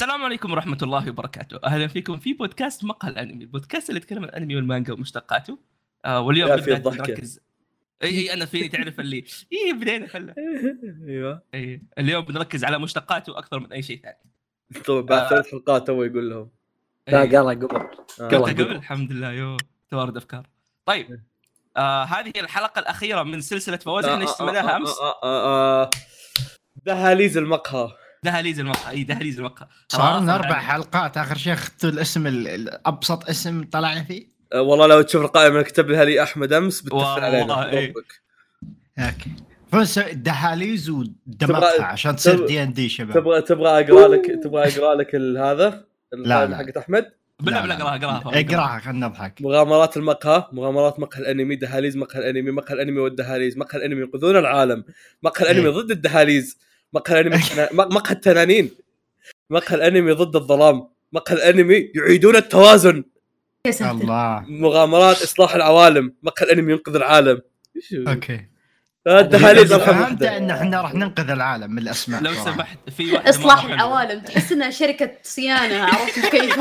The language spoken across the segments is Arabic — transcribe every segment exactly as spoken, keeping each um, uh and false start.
السلام عليكم ورحمة الله وبركاته. أهلا فيكم في بودكاست مقهى الأنمي، البودكاست اللي يتكلم عن الأنمي والمانجا ومشتقاته. آه واليوم لا، في نبدأ الضحكة. نركز. أي أي أنا فيني تعرف اللي إيه بدينا فلا. ايوه أي اليوم بنركز على مشتقاته أكثر من أي شيء ثاني. طبعا بعد آه. ثلاث حلقات هو يقول لهم لا أي. قالها قبل آه. قلت قبل. قبل الحمد لله. يو توارد أفكار. طيب آه هذه الحلقة الأخيرة من سلسلة فوازير آه، اللي آه، اشتملناها آه، أمس. آه، آه، آه. دهاليز المقهى. دهاليز المقهى. أي دهاليز المقهى. صار لنا خلاص اربع يعني. حلقات اخر شيء اخذتوا الاسم ال- الابسط اسم طلعنا فيه. آه، والله لو تشوف القائمة اللي كتبها لي أحمد أمس بتدخل والله علينا إيه. ربك. اوكي فنسوي دهاليز تبغى- ودمقها عشان تصير تبغى- دي ان دي شباب. تبغى تبغى أقرأ لك تبغى أقرأ لك ال- هذا لا. القائمة حقت أحمد. بلا لا، بلا لا. اقراها اقراها اقراها خلنا نضحك. مغامرات المقهى، مغامرات مقهى الأنمي، دهاليز مقهى الأنمي، مقهى الأنمي والدهاليز، مقهى الأنمي ينقذون العالم، مقهى الأنمي إيه. ضد الدهاليز، مقهى الأنمي التنا- مقهى التنانين، مقهى الأنمي ضد الظلام، مقهى الأنمي يعيدون التوازن، يا ساتر. الله مغامرات إصلاح العوالم، مقهى الأنمي ينقذ العالم. اوكي الدهاليز إذا أرحم فهمت واحدة. ان احنا راح ننقذ العالم من الاسماء لو صراحة. سمحت في واحدة اصلاح مرة حلوة. العوالم تحس انها شركه صيانه، عرفت كيف؟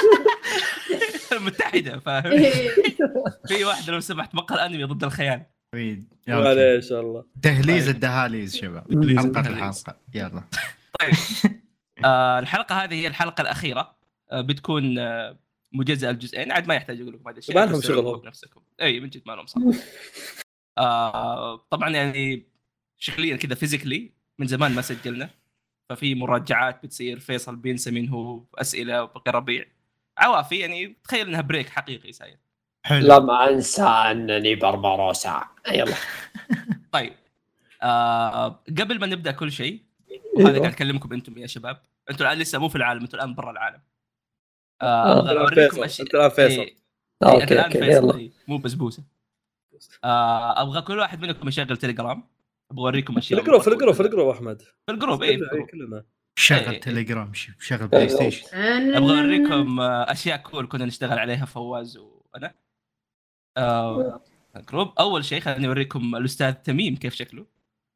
متحدة فاهم. في واحدة لو سمحت مقهى الأنمي ضد الخيال. ويد. معليش الله. تهليز الدهاليز شباب. تهليز حلقة الدهاليز. الحلقة يلا. طيب آه الحلقة هذه هي الحلقة الأخيرة. آه بتكون آه مجزأة الجزئين. عاد ما يحتاج أقول لكم هذا الشيء. ما لهم تستوعبوا شغلهم. بنفسكم. أي من جد ما لهم صراحة. آه طبعا يعني شغليا كذا فيزيكلي من زمان ما سجلنا، ففي مراجعات بتصير، فيصل بينسى منه أسئلة وبقي ربيع عوافي، يعني تخيل إنها بريك حقيقي ساير. حلو. لم انسى انني بربروسا. يلا طيب آه قبل ما نبدأ كل شيء، وهذا قاعد أكلمكم أنتم يا شباب، أنتم الآن لسه مو في العالم، أنتم الآن برا العالم. آه أنت الآن أوريكم فيصل. أشياء. أنت الآن فيصل. إيه. إيه اوكي الآن اوكي فيصل يلا إيه. مو بسبوسة. آه أبغى كل واحد منكم يشغل تليجرام، أبغى أوريكم في أشياء. الجروب في الجروب في الجروب أحمد. في الجروب إيه في كلنا- الجروب. كلنا. شغل إيه. تليجرام شغل بلاي ستيشن. أبغى أوريكم آه، أشياء كول كنا نشتغل عليها فواز وأنا. آه الجروب أول شيء خليني أوريكم الأستاذ تميم كيف شكله.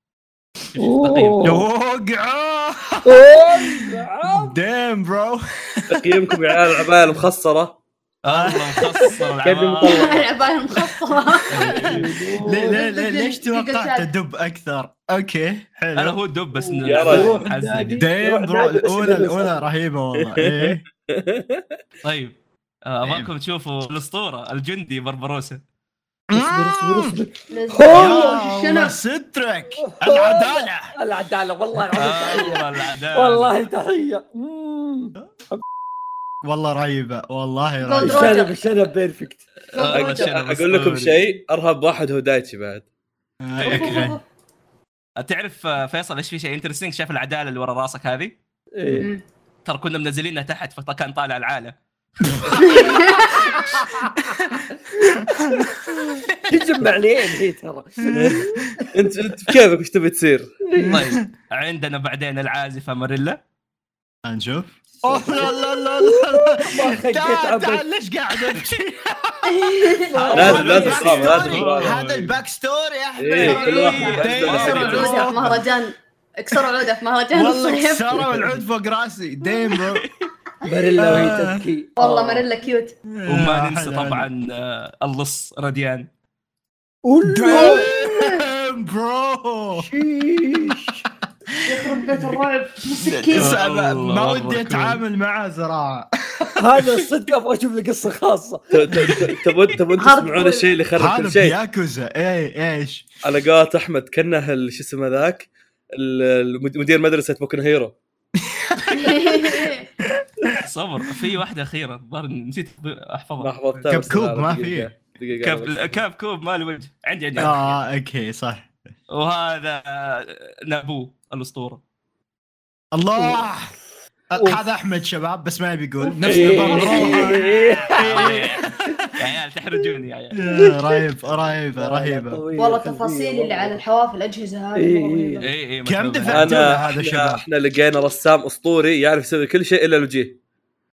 وقعوا دام برو. تقييمكم يا عيال العباية المخصرة. الله مخصص كيف مطلع؟ العبايه المخصصه. ليه ليه ليه ليش توقعت دب اكثر؟ اوكي أنا حلو. هو دب بس يا رجل. حزني. دام برو الاولى الاولى رهيبه والله. ايه طيب آه، أبغاكم تشوفوا الأسطورة الجندي بربروسا. اصبر اصبر اصبر. يا الله شنو؟ سترك العداله. العداله والله العظيم تحيه. آه، العدالة. والله تحيه. والله رهيبه والله جولد رهيبه. الشنب الشنب بيرفكت. آه، الشنب أقول لكم أسطوري. شيء، أرهب واحد هو دايتشي بعد. أوكي. تعرف آه، فيصل ايش في شيء انترستينج؟ شاف العداله اللي ورا راسك هذه؟ إيه. ترى كنا منزلينها تحت فكان طالع العاله. تجمع لين هي ترى. أنت أنت كيفك وش تبي تصير؟ طيب عندنا بعدين العازفه ماريلا. نشوف. اوه لا لا لا لا خجيت تعال عبد. تعال ليش قاعد ابكي؟ لازم لازم هذا تقام، لازم الباك تقام. ستوري. هذا الباك ستوري يا احمد. إيه، كل واحد إيه، عنده اكسروا دايم. العوده في مهرجان، اكسروا العوده في مهرجان والله الصيف. كسروا العود فوق راسي دايم برو. ماريلا وهي تبكي. والله ماريلا كيوت. وما ننسى طبعا آه، اللص رديان. دايم برو. يخرب بيت الرعب مسكين. ما الله ودي أكبر. اتعامل معاه صراحه. هذا الصدق ابغى اشوف له قصه خاصه. ت- ت- تبون تبون تسمعون الشيء اللي خرب هذا كل شيء؟ بياكوزا. اي ايش على قولة أحمد كنه ال- شو اسمه ذاك ال- مدير مدرسة بوكن هيرو. صبر في واحده اخيره الظاهر نسيت ما احفظها. حفظتها. كاب بس كوب لا، ما دقيقة- في. دقيقة كاب بس. كاب كوب مال وجه عندي عندي. اه اوكي صح. وهذا آه، نابو الاسطوره. الله أوف. هذا احمد شباب بس ما يبي يقول نفس إيه. نظام روحه. يا عيال تحرجوني يا عيال. يا رهيب رهيبه رهيبه. والله التفاصيل اللي على الحواف الاجهزه هذه إيه. مرة رهيبة. اي اي كم متعوب. دفعت؟ أنا هذا إحنا, شباب. إحنا لقينا رسام أسطوري يعرف يسوي كل شيء إلا الوجيه.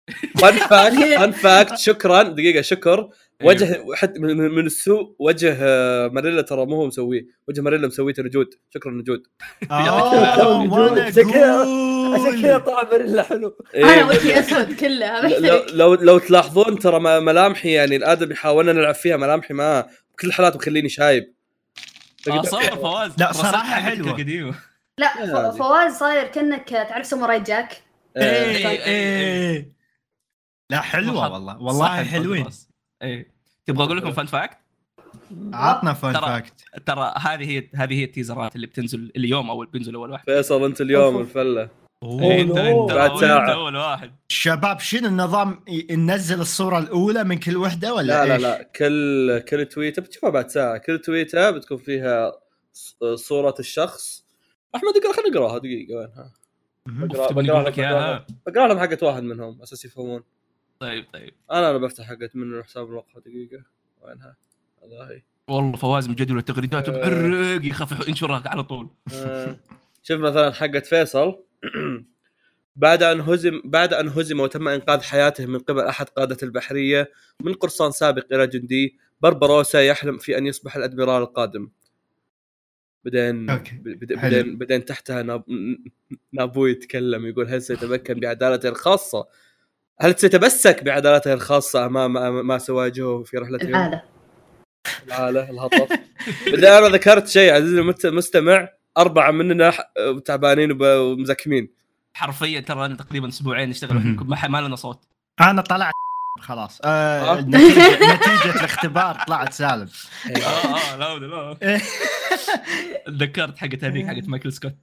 فان فاكت فان فاكت شكرا دقيقه شكر وجه حتى من, من السوء وجه ماريلا ترى مو هو مسويه وجه ماريلا مسويته نجود شكرا نجود اه وانا عشان كذا عشان اقول كذا طلع بريلا حلو. انا وجهي اسود كله لو, محترق. لو لو تلاحظون ترى ملامحي يعني الادم يحاولنا نلعب فيها ملامحي ما بكل الحالات مخليني شايب آه صار فواز لا، رسمها صراحة حقتك حلوة. القديمة. لا ف- فواز صاير كأنك تعرف ساموراي جاك. ايه إيه. ايه لا حلوه والله والله حلوين. ايه تبغى اقول لكم فان فاكت؟ عطنا فان ترى- فاكت. ترى هذه هي هذه هي التيزرات اللي بتنزل اليوم او بينزل اول واحد. فيصل انت اليوم أوف. الفله إيه، انت انت بعد أول- ساعة. أنت اول واحد. شباب شنو النظام ي- ننزل الصوره الاولى من كل وحده ولا لا لا إيش؟ لا كل كل تويته بتشوفها بعد ساعه كل تويته بتكون فيها ص- صوره الشخص. احمد اقرا خلينا نقراها دقيقه وينها مهم. بقرا تبغى بقرا نقول لك اياها؟ بقرا لهم حقت واحد منهم اساس يفهمون. طيب طيب انا انا بفتح حقت من حساب الوقفه دقيقه وينها والله. والله فواز مجدول التغريدات آه. بعرق يخاف ينشرها على طول. آه. شوف مثلا حقت فيصل بعد أن هزم بعد أن هزم وتم إنقاذ حياته من قبل أحد قادة البحرية من قرصان سابق إلى جندي بربروسا يحلم في أن يصبح الأدميرال القادم. بعدين أوكي. بعدين حلو. بعدين بعدين تحتها ناب... نابو يتكلم يقول هل سيتمكن بعدالته الخاصة هل سيتمسك بعدالته الخاصة أمام ما, ما سواجهه في رحلته العادة. العالة الهطف. بعدين أنا ذكرت شيء عزيزي المستمع أربعة مننا ح- تعبانين وب- ومزكمين. حرفيا ترى أنا تقريبا اسبوعين نشتغل مهم. ما ما لنا صوت. انا طلعت خلاص آه آه. نتيجه نتيجه الاختبار طلعت سالم. اه اه لا لا تذكرت حقت هذيك حقت مايكل سكوت.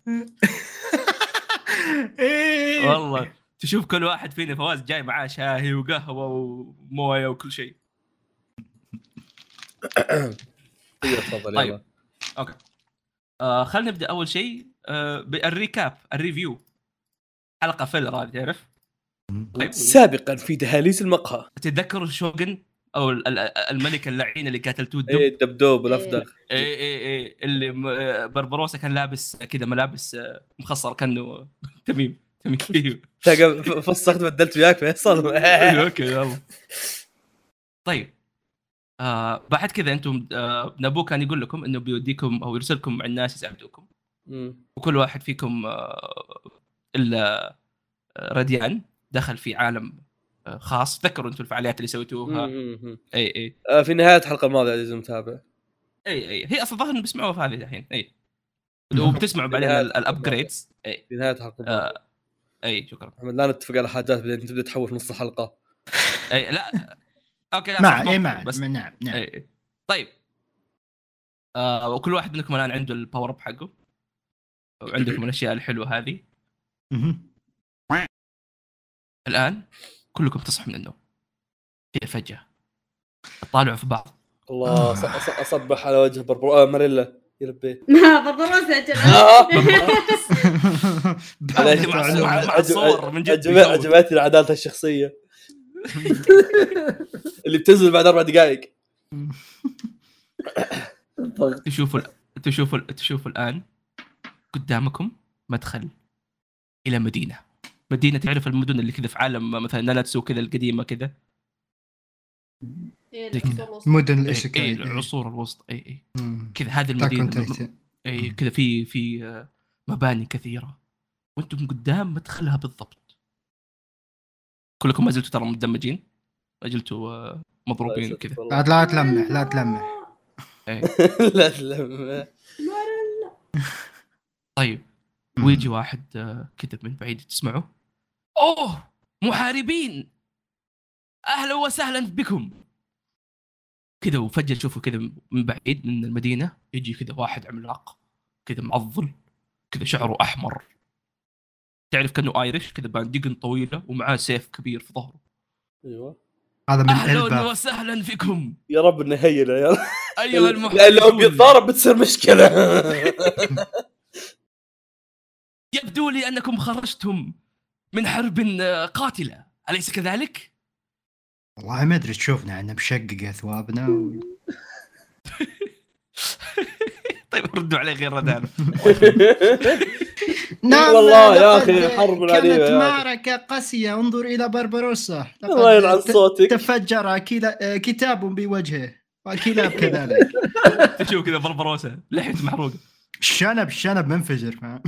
إيه. والله تشوف كل واحد فينا فواز جاي معاه شاهي وقهوه ومويه وكل شيء. تفضل طيب. يلا. اوكي آه خلينا نبدا اول شيء آه بالريكاب الريفيو حلقه فيلر هذه تعرف. طيب سابقا في دهاليز المقهى تتذكروا شوغن او ال- ال- الملك اللعين اللي قاتلتوه الدب. ايه الدبدوب الافدغ اي اي اي اللي م- آه، بربروسا كان لابس كذا ملابس آه، مخصر كانه تميم تميم ايوه تلقى فسخت بدلت وياك فيصل. أيوة، اوكي يلا. طيب آه بعد كذا انتم آه نابو كان يقول لكم انه بيوديكم او يرسلكم مع الناس يساعدوكم مم. وكل واحد فيكم آه الا آه، راديان دخل في عالم آه، خاص. تذكروا انتم الفعاليات اللي سويتوها. مم. مم. اي اي آه، في نهايه الحلقه الماضيه عزيزي المتابع اي اي هي اصلا ظاهر بيسمعوها في هذه الحين. اي وبتسمعوا بعدين الابجريدز. اي في نهايه الحلقه الماضيه. آه اي شكرا. محمد لا نتفق على حاجات بعدين تبدا تحول في نص الحلقه. اي لا اوكي لا مع صح، ايه ممكن، مع بس نعم نعم اي إي. طيب آه وكل واحد منكم الان عنده الباور اب حقه وعندكم الاشياء الحلوه هذه. مهم. الان كلكم تصحوا من النوم في فجاه تطالعوا في بعض. الله أص- أص- اصبح على وجه بربر آه ماريلا يربي. بربروس اجل. عادي مع الصور- مع الصور من جد عجب- عجبتني عدالته الشخصيه اللي بتنزل بعد اربع دقائق. تشوفوا تشوفوا تشوفوا الان قدامكم مدخل الى مدينه مدينه تعرف المدن اللي كذا في عالم مثلا نالاتسو كذا القديمه كذا. إيه، زي كذا. العصور الوسطى. مدن اي الاشكال العصور الوسطى. اي اي مم. كذا هذه تاكون المدينه تايتن. اي كذا في في آه، مباني كثيره وانتم قدام مدخلها بالضبط. كلكم ما زلتوا ترى مدمجين ما زلتوا آه، مضروبين وكذا. لا لا تلمح لا تلمح. لا لا طيب ويجي واحد آه، كذا من بعيد تسمعه اوه محاربين اهلا وسهلا بكم كذا. وفجأة تشوفوا كذا من بعيد من المدينة يجي كذا واحد عملاق كذا معضل كذا شعره أحمر تعرف كأنه آيرش كذا بانديقن طويلة ومعاه سيف كبير في ظهره. ايوه هذا من أهلا علبة. وسهلا بكم يا رب انه هينا يا أيها لو المحاربون. بيتضارب بتصير مشكله. يبدو لي أنكم خرجتم من حرب آه، قاتلة أليس كذلك؟ والله ما ادري تشوفنا احنا مشقق اثوابنا و... طيب ردوا عليه غير ردان. نعم والله يا لقد أخي حرب العليا كانت يا أخي. معركة قاسية. انظر إلى بربروسا الله يلعن لقد ت- صوتك. تفجر كلا- كتاب بوجهه وكلاب كذلك. تشوف كذا بربروسة لحيته محروقة. الشنب الشنب منفجر فاهم.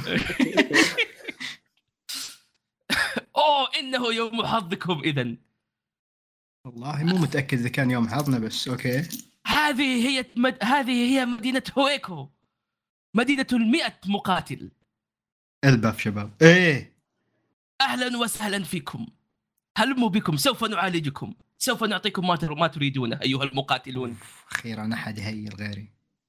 اوه انه يوم حظكم اذا. والله مو متأكد إذا كان يوم حظنا بس أوكي. هذه هي مد... هذه هي مدينة هويكو، مدينة المئة مقاتل. الباف شباب. إيه اهلا وسهلا فيكم، هلموا بكم، سوف نعالجكم، سوف نعطيكم ما تر... ما تريدونه ايها المقاتلون. أخيرا أحد يهيل غيري.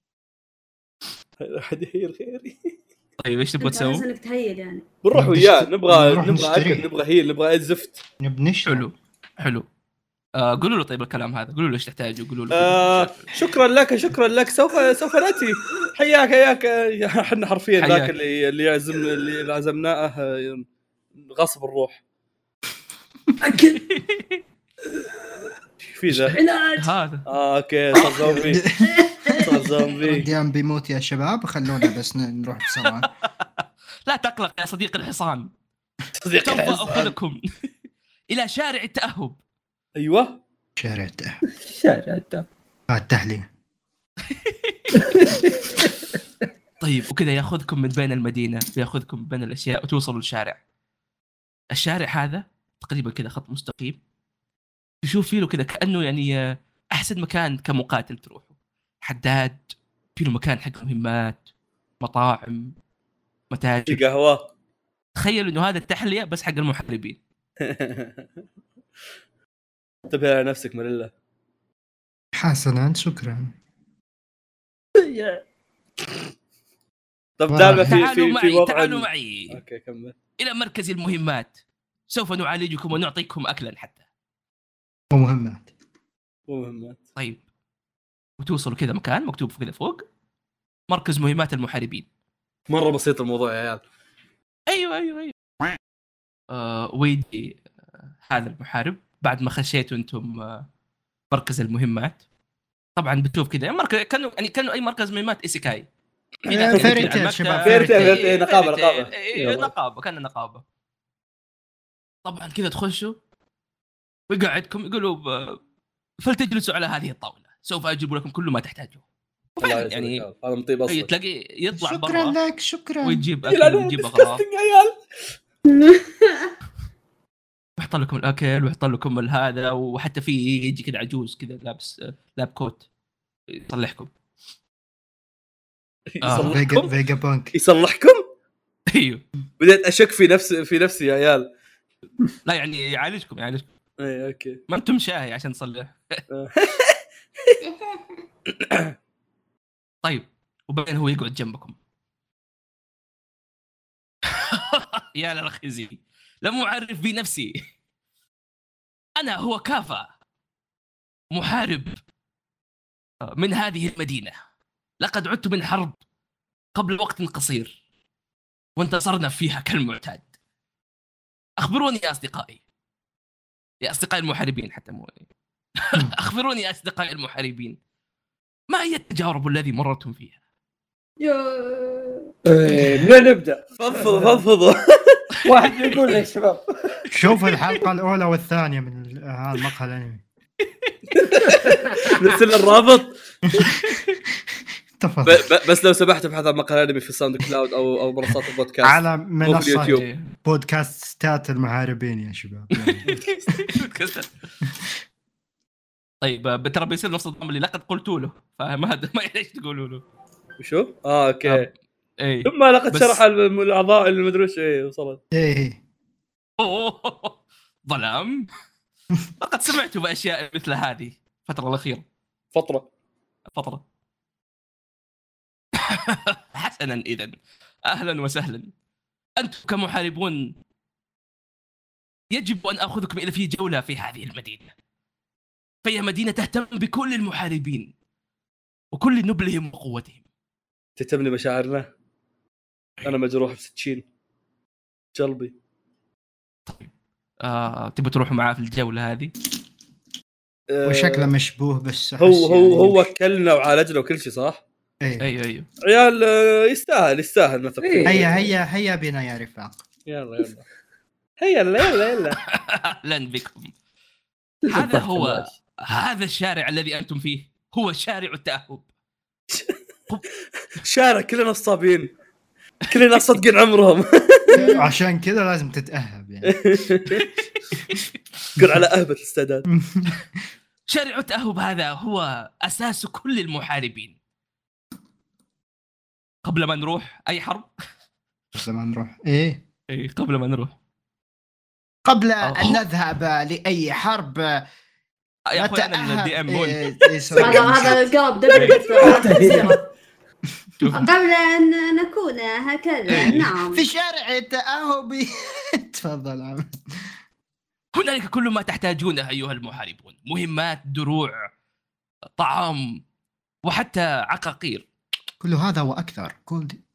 أحد يهيل غيري. طيب ايش تبغى انت عايز تسوي؟ انك تهيل يعني. بنروح نبي وياه نشت- نبغى نروح نبغى نشتريه. أكل نبغى هيل نبغى أي زفت. نبنش حلو حلو. آه قولوا له طيب الكلام هذا، قولوا له ايش تحتاجوا، قولوا له آه شكرا لك شكرا لك سوف سوف نأتي. حياك حياك. احنا حرفيا حياك. ذاك اللي اللي يعزم اللي عزمناه آه، غصب الروح. اكل في ذا علاج. هذا اه اوكي صار زومبي صار زومبي. رديان بيموت يا شباب خلونا بس ن- نروح بسرعة. لا تقلق يا صديق الحصان، صديق سوف الحزن. اخذكم الى شارع التأهب. ايوه شارع التح- شارع التام. التحلية. طيب وكذا ياخذكم من بين المدينه، ياخذكم من بين الاشياء وتوصلوا للشارع. الشارع هذا تقريبا كذا خط مستقيم، تشوف فيه له كذا كانه يعني احسن مكان كمقاتل تروحوا. حداد، فيه له مكان حق مهمات، مطاعم، في متاجر. قهوه. تخيلوا انه هذا التحليه بس حق المحاربين. انتبه على نفسك مريلا. حسنا شكرا. طب والله. دائما في تعالوا في في معي وضع تعالوا ال- معي اوكي كمل. الى مركز المهمات، سوف نعالجكم ونعطيكم اكلا حتى. ومهمات. مهمات. طيب وتوصلوا كذا مكان مكتوب كذا فوق مركز مهمات المحاربين. مره بسيط الموضوع يا عيال. ايوه ايوه ايوه. آه ويدي آه هذا المحارب بعد ما خشيتوا انتم آه مركز المهمات. طبعا بتشوف كذا مركز كانوا يعني كانوا اي مركز مهمات ايسيكاي. في ناس فيري كذا على تيل المكتب. شباب، فيري تيل، إيه، فيري تيل، نقابة، فيري تيل. نقابة. إيه، يلا. نقابه كان نقابه. طبعا كذا تخشوا ويقعدكم يقولوا ب- فلتجلسوا على هذه الطاوله، سوف اجيب لكم كل ما تحتاجوه. الله وفعلا يسلمك يعني يا عيال. انا مطيب إيه، اصلا. تلاقي يطلع شكرا برا لك شكرا. ويجيب لا اكل لا ويجيب اغراض، disgusting يا عيال. ويحط لكم الاكل ويحط لكم هذا. وحتى في يجي كذا عجوز كذا لابس لاب كوت يصلحكم. آه. فيجا يصلحكم فيجا بانك. يصلحكم. ايوه بديت اشك في نفسي في نفسي يا عيال. لا يعني يعالجكم يعالجكم اي اوكي. ما انتم شاهي عشان تصلح. طيب وبعدين هو يقعد جنبكم. يا للخزي لم أعرف بنفسي، أنا هو كافا، محارب من هذه المدينة. لقد عدت من حرب قبل وقت قصير وانتصرنا فيها كالمعتاد. أخبروني يا أصدقائي، يا أصدقائي المحاربين حتى مو أخبروني يا أصدقائي المحاربين، ما هي التجارب الذي مررتم فيها؟ إيه، من نبدا؟ فضفض فضفض. واحد يقول يا شباب. شوف الحلقة الأولى والثانية من ال- هذا المقهى الأنمي. نرسل الرابط. تفضل. ب- ب- بس لو سمحت ابحث عن مقال انمي في الساوند كلاود او او منصات البودكاست. على مو في اليوتيوب. منصة بودكاستات المحاربين يا شباب. طيب ترى بيصير نفس النظام اللي لقد قلت له، فما هذا ما ايش تقولوا له. وشو؟ اه اوكي. اي ثم لقد بس- شرح الم- الاعضاء اللي مدري ايش ايه وصلت. إيه أوه، ظلام. لقد سمعت باشياء مثل هذه الفتره الاخيره. فتره. فتره. حسنا اذا اهلا وسهلا. انتم كمحاربون يجب ان اخذكم الى في جوله في هذه المدينه، فهي مدينه تهتم بكل المحاربين وكل نبلهم وقوتهم. تتمني مشاعرنا. انا مجروح بسكين قلبي. آه، تبي تروحوا معاه في الجوله هذه؟ آه، وشكله مشبوه بس أحس هو هو يعني هو مش- كلنا وعالجنا وكل شيء صح؟ إيه. ايوه ايوه عيال آه، يستاهل يستاهل مثلا إيه. هيا هيا هيا بنا يا رفاق. يلا يلا هيا يلا يلا يلا اهلا بكم. هذا هو هذا الشارع الذي انتم فيه هو شارع التأهب. شارع كلنا نصابين كلنا صدقين عمرهم. عشان كذا لازم تتأهب يعني. قل على أهبة الاستعداد. شارع التأهب هذا هو اساس كل المحاربين. قبل ما نروح اي حرب بس ما نروح ايه اي قبل ما نروح قبل أوه. ان نذهب لاي حرب يا اخوي انا الدي ام مون. إيه إيه سوري. هذا هذا قلب دبدب قبل أن نكون هكذا. نعم في شارع التأهب. تفضل عم. هنالك كل ما تحتاجونه ايها المحاربون، مهمات، دروع، طعام، وحتى عقاقير. كل هذا واكثر. كل دي.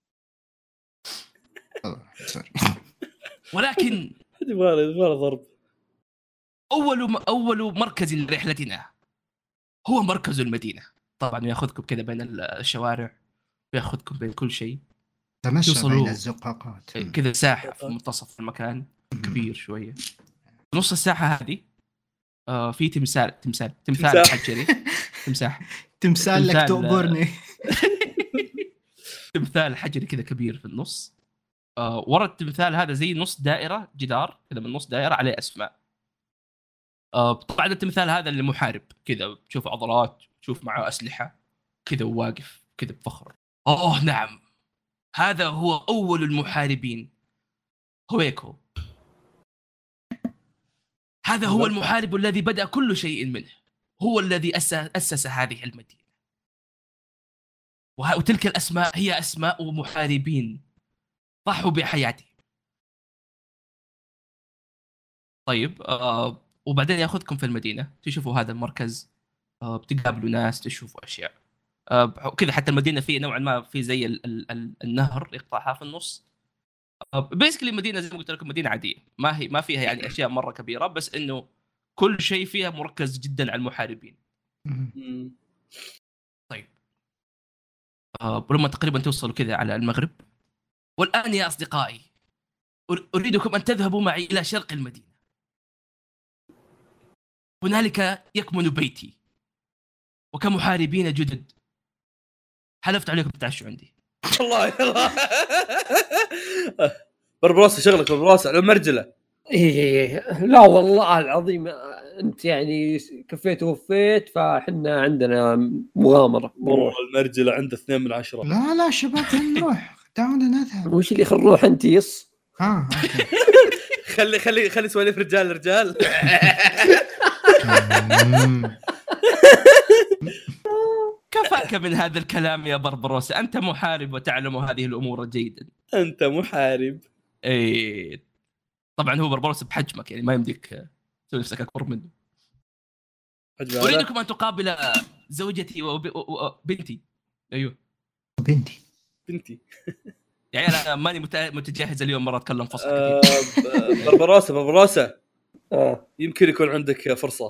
أوه، سوري. ولكن يبغى يبغى ضرب. اول اول مركز لرحلتنا هو مركز المدينه. طبعا ياخذكم كذا بين الشوارع وياخذكم بين كل شيء. تمشى توصلوا- بين الزقاقات. كذا ساحه في منتصف المكان كبير شويه. في نص الساحه هذه آه في تمثال تمثال تمثال تمساح. حجري. تمساح تمثال لك تمثال- تؤبرني. تمثال حجري كذا كبير في النص. آه ورا التمثال هذا زي نص دائره جدار كذا، من نص دائره عليه اسماء. آه طبعا التمثال هذا اللي محارب كذا، تشوف عضلات، تشوف معه اسلحه كذا وواقف كذا بفخر. اوه نعم، هذا هو اول المحاربين، هويكو. هذا هو المحارب الذي بدأ كل شيء منه، هو الذي أس- أسس هذه المدينة. وه- وتلك الأسماء هي أسماء محاربين ضحوا بحياتهم. طيب آه وبعدين ياخذكم في المدينة، تشوفوا هذا المركز، آه بتقابلوا ناس، تشوفوا أشياء آه كذا. حتى المدينة فيه نوعا ما في زي ال- ال- ال- النهر يقطعها في النص. بيسكلي مدينه زي ما قلت لكم مدينه عاديه، ما هي ما فيها يعني اشياء مره كبيره، بس انه كل شيء فيها مركز جدا على المحاربين. طيب آه ولما تقريبا توصلوا كذا على المغرب، والان يا اصدقائي أر- اريدكم ان تذهبوا معي الى شرق المدينه. هنالك يكمن بيتي، وكمحاربين جدد حلفت عليكم تتعشوا عندي. الله يلا. بربروسة شغلك بربروسة على المرجلة. إيه لا والله العظيم أنت يعني كفيت ووفيت، فحنا عندنا مغامرة والله بروح. المرجلة عنده اثنين من عشرة. لا لا شباب خلينا نروح. دعونا نذهب. وش اللي خل نروح أنت يص؟ ها اوكي. خلي خلي خلي سواليف رجال رجال. مم. كفاك من هذا الكلام يا بربروسا، انت محارب وتعلم هذه الامور جيدا. انت محارب. ايه طبعا هو بربروسا بحجمك، يعني ما يمديك تسوي نفسك اكبر منه. حجم هذا. اريدكم ان تقابل زوجتي وبنتي. ايوه بنتي. بنتي. يعني انا ماني مت- متجهز اليوم مره اتكلم فصحى آه، كثير. ب- بربروسة بربروسة آه. يمكن يكون عندك فرصة.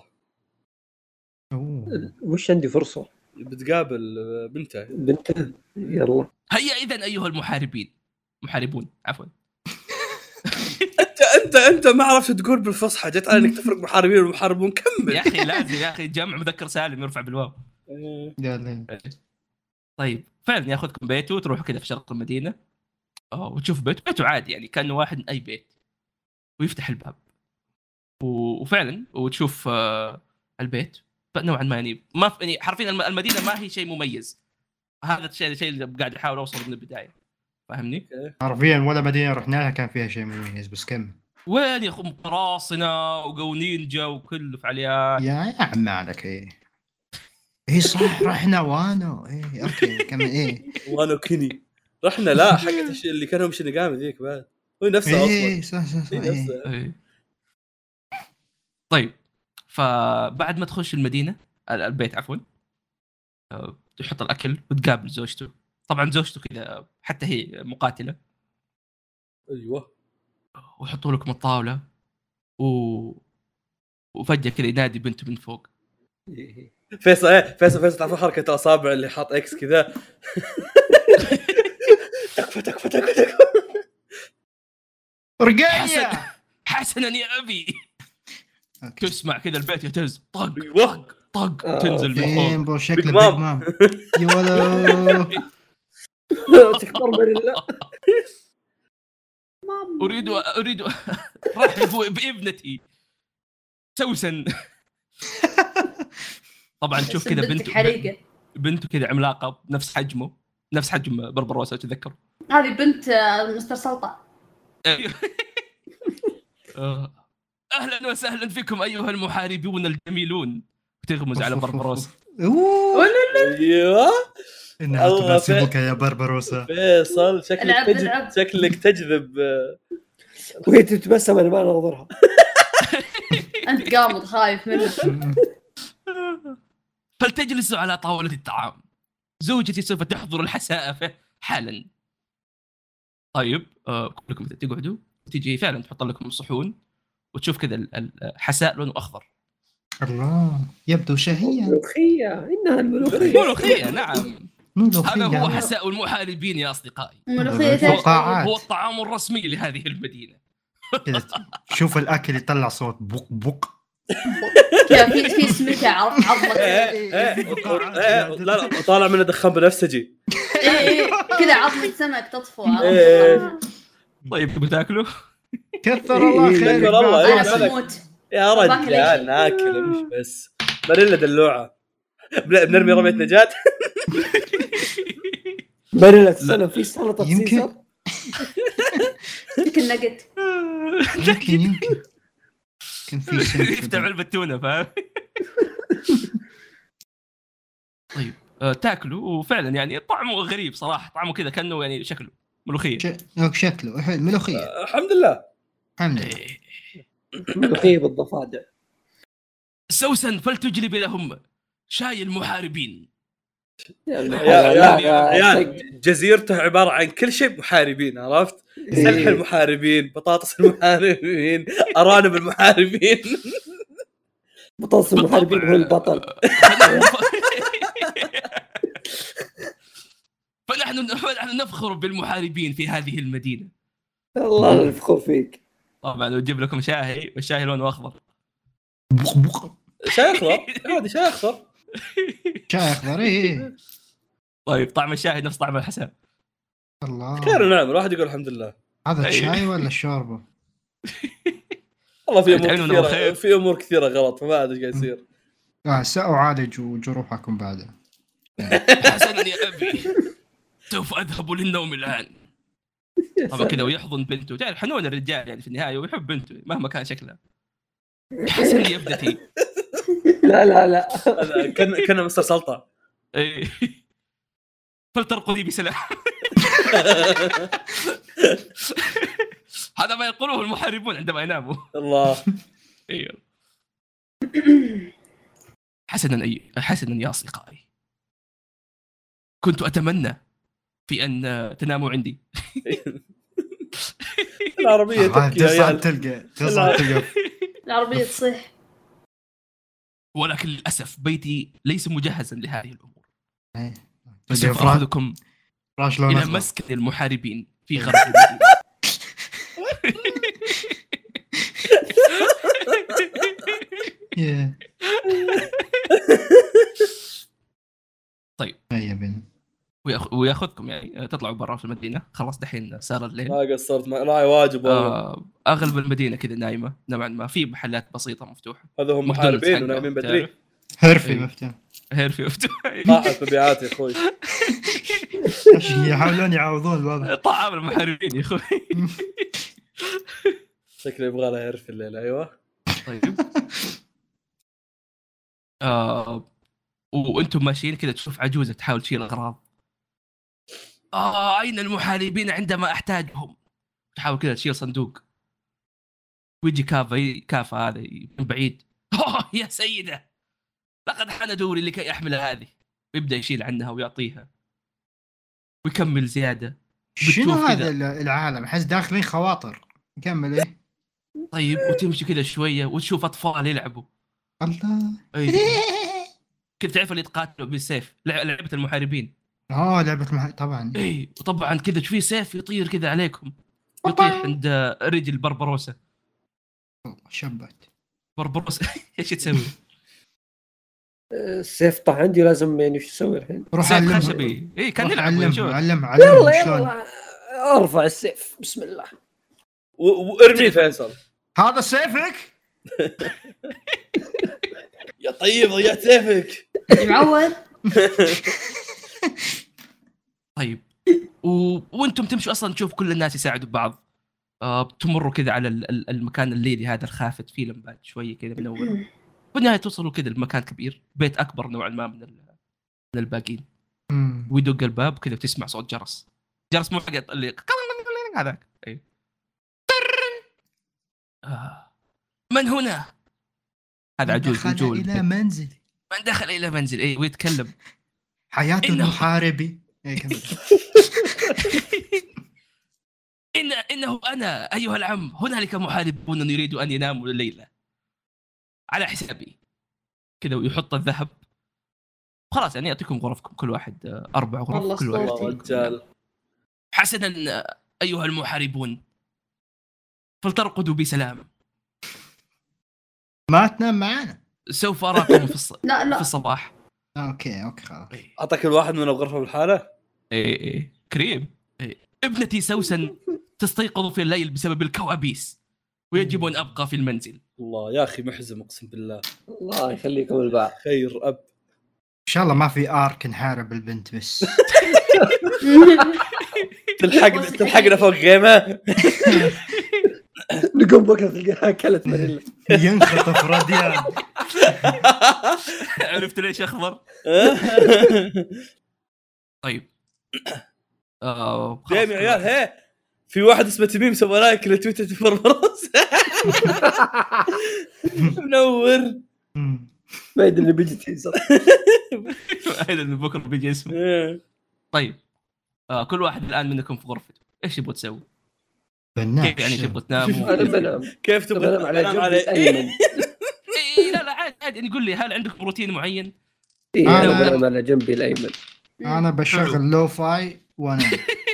أوه. وش عندي فرصة؟ بتقابل بنته. بنته يلا. هيا اذا ايها المحاربين، محاربون عفوا. انت انت انت ما عرفت تقول بالفصحى، جت على انك تفرق محاربين والمحاربون. كمل يا اخي لازم يا اخي جمع مذكر سالم يرفع بالواو. يلا. طيب فعلا ياخذكم بيته وتروحوا كذا في شرق المدينه. اه وتشوف بيته بيته عادي يعني كانه واحد من اي بيت، ويفتح الباب و- وفعلا وتشوف آه البيت نوعا ما يعني ما في- يعني حرفيا الم- المدينه ما هي شيء مميز. هذا الشيء الشيء اللي قاعد احاول اوصل من البدايه، فاهمني؟ حرفيا ولا مدينة رحنا لها كان فيها شيء مميز، بس كم وين يا اخو قراصنه وقونينجا وكل فعاليات. يا يا عم مالك. ايه ايه صح رحنا وانو. ايه اوكي كم ايه وانو كيني رحنا. لا حقت الشيء اللي كانوا مشنقامه ذيك بعد هو نفسه اصلا. ايه صح صح صح. هي إيه. نفسه. إيه. طيب فبعد ما تخش المدينه ال- البيت عفوا، آه، تحط الاكل وتقابل زوجته. طبعا زوجته كذا حتى هي مقاتله، ايوه ويحطوا لكم الطاوله و... وفجاه كذا ينادي بنته من فوق. فيصل ايه فيصل فيصل تعرف حركه الاصابع اللي حاط اكس كذا. تكفى تكفى تكفى تكفى. رقانيا حسنا يا ابي. أوكي. تسمع كذا البيت يهتز طق أيوة. طق طق آه. تنزل بالحوض. بيمبو شكله بيج بيج مام. مام يا ولد. تكبر بالله. مام. اريد اريد رحب بابنتي سوسن. طبعا شوف كذا بنتك بنته حريقه. بنته كذا عملاقه بنفس حجمه نفس حجم بربروسا تذكر. هذه بنت آه، مستر سلطة. آه. اهلا وسهلا فيكم ايها المحاربون الجميلون. تغمز على بربروسا. اوه ايوه انها الله تناسبك يا بربروسا. فيصل شكلك العب، تجذب العب. شكلك تجذب. وهي تتبسم انا ما انظرها. انت قامض خايف منه. فلتجلسوا على طاولة الطعام. زوجتي سوف تحضر الحساء حالا. طيب آه كلكم تقعدوا تيجي فعلا تحط لكم الصحون وتشوف كذا الحساء لونه اخضر. الله يبدو شهيا. ملوخية إنها الملوخية. ملوخية نعم. ملوخية. هذا هو حساء المحاربين يا أصدقائي. ملوخية فقاعات. هو الطعام الرسمي لهذه المدينة. كذا شوف الاكل يطلع صوت بق بق. كذا في في سمكة عظمة. ايه ايه لا لا طالع منه دخان بنفسجي. ايه كذا عظمة سمك تطفو. إيه. طيب تبي تاكلوا؟ كثر الله إيه. خيرك. كثر الله. انا إيه. بموت. يا باكل أي رجال شيء. ناكل مش بس مريلا دلوعه. بنرمي رميه نجاة. مريلة السنة في سلطة يمكن. سيسر. يمكن نقت. يمكن يمكن كان في يفتح شيء. علبة تونة فاهم؟ طيب آه، تاكلوا وفعلا يعني طعمه غريب صراحة. طعمه كذا كأنه يعني شكله ملوخية. ش- شكله حلو ملوخية. الحمد لله. الحمد لله. إيه. ملوخية بالضفادع. سوسن فلتجلب لهم شاي المحاربين. يا يا لا، يا يا رجال جزيرته عبارة عن كل شيء محاربين عرفت؟ سلح إيه. المحاربين بطاطس المحاربين أرانب المحاربين. بطاطس المحاربين هو البطل. فنحن فنحن نفخر بالمحاربين في هذه المدينة. الله الفخور فيك. طبعا نجيب لكم شاهي والشاهي لونه أخضر. بق بق. شاي أخضر عادي شاي أخضر. شاي اخضر. ايه طيب طعم الشاهي نفس طعم الحساء. الله. خير ونعم الواحد يقول الحمد لله. هذا الشاي ولا الشوربه؟ والله في أمور تعيننا كثيرة بالخير. في أمور كثيرة غلط فما أدري ايش قاعد يصير. آه سأعالج جروحكم بعدها. حسنا يا أبي سوف أذهب للنوم الآن. طبعا كذا ويحضن بنته. تعرف حنون الرجال يعني في النهاية ويحب بنته مهما كان شكلها. حسن يا ابنتي. لا لا لا. هذا كان كان مستر سلطة. إيه. فلترقدي بسلام. هذا ما يقوله المحاربون عندما يناموا. الله. ايوه. حسنا أي... حسنا يا اصدقائي كنت اتمنى في ان تناموا عندي. العربية آه، تبكي يا تصعد عيال. تلقى تصعد تلقى. العربية تصيح. ولكن للاسف بيتي ليس مجهزا لهذه الامور. إيه. فسوف فراش- اخذكم فراش لون الى أصفر. مسكن المحاربين في غرب المدينه. Yeah. طيب. هيا بنا. ويأخ... وياخذكم يعني تطلعوا برا في المدينه. خلاص دحين صار الليل. ما قصرت ما راعي واجب والله. آه اغلب المدينه كذا نايمه نوعا ما. في محلات بسيطه مفتوحه. هذا هم ماكدونالدز محاربين حقه، ونايمين بدري. تعرف؟ هرفي إيه. مفتوح. هيرفي مفتوح. طاحت مبيعات يا اخوي. يحاولون يعوضون الوضع. طعام المحاربين يا اخوي. شكله يبغى له هرف الليل. ايوه طيب آه وانتم ماشيين كذا تشوف عجوزه تحاول تشيل اغراض. اه اين المحاربين عندما احتاجهم؟ تحاول كذا تشيل صندوق ويجي كافا كافا هذا من بعيد. أوه يا سيده لقد حان دوري لكي احمل هذه. ويبدا يشيل عنها ويعطيها ويكمل زياده. شنو بتشوف هذا كذا. ال- العالم؟ احس داخلين خواطر. نكمل ايه. طيب وتمشي كذا شويه وتشوف اطفال يلعبوا. الله. أي. كيف تعرف اللي يتقاتلوا بالسيف، لع- لعبه المحاربين. اه لعبه مح... طبعا اي وطبعا كذا في سيف يطير كذا عليكم، يطيح عند آه، رجل بربروسا. شبت بربروسا ايش تسوي؟ السيف طح عندي لازم يعني وش اسوي الحين؟ روح سيف علمها خشبي. اي كان روح يلعب علمها شوف. علمها يلا علمها شلون يلا ارفع السيف بسم الله. و- وارمي فيصل. هذا سيفك يا طيب ضيعت سيفك. معود. طيب و... وانتم تمشوا اصلا تشوف كل الناس يساعدوا بعض. آه تمروا كذا على ال- ال- المكان الليلي هذا الخافت فيه لمبات شويه كذا منور. في النهايه توصلوا كذا لمكان كبير، بيت اكبر نوعا ما من ال... من الباقيين. مم. ويدق الباب كذا وتسمع صوت جرس. جرس مو حق اللي هذاك. اي آه. من هنا؟ هذا عجوز دخل رجول. الى منزل من دخل الى منزل؟ اي ويتكلم. حياه إنه- المحاربي إيه كمل. إن إنه أنا أيها العم، هنالك محاربون يريدوا أن يناموا الليلة على حسابي كذا، ويحط الذهب. خلاص يعني يعطيكم غرفكم كل واحد آه، أربع غرف والله كل واحد. والله رجال. حسنا آه، أيها المحاربون، فلترقدوا بسلام. ما تنام معانا سوف أراكم في الص... لا في لا الصباح. اوكي اوكي خلاص إيه اعطاك الواحد من الغرفه بالحاله. إيه إيه كريم. إيه. ابنتي سوسن تستيقظ في الليل بسبب الكوابيس، ويجب أن أبقى في المنزل. الله يا اخي محزن اقسم بالله. الله يخليكم البعض. خير اب. ان شاء الله ما في ارك نحارب البنت بس. تلحق تلحقنا فوق غيمه. نقوم بكره تلقاها اكلت فانيلا. ينخطف رديان. عرفت ليش أخضر؟ طيب آه جاي يا عيال. هي في واحد اسمه تميم سوى لايك لتويتر بربروس. منور. مم. ما يدري اللي بيجي تيزر. هذا اللي بكره بيجي اسمه. إيه. طيب آه كل واحد الآن منكم في غرفته، إيش يبغوا تسوي؟ بنام كيف يعني تبغوا تناموا؟ انا بنام كيف تبغى بنام على تنام جنبي عليه؟ الايمن. إيه لا لا عادي عادي يعني قول لي هل عندكم روتين معين؟ إيه، أنا- انا بنام على جنبي الايمن. انا بشغل لو فاي وانا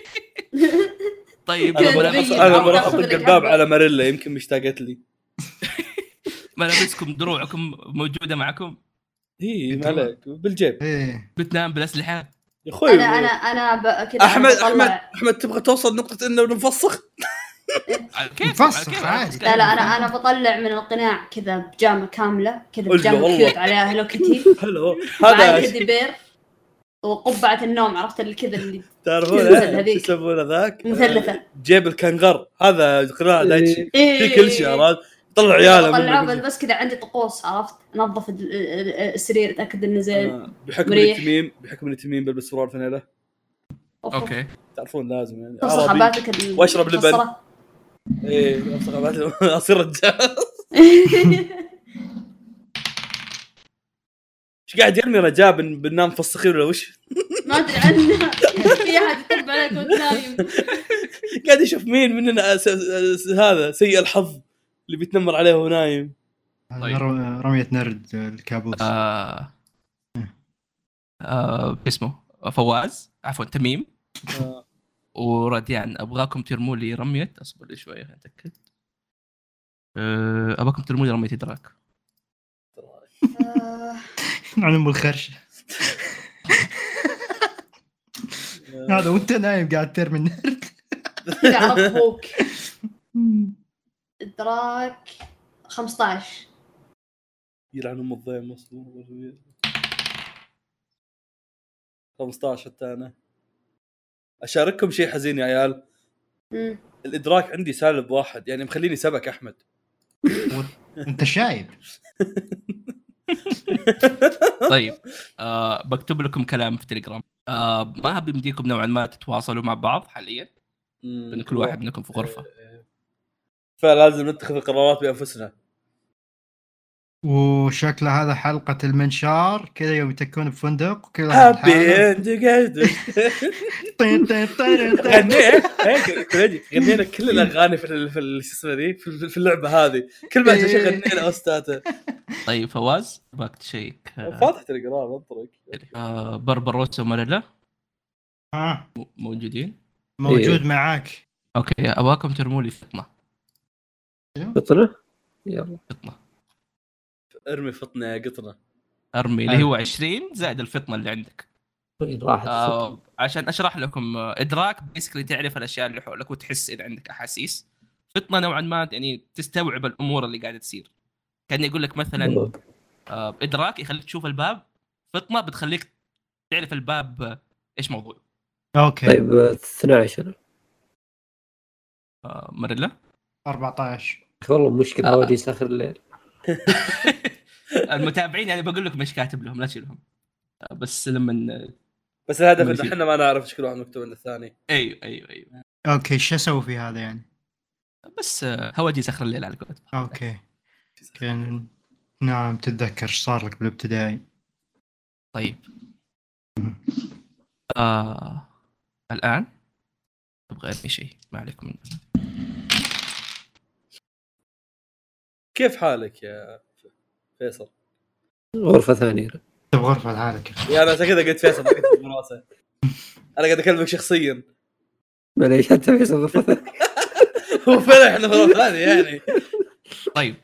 طيب انا كذا بروح تبين. انا بروح تاخذ اطق لك الباب حبة. على ماريلا يمكن مشتاقت لي. ملابسكم دروعكم موجودة معكم؟ اي ما عليك بالجيب ايه بتنام بالأسلحة؟ يا اخوي. انا انا انا ب- كذا احمد بطلع- احمد احمد تبغى توصل نقطه انه نفسخ. على كيف؟ مفسخ على كيف؟ عادي. لا لا انا انا بطلع من القناع كذا بجامه كامله كذا أجل بجامه والله. كيوت عليها هلو كيتي هلو مع هذا تيدي بير وقبعه النوم، عرفت اللي كذا اللي تعرفون مثل شو هذيك. يسمونه ذاك؟ مثلثه. جيب الكنغر هذا قناع دايتشي إيه. في كل شيء عرفت. طلع عياله طلعوه منه. بس كذا عندي طقوس، عرفت انظف ال- ال- السرير اتاكد انه زين. آه، بحكم مريح. التميم بحكم التميم بلبس سروال فانيلا. أوكي تعرفون لازم يعني تصل عربي. حباتك ال- واشرب لبن. الصرة. ايه أبصق عبالي- اصير رجال. ايش قاعد يرمي رجاء بن- بننام فسخين ولا وش؟ ما ادري عنه. في احد يطب عليك وانت نايم. قاعد يشوف مين مننا س- س- هذا سيء الحظ اللي بيتنمر عليه وهو نايم. طيب. ر- رمية نرد الكابوس. آه آه اسمه فواز عفوا تميم آه. ورديان، ابغاكم ترموا لي رميه. اصبر لي شويه خليني اتاكد. أه ابغاكم ترموا لي رميه ادراك. آه، عن ام الخرشه. هذا وانت نايم قاعد ترمي النرد. كذا عرفت ابوك. ادراك خمسة عشر. يلعن ام الضيم مصبوغ خمسة عشر حتى انا. اشارككم شيء حزين يا عيال. مم. الادراك عندي سالب واحد يعني مخليني سبك احمد. انت شايب. طيب آه بكتب لكم كلام في تليجرام. آه ما بيمديكم نوعا ما تتواصلوا مع بعض حاليا لان كل واحد منكم في غرفه. فلازم نتخذ القرارات بانفسنا. وشكله هذا حلقة المنشار كذا يوم تكون بفندق وكل واحد هابي حاله. اند قاعد طين طين طين طين. غنينا هيك غنينا كل الاغاني في ال- في ال- شو اسمه ذي في في اللعبه هذه كل ما إيه. شيء غنينا استاذه. طيب فواز باك تشيك آه، فاتح القراءة منطرك. آه، بربروسا وماريلا ها موجودين. موجود إيه. معاك. اوكي ابغاكم ترموا لي فطنه فطنة يلا. فطنه ارمي فطنة يا قطنة. ارمي اللي هو عشرين زائد الفطنه اللي عندك. راحت الفطنة. آه عشان اشرح لكم آه، ادراك بيسكلي تعرف الاشياء اللي حولك وتحس اذا عندك احاسيس. فطنه نوعا ما يعني تستوعب الامور اللي قاعده تصير. كان يقول لك مثلا آه ادراك يخليك تشوف الباب. فطنه بتخليك تعرف الباب آه، ايش موضوع. اوكي طيب اثنا عشر. آه مريلا أربعة عشر. والله مشكلة آه. حواديت اخر الليل. المتابعين يعني بقول لكم ايش كاتب لهم لا تشيلهم. آه بس لما بس الهدف من ان في- احنا ما نعرف ايش كل واحد مكتوب عند الثاني. ايوه ايوه ايوه اوكي شو اسوي في هذا يعني؟ بس آه هواجيس اخر الليل على قولتهم. اوكي كان نعم تتذكر ايش صار لك بالابتدائي؟ طيب آه الان ابغى ارمي شيء ما عليكم منه. كيف حالك يا فيصل؟ غرفة ثانية. تبغى غرفة لحالك. يا انا عشان كذا قلت فيصل ما قلت دراسة. انا قاعد اكلمك شخصيا. معليش حتى في غرفة ثانية. هو فعلا احنا غرفة ثانية يعني. طيب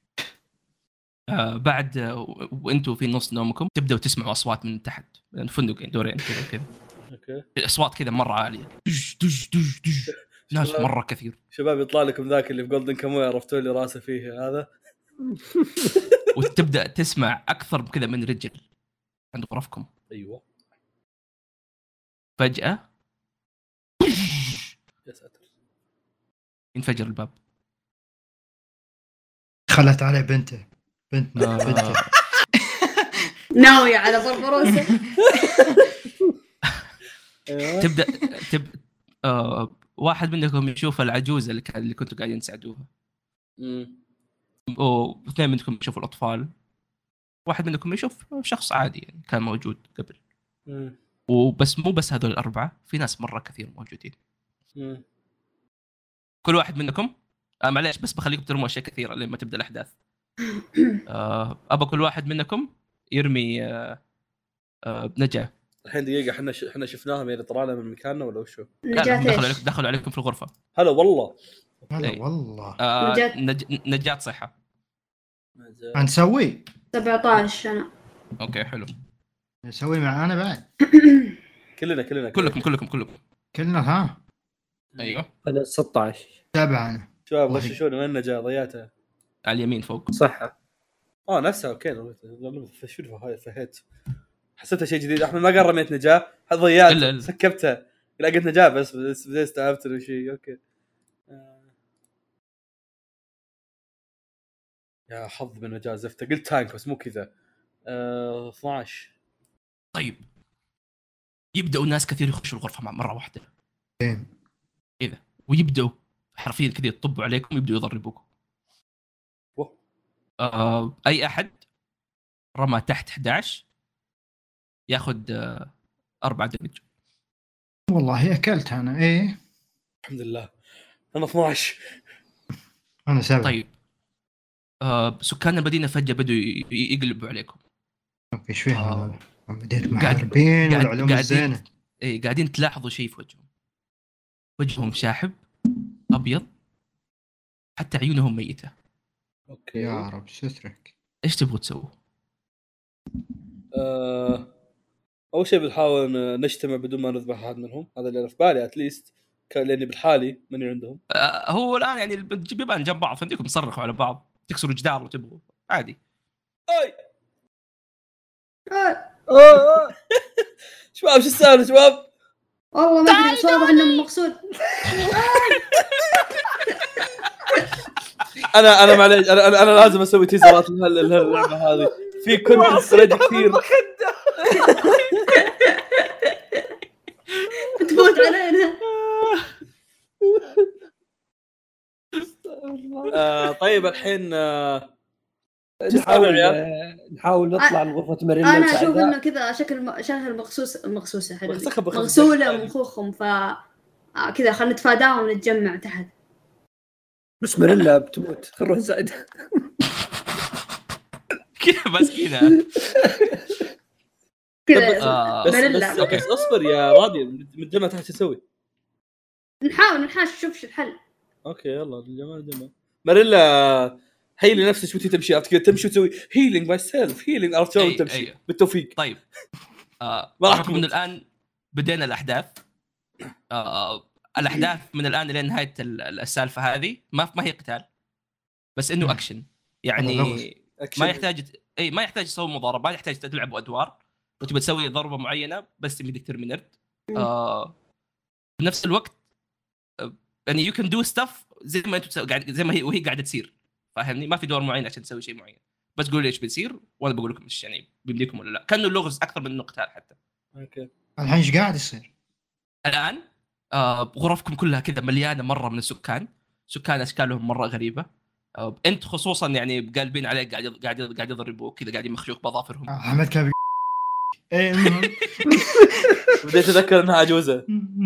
آه بعد آه وانتم في نص نومكم تبداوا تسمعوا اصوات من تحت لأن فندق دورين كذا كذا اوكي اصوات كذا مره عاليه دش دش دش دش ناس شباب. مره كثير شباب يطلع لكم ذاك اللي في جولدن كاموي عرفتوا اللي راسه فيه هذا. وتبدا تسمع اكثر كذا من رجل عند غرفكم. ايوه فجاه يا ساتر. ينفجر الباب. خلت عليه بنته بنتنا آه. بنته. ناوية على بربروسة. تبدا تب آه واحد منكم يشوف العجوزه اللي كان اللي كنتوا قاعدين تساعدوها. امم واثنين منكم يشوفوا الاطفال. واحد منكم يشوف شخص عادي يعني كان موجود قبل. امم وبس مو بس هذول الاربعه في ناس مره كثير موجودين. امم كل واحد منكم آه معليش بس بخليكم ترموا اشياء كثيره لما تبدا الاحداث. آه ابى كل واحد منكم يرمي آه آه بنجاه. الحين دقيقة احنا ش... احنا شفناهم يعني طلعنا من مكاننا ولا وشو؟ لا لا، نجاة دخلوا ايش؟ عليكم دخلوا عليكم في الغرفه. هلا والله. هلا إيه. والله. آه نجاة. نج... نجاة صحه. هنسوي سبعة عشر انا. اوكي حلو. نسوي معانا بعد كلنا كلنا كلكم كلكم كلكم كلنا. ها ايوه انا ستة عشر. سبعة أنا. شباب والله. غششوني وين نجا ضيعتها. على اليمين فوق. صح. اه نفسها اوكي. شو هاي فهيت حسيتها شيء جديد. احمد ما قال رميت نجاه ضيعت إلا إلا. سكبتها. لا قلت نجاه بس بس بديت استوعبت انه شيء اوكي. آه. يا حظ من نجاه زفته قلت تانك بس مو كذا. آه اثنا عشر. طيب يبداوا ناس كثير يخشوا الغرفه مع مره واحده زين. كذا ويبداوا حرفيا كذا يطبوا عليكم ويبداوا يضربوكم. واه. آه اي احد رمى تحت أحد عشر ياخذ آه أربعة دمج. والله أكلت أنا إيه. الحمد لله انا اثنا عشر. أنا سبعة. طيب آه سكان المدينه فجاه بدوا ي- ي- يقلبوا عليكم. أوكي إيش فيها آه. هذول؟ بديت قاعد- محاربين قاعد- والعلوم قاعدين- الزينة. اي قاعدين تلاحظوا شيء في وجههم. وجههم شاحب ابيض حتى عيونهم ميته. اوكي. يا رب سترك. ايش تبغوا تسووا؟ آه، اول شيء بنحاول ن- نجتمع بدون ما نذبح احد منهم. هذا اللي أنا في بالي اتليست لاني بالحالي ماني عندهم. آه هو الان يعني بيبان جنب بعض فنديكم تصرخوا على بعض تكسروا جدار وتبغوا عادي. اي آه، شباب شو السالفه شباب؟ والله ما ادري بس واضح انه مقصود. انا انا معليش انا انا, أنا لازم اسوي تيزرات لهال- لهاللعبه هذه. في كونتنت ثريد كثير. تفوت علينا. آه طيب الحين آه نحاول يا آه، نحاول نطلع لغرفة ماريلا انا اشوف نساعدها. انه كذا شكل م- شكل مقصوص مقصوصه حلو بخسخ- بخسخ- مغسوله بخسخ. مخوخهم ف آه، كذا خلينا نتفاداهم ونتجمع تحت. بس ماريلا بتموت خلونا نساعدها. كذا ماسكينها. كذا آه. بس مريلا. بس, بس اصبر يا راضي، من جمع تحت تسوي. نحاول نحاول نشوف شو الحل. اوكي يلا الجمال جمع ماريلا هيلي نفسك وتي تمشي عرفت كذا تمشي وتسوي هيلينج باي سيلف هيلينج عرفت شلون أي- تمشي أي. بالتوفيق. طيب آه ما راح بحكم انه تموت. الان بدينا الاحداث. آه الاحداث من الان الى نهايه السالفه هذه ما ما هي قتال، بس انه مم. اكشن يعني. لغز. أكشن. ما يحتاج اي ما يحتاج تسوي مضاربه، ما يحتاج تلعبوا ادوار وتبي تسوي ضربه معينه بس بدك ترمي نرد. آه بنفس الوقت آه، يعني يو كان دو ستاف زي ما انت قاعد زي ما هي وهي قاعده تصير، فاهمني؟ ما في دور معين عشان تسوي شيء معين، بس قولوا لي ايش بيصير وانا بقول لكم ايش يعني بيمديكم ولا لا. كانه لغز اكثر من انه قتال حتى. اوكي الحين ايش قاعد يصير؟ الان آه غرفكم كلها كذا مليانه مره من السكان، سكان اشكالهم مره غريبه. آه انت خصوصا يعني قالبين عليك قاعد قاعد قاعد يضربوك كذا، قاعد يمخشوك بظافرهم. آه، احمد كابي. ايه المهم. بديت اتذكر انها عجوزه.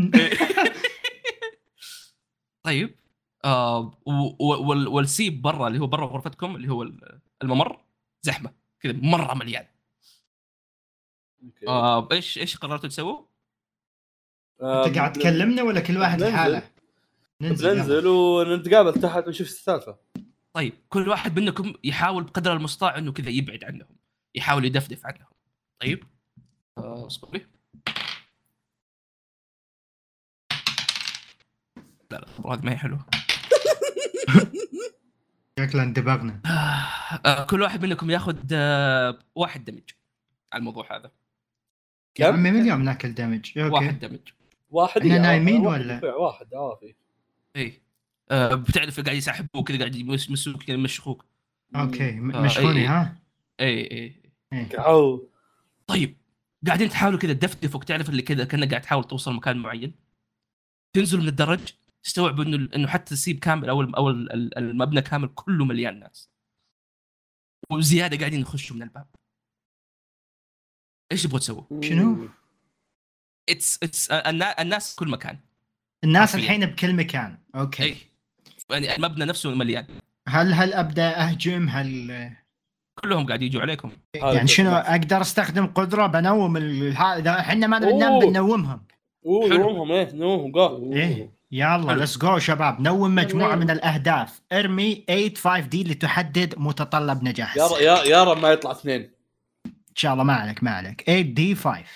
طيب آه و- و- وال- والسيب برا اللي هو برا غرفتكم اللي هو الممر زحمه كذا مره مليان. اوكي آه ايش ايش قررتوا تسووا؟ انت قاعد تكلمنا ولا كل واحد بننزل. لحاله؟ ننزل ننزل ونتقابل تحت ونشوف السالفه. طيب كل واحد منكم يحاول بقدر المستطاع انه كذا يبعد عنهم، يحاول يدفدف عنهم. طيب آه، اصبر لي. لا لا هذه ما هي حلوه. شكله انتبهنا. آه، كل واحد منكم ياخذ آه، واحد دمج على الموضوع هذا. يا كم؟ عمي من اليوم ناكل دمج؟ اوكي. واحد دمج. واحد إحنا يا- نايمين واحد ولا؟ رفيع، واحد عوافي. اي آه، بتعرف قاعد يسحبوك كذا قاعد يمسوك كذا يمشخوك. اوكي م- آه، مشخوني إيه. ها. اي اي إيه. كعو. طيب قاعدين تحاولوا كذا تدفدفوا، تعرف اللي كذا كأنك قاعد تحاول توصل مكان معين، تنزل من الدرج تستوعب انه انه حتى السيب كامل او او المبنى كامل كله مليان ناس وزياده قاعدين يخشوا من الباب. ايش تبغوا تسووا؟ شنو؟ اتس اتس الناس كل مكان. الناس حرفياً. الحين بكل مكان. اوكي. اي يعني المبنى نفسه مليان، هل هل ابدا اهجم؟ هل كلهم قاعد يجوا عليكم. يعني شنو اقدر استخدم قدره بنوم ال- ها- اذا احنا ما نبي ننام أوه. بنومهم؟ اوه حلو. نومهم ايه نومهم قا. ايه يلا حلو. ليتس جو شباب، نوم مجموعه جميل. من الاهداف. ارمي ثمانية خمسة دي لتحدد متطلب نجاح يا السحر. ر- يا يا رب ما يطلع اثنين. ان شاء الله ما عليك ما عليك. ثمانية دي خمسة.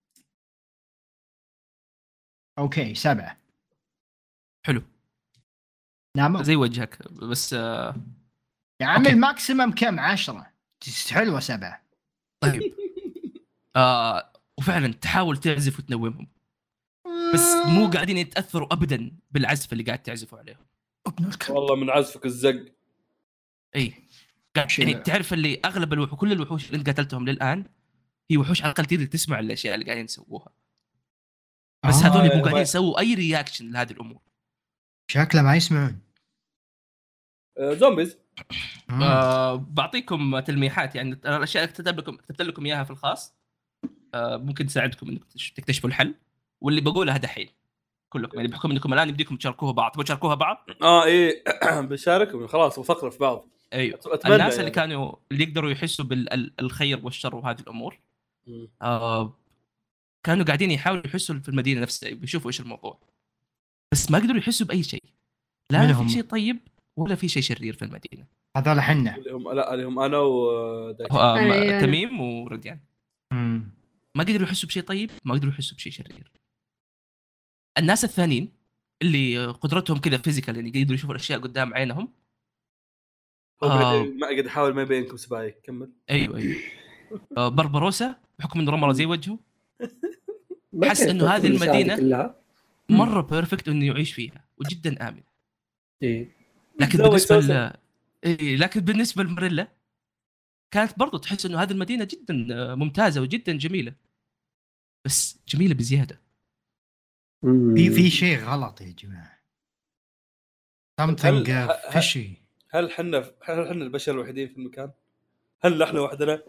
اوكي سبعة. حلو ناموا زي وجهك بس آه، يا عمي. أوكي. الماكسيمم كم؟ عشرة. حلوه سبعة. طيب آه وفعلا تحاول تعزف وتنومهم بس مو قاعدين يتاثروا ابدا بالعزف اللي قاعد تعزفوا عليهم. ابن الكلب. والله من عزفك الزق. اي قاعد شيء. يعني تعرف اللي اغلب الوحوش كل الوحوش اللي انت قتلتهم للان هي وحوش على الاقل تقدر تسمع الاشياء اللي قاعدين يسووها، بس آه، هذول مو يعني قاعدين ما- يسووا اي رياكشن لهذه الامور. شكله ما يسمعون. آه، زومبيز. آه. آه بعطيكم تلميحات يعني الاشياء اللي كتبت لكم كتبت لكم اياها في الخاص آه ممكن تساعدكم انكم تكتشفوا الحل، واللي بقولها دحين كلكم يعني بحكم انكم الان بديكم تشاركوها بعض. تبغوا تشاركوها بعض؟ اه ايه بشاركهم خلاص وفقنا في بعض. ايوه أتمنى الناس يعني. اللي كانوا اللي يقدروا يحسوا بالخير والشر وهذه الامور مم. آه كانوا قاعدين يحاولوا يحسوا في المدينه نفسها، بيشوفوا ايش الموضوع، بس ما قدروا يحسوا باي شيء. لا منهم؟ في شيء طيب ولا في شيء شرير في المدينه. هذول حنا. اللي هم لا اللي هم انا ودايتشي. آه أيوة، ما- أيوة. تميم ورديان مم. ما قدروا يحسوا بشيء طيب، ما قدروا يحسوا بشيء شرير. الناس الثانيين اللي قدرتهم كذا فيزيكال يعني يقدروا يشوفوا الاشياء قدام عينهم. هو آه. ما قاعد احاول ما يبينكم سبايك. كمل. ايوه ايوه آه بربروسا بحكم انه رمله زي وجهه ما حس كانت إنه هذه تدخل الساعة دي المدينة- كلها. مره بيرفكت انه يعيش فيها وجدا امن. إيه. لكن زوج بالنسبه سوسن. ل... إيه لكن بالنسبه لماريلا كانت برضو تحس انه هذه المدينه جدا ممتازه وجدا جميله، بس جميله بزياده. مم. في في شيء غلط يا جماعه. something هل- uh, ه- fishy. هل حنا هل حنا البشر الوحيدين في المكان؟ هل نحن وحدنا؟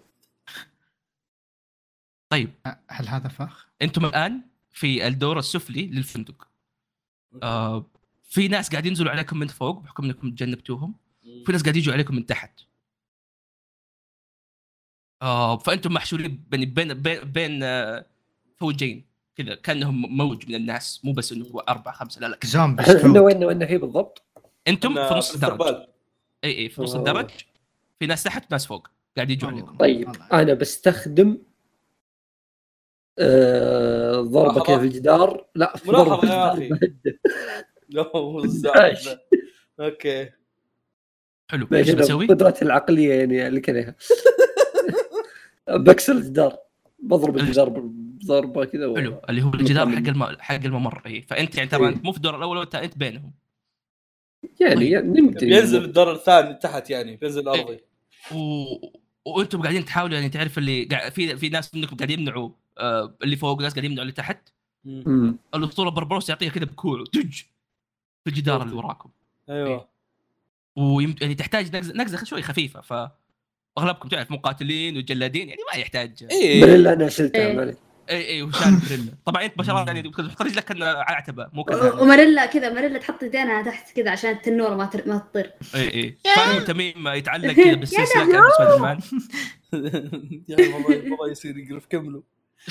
طيب هل هذا فخ؟ انتم الان في الدور السفلي للفندق. آه في ناس قاعدين ينزلوا عليكم من فوق بحكم انكم تجنبتوهم، في ناس قاعد يجوا عليكم من تحت. آه فانتم محشورين بين بين بين, بين آه، فوجين كذا كانهم موج من الناس مو بس انه هو أربعة خمسة لا لا زومبي احنا سكواد. وين وين هي بالضبط؟ انتم إحنا في نص الدرج الاستقبال. اي اي في نص أوه. الدرج في ناس تحت ناس فوق قاعد يجوا عليكم طيب انا بستخدم آه ضربه ملاحظة. كذا في الجدار. لا في ملاحظة ضربة في يا الجدار أخي. بهده. لا الزعل ذا. اوكي حلو ماشي ايش أنا بسوي؟ قدرتي العقليه يعني اللي كذا بكسر الجدار بضرب الجدار بضربه كذا و... حلو اللي هو الجدار نطلع حق منه. الم... حق الممر اي فانت يعني طبعا إيه. مو في الدور الاول وانت انت بينهم يعني, طيب. يعني نمدري بينزل الدور الثاني تحت يعني بينزل الارضي. و... وانتم قاعدين تحاولوا يعني تعرف اللي قاعد في في ناس منكم قاعدين يمنعوا آه اللي فوق ناس قاعدين يمنعوا اللي تحت مم. الاسطوره بربروس يعطيها كذا بكوع تج في الجدار اللي وراكم ايوه ويم... يعني تحتاج نقزه نقزه شوي خفيفه فاغلبكم تعرف مقاتلين وجلادين يعني ما يحتاج اي بريلا انا شلتها إيه. مالك. اي اي وشال بريلا طبعا انت بشرات يعني تحط رجلك كان عتبه مو كان وماريلا كذا ماريلا تحط يدينها تحت كذا عشان التنوره ما تر... ما تطير. اي اي فاهم تميم يتعلق كذا بالسلسله كان سبايدر مان يا والله والله يصير يقرف كملوا.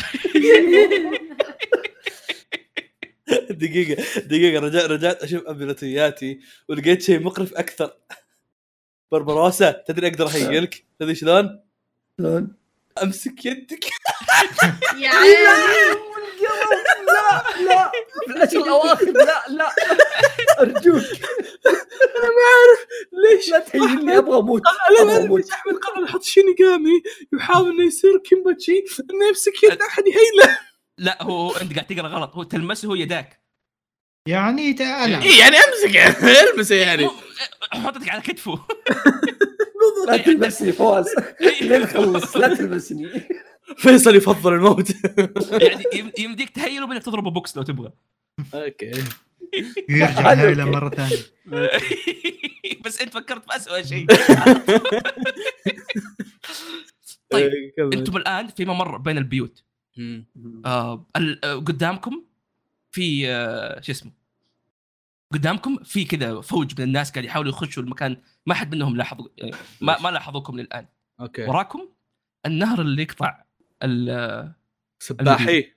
دقيقة دقيقة رجعت رجعت أشوف أبيلاتياتي ولقيت شيء مقرف أكثر. بربروسا تدري أقدر أهيلك تدري شلون؟ شلون؟ أمسك يدك. يا عيني لا لا لا شيء اواخر لا لا ارجوك أنا ما أعرف ليش لا تهيلني ابغى اموت أنا ابغى ما أعرف اموت. ليش أحمد قرر يحط شينيغامي يحاول إنه يصير كيمباتشي إنه يمسك يد أحد يهيله. لا هو انت قاعد تقرا غلط هو تلمسه هو يداك يعني تعال إيه يعني أمسك يعني المسه يعني. حطتك على كتفه لا تلمسني فواز لين نخلص لا تلمسني. فيصل يفضل الموت. يعني يم- يمديك تهيله بانك تضربه بوكس لو تبغى أوكي يرجع هيله مره ثانيه. بس انت فكرت في اسوء شيء. طيب انتم الان في ممر بين البيوت آه ال- آه، قدامكم في آه شو اسمه قدامكم في كذا فوج من الناس قاعد يحاولوا يخشوا المكان ما حد منهم لاحظ آه، ما ما لاحظوكم للان. أوكي وراكم النهر اللي يقطع ال- سباحي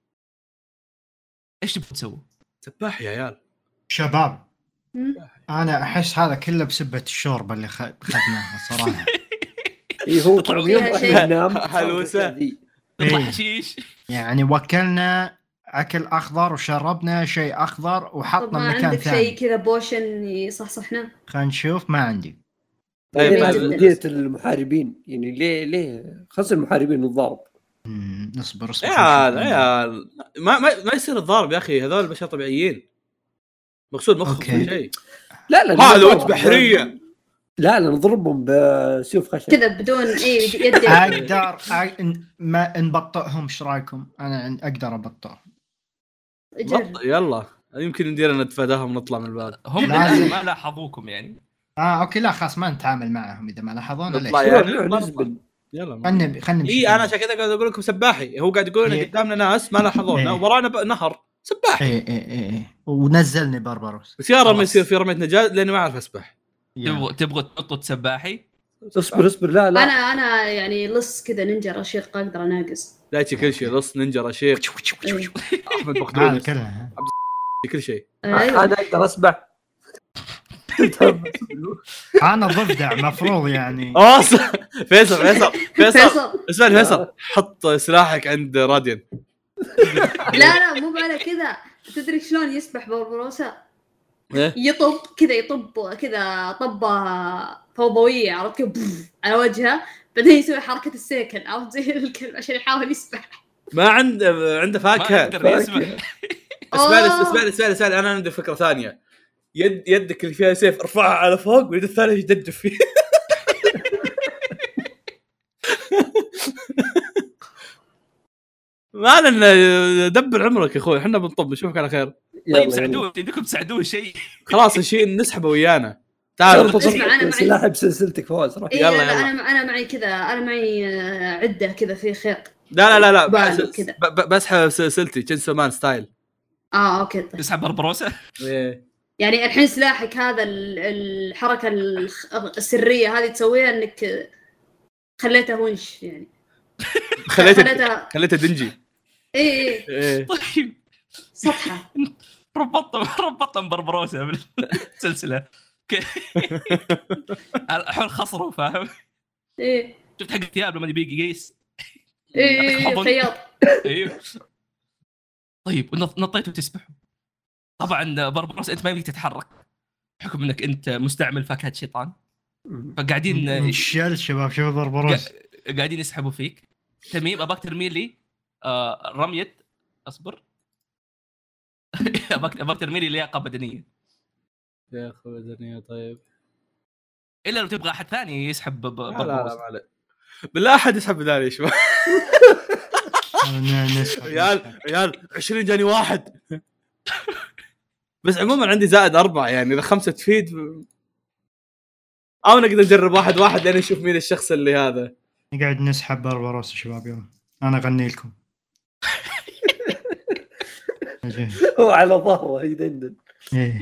ايش تبغى تسوي؟ سباحي يا عيال. شباب مم. انا احس هذا كله بسبه الشوربه اللي خ- اخذناها صراحه. اي هو طبعا يوم فيها احنا شيء. ننام حلوسة. تطلع إيه. حشيش يعني وكلنا اكل اخضر وشربنا شيء اخضر طب وحطنا ما مكان عندك ثاني. شيء كذا بوشن يصحصحنا؟ خلينا نشوف. ما عندي. طيب طيب جداً. مدينة المحاربين يعني ليه ليه خاصة المحاربين والضرب. مم، اصبر اصبر. يا عيال يا عيال ما ما ما يصير الضارب يا اخي هذول بشر طبيعيين. مقصود مخهم أوكي. شيء. لا لا هذا نضرب. وانت بحريه. لا لا نضربهم بسيوف خشب كذا بدون اي يد اقدر أ- ما نبطئهم. ايش رايكم؟ انا اقدر ابطئهم. جرب. بط- يلا يمكن ندير نتفاداهم ونطلع من الباب. هم لازم. الآن ما لاحظوكم يعني. اه اوكي لا خلاص ما نتعامل معهم اذا ما لاحظونا. ليش؟ نطلع نروح يعني. نروح نزبل. يلا خلنا خلنا نمشي. اي انا عشان كذا قاعد اقول لكم سباحي. هو قاعد يقول إيه. ان قدامنا ناس ما لاحظونا إيه. ورانا ب- نهر سباحي. ايه ايه ايه ايه ونزلني بربروس. بس يا رب ما خلاص. يصير في رميه نجاه لاني ما اعرف اسبح. تبغى تبغى تنطط سباحي اصبر اصبر لا لا انا انا يعني لص كذا نينجا رشيق اقدر اناقص. لا شيء كل شيء لص نينجا رشيق إيه. احمد هذا بقدونس كلها. كل شيء. ايوه انا اقدر اسبح. انا ضفدع مفروض يعني. اه صح. فيصل فيصل فيصل فيصل اسمع فيصل حط سلاحك عند راديان. لا لا مو على كذا. تدري شلون يسبح بربروسا؟ إيه؟ يطب كذا يطب كذا طبه فوضويه عرفت كذا بوف على وجهه بعدين يسوي حركه السيكل عرفت زي الكلب عشان يحاول يسبح. ما عنده عنده ما فاكهه. يقدر يسمع. اسمعني آه. اسمعني اسمعني اسمعني انا عندي فكره ثانيه. يد يدك اللي فيها سيف ارفعها على فوق واليد الثانيه يدجف فيه. ما لنا دبر عمرك يا اخوي احنا بنطب نشوفك على خير. طيب ساعدوه بدكم تساعدوه شيء. خلاص نشيل نسحبه ويانا. تعال اسمع، أنا معي- سلاحي بسلسلتك فواز روح. إيه يلا، لا يلا. انا انا معي كذا انا معي آه، عده كذا في خيط. لا لا لا لا بالي بس- كذا. ب- ب- بسحب سلسلتي تشينسو مان ستايل. اه اوكي طيب. تسحب بربروسه ايه يعني الحين سلاحك هذا ال- الحركه الخ- السريه هذه تسويها انك خليته ونش يعني خليته خليته خليته دنجي. اي اي ايه طيب سطحه. ربطت ربطت بربروسه بالسلسله الحين خسروا فاهم. ايه شفت حق الثياب لما يبي يقيس ايه خياط. ايوه طيب نطيتوا تسبحوا. طبعا بربروس انت ما يمديك تتحرك بحكم انك انت مستعمل فاكهه شيطان، فقاعدين الشل شباب شوفوا بربروس قاعدين يسحبوا فيك. تميم اباك ترمي لي آه رميه اصبر اباك اباك ترمي لي لياقه بدنيه. لياقه بدنيه طيب الا لو تبغى احد ثاني يسحب بربروس. لا لا ما عليه بالله احد يسحب بدالي شو ريال ريال عشرين جاني واحد بس عموما عندي زائد أربعة يعني إذا خمسة تفيد أو نقدر نجرب واحد واحد لين نشوف مين الشخص اللي هذا. نقعد نسحب بربروس شباب يلا أنا أغني لكم. هو على ظهره يدندن. إيه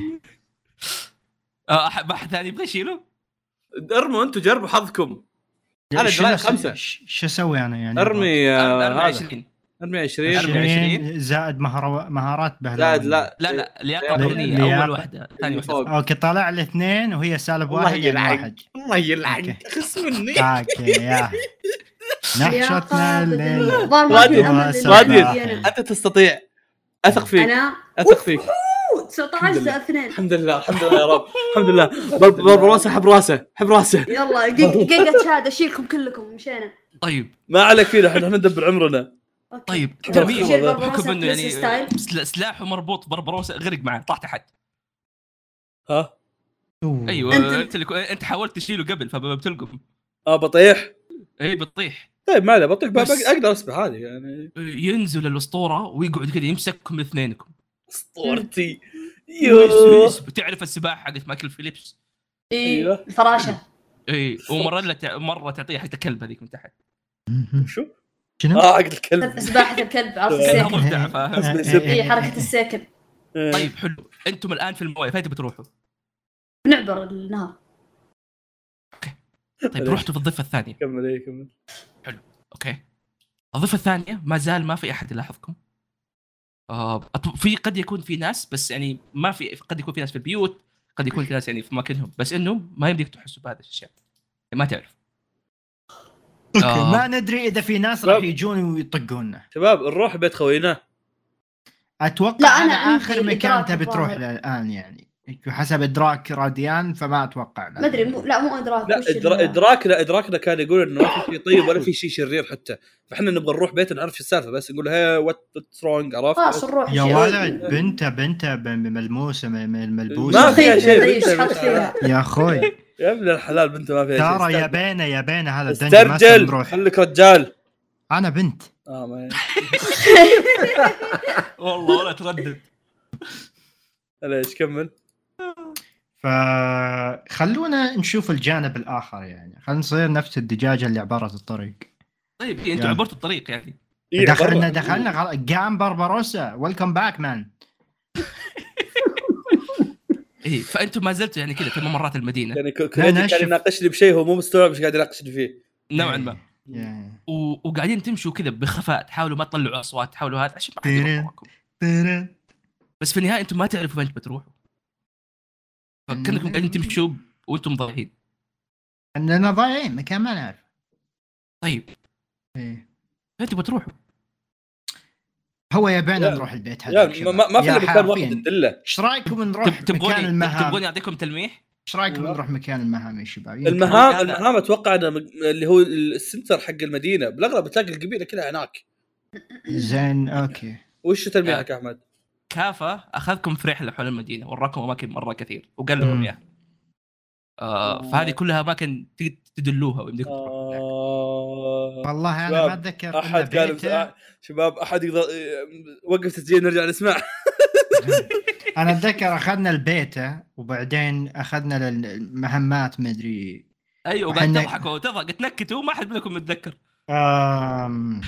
أحد أحد ثاني يبغى يشيله. ارموا أنتوا جربوا حظكم. أنا دراي خمسة. شو أسوي أنا يعني؟ أرمي هذا. عشرين. أرمي عشرين. عشرين زائد مهارة مهارات بهلا. زائد لا لا لا لياقة بدنية أول واحدة ثاني واحدة. أوكي طالع الاثنين وهي سالب واحد يعني واحد. الله يلعن خصمني. اوكي يا نحشتنا الليل. غادي أنت تستطيع أثق فيك. أنا أثق فيك. تسعة عشر زائد اثنين. الحمد لله الحمد لله يا رب الحمد لله. بربروسه حب راسه حب راسه. يلا دقيقة شهادة أشيلكم كلكم مشينا. طيب ما عليك فينا احنا ندبر عمرنا. طيب تميم حكم انه يعني سلاحه مربوط بربروسه غرق معه طاح تحت. ها ايوه انت اللي انت حاولت تشيله قبل فبتلقم. اه بطيح. اي بتطيح. طيب ما له بطيح اقدر اسبح هذه يعني. ينزل الاسطوره ويقعد كذا يمسككم الاثنينكم. اسطورتي يو بتعرف السباحه حقت مايكل فيليبس. ايوه الفراشه. اي ومره مره تعطيه حق الكلب هذيك من تحت. شو شنو؟ اه حق الكلب سباحه الكلب عرفت الساكن. اي حركه الساكن. طيب حلو انتم الان في المويه فين بتروحوا؟ بنعبر النهر. اوكي طيب رحتوا في الضفه الثانيه. كمل ايه كمل. حلو اوكي الضفه الثانيه ما زال ما في احد يلاحظكم. آه في قد يكون في ناس بس يعني ما في قد يكون في ناس في البيوت قد يكون في ناس يعني في مكانهم بس انه ما يمديك تحسوا بهذا الشيء ما تعرف. اوكي آه. ما ندري اذا في ناس راح يجون ويطقونا. شباب نروح بيت خوينا. اتوقع لا انا اخر مكان تبي تروح الان يعني حسب ادراك راديان فما اتوقع. ما ادري مو لا مو ادراك. لا إدرا... ادراكنا ادراكنا كان يقول انه ما في شيء طيب ولا في شيء شرير حتى فاحنا نبغى نروح بيت نعرف شو السالفه بس نقول هي وات سترونج عرفت. خلاص نروح. يا ولد بنته بنته ملموسه ملبوسه ما فيها شيء يا اخوي يا ابن الحلال بنته ما فيها شيء. ترى يا بينا يا بينا هذا الدنجل ما نروح. خليك رجال. انا بنت. اه ما والله ولا تردد. ليش كمل. فخلونا نشوف الجانب الآخر يعني خلينا نصير نفس الدجاجة اللي عبرت الطريق. طيب إيه انتوا عبرتوا الطريق يعني إيه دخلنا دخلنا غل... قام بربروسا ويلكم باك مان. ايه فانتم ما زلتوا يعني كذا في ممرات المدينه يعني كان يناقشني بشيء هو مو مستوعب ايش قاعد يناقشني فيه نوعا ما و... وقاعدين تمشوا كذا بخفاء تحاولوا ما تطلعوا اصوات تحاولوا هذا عشان ما حد يراكم بس في النهايه انتم ما تعرفوا وين بتروحوا فكنكم قاعدين تمشوا وانتم ضايعين. اننا ضايعين مكان ما نعرف. طيب ايه انتوا بتروحوا هو يبينا نروح البيت هذا ما, ما في مكان واحد ندله. ايش رايكم نروح مكان المهام؟ تبغوني اعطيكم تلميح؟ ايش رايكم نروح مكان المهام يا شباب؟ المهام المهام اتوقع انه اللي هو السنتر حق المدينه بالاغلب تلاقي القبيله كلها هناك. زين اوكي وش تلميحك يا احمد؟ كافة اخذكم في رحله حول المدينه وراكم اماكن مره كثير وقال لهم اياها. آه فهذه كلها اماكن تدلوها ويمديكم تروحوا. آه والله انا ما اتذكر احد قال شباب احد يقدر وقف تسجيل نرجع نسمع. انا اتذكر اخذنا البيته وبعدين اخذنا المهمات ما ادري. ايوه قاعد تضحكوا وتضحك تنكتوا ما حد منكم متذكر. امم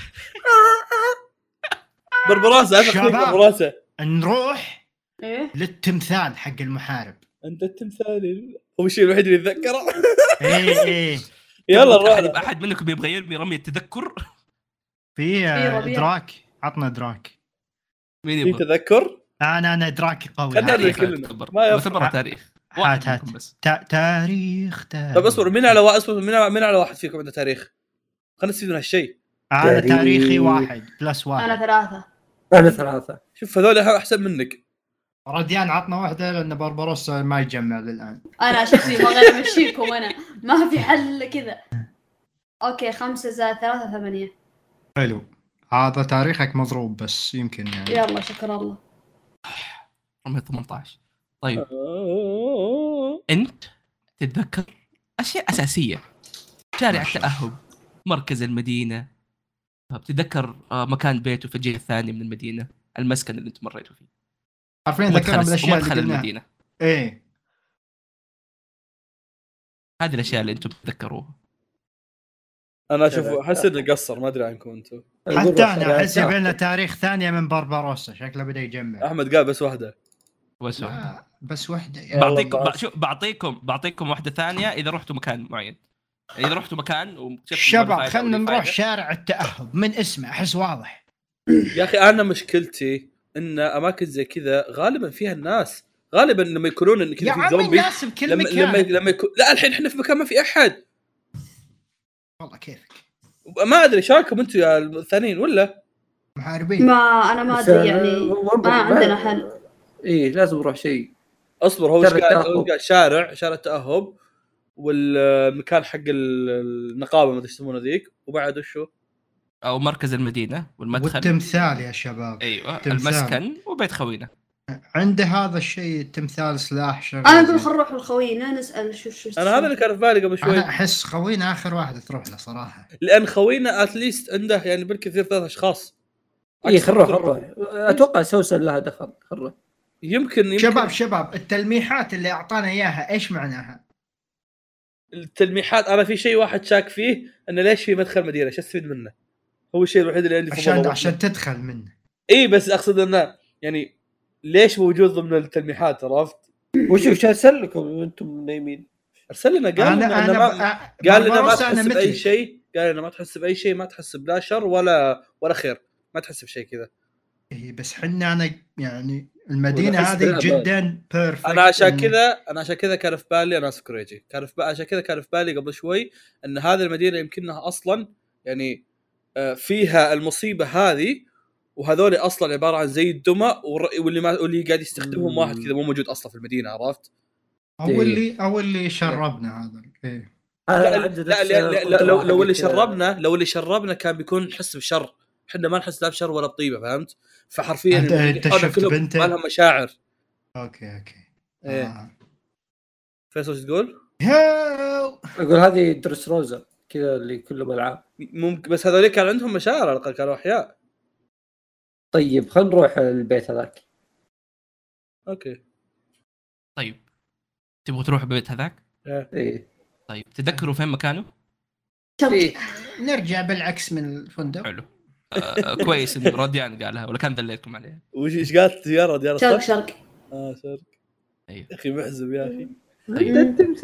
بربراسه افكر بربراسه نروح ايه للتمثال حق المحارب. انت التمثال هو الشيء الوحيد اللي اتذكره. ايه ايه يلا نروح. احد احد منكم يبغى يرمي رمي التذكر؟ في في ربيع. ادراك، عطنا ادراك. مين في يبغى؟ تذكر انا انا ادراكي قوي. خلنا هذا. نرمي كلنا ما يفرق. يعتبر تاريخ هات واحد هات منكم بس. تا- تاريخ تاريخ. طب اصبر مين على واحد اصبر مين على, مين على واحد فيكم عنده تاريخ؟ خلينا نستفيد من هالشيء. انا تاريخ. تاريخي واحد بلس انا واحد. ثلاثة. انا ثلاثة. شوف هذول احسن منك. رديان عطنا واحدة لان بربروسا ما يجمع للان. انا شكلي ما غير امشيكم انا ما في حل الا كذا. اوكي خمسة زائد ثلاثة ثمانية. حلو، هذا تاريخك مضروب بس يمكن يعني. يلا شكر الله. رمي ثمانية عشر. طيب انت تتذكر اشياء اساسيه، شارع التاهب، مركز المدينه، بتتذكر مكان بيته في الجهه الثانيه من المدينه، المسكن اللي انت مريتوا فيه، عارفين ذكرنا بالاشياء اللي مدخل قلناها. المدينه. ايه هذه الاشياء اللي انتم تتذكروها. انا اشوف احس انه قصر ما ادري عنكم انتم. حتى انا احس بيننا تاريخ ثانيه من بربروسا، شكله بدا يجمع. احمد قال بس واحده بس واحده. آه بس واحده يعني. بعطيكم ب... شوف بعطيكم بعطيكم واحده ثانيه اذا رحتوا مكان معين. اذا رحتوا مكان وشفتوا شباب خلينا نروح شارع التاهب من اسمه احس واضح. يا اخي انا مشكلتي ان اماكن زي كذا غالبا فيها الناس، غالبا لما يكونون ان يا كذا في عمي زومبي الناس بكل لما مكان. لما لما يكون لا الحين احنا في مكان ما في احد. والله كيفك ما ادري شاكم انتم يا الثانيين ولا محاربين. ما انا ما ادري يعني ما عندنا حل. ايه لازم نروح شيء. اصبر هو شارع ايش قال؟ التأهب. هو قال شارع شارع التأهب والمكان حق النقابه ما ادري يسمونه ذيك، وبعد وشو او مركز المدينه والمدخل والتمثال يا شباب. ايوه تمثال. المسكن وبيت خوينا. عنده هذا الشيء التمثال سلاح شغال. انا اقول خل نروح لخوينا نسال شو شو انا هذا اللي كان في بالي قبل شوي. انا احس خوينا اخر واحد تروح له صراحه، لان خوينا اتليست عنده يعني بالكثير ثلاث اشخاص. ايه خل نروح نروح اتوقع سوسن لها دخل. خل نروح. يمكن يمكن شباب شباب التلميحات اللي اعطانا اياها ايش معناها؟ التلميحات انا في شيء واحد شاك فيه انه ليش في مدخل مدينه، ايش استفيد منه؟ هو الشيء الوحيد اللي عندي في عشان الموضوع. عشان تدخل منه. اي بس اقصد انه يعني ليش موجود ضمن التلميحات عرفت؟ وش وش ارسل لكم وانتم نايمين؟ ارسل لنا قال انا لنا انا ما ب... قال لنا ما بربروسا أنا تحس باي مثلك. شيء، قال لنا ما تحس باي شيء، ما تحس بلا شر ولا ولا خير، ما تحس بشيء كذا. إيه بس حنا انا يعني المدينه ونحس هذه بالأمان. جدا بيرفكت. انا عشان كذا انا عشان كذا كان في بالي انا سكريجي كان في بالي عشان كذا كان في بالي قبل شوي ان هذه المدينه يمكنها اصلا يعني فيها المصيبه هذه، وهذول اصلا عباره عن زي الدمى واللي ما واللي قاعد يستخدمهم واحد كذا مو موجود اصلا في المدينه عرفت؟ او اللي او اللي شربنا هذا. ايه لا, لا, لا, لا لو لو اللي شربنا لو اللي شربنا كان بيكون نحس بشر، احنا ما نحس لا بشر ولا بطيبه فهمت؟ فحرفيا انت, انت شفت بنته ما لهم مشاعر. اوكي اوكي ايه آه. فيصل ايش تقول؟ هاو. اقول هذه درس روزا كذا اللي كلهم العاب. ممكن بس هذول كان عندهم مشاعر على الاقل كانوا احياء. طيب خلينا نروح البيت هذاك. اوكي طيب تبغوا تروحوا بيت هذاك؟ ايه طيب تذكروا فين مكانه؟ إيه. نرجع بالعكس من الفندق. حلو. آه كويس ان راديان قالها ولا كان دليتكم عليها. وش ايش قالت زياره ديار شرق الصح؟ شرق. اه شرق. ايوه يا اخي محزب يا اخي. طيب.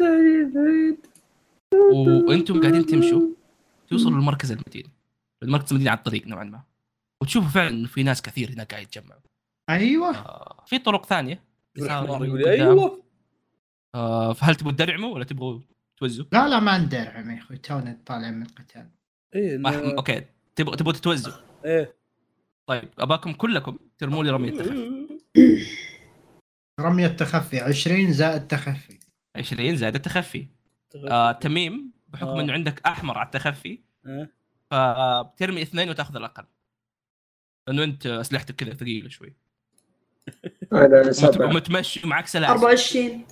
وانتم قاعدين تمشوا توصلوا لمركز المدينه. المركز المدينه على الطريق نوعا ما، وتشوفوا فعلا انه في ناس كثير هناك قاعد يتجمعوا. ايوه آه في طرق ثانيه. يقول ايوه. آه فهل تبغوا تدرعموا ولا تبغوا توزوا؟ لا لا ما ندرعم يا اخوي تونا طالع من القتال. ايه ما... اوكي تبغوا تبغوا تتوزوا. ايه طيب اباكم كلكم ترموا لي رميه تخفي. رميه تخفي عشرين زائد تخفي. عشرين زائد التخفي. آه تميم بحكم آه. انه عندك احمر على التخفي آه. فبترمي اثنين وتاخذ الاقل، لانه انت اسلحتك كذا ثقيله شوي. انا سبعة. ومتمشي ومعك سلاح. أربعة وعشرين.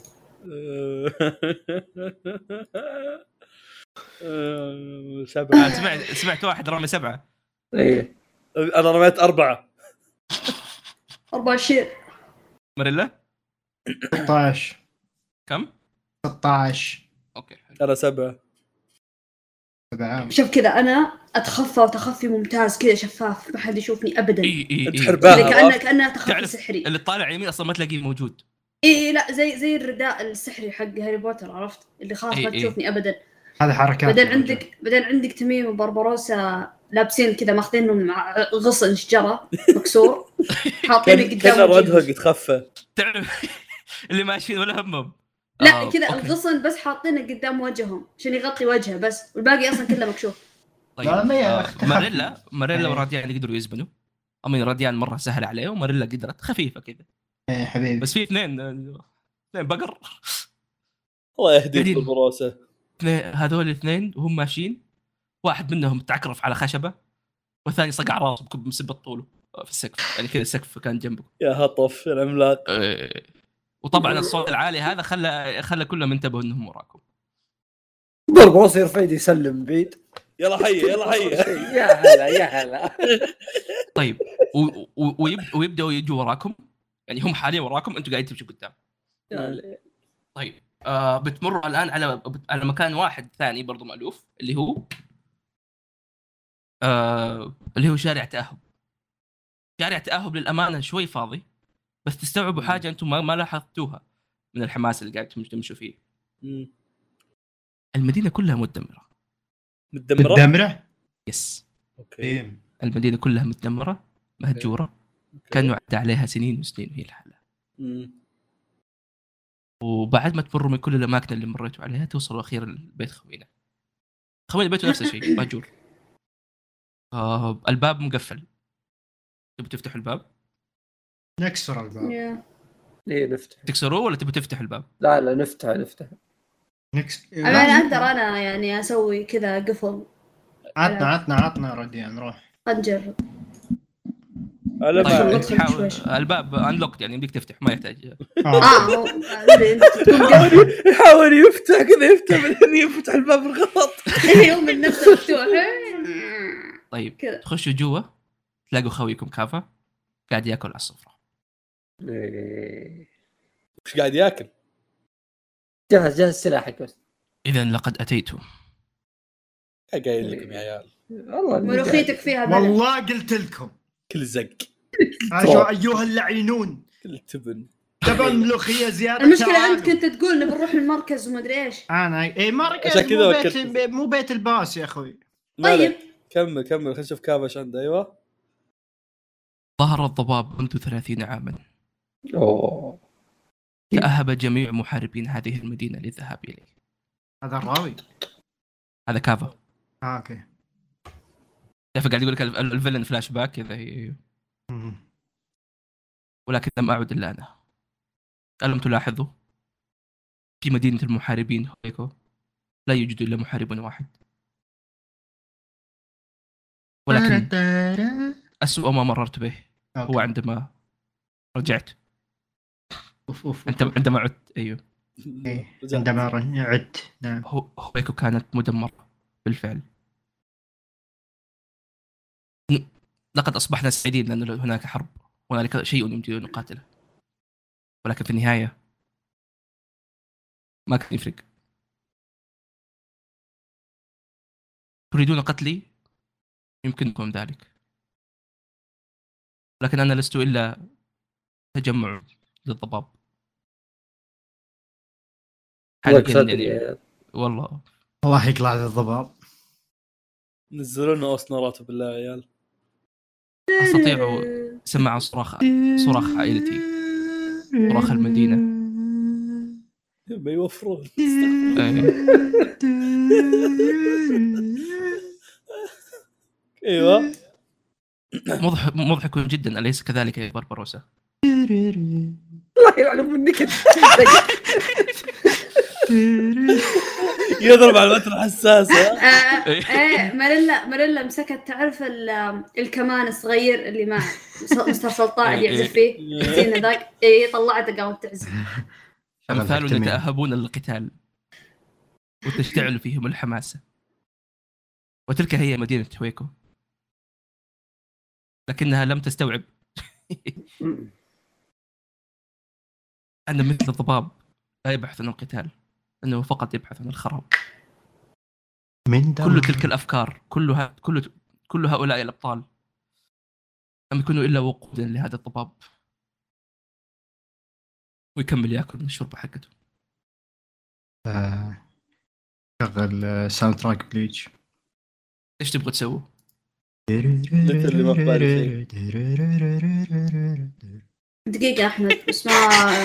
سبعة. سمعت سمعت واحد رمي سبعة. ايه انا رميت أربعة. أربعة وعشرين. مريلا ستة عشر. كم؟ ستة عشر. اوكي حلو. انا سبعة. سبعة. شوف كذا أنا أتخفى وتخفي ممتاز كذا شفاف ما حد يشوفني أبدا. اي اي انت اي حرباها كأنه كأنه تخفي تعرف سحري. اللي طالع يمين اصلا ما تلاقيه موجود. اي لا زي زي الرداء السحري حق هاري بوتر عرفت اللي خلاص إيه ما إيه. تشوفني ابدا. هذه حركات. بعدين عندك بعدين عندك تميم وبربروسا لابسين كذا ماخذينهم مع غصن شجره مكسور حاطينه كان قدام ردها وجههم. يتخفى. تعرف اللي ماشيين ولا همهم. لا آه، كذا أوكي. الغصن بس حاطينه قدام وجههم عشان يغطي وجهه بس والباقي اصلا كله مكشوف. طيب لا، ما هي آه، اختفت. ماريلا ماريلا إيه. وراديان يقدروا يزبنوا. امين راديان مره سهل عليه وماريلا قدرت خفيفه كذا. إيه حبيبي. بس في اثنين آه، اثنين بقر. الله يهديك قاعدين. بالبروسه. اثنين هذول الاثنين وهم ماشيين واحد منهم تعكرف على خشبه والثاني صقع راسه بكب مسبه طوله في السقف يعني كذا السقف كان جنبه. يا هطف العملاق. إيه. وطبعا الصوت العالي هذا خلى خلى كلهم ينتبهوا انهم وراكم. بربروس يرفع يدي يسلم بعيد. يلا حي يلا حي. يا هلا يا هلا. طيب و- و- ويب- ويبداوا يجوا وراكم يعني هم حاليا وراكم انتم قاعدين تمشوا قدام. طيب آه بتمروا الان على على مكان واحد ثاني برضو مألوف اللي هو آه اللي هو شارع تأهب. شارع تأهب للأمانة شوي فاضي بس تستوعبوا حاجة أنتم ما, ما لاحظتوها من الحماس اللي قاعد تمشوا فيه. مم. المدينة كلها مدمرة. متدمره. مدمرة. يس اوكي. إيه. المدينة كلها مدمرة مهجورة كانوا عدى عليها سنين وسنين وهي لحالها. مم. وبعد ما تمروا من كل الأماكن اللي مريتوا عليها توصلوا أخيرا لبيت خوينا. خوينا بيته نفس الشيء مهجور. آه الباب مقفل. تبي تفتح الباب؟ نكسر الباب. يا. ليه نفتح؟ تكسروه ولا تبي تفتح الباب؟ لا لا نفتح نفتح. نكس. انا اقدر انا يعني اسوي كذا قفل. عطنا عطنا عطنا رديان نروح. نجرب. على طيب. ما انت ندخل حاول شوي. الباب انلوكت يعني يمديك تفتح ما يحتاج. آه. اه هو أدري، أنت تكون قفل. يحاول يفتح كذا يفتح بعدين يفتح الباب بالغلط. يوم من نفسه مفتوح. طيب كذا. تخشوا جوا تلاقوا خويكم كافا قاعد ياكل على السفرة. إيه. وش قاعد ياكل؟ جهز جهز سلاحك بس. إذا لقد أتيتم. قايل لكم يا عيال والله ملوخيتك فيها بلد. والله قلت لكم كل زق عاشوا ايها اللعينون كل تبن. تبع ملوخيه زياده. المشكلة تعالوا. أنت كنت تقول نبي نروح المركز وما أدري إيش. انا اي مركز عشان كذا مو وكلت. بيت مو بيت الباص يا اخوي. طيب. كمل كمل خلينا نشوف كافش عنده. ايوه ظهر الضباب منذ ثلاثين عاما. اوه تأهب جميع محاربين هذه المدينة للذهاب إليه. هذا الراوي. هذا كافا. آه اوكي. تعرف قاعد يقول لك ال- الفيلن فلاش باك كذا هي- مم. ولكن لم أعد إلا أنا. ألم تلاحظوا في مدينة المحاربين هويكو لا يوجد إلا محارب واحد. ولكن أسوأ ما مررت به أوكي. هو عندما رجعت. أوف أوف أنت أوف. عندما عدت أيوه. إيه. عندما رجعت نعم. هو- هويكو كانت مدمرة بالفعل. ن- لقد أصبحنا سعيدين لأن هناك حرب وهناك شيء يمكن أن نقاتله ولكن في النهاية ما كان يفرق. تريدون قتلي يمكنكم ذلك لكن أنا لست إلا تجمع للضباب. لك حاليا صدري يعني يا- والله الله يقلع هذا الضباب. نزلوا لنا اوسنارات بالله يا عيال. أستطيع سماع صراخ صراخ عائلتي صراخ المدينة. ما يوفرون. إيه. ايوه مضحك مضحك جدا أليس كذلك يا بربروسا؟ الله يلعن منك. يضرب على الفترة حساسة. آه، ايه ماريلا ماريلا مسكت تعرف ال- الكمان الصغير اللي مع مستر سلطان اللي يعزف فيه زين هذاك. ايه طلعته قامت تعزف. أمثال يتأهبون للقتال وتشتعل فيهم الحماسة. وتلك هي مدينة هويكو لكنها لم تستوعب أن مثل الضباب لا يبحث عن القتال أنه فقط يبحث عن الخراب. من كل تلك الأفكار كلها كل كل هؤلاء الأبطال لم يكونوا إلا وقودا لهذا الضباب. ويكمل يأكل من الشوربة حقته. آه. شغل ساوند تراك بليتش. ايش تبغى تسوي؟ اللي ما في بالي دقيقة أحمد بس ما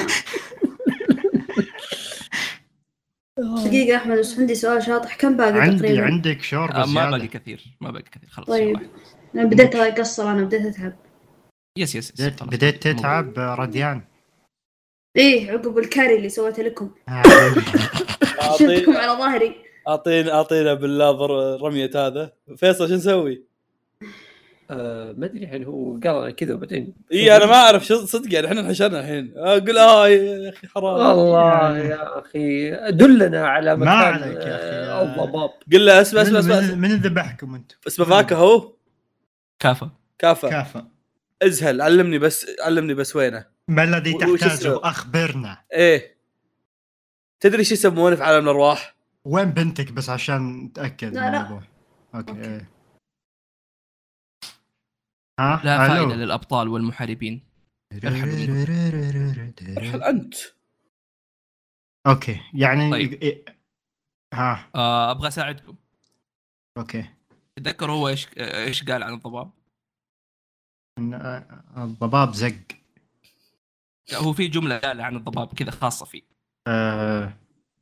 دقيقة أحمد بس عندي سؤال شاطح. كم باقي عندي تقريبا؟ عندك شوربة آه ما زيادة. باقي كثير ما باقي كثير خلاص. طيب أنا بديت أقصر، أنا بديت أتعب. يس يس, يس. بديت, بديت تتعب رديان. إيه عقب الكاري اللي سويته لكم شفتكم على ظهري. اعطينا اعطينا بالله رمية هذا. فيصل شو نسوي؟ آه ما ادري الحين هو قال كذا وبعدين اي انا ما اعرف شو صدق يعني احنا انحشرنا الحين اقول اه يا اخي حرام والله يا اخي دلنا على مكان. ما عليك يا اخي الضباب. قل له اسمع اسمع اسمع من ذبحكم انتم؟ اسمه فاكهه هو كافة كافة كافة. ازهل علمني بس علمني بس وينه ما الذي وش تحتاجه اسمه؟ اخبرنا. ايه تدري شو يسمونه في عالم الارواح؟ وين بنتك بس عشان نتاكد لا من لا. الموضوع. اوكي, أوكي. أوكي. ها لا ألو. فائدة للأبطال والمحاربين. ارحل انت. اوكي يعني طيب. إيه. ها آه ابغى اساعدكم. اوكي. تذكر هو ايش ايش قال عن الضباب؟ الضباب زق. هو في جملة قالها عن الضباب كذا خاصة فيه. آه...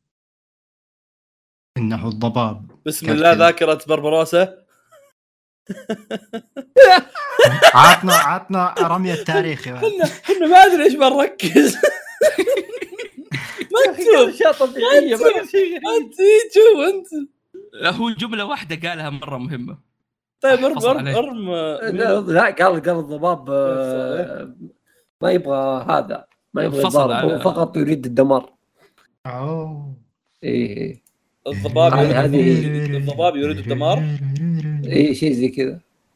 انه الضباب بسم الله ذاكرة بربروسا. عطنا عطنا رمي التاريخ يا احنا احنا ما ادري ايش بنركز. ما تشوف اشياء طبيعيه ما شيء. انت شوف انت. هو جملة واحدة قالها مرة مهمة. طيب ارم حفظ ارم عليه. ارم لا لا قال قال الضباب آه، ما يبغى هذا ما يبغى فصل يضارب هو على- فقط يريد الدمار. اوه ايه الضباب هذه- يريد هذه- الضباب يريد الدمار. ايه شيء زي كذا.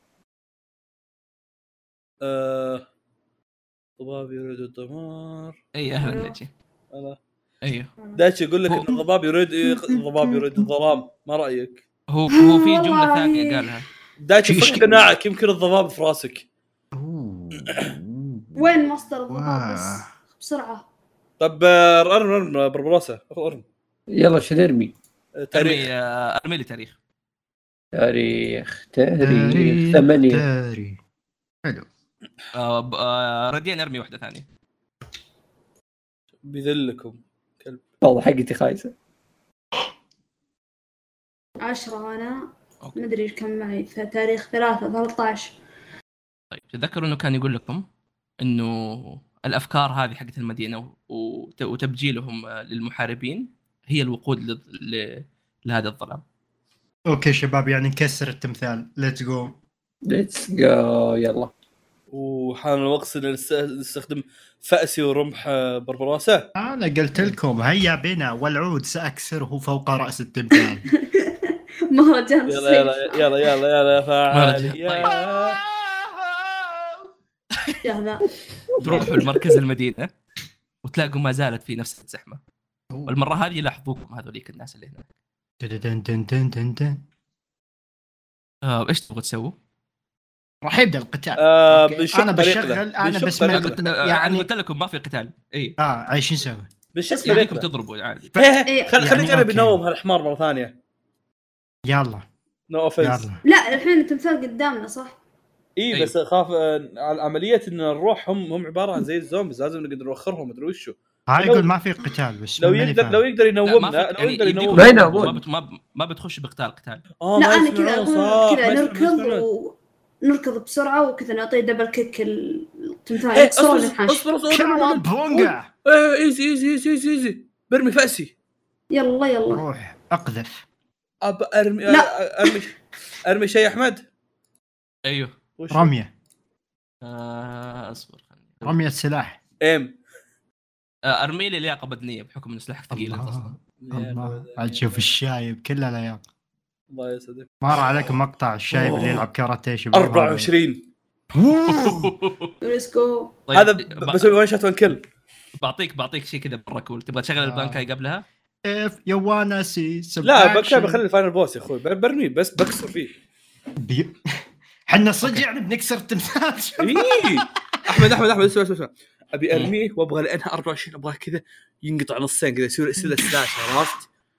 آه، الضباب يريد الدمار. اي اهلا نجي. انا ايوه داش يقول لك هو- ان الضباب يريد الضباب يريد الظلام. ما رايك؟ هو هو في جملة والله. ثانية قالها. داش في فك إشك- قناعك يمكن الضباب في راسك. وين مصدر الضباب بس واه. بسرعة. طب آه، ارم ارم بربروسا ارم يلا شو نرمي؟ آه، تاريخ. ارمي آه، ارمي لي تاريخ. تاريخ تاريخ ثمانية. تاريخ حلو. آه ب- آه رديان ارمي واحدة ثانية. بيذلكم كلب. والله حقتي خايسة. عشرة أنا أوكي. مدري كم معي في تاريخ ثلاثة ثلاثة عشر. طيب تذكروا انه كان يقول لكم انه الافكار هذه حقت المدينة وت- وتبجيلهم آه، للمحاربين هي الوقود ل... ل... لهذا الظلام. اوكي شباب يعني نكسر التمثال. ليتس جو. ليتس جو يلا. وحان الوقت ان نست- نستخدم فأسي ورمح آه، بربروسا. انا قلت لكم هيا بنا والعود ساكسره فوق راس التمثال. مهرجان يلا يلا الصيف. يلا يلا يلا يا فاعل مهرجان. يا يا ذا. تروحوا المركز المدينة وتلاقوا ما زالت في نفس الزحمة. والمرة هذه يلاحظوكم هذوليك الناس اللي هنا. دن دن دن دن دن. آه، ايش تبغوا تسووا؟ راح يبدا القتال. آه، أوكي. بنشق انا طريقنا. بشغل انا بنشق بسمع طريقنا. قلت يعني يعني قلت لكم ما في قتال. اي اه عايش نسوي. بنشق يمديكم طريقنا. تضربوا عادي. إيه، خل خلي يعني نجرب أوكي. نوم هالحمار مرة ثانية. يلا نو اوفنس. يلا لا الحين التمثال قدامنا صح؟ اي أيوه. بس اخاف آه، على عملية ان الروح هم هم عبارة عن زي الزومبيز لازم نقدر نوخرهم مدري وشو. هاي لو- يقول ما في قتال بس لو ماني يقدر فاهم. لو يقدر لا، ما ينومنا في- لو يعني يقدر يمديكم ينومنا. ما تضربوا، ينامون. ما بت- ما ب- ما بتخش بقتال قتال. آه، لا ما أنا يسمعون، كذا صح، أقول كذا ما نركض يسمعون. ونركض بسرعة وكذا نعطيه دبل كيك التمثال إيه، يكسرون اصبر الحنش. اصبر اصبر كم بونجا. إيه، ايزي ايزي ايزي ايزي ايزي برمي فأسي. يلا يلا. روح اقذف. اب ارمي لا. ارمي ارمي شيء يا احمد. ايوه وش؟ رميه آه، اصبر خلني. رميه سلاح. ام آه، ارمي لي لياقه بدنيه بحكم ان سلاحك ثقيل انت اصلا. الله الله عاد شوف الشايب كله لياق. الله يسعدك. مر عليكم مقطع الشايب اللي يلعب كاراتيه شباب. أربعة وعشرين. ليتس جو. طيب، هذا ب- بسوي وان شوت وان كل. بعطيك بعطيك شيء كذا مره كول. تبغى تشغل آه. البنكاي قبلها؟ اف يو وانا سي لا بكتب بخلي الفاينل بوس يا اخوي برمي بس بكسر فيه. بي... حنا صدق يعني بنكسر التمثال. اي احمد احمد احمد اسمع اسمع ابي ارميه وابغى لانها أربعة وعشرين ابغاه كذا ينقطع نصين كذا يصير سله سلاش عرفت.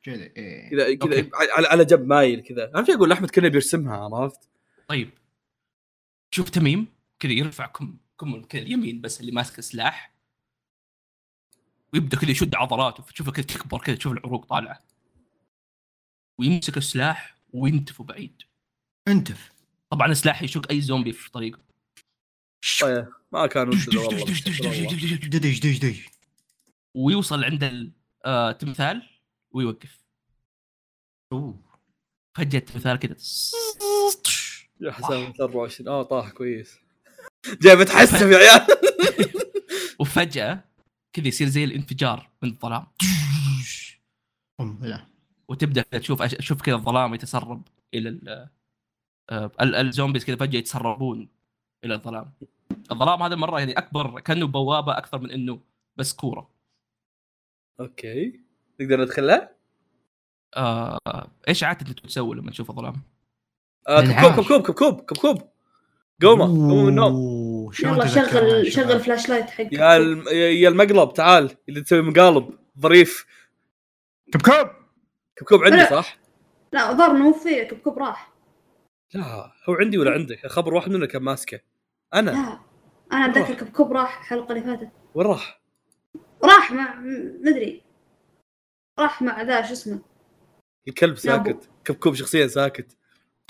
كذا ايه كذا كذا أوكي. على على جنب مايل كذا. اهم شيء اقول احمد كنا بيرسمها، عرفت؟ طيب شوف تميم كذا يرفع كم كم كذا اليمين بس اللي ماسك سلاح، ويبدا كذا يشد عضلاته، فتشوفه كذا تكبر كذا، تشوف العروق طالعه، ويمسك السلاح وينتفه بعيد. انتف طبعا السلاح يشق اي زومبي في طريقه. طيب ما كان ودي والله. دش دش دش ويوصل عند التمثال ويوقف. اوه فجأة التمثال كذا يا حسام أربعة وعشرين اه طاح كويس. جاي بتحسب يا عيال. وفجأة كذا يصير زي الانفجار من الظلام، قنبله وتبدا تشوف تشوف كذا الظلام يتسرب الى ال ال الزومبيز كذا فجأة يتسربون الى الظلام. الظلام هذا مرة يعني اكبر، كانه بوابة اكثر من انه بس كورة. اوكي نقدر ندخلها. آه، ايش عادة انت تسوي لما تشوف الظلام؟ آه كبكوب كبكوب كبكوب كبكوب قومه قومه من النوم. يلا شغل شغل فلاش لايت حق يا الم... يا المقلب تعال اللي تسوي مقالب ظريف. كبكوب كبكوب عندي صح؟ لا ظهر انه في كبكوب راح. لا هو عندي ولا عندك؟ خبر واحد مننا كان ماسكه. انا لا انا اتذكر كبكوب راح الحلقه اللي فاتت. وين راح؟ راح مع مدري راح مع ذا شو اسمه الكلب ساكت. كبكوب شخصيا ساكت.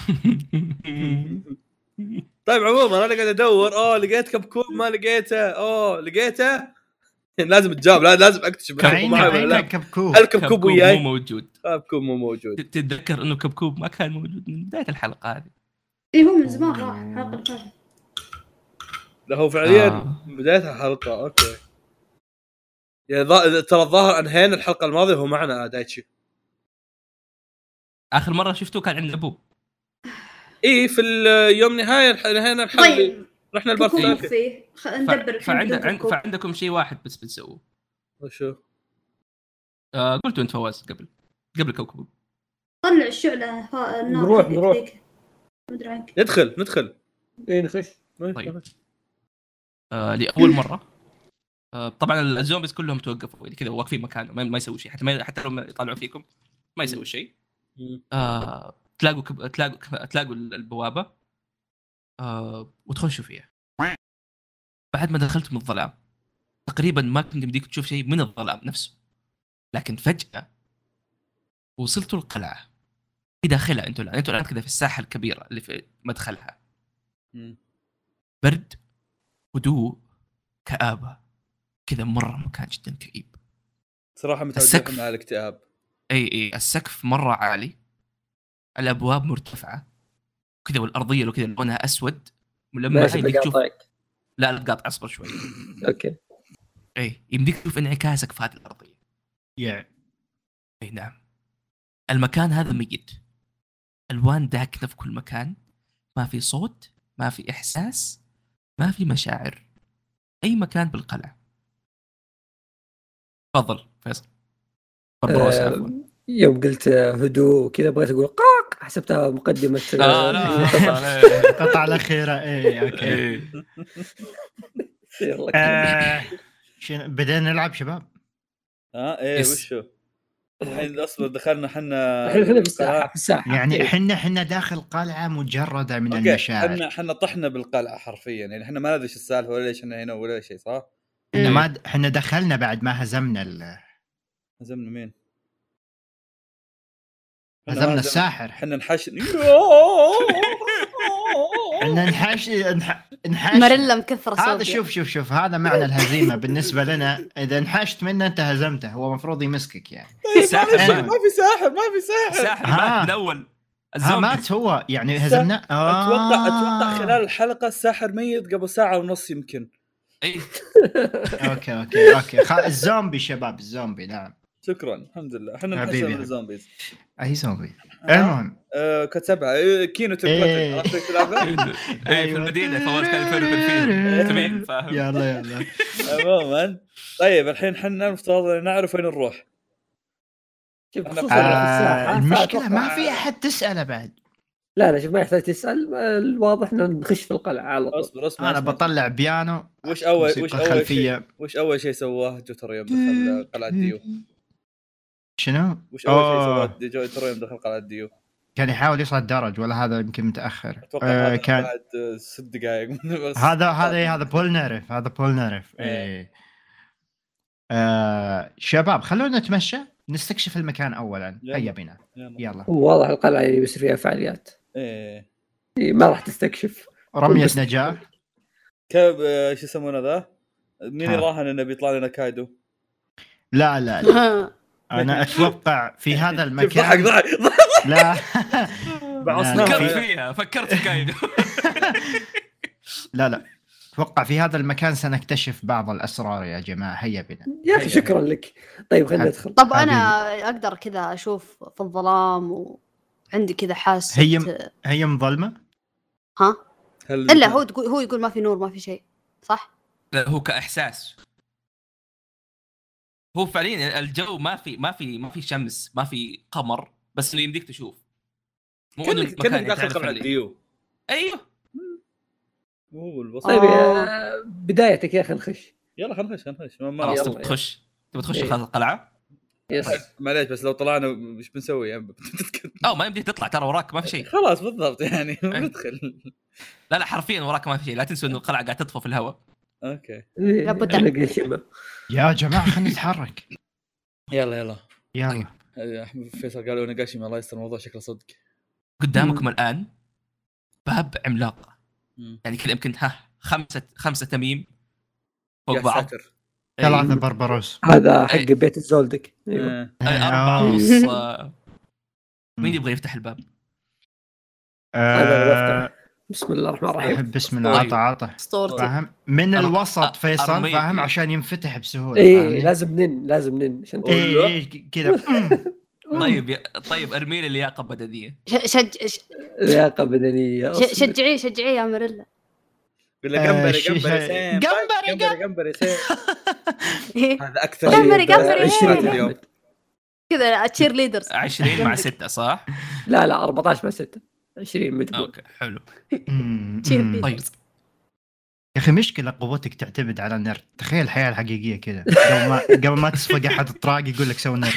طيب عموما انا قاعد ادور اه لقيت كبكوب ما لقيته. اوه لقيته لازم تجاوب لازم اكتشف كبكوب. الكبكوب وياي مو موجود. كبكوب مو موجود. تتذكر انه كبكوب ما كان موجود من بدايه الحلقه هذه. اي هو من زمان راح الحلقه اللي فاتت. لا هو فعليا آه. من بدايه الحلقه. اوكي يعني ضا... ترى الظاهر انهينا الحلقه الماضيه وهو معنا دايتشي. اخر مره شفته كان عند ابوه. ايه في اليوم نهايه نهايه الحلقه. طيب رحنا البارت الثالث فيه خ... ندبر فعندك عند... فعندكم شيء واحد بس بتسووه. وشو؟ آه قلت انت فواز قبل قبل كوكب. طلع الشعله ف... النار. نروح نروح مدري عنك. ندخل ندخل ايه نخش. طيب آه لاول مره آه طبعا الزومبيز كلهم توقفوا كذا واقفين مكانهم ما, ما يسوي شيء، حتى ما حتى لو يطلعوا فيكم ما يسوي شيء. آه تلاقوا كب... تلاقوا تلاقوا البوابه آه وتخشوا فيها. بعد ما دخلت من الظلام تقريبا ما كنت بديك تشوف شيء من الظلام نفسه، لكن فجأة وصلتوا القلعة في داخلها. انتوا الآن انتوا الآن كذا في الساحة الكبيرة اللي في مدخلها. برد، هدوء، كآبة كذا، مرة مكان جدا كئيب صراحة. متعودين على الاكتئاب. اي اي السقف مرة عالي، الأبواب مرتفعة كذا، والأرضية لو كذا لونها أسود ولما يمديك تشوف. لا لا تقاطع اصبر شوي. اوكي اي يمديك تشوف انعكاسك في هذه الأرضية. يا اي نعم. المكان هذا ميت، الوان داكنه في كل مكان، ما في صوت، ما في احساس، ما في مشاعر، اي مكان بالقلعه. تفضل فيصل. آه يوم قلت هدوء وكذا بغيت اقول قاق، حسبتها مقدمه. آه لا قطع الاخيره. اي اوكي آه شنو بدينا نلعب شباب؟ اه ايه وشو الحين اصلا دخلنا حنا الحين في الساحه في الساحه يعني احنا احنا داخل قلعه مجرده من أوكي. المشاعر. احنا احنا طحنا بالقلعه حرفيا، يعني احنا ما ندري ايش السالفه ولا ليش احنا هنا ولا شيء صح. احنا ما د... احنا دخلنا بعد ما هزمنا ال... هزمنا مين؟ هزمنا الساحر. احنا نحش احنا نحش نح... نحش ماريلا مكثره صوتي. هذا شوف شوف شوف هذا معنى الهزيمه بالنسبه لنا. اذا انحشت منه انت هزمته، هو مفروض يمسكك يعني. ساحر ما في ساحر ما في ساحر ساحر مات من اول. ها مات هو يعني هزمنا. آه. اتوقع اتوقع خلال الحلقه الساحر ميت قبل ساعه ونص يمكن. اي اوكي اوكي اوكي خ... الزومبي شباب الزومبي. نعم شكرا الحمد لله. احنا نحشر الزومبيز. اي زومبي. المهم آه كتبعه كينو تكلم عرفت تلعبها. اي في المدينه فواز كان يفرق الفيلم تمام فاهم. يلا يلا عموما طيب الحين حنا المفترض نعرف وين نروح. آه المشكله ما في احد تساله بعد. لا لا شوف ما يحتاج تسال، الواضح انه نخش في القلعه على طول. اصبر اصبر انا بطلع بيانو. وش اول وش اول خلفيه شيء وش اول شيء سواه جوتر يوم دخل قلعه ديو؟ شنو؟ وش اول شيء أوه. سواه جو ترى يوم دخل قلعه ديو؟ كان يحاول يصعد درج ولا هذا يمكن متاخر؟ اتوقع آه هذا كان بعد آه، ست دقائق بس. هذا هذا هذا بول نعرف هذا بول نعرف إيه. إيه. آه شباب خلونا نتمشى نستكشف المكان اولا. يلا. هيا بنا يلا. يلا. واضح القلعه اللي بيصير فيها فعاليات. ايه إيه، ما راح تستكشف. رمية بس- نجاة. كيف آه، شو يسمونه ذا؟ مين ها. يراهن انه بيطلع لنا كايدو؟ لا لا لا انا اتوقع في هذا شوف ضحك المكان ضحك لا بعصنا. لا، فكرت في- فيها فكرت في كايدو. لا لا اتوقع في هذا المكان سنكتشف بعض الاسرار يا جماعه. هيا بنا. يا اخي شكرا لك. طيب خلينا حب- ندخل. طب انا اقدر كذا اشوف في الظلام وعندي كذا حاسه. هي م- هي مظلمه. ها هل الا هو تقول هو يقول ما في نور ما في شيء صح. لا، هو كاحساس. هو فعليا الجو ما في ما في ما في شمس ما في قمر بس انه يمديك تشوف. مو انه كانك المكان كانك داخل تعرف قلعه اللي- ديو. ايوه هو البسيط. طيب آه. يا بدايتك يا اخي نخش. يلا خلينا نخش خلينا نخش ما- ما خلاص يلا. تبغى تخش تبغى تخش إيه. خلاص القلعه. يس. معليش بس لو طلعنا ايش بنسوي يعني؟ او ما يمديك تطلع ترى وراك ما في شيء. خلاص بالضبط يعني ندخل. لا لا حرفيا وراك ما في شيء. لا تنسوا انه القلعه قاعد تطفو في الهواء. اوكي لابد أن- نلقى شمة. يا جماعه خلينا نتحرك. يلا يلا يلا. يا احمد فيصل قالوا نقاشي الله يستر الموضوع شكله صدق. قدامكم الان باب عملاق مم. يعني كذا يمكن ها خمسه خمسه تميم فوق يا بعض. ساتر. ثلاثه بربروس. هذا حق إيه. بيت الزولدك. ايوه. آه. أي أربعة آه. ونص. آه، مين يبغى يفتح الباب؟ آه، بسم الله الرحمن الرحيم. بسم الله. طيب. عطى عطى اسطورتي. فاهم من أر- الوسط أ- فيصل أرمي- فاهم عشان ينفتح بسهوله. ايه فاهمني؟ لازم نن لازم نن عشان إيه. ايه إيه، كذا. طيب يا... طيب ارمي لي اللياقه بدنيه. ش- شج ش- لياقه بدنيه. ش- شجعيه شجعيه يا ماريلا. قول له آه، جمبري شي- جمبري شي- سيم جمبري، جمبري جمبري سيم. إيه. هذا اكثر جمبري، شيء جمبري. عشرات اليوم. كذا تشير ليدرز. عشرين مع ستة صح؟ لا لا أربعة عشر مع ستة عشرين متقول. اوكي حلو. مم، تشير مم. ليدرز. طيب يا اخي مشكله قوتك تعتمد على النرد. تخيل الحياه الحقيقيه كذا قبل ما قبل ما تصفق احد الطراق يقول لك سوي نرد.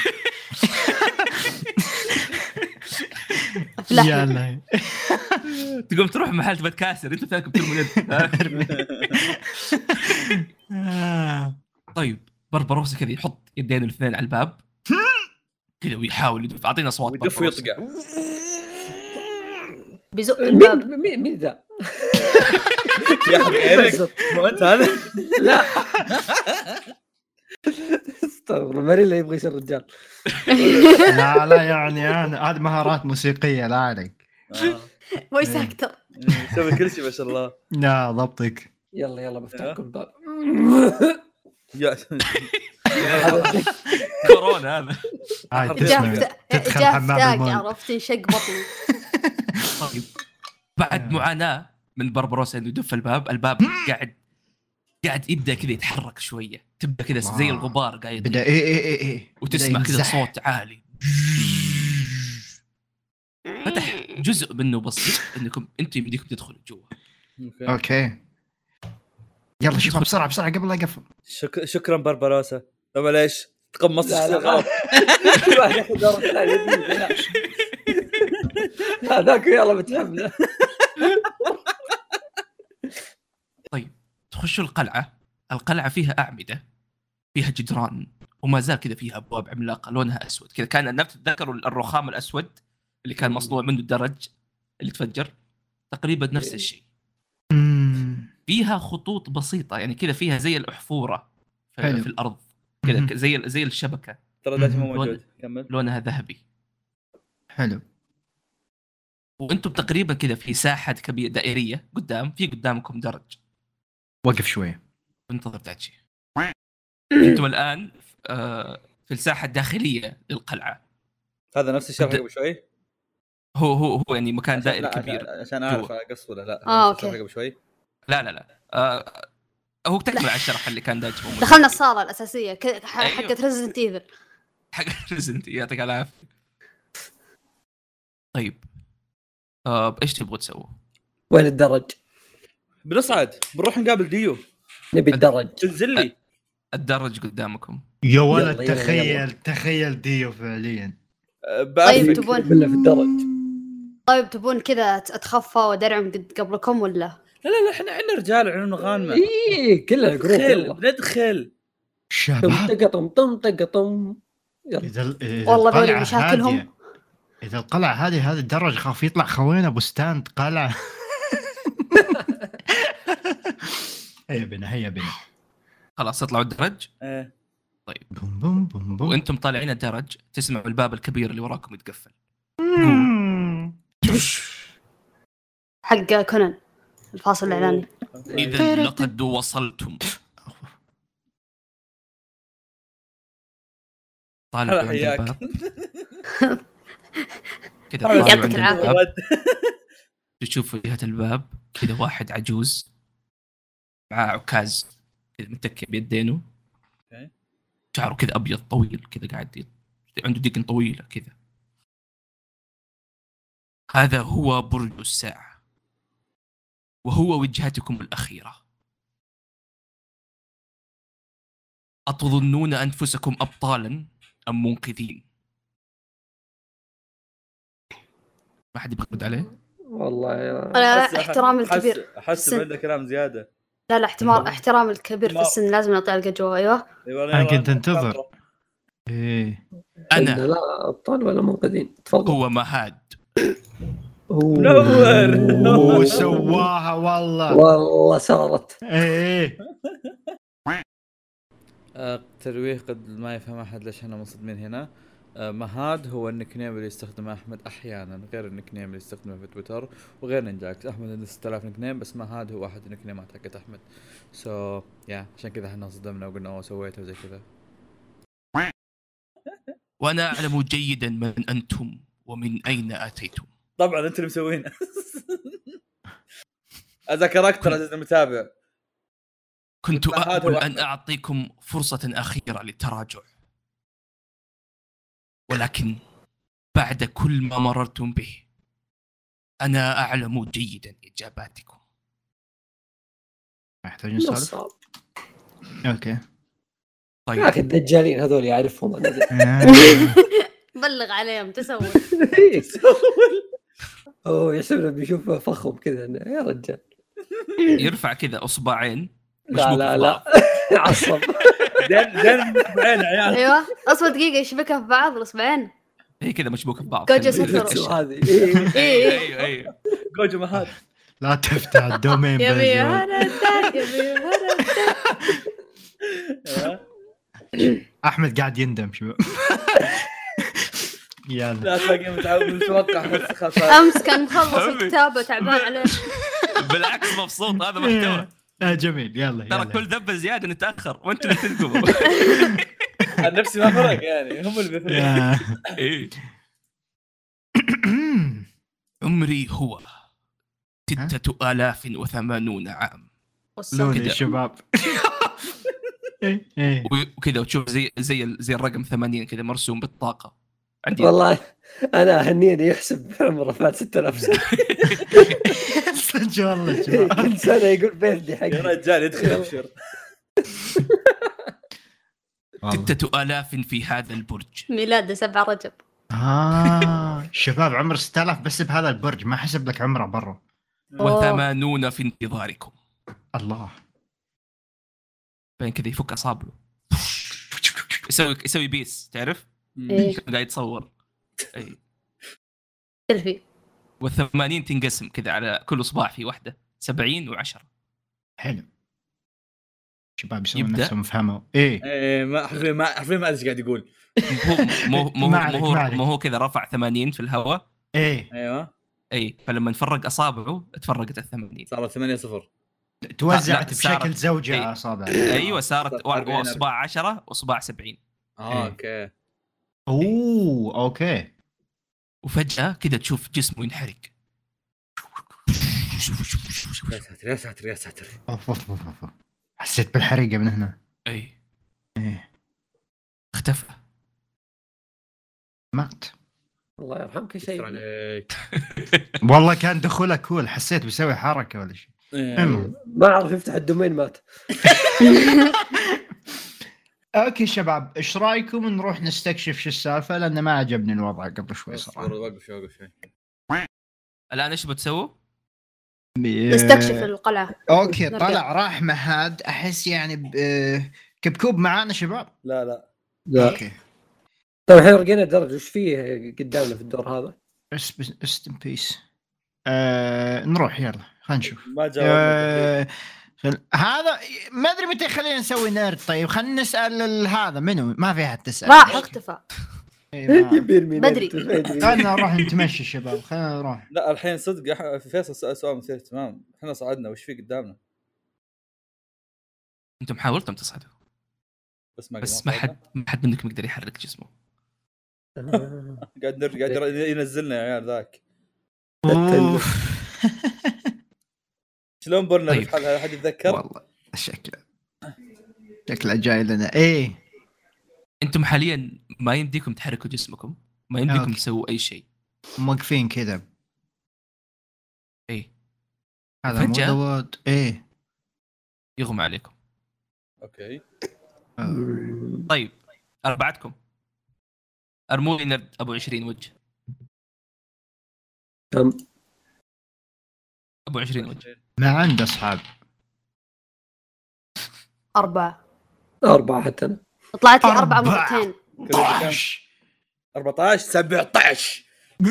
أفلح. يلا. تقوم تروح محل تبى تكاسر انت فاكر ترمي يد. آه. طيب بربروسة كذا يحط يدين الاثنين على الباب كذا ويحاول يدف. اعطينا اصوات ويدف بربروسة. ويطقع. بيزق الباب. مين مين مين ذا؟ يا اخي إيريك، مو انت هذا؟ لا استغفر ماريلا يبغى يصير رجال. لا لا يعني انا هذه مهارات موسيقيه لا عليك. آه. فويس اكتر. يسوي كل شيء ما شاء الله. لا ضبطك. يلا يلا بفتح لكم الباب. يا كورونا هذا. هاي جاء تسمع جاء تدخل جاء حمام فتاق المويه. عرفت انشق بطني. طيب بعد معاناة من بربروسة انه يدف الباب. الباب قاعد قاعد يبدا كذا يتحرك شويه. تبدا كذا زي آه. الغبار قاعد يطير. بدا ايه ايه ايه ايه وتسمع بدأ كذا ينزح. صوت عالي. فتح جزء منه بسيط انكم انتم يمديكم تدخلوا جوا. اوكي يلا شوف بسرعه بسرعه قبل لا اقفل. شك... شكرا بربروسا. طب ليش تقمص لا، لا، غلط؟ واحد ياخذ دور الثاني يدي. هذاك يلا بتحمله. طيب تخشوا القلعه. القلعه فيها اعمده فيها جدران وما زال كذا فيها ابواب عملاقه لونها اسود كذا. كان النفط تذكروا الرخام الاسود اللي كان مصنوع منه الدرج اللي تفجر تقريبا نفس الشيء. فيها خطوط بسيطه يعني كذا فيها زي الاحفوره في, حلو. في الارض كذا ك- زي زي الشبكه ترى داتي مو مم. موجود. كمل. لونها ذهبي. حلو. وانتم تقريبا كذا في ساحه كبيره دائريه قدام. في قدامكم درج. وقف شويه. انتظر تاتشي. انتم الان آه، في الساحه الداخليه للقلعه. هذا نفس الشيء بد- قبل شوي. هو هو هو يعني مكان عشان- دائري لا، عشان- كبير. عشان اعرف اقص ولا لا. آه، نفس الشيء أوكي. قبل شوي. لا لا لا آه، هو تكمل على الشرح اللي كان داج موجود. دخلنا الصاله الاساسيه ك- ح- أيوه. حقت ريزنت ايفل. حق ريزنت يعطيك العافيه. طيب آه، ايش تبغوا تسووا؟ وين الدرج؟ بنصعد بنروح نقابل ديو. نبي الدرج. تنزل لي. الدرج قدامكم. يا ولد يلا، يلا، تخيل يلا. تخيل ديو فعليا. أه، طيب بعرفك تبون بالله في الدرج. طيب تبون كذا اتخفى وادرعم قد قبلكم ولا؟ لا لا لا احنا عندنا رجال عيون غانمه. ايه كلها جروب ندخل يلا. بندخل طم شباب طق طم طم طق طم. يلا. اذا ال- إذا والله ذولي القلعة مشاكلهم. هادية- اذا القلعه هذه هذه الدرج خاف يطلع خوينا ابو ستاند قلعه. هيا بنا هيا بنا. خلاص اطلعوا الدرج. ايه بوم بوم بوم بوم. وانتم طالعين الدرج تسمعوا الباب الكبير اللي وراكم يتقفل. حق كونان الفاصل الاعلاني. اذا لقد وصلتم. طالعوا هلا عند حياك. الباب كذا، هلا. طالعوا يعطيك عند العافية. الباب ود. تشوفوا جهة الباب كذا واحد عجوز معاه عكاز كذا متكي بيدينه، أوكي. شعره كذا ابيض طويل كذا قاعد يط... عنده دقن طويله كذا. هذا هو برج الساعه وهو وجهتكم الاخيره. أتظنون أنفسكم أبطالا أم منقذين؟ ما حد يرد عليه؟ والله يا انا أحس- احترام الكبير. احس احس السن. عنده كلام زياده. لا لا احترام احترام الكبير في ما- السن لازم نعطيه القجوه. ايوه ايوه أنا يلا، كنت أنتظر. خاطره. ايه أنا أنا لا ابطال ولا منقذين. تفضل. هو مهاد. منور. اوه سواها والله. والله صارت. ايه آه، ترويه قد ما يفهم احد ليش احنا منصدمين هنا. آه، مهاد هو النيك نيم اللي يستخدمه احمد احيانا غير النيك نيم اللي يستخدمه في تويتر وغير نينجاكس. احمد عنده ستة آلاف نيك نيم بس مهاد هو احد النيك نيمات حقت احمد. سو so, يا yeah, عشان كذا احنا صدمنا وقلنا اوه سويته زي كذا. وأنا أعلم جيدا من أنتم ومن أين أتيتم. طبعا انت اللي مسوينه. هذا كاركتر عزيزي المتابع. كنت مهاد هو آمل أحمد. أن أعطيكم فرصة أخيرة للتراجع، ولكن بعد كل ما مررتم به أنا أعلم جيدا إجاباتكم. ما يحتاج نسولف. نصاب. اوكي. يا طيب اخي الدجالين هذول يعرفهم انا. بلغ عليهم تسوي. اوه يحسب بيشوف فخم كذا يا رجال. يرفع كذا أصبعين لا مشبوك لا في لا بعض. عصب. دين دين بعين عيال. ايوه اصبر دقيقه يشبكها في بعض الاصبعين. هي كذا مشبوكة في بعض. جوجو خلي- ستر. شو هذه؟ إيه. ايه أيوه أيوه. جوجو مهاد. لا تفتح الدومين يبي بالجوال. هردك يبي هردك. احمد قاعد يندم شو. يلا لا تلاقي متعود متوقع بس خلاص. امس كان مخلص الكتاب وتعبان عليه. بالعكس مبسوط، هذا محتوى. آه جميل يلا ترى يلا. كل ذبه زياده نتاخر وانتم اللي تنقبوا. عن نفسي ما فرق يعني هم اللي بيفرق. يا. إيه. عمري هو ستة آلاف وثمانون عام. لوني كده. الشباب. ايه ايه وكذا وتشوف زي زي زي الرقم ثمانين كذا مرسوم بالطاقه عندي. والله انا هنيني يحسب عمره فات ستة آلاف سنه. صدق والله شباب. كل سنه يقول بيردي يا حقي. رجال يدخل ابشر. والله. ستة آلاف في هذا البرج. ميلاده سبعة رجب. آه شباب عمر ستة آلاف بس بهذا البرج ما حسب لك عمره برا. وثمانون في انتظاركم. الله. بين كذا يفك اصابعه يسوي يسوي بيس تعرف ايه قاعد يتصور. اي سيلفي. والثمانين تنقسم كذا على كل اصبع في واحده سبعين وعشرة. حلو. شباب يسوون يبدأ. نفسهم فهموا. ايه ايه ما حرفيا ما حرفيا ما ادري ايش قاعد يقول. مو مو مو ما عليك، مو ما عليك. مو هو كذا رفع ثمانين في الهواء. ايه ايوه اي فلما نفرق اصابعه تفرقت ال ثمانين. صارت ثمانية صفر. توزعت لا، صارت- بشكل زوجي إيه. على اصابع. ايوه صارت صارت وا- أربعين. اصبع عشرة واصبع سبعين. اه إيه. اوكي. اوه اوكي. وفجاه كذا تشوف جسمه ينحرق. يا ساتر يا ساتر يا ساتر. أوف، أوف، أوف، أوف. حسيت بالحريقه من هنا. اي ايه اختفى. مات. الله يرحمك يا يستر شيء. عليك. والله كان دخوله كول حسيت بيسوي حركه ولا شيء. إيه. المهم ما اعرف يفتح الدومين مات. اوكي شباب، ايش رايكم نروح نستكشف شو السالفه؟ لان ما عجبني الوضع قبل شوي صراحه. وقف شوي وقف شوي. الان ايش بتسووا؟ نستكشف القلعة. اوكي نرجع. طلع راح مهاد، احس يعني ب... آه، كبكوب معانا شباب. لا لا لا اوكي طيب الحين رجعنا درجة وش فيه قدامنا في الدور هذا؟ بس است ان بيس. آه... نروح يلا خلينا نشوف. ما جاوبنا. آه... خل... هذا ما ادري متى خلينا نسوي نيرد. طيب خلينا نسال ال- هذا منو؟ ما في احد تسال. راح اختفى. إيه، ما- يبير بدري. خلينا نروح نتمشى شباب، خلينا نروح. لا الحين صدق أح- في فيصل سأل سؤال مثير اهتمام. احنا صعدنا وش في قدامنا؟ انتم حاولتم تصعدوا بس ما بس ما حد ما حد منكم يقدر يحرك جسمه. قاعد نرجع قاعد ينزلنا يا عيال ذاك. أوف. شلون برنا طيب. في حال حد يتذكر؟ والله شكله شكله جاي لنا. ايه انتم حاليا ما يمديكم تحركوا جسمكم، ما يمديكم أوكي. تسووا اي شيء. موقفين كذا. ايه هذا مو فجأة. دواد. ايه يغمى عليكم. اوكي آه. طيب اربعتكم ارموا لي نرد ابو عشرين وجه. كم؟ ابو عشرين وجه. ما عنده اصحاب. أربعة. أربعة حتى أنا. طلعت لي أربعة أربعة. مرتين. أربعة عشر سبعة عشر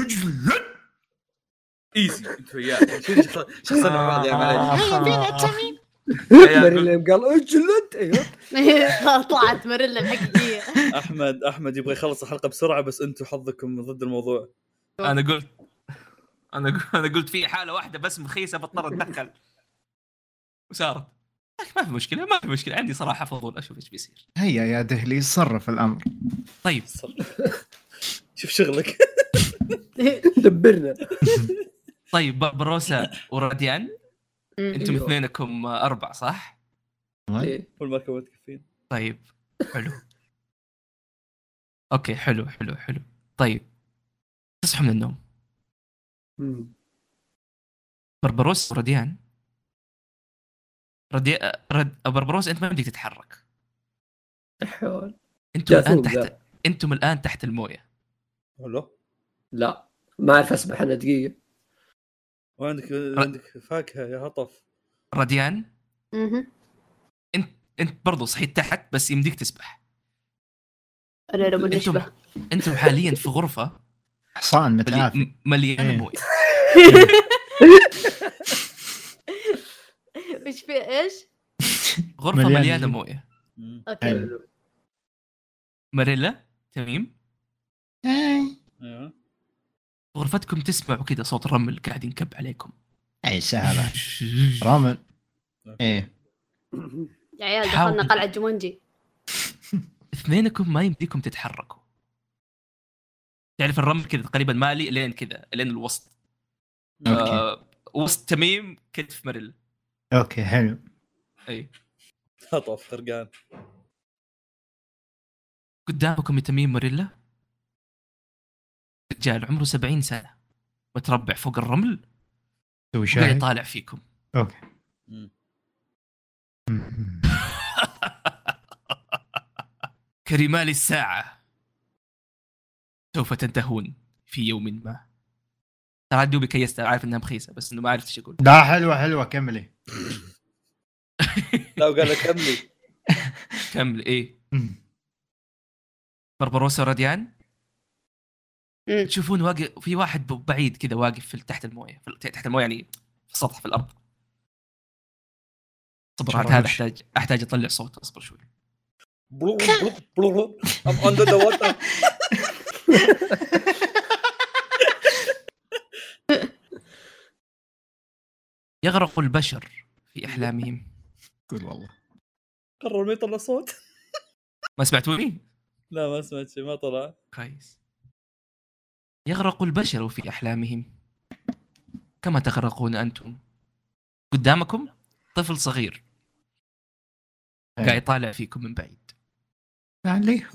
ايزي. انت وياه شخصنا مع بعض يا معليش. مريم قال اجلد. ايوه طلعت مريلا الحقيقية. احمد احمد يبغى يخلص الحلقه بسرعه بس انتم حظكم ضد الموضوع. انا قلت انا قلت انا قلت في حاله واحده بس مخيسه بضطر اتدخل وصارت. ما في مشكله ما في مشكله عندي صراحه فضول اشوف ايش بيصير. هيا يا دهلي صرف الامر. طيب شوف شغلك. دبرنا. طيب بروسا وراديان انتم أيوه. اثنينكم اربعه صح؟ إيه. والمركبه متكفين. طيب حلو. اوكي حلو حلو حلو. طيب تصحوا من النوم مم. بربروس وراديان. ردي... رد... بربروس انت ما بدك تتحرك. حول. انتم الان جاثوم تحت ذا. انتم الان تحت المويه. هلو لا ما اعرف اسبح انا دقيقة. وعندك عندك فاكهه يا هطف. راديان مهم. انت انت برضو صحيت تحت بس يمديك تسبح. أنا لما انتم نشبه. انتم حاليا في غرفه حصان ملي... متعافي. م- مليانه إيه. مويه. وش في ايش؟ غرفه مليانة مليانه جدا. مويه. مم. اوكي. حلو. ماريلا تميم اي ايوه غرفتكم تسمعوا كذا صوت رمل قاعد ينكب عليكم. اي سهله. رامل. ايه يا عيال حاول. دخلنا قلعة جومونجي. اثنينكم ما يمديكم تتحركوا. تعرف الرمل كذا تقريبا مالي لين كذا لين الوسط. اوكي آه وسط تميم كتف ماريلا. اوكي حلو. اي هطف غرقان. قدامكم تميم ماريلا رجال عمره سبعين سنة متربع فوق الرمل سوي وقاعد شاي. يطالع فيكم. اوكي. مم. كرمال الساعة سوف تنتهون في يوم ما. ترى دوبي كيست عارف انها مخيسة بس انه ما عرفت ايش اقول. لا حلوه حلوه كملي. لا وقال لك كملي. كمل ايه. بربروسا وراديان مم. تشوفون واقف في واحد بعيد كذا واقف في تحت المويه في تحت المويه يعني في السطح في الارض. صبر عاد هذا احتاج احتاج اطلع صوت. اصبر شوي. بلو بلو بلو I'm under the water. يغرق البشر في احلامهم. قول والله. قرر ما يطلع صوت. ما سمعتوني؟ لا ما سمعت شيء ما طلع. كويس. يغرق البشر في احلامهم كما تغرقون انتم. قدامكم طفل صغير قاعد يطالع فيكم من بعيد. عليه.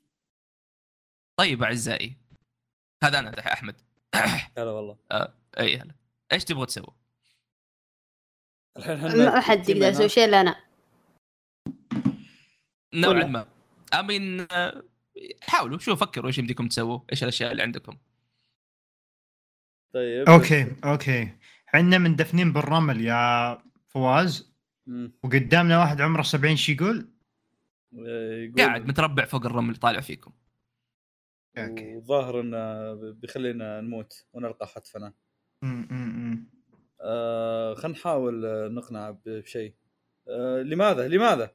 طيب اعزائي هذا انا دحين احمد. هلا والله. آه. اي هلا. ايش تبغوا تسووا؟ الحين ما حد يقدر يسوي شيء الا انا. نوعا ولا. ما امين حاولوا شو فكروا ايش يمديكم تسووا، ايش الاشياء اللي عندكم. طيب اوكي اوكي عندنا مندفنين بالرمل يا فواز، مم. وقدامنا واحد عمره سبعين شي يقول يقول قاعد متربع فوق الرمل طالع فيكم. اوكي وظاهر انه بيخلينا نموت ونلقى حتفنا. امم آه خلينا نحاول نقنع بشيء. آه لماذا لماذا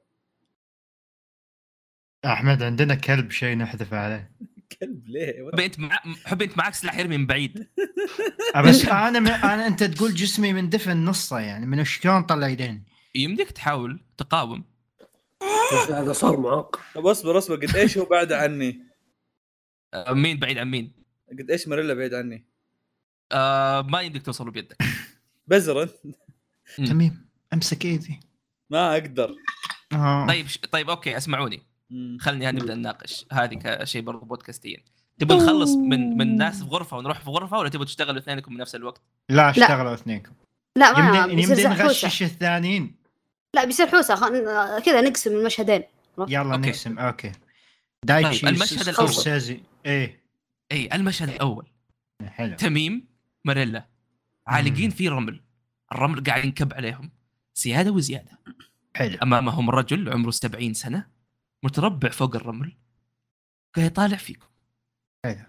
احمد عندنا كلب شيء نحذف عليه. كلب ليه؟ حبي انت مع... حبي انت معك سلاح يرمي من بعيد. بس انا م... انا انت تقول جسمي مندفن نصه، يعني من شلون طلع يدين؟ يمديك تحاول تقاوم. هذا صار معاق. طب اصبر اصبر قد ايش هو بعد عني؟ آه مين بعيد عن مين؟ قد ايش ماريلا بعيد عني؟ آه ما يمديك توصل بيدك. بزر انت. تميم امسك ايدي. ما اقدر. آه. طيب ش... طيب اوكي اسمعوني، مم. خلني نبدا نناقش هذه كشيء برضو بودكاستيا. تبون نخلص من من ناس في غرفه ونروح في غرفه، ولا تبون تشتغلوا اثنينكم بنفس الوقت؟ لا اشتغلوا اثنينكم. لا ما يمدي بيصير يمدي حوسة. نغشش الثانيين. لا بيصير حوسه خ... كذا نقسم المشهدين. يلا أوكي. نقسم اوكي. دايتشي طيب، المشهد الأول. سكورسيزي. ايه اي المشهد الاول حلو. تميم ماريلا عالقين مم. في رمل، الرمل قاعد ينكب عليهم زياده وزياده. حلو. امامهم رجل عمره سبعين سنه متربع فوق الرمل قاعد يطالع فيكم. حلو.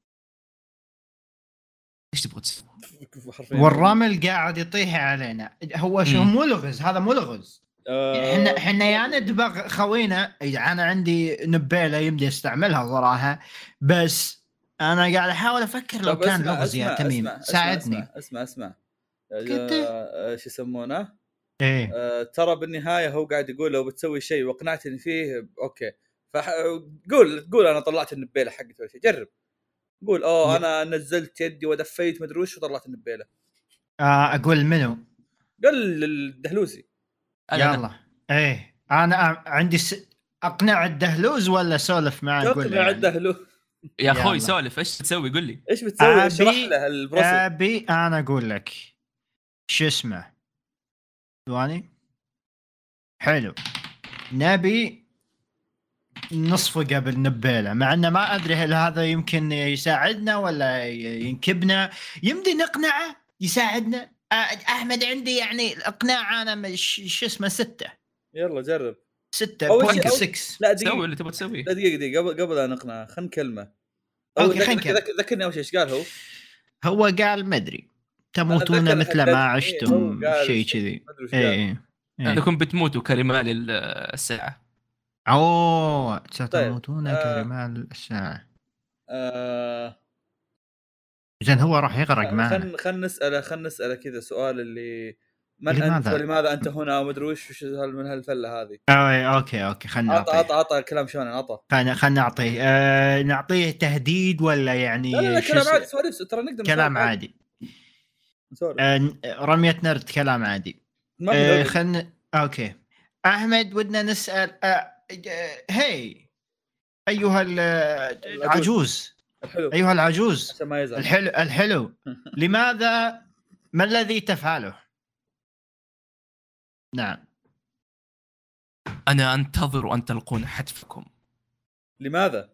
ايش تبغى تسوي؟ والرمل قاعد يطيح علينا. هو شو مم. ملغز، هذا ملغز. آه احنا احنا يا ندبغ خوينا. انا عندي نبيله يمدي استعملها صراحه، بس انا قاعد احاول افكر لو طب كان اسمع لغز يا اسمع تميم اسمع ساعدني. اسمع اسمع, اسمع. كده. آه شو يسمونه؟ ايه آه ترى بالنهايه هو قاعد يقول لو بتسوي شيء وقنعتني فيه اوكي، فقول قول انا طلعت النبيله حقتي ولا شيء، جرب قول اوه ي- انا نزلت يدي ودفيت مدري وش وطلعت النبيله. آه اقول منو؟ قل الدهلوسي. أنا يلا ايه انا أ- عندي س... اقنع الدهلوز ولا سولف معه؟ اقول له تقنع يعني. الدهلو. يا اخوي يلا. سولف، ايش تسوي قل لي. ايش بتسوي؟ أبي- اشرح له البروسيس. ابي انا اقول لك شو اسمه ثواني. حلو. نبي نصفه قبل نبيله، مع انه ما ادري هل هذا يمكن يساعدنا ولا ي- ينكبنا. يمدي نقنعه يساعدنا. أ- احمد عندي يعني الاقناع انا مش شو اسمه ستة يلا جرب. ستة أول شيء- بوينت أول- سكس. لا سوي دقيقه اللي تبغى تسويه. لا دقيقه دقيقه قبل قبل ان نقنع خلنا كلمه. أوكي، ذك- خلنا كلمة. ذك- ذكرني اول شيء ايش قال هو. هو قال مدري تموتون أنا مثل أتذكر ما حدد- عشتم إيه، هو قال شيء شيء- كذي. ما ادري وش ايه قال. ايه إيه. انكم بتموتوا كرمال الساعه. اوه ستموتون طيب، آه. كرمال الساعة. آه زين هو راح يغرق معنا. خلنا خلنا نساله خلنا نساله كذا سؤال اللي من لماذا؟ انت ولماذا انت هنا وما ادري وش وش هال- من هالفله هذه. أوه، اوكي اوكي خلنا عطى نعطيه. عطى عطى كلام شلون عطى. خلنا خلنا نعطيه. آه نعطيه تهديد ولا يعني لا لا, لا شو كلام اس- عادي سوالف ترى نقدر كلام نسولف عادي. نسولف. آه رمية نرد كلام عادي. ما في آه نقدر. خلنا اوكي. احمد ودنا نسال. آه آه هي ايها ال- العجوز. الحلو ايها العجوز عشان ما يزعل. الحلو الحلو لماذا ما الذي تفعله؟ نعم. انا انتظر ان تلقون حتفكم. لماذا؟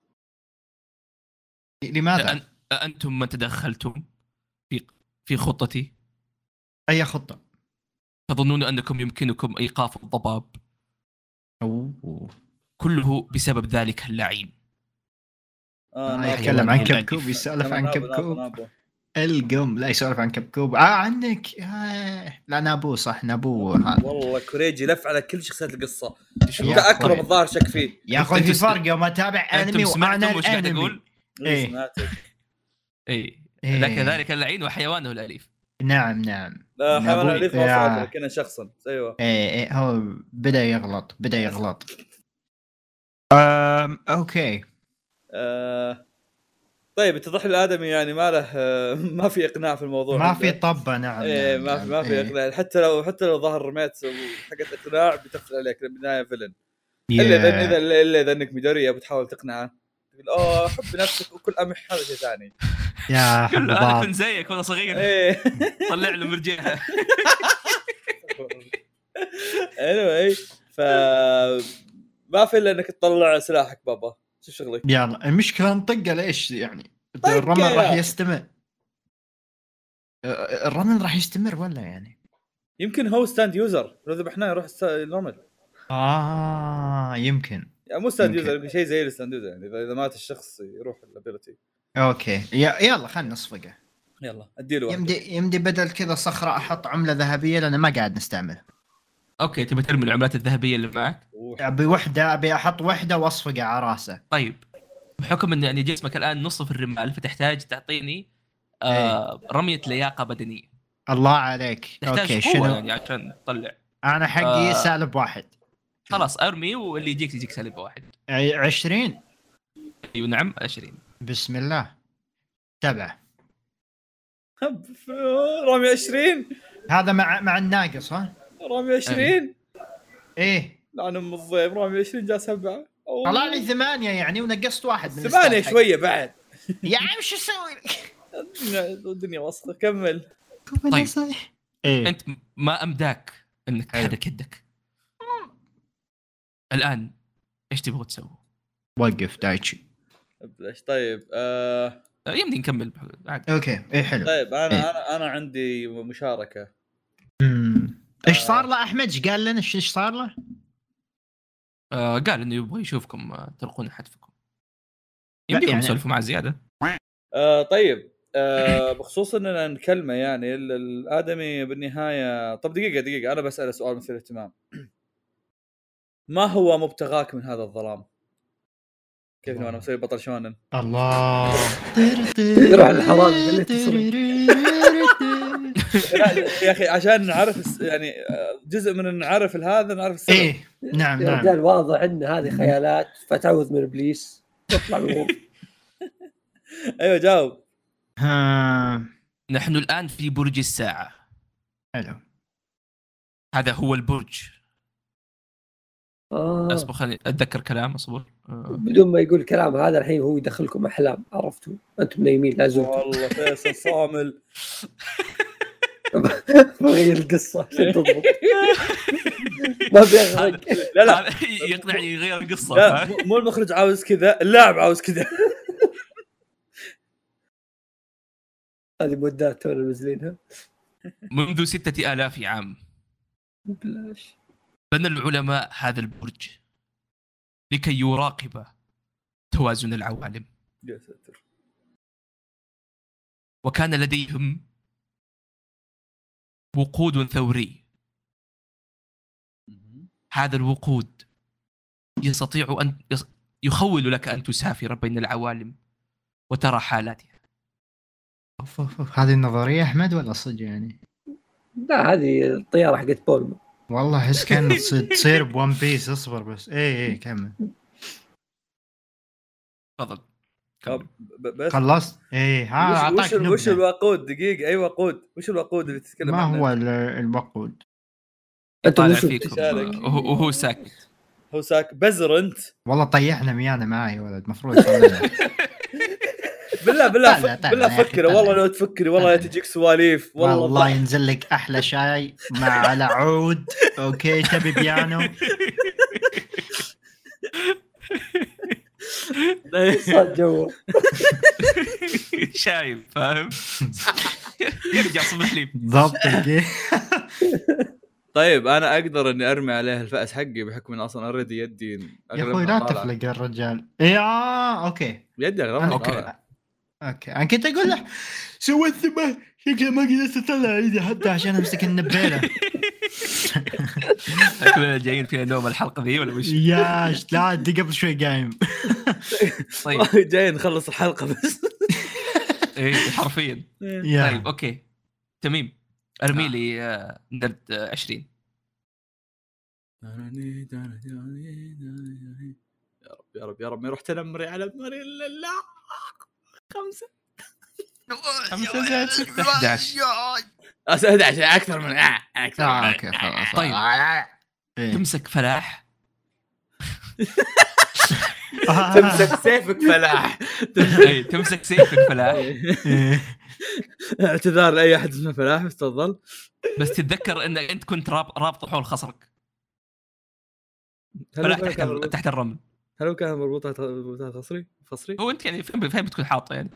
لماذا؟ أن... انتم من تدخلتم في في خطتي. اي خطه؟ تظنون انكم يمكنكم ايقاف الضباب؟ أوه. كله بسبب ذلك اللعين. آه ما نابو. يتكلم عن نابو. كبكوب يسولف نابو، عن نابو، كبكوب. نابو. القم لا يسولف عن كبكوب. اه عنك. آه. لا نابو صح نابو هذا. والله كوريجي لف على كل شخصيات القصه. شو؟ يا انت اكرم أخوي. الظاهر شك فيه. يا اخوي أنتم في س- فرق يوم اتابع انمي انتم وانا سمعتم وش قاعد الانمي. اقول؟ إيه. سمعتك. اي إيه. لكن ذلك اللعين وحيوانه الاليف. نعم نعم. لا حيوان نابو- اليف يا. ما لكنه شخصا ايوه. ايه ايه هو بدا يغلط بدا يغلط. أم اوكي. آه طيب اتضح الادمي يعني ما له آه، ما في اقناع في الموضوع. ما عنده. في طبه. نعم ايه نعم، ما في نعم. ما في إيه. اقناع حتى لو حتى لو ظهر رميت حقت اقناع بتقفل عليك بالنهايه فيلن. يا. الا اذا اذا الا اذا انك ميدوريا بتحاول تقنعه تقول اه حب نفسك وكل قمح هذا شيء ثاني. يا قل له انا حباب. كنت زيك وانا صغير. ايه طلع له مرجيحه. anyway ف ما في الا انك تطلع سلاحك بابا. شو شغلك؟ يلا المشكله نطقه ليش يعني طقه الرمل راح يا. يستمر. أه، الرمل راح يستمر ولا يعني يمكن هو ستاند يوزر لو ذبحناه يروح الرمل. اه يمكن يعني مو ستاند يمكن. يوزر، يمكن شيء زي الستاند يوزر، يعني اذا إذا مات الشخص يروح الابيلتي. اوكي ي- يلا خلنا نصفقه. يلا اديله واحد. يمدي يمدي بدل كذا صخره احط عمله ذهبيه لان ما قاعد نستعملها. اوكي تبي ترمي العملات الذهبيه اللي معك؟ ابي وحده ابي احط وحده واصفقه على راسه. طيب بحكم ان يعني جسمك الان نصف الرمال فتحتاج تعطيني آه رميه لياقه بدنيه. الله عليك. تحتاج اوكي قوة شنو يعني عشان تطلع. انا حقي آه. سالب واحد. خلاص ارمي واللي يجيك يجيك سالب واحد. ع- عشرين. ايوه نعم عشرين. بسم الله. سبعة. رامي عشرين. هذا مع مع الناقص ها. رامي عشرين. ايه لعن ام الضيب. رامي عشرين جاء سبعة. طلع لي ثمانية يعني ونقصت واحد من ثمانية الستات شوية بعد. حقي. يا عم شو اسوي لك؟ الدنيا وسخة. كمل. طيب. ايه انت ما امداك انك حلو. تحرك يدك الان. ايش تبغى تسوي؟ وقف دايتشي. بلاش. طيب آه... آه، يمدي نكمل عادي. اوكي ايه حلو. طيب انا إيه. انا انا عندي مشاركة. امم ايش آه. صار له احمد؟ ايش قال لنا؟ ايش صار له؟ آه قال انه يبغى يشوفكم آه، تلقون حتفكم. يمديكم يعني- تسولفوا مع زياده. آه طيب آه بخصوص اننا نكلمه يعني ال- الادمي بالنهايه. طب دقيقه دقيقه انا بساله سؤال مثير اهتمام. ما هو مبتغاك من هذا الظلام؟ كيف انا مسوي بطل شونن؟ الله. يروح الحرام اللي تصرف. يا اخي عشان نعرف الس- يعني آه، جزء من نعرف هذا نعرف السبب. ايه نعم يا نعم. رجال واضح ان هذه خيالات فتعوذ من ابليس تطلع من الغرفة. ايوه جاوب. ها نحن الان في برج الساعه. حلو. هذا هو البرج. آه. اصبر خليني اتذكر كلام. اصبر آه. بدون ما يقول كلام هذا الحين هو يدخلكم احلام. عرفتوا انتم نايمين لا زلتوا. والله فيصل صامل. بغير القصه عشان تضبط. ما بيغرق. لا لا هذا يقنعني يغير القصه. لا مو- مو المخرج عاوز كذا، اللاعب عاوز كذا. هذه مودات تونا نازلينها منذ ستة آلاف عام بلاش. بنى العلماء هذا البرج لكي يراقب توازن العوالم. يا ساتر. وكان لديهم وقود ثوري. هذا الوقود يستطيع أن يص- يخول لك أن تسافر بين العوالم وترى حالاتها. أوف أوف أوف. هذه النظرية أحمد ولا صدق يعني؟ لا هذه الطياره حقت بولما. والله أحس كان تصير تصير بون بيس. اصبر بس. إيه إيه كمل. تفضل طب كمل. ب- بس خلصت؟ إيه ها وش أعطاك وش, وش نبذة. الوقود؟ دقيقة اي وقود؟ وش الوقود اللي تتكلم ما عنه؟ هو ال- الوقود؟ انت طالع وش فيكم تشارك؟ وهو وهو ساكت. هو ساك بزر انت. والله طيحنا ميانا معاي ولد. مفروض يصلي. بالله بالله طلع- ف... طلع بالله يا أخي، فكر. طلع. والله لو تفكري والله طلع. تجيك سواليف. والله والله والله ينزل لك أحلى شاي مع على عود. أوكي تبي بيانو. صار جو. شايب فاهم. يرجع صبح لي. ضبط. أوكي. طيب انا اقدر اني ارمي عليه الفأس حقي بحكم ان اصلا اوريدي يدي يا أغلبها أخوي لا طالعة. تفلق الرجال. إيه آه أوكي. يدي اغلبها أوكي. طالعة. اوكي انا كنت اقول له سويت ثم شكله ما قدرت اطلع ايدي حتى عشان امسك النبيله. كلنا جايين فينا نوم الحلقه ذي ولا وش؟ ياش لا دي قبل شوي قايم. طيب جاي نخلص الحلقة بس. ايه حرفيا. يا طيب اوكي تميم ارمي لي آه، نرد آه، عشرين. يا رب يا رب يا رب ما يروح تنمري على مري الا لا. خمسة خمسة زائد ستة أحد عشر. أحد عشر أكثر من آه، أكثر آه، من اوكي خلاص. طيب. إيه. تمسك فلاح. تمسك سيفك فلاح. إيه، تمسك سيفك فلاح. إيه. اعتذار لأي أحد اسمه فلاح بس تفضل. بس تتذكر انك انت كنت راب رابط حول خصرك. فلاح تحت تحت الرمل. هل هو كان مربوطه مربوطه فصري فصري هو انت يعني فين فين بتكون حاطه يعني؟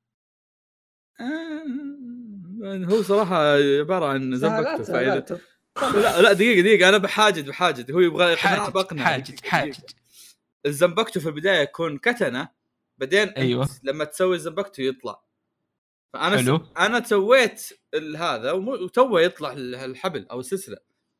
آه هو صراحه عباره عن زنبكته فايده. سهلات. لا لا دقيقه دقيقه انا بحاجد بحاجد هو يبغى يقنع حاجج بقنع حاجج حاجج. الزنبكته في البدايه يكون كتنه بعدين أيوة. لما تسوي الزنبكته يطلع. فانا حلو. س... انا سويت هذا وتوه يطلع الحبل او السلسله.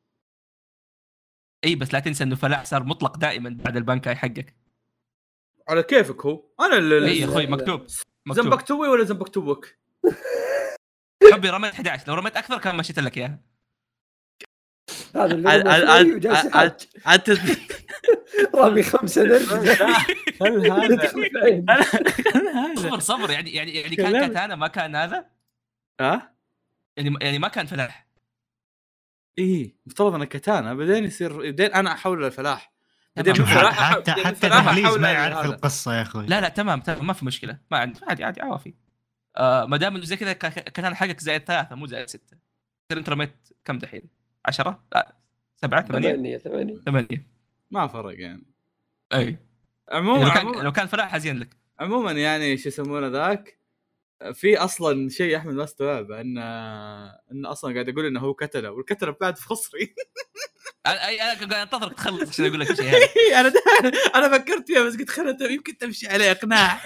اي بس لا تنسى انه فلاح صار مطلق دائما بعد البنكاي حقك. على كيفك هو انا اللي اي يا اخوي مكتوب مكتوب زنبكتوي ولا زنبكتوك؟ حبي رميت أحد عشر، لو رميت اكثر كان مشيت لك اياها. هذا اللي جالس يحاج عاد رامي خمسة نرد. هل هذا صبر صبر يعني يعني يعني كان كاتانا ما كان هذا ها يعني يعني ما كان فلاح. ايه مفترض انا كاتانا بعدين يصير بعدين انا احول للفلاح بعدين تمام. فلاح حتى حتى دهليز ما يعرف القصه يا اخوي. لا لا تمام تمام ما في مشكله ما عندي عادي عادي عوافي. آه ما دام انه زي كذا كاتانا حقك زائد ثلاثة مو زائد ستة. انت رميت كم دحين؟ عشرة؟ لا سبعة ثمانية ثمانية ثمانية ثمانية ما فرق يعني. اي عموما لو كان عموما, لو كان فلاح حزين لك. عموما يعني شو يسمونه ذاك في اصلا شيء احمد ما استوعب ان ان اصلا قاعد اقول انه هو كتله والكتله بعد في خصري. انا انا قاعد انتظرك تخلص عشان اقول لك شيء هذا. انا انا فكرت فيها بس قلت خلنا يمكن تمشي عليه اقناع.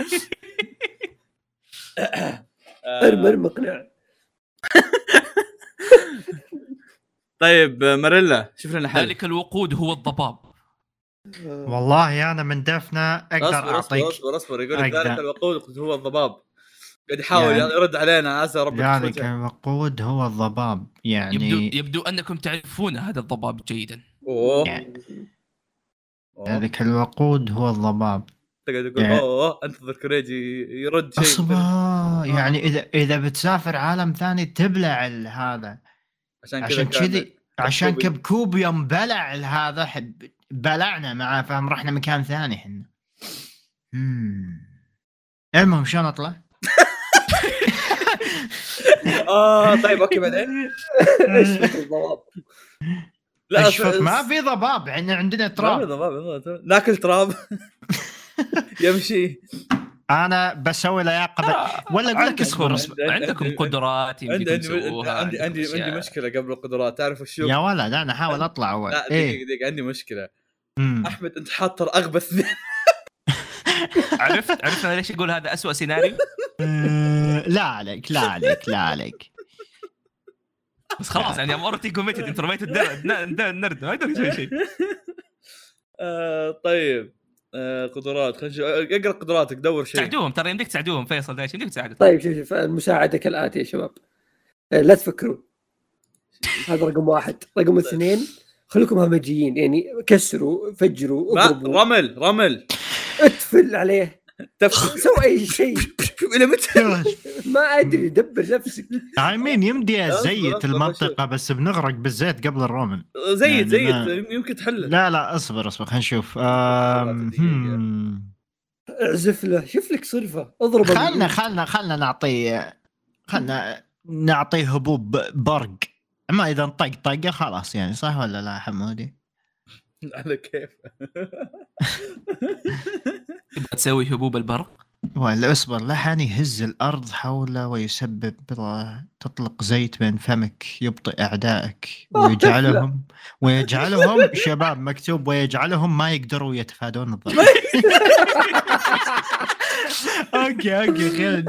ارمر مقنع. طيب ماريلا شوف لنا حل. ذلك الوقود هو الضباب. والله انا من دفنه اقدر أصبر اعطيك. اصبر اصبر يقول لك أقدر. ذلك الوقود هو الضباب. قاعد يحاول يعني يرد علينا عسى ربك ذلك يخرجه. الوقود هو الضباب يعني يبدو يبدو انكم تعرفون هذا الضباب جيدا. اوه يعني أوه. ذلك الوقود هو الضباب. تقعد تقول يعني اوه انتظر كريجي يرد شيء. اصبر يعني اذا اذا بتسافر عالم ثاني تبلع هذا عشان عشان كذا كذي عشان كبكوب يوم بلع هذا حب بلعنا معاه فهم رحنا مكان ثاني احنا. امم المهم شلون اطلع؟ اه طيب اوكي بعدين ايش في الضباب؟ لا اشفط ما في ضباب يعني عندنا تراب. ضباب ناكل تراب يمشي. انا بسوي لياقه ولا اقول لك اصبر اصبر. عندكم قدرات عندي يمكن تسووها. عندي عندي عندي مشكله قبل القدرات تعرف وشو يا ولد انا احاول اطلع اول. لا دقيقه دقيقه عندي مشكله. مم. احمد انت حاط اغبث ذي. عرفت عرفت انا ليش اقول هذا أسوأ سيناريو. أه، لا عليك لا عليك لا عليك. بس خلاص يعني امورتي كوميتد انت رميت النرد ما يقدر يسوي شيء. آه طيب آه قدرات خلينا نشوف اقرا قدراتك دور شيء. تساعدوهم ترى يمديك تساعدوهم فيصل دايش يمديك تساعدهم. طيب شوف شوف المساعدة كالآتي يا شباب. لا تفكروا هذا رقم واحد. رقم اثنين خليكم همجيين يعني كسروا فجروا اضربوا رمل رمل اتفل عليه تفل سوي اي شيء. الى متى ما ادري دبر نفسك. عايمين يمدي ازيت المنطقه بس بنغرق بالزيت قبل الرومن. زيت زيت يعني يمكن تحل. لا لا اصبر اصبر خلينا نشوف. اعزف له شوف لك صرفه اضرب. خلنا خلنا خلنا نعطيه خلنا نعطيه هبوب برق ما اذا انطق طقه خلاص يعني صح ولا لا حمودي؟ على كيف تبغى تسوي هبوب البرق ولا اصبر لحن يهز الارض حوله ويسبب تطلق زيت بين فمك يبطئ اعدائك ويجعلهم ويجعلهم شباب مكتوب ويجعلهم ما يقدروا يتفادون الضرر. اوكي اوكي خير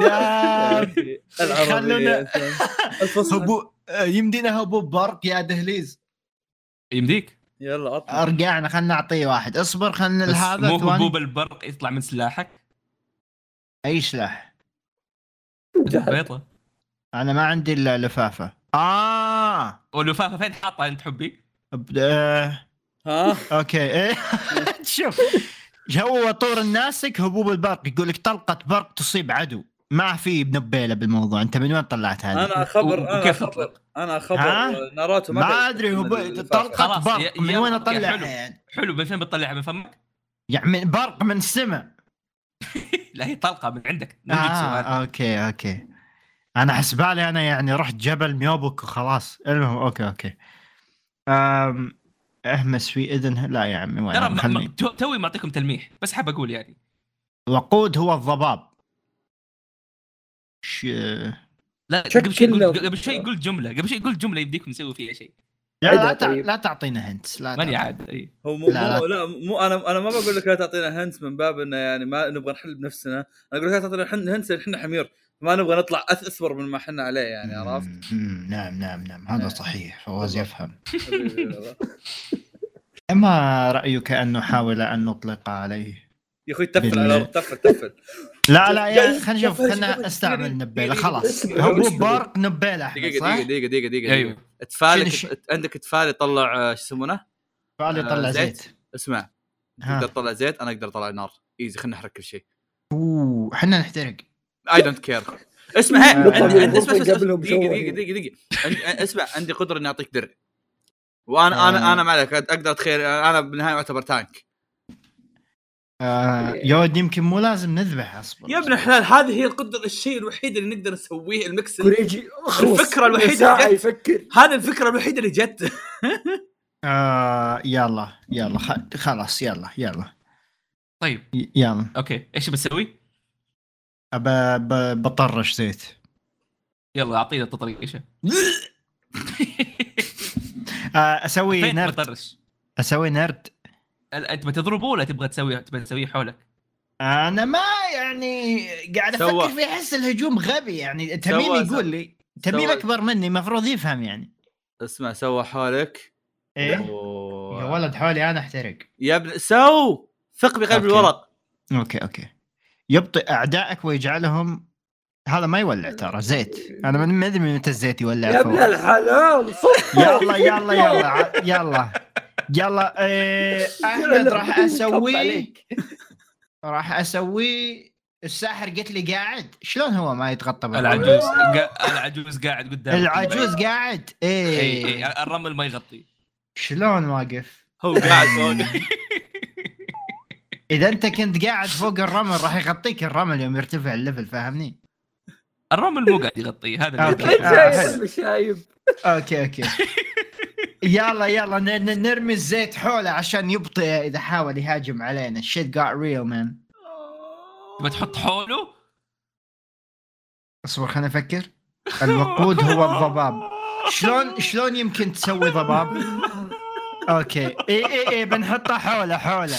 خلونا هبوب يمدينا هبوب برق يا دهليز يمديك. يلا اطلع ارجعنا خلنا نعطيه واحد اصبر خلنا هذا مو هبوب البرق يطلع من سلاحك. اي سلاح بيضة. انا ما عندي الا لفافه. اه واللفافه فين حاطها انت حبي؟ أه... ها اوكي ايه شوف هو طور الناسك هبوب البرق يقول لك طلقه برق تصيب عدو ما في بنبيله بالموضوع. انت من وين طلعت هذه؟ انا اخبر انا اخبر انا اخبر ناروتو ما, ما ادري هو طلقه برق من وين اطلعها حلو. يعني حلو من فين بتطلعها من فمك؟ يعني من برق من السماء. لا هي طلقه من عندك. آه اوكي اوكي انا حسبالي انا يعني رحت جبل ميوبك وخلاص. المهم اوكي اوكي أم اهمس في اذنها. لا يا عمي وين ترى خلني. تو- توي معطيكم تلميح بس حاب اقول يعني وقود هو الضباب. ش... لا شكل قبل شيء له. قلت قبل شيء قلت جمله قبل شيء قلت جمله يبديكم تسوي فيها شيء. لا عيدها لا, تع... طيب. لا تعطينا هنت. لا ماني تعطينا. عاد اي هو مو لا، مو لا. لا مو انا انا ما بقول لك لا تعطينا هنت من باب انه يعني ما نبغى نحل بنفسنا. انا اقول لك لا تعطينا حن- هنت احنا حمير ما نبغى نطلع أث- اثبر من ما احنا عليه يعني عرفت. مم، مم، نعم نعم نعم هذا إيه. صحيح. فواز بالضبط. يفهم. يا ما رأيك أن نحاول أن نطلق عليه؟ اخوي تفل بال- على تفل تفل لا لا يا جاي- خلينا نشوف. شوف- خلينا شوف- استعمل دقيقة- نبيله. دقيقة- خلاص اسمع، هو اسمع. بارق نبيله احمد دقيقه صح؟ دقيقه دقيقه دقيقه دقيقه ايوه تفال شنو- عندك تفال يطلع آه، شو يسمونه فعل يطلع آه، زيت. اسمع ها. تقدر تطلع زيت انا اقدر اطلع نار ايزي خلينا نحرك كل شيء اوه احنا نحترق. اي دونت كير اسمع هي نطلع عندي من عندي الغرفة اسمع اسمع- قبلهم دقيقه شوي. دقيقه دقيقه دقيقه عندي- اسمع عندي قدره اني اعطيك درع وانا انا آه. انا معك اقدر اتخيل انا بالنهايه اعتبر تانك آه يا ود يمكن مو لازم نذبح. اصبر يا ابن الحلال هذه هي القدره الشيء الوحيد اللي نقدر نسويه المكس كوريجي خلص. الفكرة الوحيدة ساعة اللي جت. يفكر. هذه الفكره الوحيده اللي جت آه يلا يلا خ- خلاص يلا يلا طيب ي- يلا اوكي ايش بتسوي؟ أب ب- بطرش زيت. يلا اعطينا التطريقه. آه اسوي فين نرد. بطرش؟ اسوي نرد. انت بتضربه ولا تبغى تسوي تبغى تسويه حولك؟ انا ما يعني قاعد سوى. افكر في احس الهجوم غبي يعني. تميم سوى- يقول لي تميم سوى. اكبر مني مفروض يفهم يعني. اسمع سوى حالك ايه أوه. يا ولد حولي انا احترق. يا ابن سو ثق بقلب أوكي. الورق اوكي اوكي. يبطئ اعدائك ويجعلهم. هذا ما يولع ترى زيت. انا ما ادري من متى الزيت يولع يا ابن فوق. الحلال صح. يلا يلا يلا ع- يلا يلا إيه احمد راح اسوي راح اسوي. الساحر قلت لي قاعد شلون هو ما يتغطى بالرمل؟ العجوز قا... العجوز قاعد قدام العجوز قاعد اي ايه اي الرمل ما يغطي. شلون واقف؟ هو قاعد فوق اذا انت كنت قاعد فوق الرمل راح يغطيك الرمل يوم يرتفع الليفل فاهمني؟ الرمل مو قاعد يغطيه هذا اللي أوكي. يغطيه. آه، شايف حلو. شايف. اوكي اوكي يلا يلا ن- ن- نرمي الزيت حوله عشان يبطئ اذا حاول يهاجم علينا. shit got real man. تبغى تحط حوله؟ اصبر خليني افكر. الوقود هو الضباب. شلون شلون يمكن تسوي ضباب؟ اوكي اي اي اي بنحطه حوله حوله.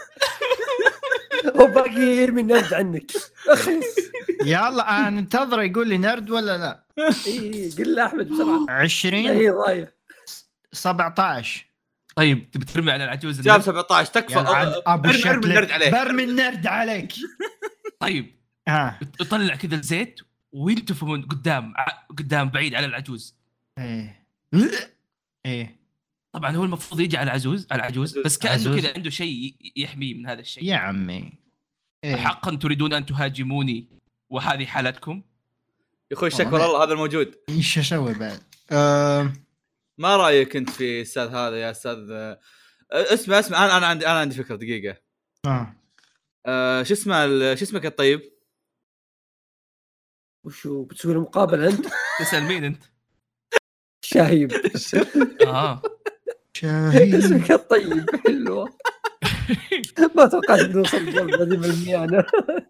هو باقي يرمي النرد عنك. اخلص. يلا انا انتظر يقول لي نرد ولا لا. اي قل له احمد بسرعه. عشرين هي ضايع. سبعة عشر. طيب تبي ترمي على العجوز جاب النرد؟ سبعة عشر تكفى يلا عاد ابو ارمي- ارمي النرد شكلك عليه. برمي النرد عليك. طيب ها يطلع كذا الزيت وينتفوا من قدام ع- قدام بعيد على العجوز. ايه ايه طبعا هو المفروض يجي على العجوز على العجوز بس كأنه عجوز. كذا عنده شيء يحميه من هذا الشيء. يا عمي إيه. حقا تريدون ان تهاجموني وهذه حالتكم؟ يا اخوي شكر الله هذا الموجود. ايش اسوي بعد؟ أه... ما رايك انت في استاذ هذا يا استاذ آه، اسمع اسمع انا انا عندي انا عندي فكره دقيقه. آه. آه، شو اسمه ال- شو اسمك الطيب؟ وشو بتسوي له مقابله انت؟ تسأل مين انت؟ شايب. اه شاهين. اسمك الطيب حلوه. ما توقعت نوصل الجلد هذه بالمية انا.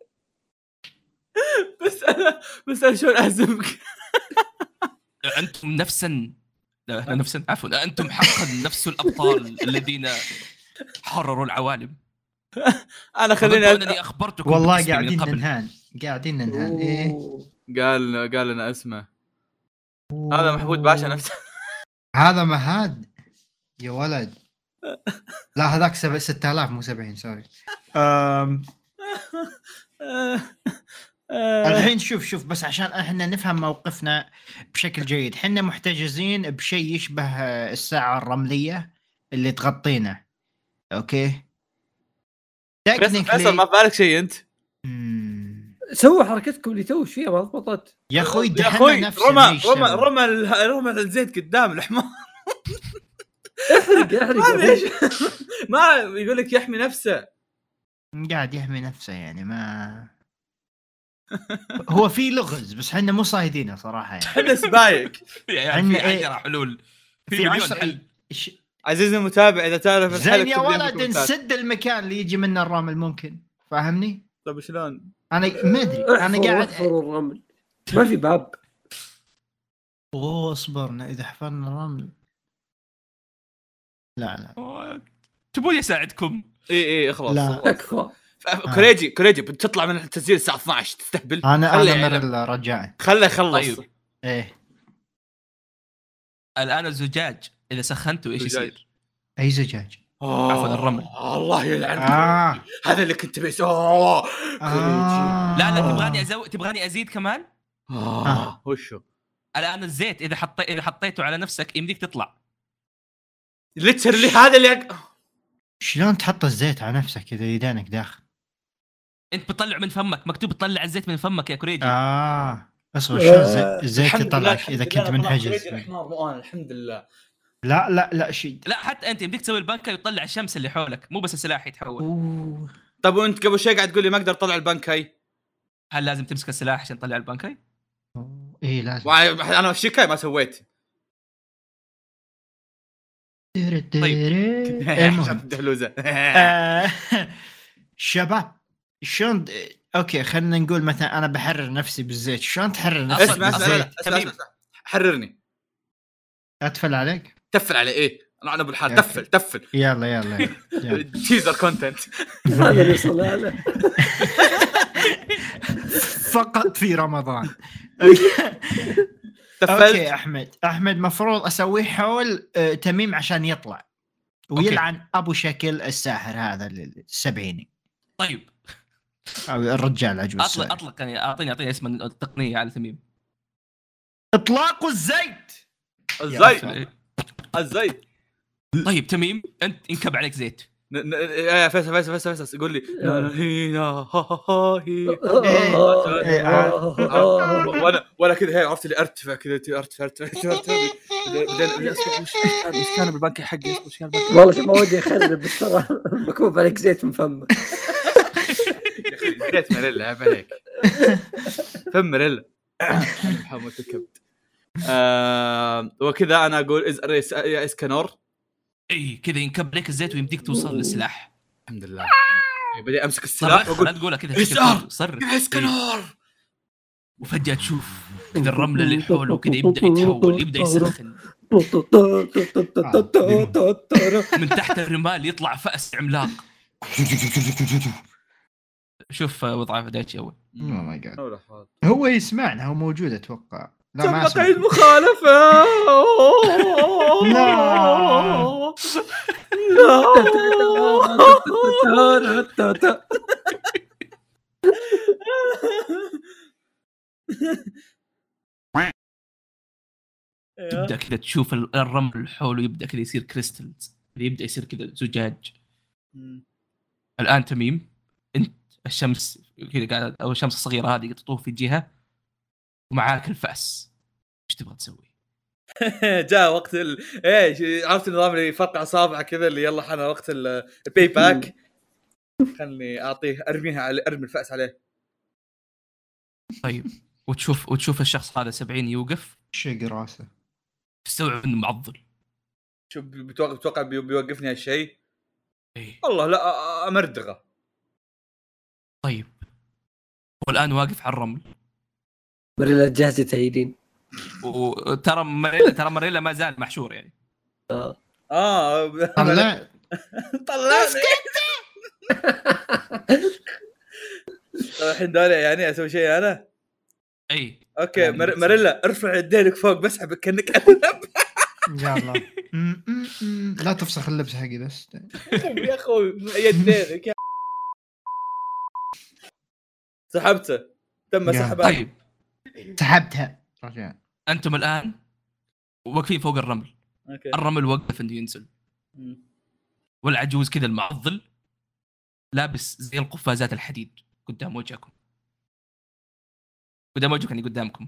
بس انا بس انا شلون اهزمك؟ انتم نفسا لا احنا نفسا عفوا انتم حقا نفس الابطال الذين حرروا العوالم. انا خليني خليني أ- انني اخبرتكم والله باسمي من قاعدين قبل. ننهان قاعدين ننهان ايه. أوه. قال قال لنا اسمه هذا محمود باشا نفسه. هذا مهاد يا ولد. لا هذاك سبع ستة آلاف مو سبعين سوري. أم... الحين شوف شوف بس عشان احنا نفهم موقفنا بشكل جيد. احنا محتجزين بشيء يشبه الساعة الرملية اللي تغطينا. اوكي فيصل فيصل ما في بالك شيء انت؟ مم. سووا حركتكم اللي تو فيها ما ضبطت. يا اخوي يا دحنا اخوي نفسنا رمى إيش رمى سوى؟ رمى ال- رمى الزيت قدام الحمار. احرق احرق ما ليش ما يقول لك يحمي نفسه. قاعد يحمي نفسه يعني ما هو في لغز بس احنا مو صايدينه صراحة يعني. احنا سبايك. يعني عندنا في إيه؟ عشرة حلول في في مليون عشر حل. ش... عزيزي المتابع اذا تعرف الحلقه زين يا ولد نسد المكان اللي يجي منه الرمل ممكن فاهمني؟ طيب شلون؟ انا ما ادري انا قاعد احفر الرمل ما في باب. اوه اصبرنا اذا حفرنا الرمل. لا لا تبوني اساعدكم؟ اي اي اخلص لا. اكفى. كوريجي كوريجي بتطلع من التسجيل الساعه اثنا عشر تستهبل. انا خلي انا يعلم. مر رجعني. خله يخلص. طيب ايه الان الزجاج اذا سخنته ايش زجاج. يصير؟ اي زجاج. عفوا الرمل. الله يلعن اه هذا اللي كنت بيسوه. آه. لا لا تبغاني ازود تبغاني ازيد كمان؟ آه. وشو الان الزيت اذا حطي اذا حطيته على نفسك يمديك تطلع. ليترلي هذا اللي أك... شلون تحط الزيت على نفسك اذا يدانك داخل؟ انت بتطلع من فمك، مكتوب تطلع الزيت من فمك يا كوريجي. اه اصبر شلون الزيت, الزيت الحمد يطلع لله، اذا الحمد كنت لله منحجز؟ طلع كوريجي الحمار مو انا الحمد لله. لا لا لا شيء. لا حتى انت يمديك تسوي البنكه ويطلع الشمس اللي حولك، مو بس السلاح يتحول. اوه طب وانت قبل شيء قاعد تقول لي ما اقدر اطلع البنك هاي. هل لازم تمسك السلاح عشان تطلع البنكه؟ ايه لازم. انا الشيكاي ما سويت. طيب عشان الدهلوزه. آه، شباب شلون اوكي خلينا نقول مثلا انا بحرر نفسي بالزيت، شلون تحرر نفسك اسمع اسمع بالزيت؟ اسمع اسمع حررني. اتفل عليك؟ تفل على ايه؟ انا انا بالحال أوكي. تفل تفل يلا يلا يلا. تيزر كونتنت. هذا اللي يصل له. فقط في رمضان. تفلت. اوكي احمد احمد مفروض اسوي حول آه، تميم عشان يطلع ويلعن أوكي. ابو شكل الساحر هذا السبعيني. طيب او الرجال العجوز. اطلق اطلق يعني اعطيني اعطيني اسم التقنيه على تميم. اطلاق الزيت. الزيت الزيت. طيب تميم انت انكب عليك زيت. ن- ن- يا فيصل فيصل فيصل فيصل يقول لي لا لا هينا ها ها ها هي وانا وانا كذا هي عرفت اللي ارتفع كذا ارتفع ارتفع ارتفع بعدين اسمع وش كان وش كان بالبنك حقي وش كان بالبنك والله ما ودي اخرب بالترى مكوب عليك زيت من فمك. يا اخي زيت مريلا عيب عليك فم مريلا حموت الكبد. وكذا انا اقول از ريس يا اسكنور. اي كذا ينكب عليك الزيت ويمديك توصل للسلاح. الحمد لله. بدي امسك السلاح واقول لا تقولها كذا إسعار! صرخ يا اسكنور. وفجاه تشوف كذا الرمل اللي حوله كذا يبدا يتحول يبدا يسخن من تحت الرمال يطلع فأس عملاق. شوف وضعه دايتشي اول. اوه ماي جاد هو يسمعنا هو موجود اتوقع. لا ما سبق المخالفة. لا تبدا كذا تشوف الرمل حوله يبدا كذا يصير كريستالز، يبدا يصير كذا زجاج. الان تميم انت الشمس كذا قاعد او الشمس الصغيره هذه تطوف في جهه ومعاك الفأس، ايش تبغى تسوي؟ جاء وقت ال... ايه عرفت النظام اللي يفرقع اصابعه كذا اللي يلا حنا وقت الباي باك. خلني اعطيه ارميها على ارمي الفأس عليه. طيب وتشوف وتشوف الشخص هذا سبعين يوقف شق راسه تستوعب انه معضل. شو بتوقع بتوقع بيوقفني هالشيء؟ ايه والله لا امردغه. طيب والان واقف على الرمل مريلا جاهزة تهيدين. وترى مريلا ترى مريلا ما زال محشور يعني. اه اه طلع طلعني. طيب الحين داري يعني اسوي شيء انا. اي اوكي مر... مريلا ارفع يدينك فوق بسحبك كانك ارنب. يلا لا تفسخ اللبس حقي بس يا اخوي يدينك يا سحبته تم سحبها. طيب سحبتها رجع. انتم الان واقفين فوق الرمل. أوكي. الرمل وقف انه ينزل والعجوز كذا المعضل لابس زي القفازات الحديد قدام وجهكم قدام وجهكم يعني قدامكم.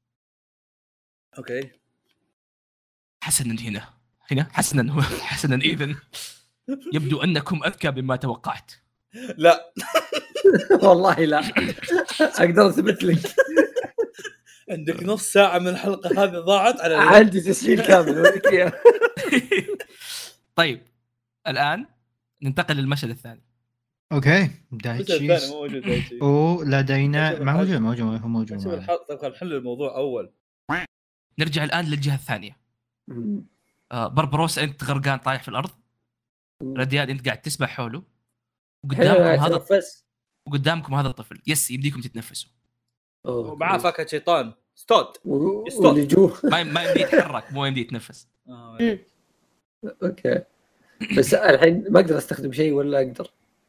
اوكي حسنا هنا هنا حسنا حسنا اذن يبدو انكم اذكى مما توقعت. لا والله لا اقدر اثبت لك. عندك نص ساعة من الحلقة هذه ضاعت على عندي تسجيل كامل اوريك اياه. طيب الان ننتقل للمشهد الثاني. اوكي الثاني دايتشيز مو موجود دايتشي. ولدينا شوف ما الحل. موجود موجود هو موجود شوف معنا. الحلقه. طيب خلينا نحل الموضوع اول. نرجع الان للجهه الثانيه. مم. آه بربروسا انت غرقان طايح في الارض، راديان انت قاعد تسبح حوله، حلو وقدامكم هذا تنفس. وقدامكم هذا الطفل. يس يمديكم تتنفسوا. ومعاه فاكهه شيطان ستود. و- يستوب. واللي جوه. ما ما يمدي يتحرك، مو يمدي يتنفس. آه. مم. اوكي بس الحين ما اقدر استخدم شيء ولا اقدر؟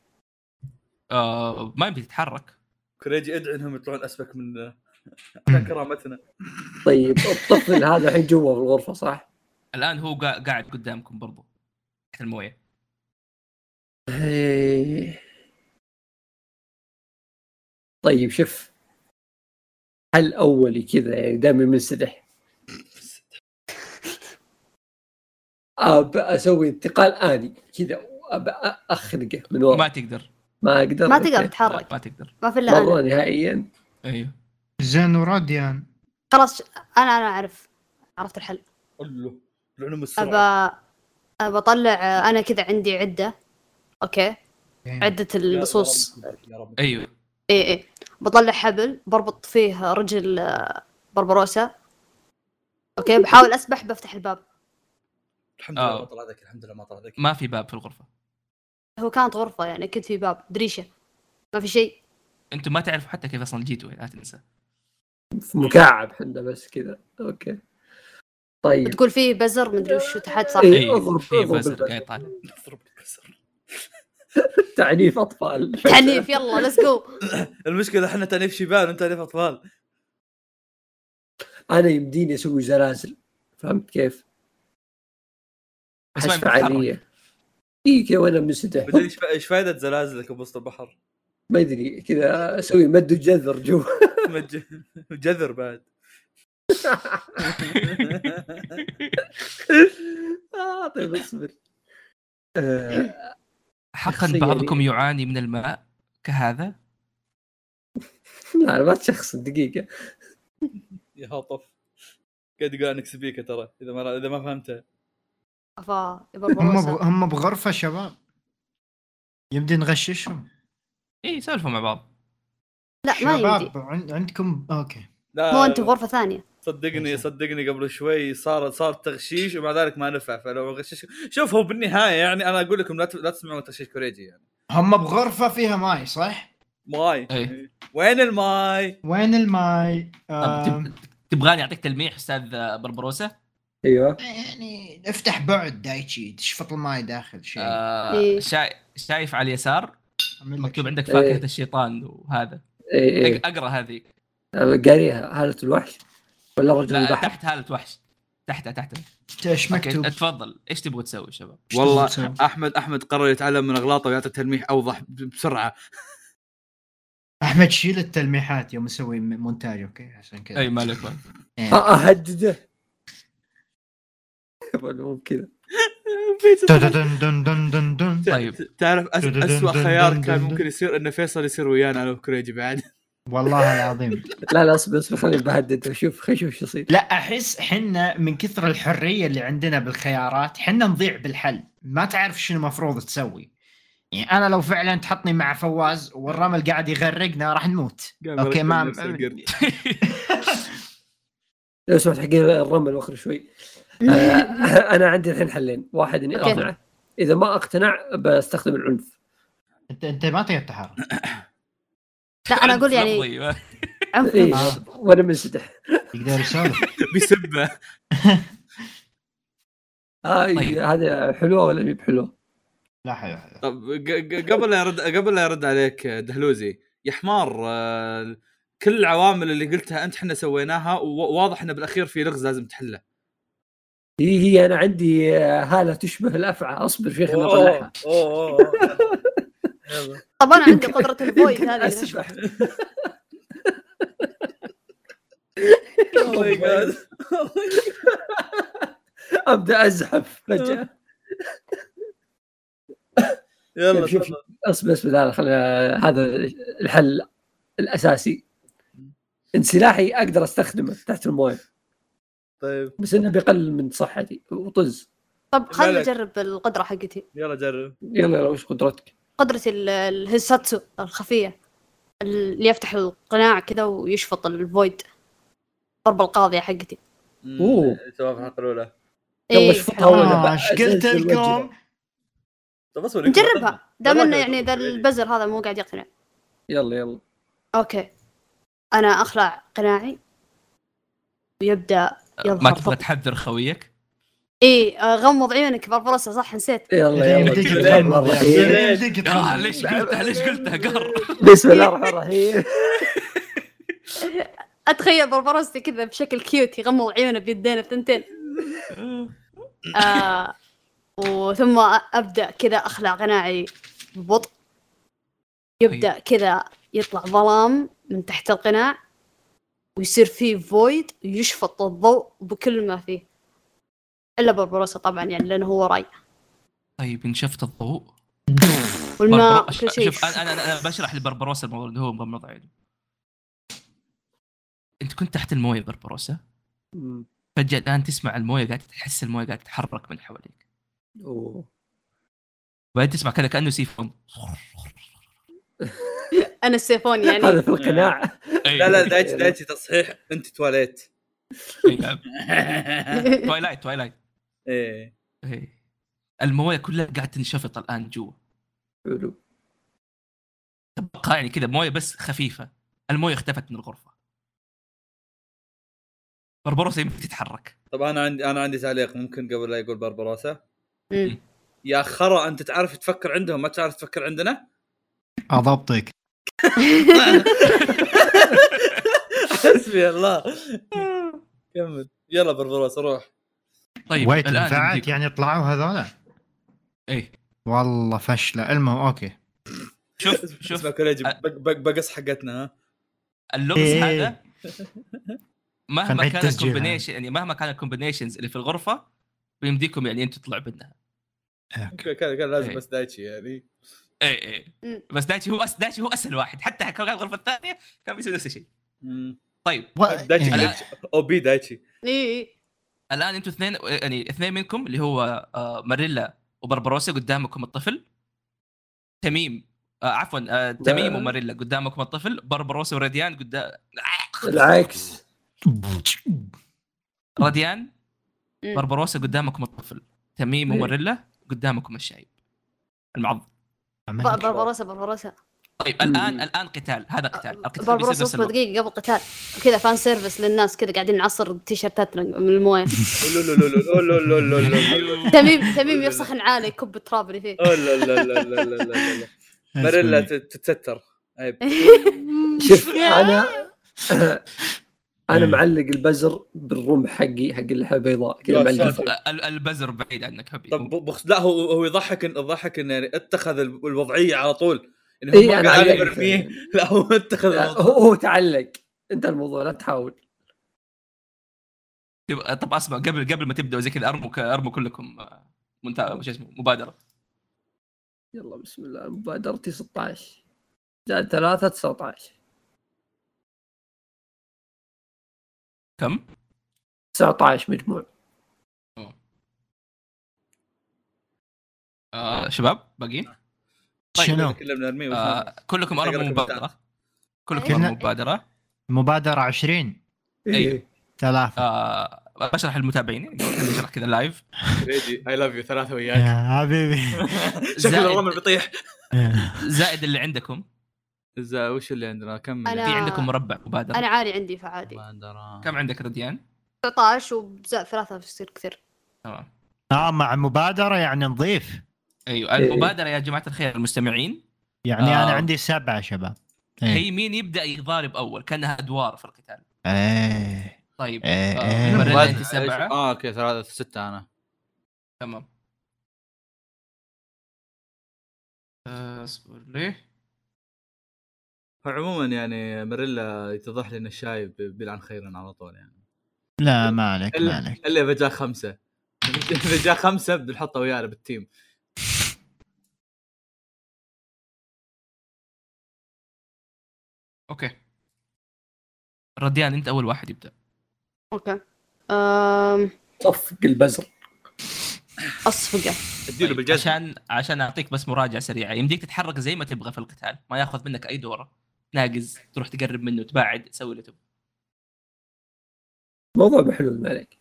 آه ما يمدي تتحرك. كريجي ادعي انهم يطلعون اسبك من عشان كرامتنا. طيب الطفل هذا الحين جوا في الغرفه صح؟ الان هو قا- قاعد قدامكم برضو تحت المويه. إيه. طيب شوف حل اولي كذا يعني دائما منسدح. ابى اسوي انتقال اني كذا وابى اخنقه من ورا. ما تقدر ما اقدر. ما تقدر أوكي. تتحرك، ما تقدر. ما في الا مره انا. نهائيا. ايوه زين وراديان خلاص انا انا اعرف عرفت الحل. قول له العلوم السرعه. ابى ابى اطلع انا كذا عندي عده. اوكي عده اللصوص. يا رب. ايوه اي اي بطلع حبل بربط فيه رجل آه، بربروسا. اوكي بحاول اسبح بفتح الباب. الحمد لله آه. ما طلع ذاك. الحمد لله ما طلع ذاك. ما في باب في الغرفه. هو كانت غرفه يعني كنت في باب دريشه ما في شيء. انتم ما تعرفوا حتى كيف اصلا جيتوا، لا تنسى. في مكعب حنا بس كذا. اوكي طيب بتقول فيه بزر مدري وش تحت صح. إيه. ايوه اضرب- في اضرب بزر البزر. قاعد طالع. اضرب الكسر. تعنيف اطفال. تعنيف يلا ليتس جو. المشكله احنا تانيف شباب وانت تانيف اطفال. انا يمديني اسوي زلازل فهمت كيف؟ بس ما حس يمديك تتحرك. فعاليه اي كذا وانا منسدح. بعدين ايش فا- ايش فائده زلازلك بوسط البحر؟ ما ادري كذا اسوي مد وجذر جوا. مج- جذر بعد. آه طيب اصبر. آه حقا شخصية بعضكم لي. يعاني من الماء كهذا. لا ما تشخص دقيقه. يا هاطف قاعد يقول عنك سبيكه ترى اذا ما اذا ما فهمتها. افا يا هم ب... بربروسا. هم بغرفه شباب يبدي نغششهم. اي سالفوا مع بعض. لا ما يمدي. شباب عند... عندكم اوكي لا مو انت غرفه ثانيه. صدقني صدقني قبل شوي صار صار تغشيش ومع ذلك ما نفع. فلو غشش شوف هو بالنهايه يعني انا اقول لكم لا ت- لا تسمعوا تغشيش كوريجي يعني. هم بغرفه فيها ماي صح؟ ماي أي. وين الماي؟ وين الماي؟ طب آه... تب- تبغاني اعطيك تلميح استاذ بربروسا؟ ايوه يعني افتح بعد دايتشي تشفط الماي داخل شيء. آه إيه. شا... شايف على اليسار أعمل لك مكتوب شيء. عندك فاكهه إيه. الشيطان وهذا. اي اي أق- اقرا هذه. قاريها حالة الوحش ولا رجل لا البحر؟ تحت هاله وحش. تحتها تحتها. ايش أوكي، مكتوب؟ تفضل ايش تبغوا تسوي شباب؟ إيش والله تبغى تسوي؟ احمد احمد قرر يتعلم من اغلاطه ويعطي تلميح اوضح ب- بسرعه. احمد شيل التلميحات يوم اسوي مونتاج اوكي عشان كذا. اي مالك مالك. إيه. آه، اهدده. مو كذا. دن دن دن دن دن دن. طيب تعرف أس... دن- اسوء دن- خيار دن- كان دن- ممكن يصير ان فيصل يصير ويانا انا وكريجي بعد. والله العظيم. لا لا اصبر اصبر خليني بهدده وشوف خلينا نشوف ايش يصير. لا احس حنا من كثر الحريه اللي عندنا بالخيارات حنا نضيع بالحل، ما تعرف شنو المفروض تسوي. يعني انا لو فعلا تحطني مع فواز والرمل قاعد يغرقنا راح نموت. اوكي ما لو سمحت حقين الرمل واخر شوي. آه انا عندي الحين حلين، واحد اني أوكي. اقنعه، اذا ما اقتنع بستخدم العنف. انت انت ما تقدر تحارب. لا انا اقول يعني لفظي. عنف. إيه آه. وانا منسدح. يقدر يسولف. بيسبه. آه طيب. هذا حلوه ولا مي بحلوه؟ لا حلو حلو. طب ق- ق- قبل لا يرد قبل لا يرد عليك دهلوزي يا حمار. آه، كل العوامل اللي قلتها انت احنا سويناها وواضح ان بالاخير في لغز لازم تحله. هي هي انا عندي آه، هاله تشبه الافعى. اصبر شوي خليني اطلعها. اوه اوه يلا. طب انا عندي قدره الفويد يمكن هذه. أسبح. Oh my God. ابدا ازحف فجاه. يلا شوف تفضل. اصبر اصبر لا خلينا هذا الحل الاساسي. ان سلاحي اقدر استخدمه تحت المويه طيب بس انه بيقلل من صحتي وطز. طب خلنا مالك؟ نجرب القدرة حقتي. يلا جرب. يلا يلا وش قدرتك؟ قدرتي ال- الهيساتسو الخفية اللي يفتح القناع كذا ويشفط الفويد. ضربة القاضية حقتي. أوه. سواء في الحلقه الاولى. يلا إيه، اشفطها ولا آه، لا؟ ايش قلت أسلسل لكم؟ وجهه. طب اصبر لكم. نجربها دام لا، انه لا، يعني ذا لا. البزر هذا مو قاعد يقتنع. يلا يلا. اوكي انا اخلع قناعي ويبدا ما يظهر تبغى ثقب. تحذر خويك؟ ايه آه، غمض عيونك بربرسة صح نسيت. يلا يلا دقيقة، بسم الله الرحمن الرحيم. دقيقة، آه دقيقة. ليش قلتها ليش قلتها قر. بسم الله الرحمن الرحيم. اتخيل بربرستي كذا بشكل كيوت يغمض عيونه بيدين الثنتين. آه وثم ابدا كذا اخلع قناعي ببطء. يبدا كذا يطلع ظلام من تحت القناع ويصير فيه فويد ويشفط الضوء بكل ما فيه الا بربروسة طبعا يعني لانه هو وراي طيب انشفت الضوء والماء بربرو- كل شيء. شوف انا انا انا بشرح لبربروسا الموضوع اللي هو مغمض عينه. انت كنت تحت المويه بربروسا، فجاه الان تسمع المويه قاعده تحس المويه قاعده تتحرك من حواليك، أوه. وبعدين تسمع كذا كانه سيفون. انا السيفون يعني. هذا في القناع. لا لا دايتي دايتي تصحيح انت تواليت. توايلايت توايلايت ايه إيه. المويه كلها قاعده تنشفط الان جوا، حلو. تبقى يعني كذا مويه بس خفيفه. المويه اختفت من الغرفه، بربروسا يمكن تتحرك. طب انا عندي انا عندي تعليق ممكن قبل لا يقول بربروسا. مم. يا خرا انت تعرف تفكر عندهم ما تعرف تفكر عندنا. اضبطك. حسبي الله. كمل يلا بربروسا روح. طيب ويت الان نفعت يمديكم. يعني طلعوا هذولا؟ ايه والله فشله. المهم اوكي. شوف شوف اسمع كوليجي أ- بق- بق- بقص حقتنا ها. اللغز إيه. هذا مهما خلينا كان نعيد تسجيل الكومبينيشن يعني مهما كان الكومبينيشنز اللي في الغرفه بيمديكم يعني انتوا تطلعوا منها. اوكي. كان كان لازم إيه. بس دايتشي يعني. ايه ايه مم. بس دايتشي هو أس... دايتشي هو اسهل واحد، حتى كان الغرفه الثانيه كان بيسوي نفس الشيء. مم. طيب و- دايتشي إيه. الآن, او بي دايتشي. ايه الان انتوا اثنين يعني اثنين منكم اللي هو آه ماريلا وبربروسا قدامكم الطفل. تميم آه عفوا آه تميم وماريلا قدامكم الطفل. بربروسا وراديان قدام العكس. راديان مم. بربروسا قدامكم الطفل. تميم إيه. وماريلا قدامكم الشايب المعض. ب- بربروسة بربروسة طيب الان مم. الان قتال هذا قتال القتال بيصير بربروسة نفس اصبر الوقت. دقيقة قبل قتال كذا فان سيرفيس للناس كذا قاعدين نعصر التيشيرتات من المويه. لو لو لو لو لو لو لو لو. تميم تميم يفسخ نعاله يكب التراب اللي فيه. لا لا لا لا لا لا لا. ماريلا تتستر عيب. شوف انا انا إيه. معلق البزر بالرمح حقي حق اللحى البيضاء كذا يا معلق ساتر. فوق. ال- البزر بعيد عنك حبيبي. طب بخ... لا هو هو يضحك إن يضحك ان يعني اتخذ الوضعيه على طول انه إيه، هو أنا قاعد علقت. يرميه. لا هو اتخذ لا، الموضوع. هو هو تعلق. انت الموضوع لا تحاول. طب- طب اسمع قبل قبل ما تبداوا زي كذا ارموا ك- ارموا كلكم آه، منت... شو اسمه مبادره. يلا بسم الله. مبادرتي ستة عشر زائد ثلاثة تسعة عشر. كم؟ تسعة عشر مجموع. آه شباب باقيين طيب، شنو؟ كلنا بنرميه وش آه كلكم ارموا تقرأ مبادره. كلكم كلنا- ارموا مبادره. مبادرة عشرين أيوه. ثلاثة. آه بشرح للمتابعين يعني بشرح كذا لايف. ريدي اي لاف يو ثلاثه وياك. يا حبيبي. شكل زائد الرمل بيطيح. زائد اللي عندكم زا وش اللي عندنا كمل. أنا- في عندكم مربع مبادره. انا عالي عندي فعادي. مبادرة. كم عندك رديان؟ تسعة عشر وزائد ثلاثة بيصير كثير. تمام. اه مع مبادرة يعني نضيف. ايوه المبادره يا جماعه الخير المستمعين. يعني آه. انا عندي سبعة شباب. إيه. هي مين يبدا يضارب اول كانها ادوار في القتال. ايه طيب إيه، آه إيه. مريلا مبادرة. انت سبعه. اه اوكي ثلاثة ستة انا. تمام. آه، اصبر ليه. عموما يعني ماريلا يتضح لي ان الشايب بيلعن خيرا على طول يعني. لا ما عليك ما الا عليك. الا اذا جاء خمسه. اذا جاء خمسه بنحطه ويانا بالتيم. اوكي رديان انت اول واحد يبدا. اوكي. أم... صفق البزر. اصفقه. اديله بالجزم. عشان عشان اعطيك بس مراجعه سريعه، يمديك تتحرك زي ما تبغى في القتال، ما ياخذ منك اي دوره، ناقز تروح تقرب منه، تباعد، تسوي اللي تبغى. موضوع بحلول ما عليك.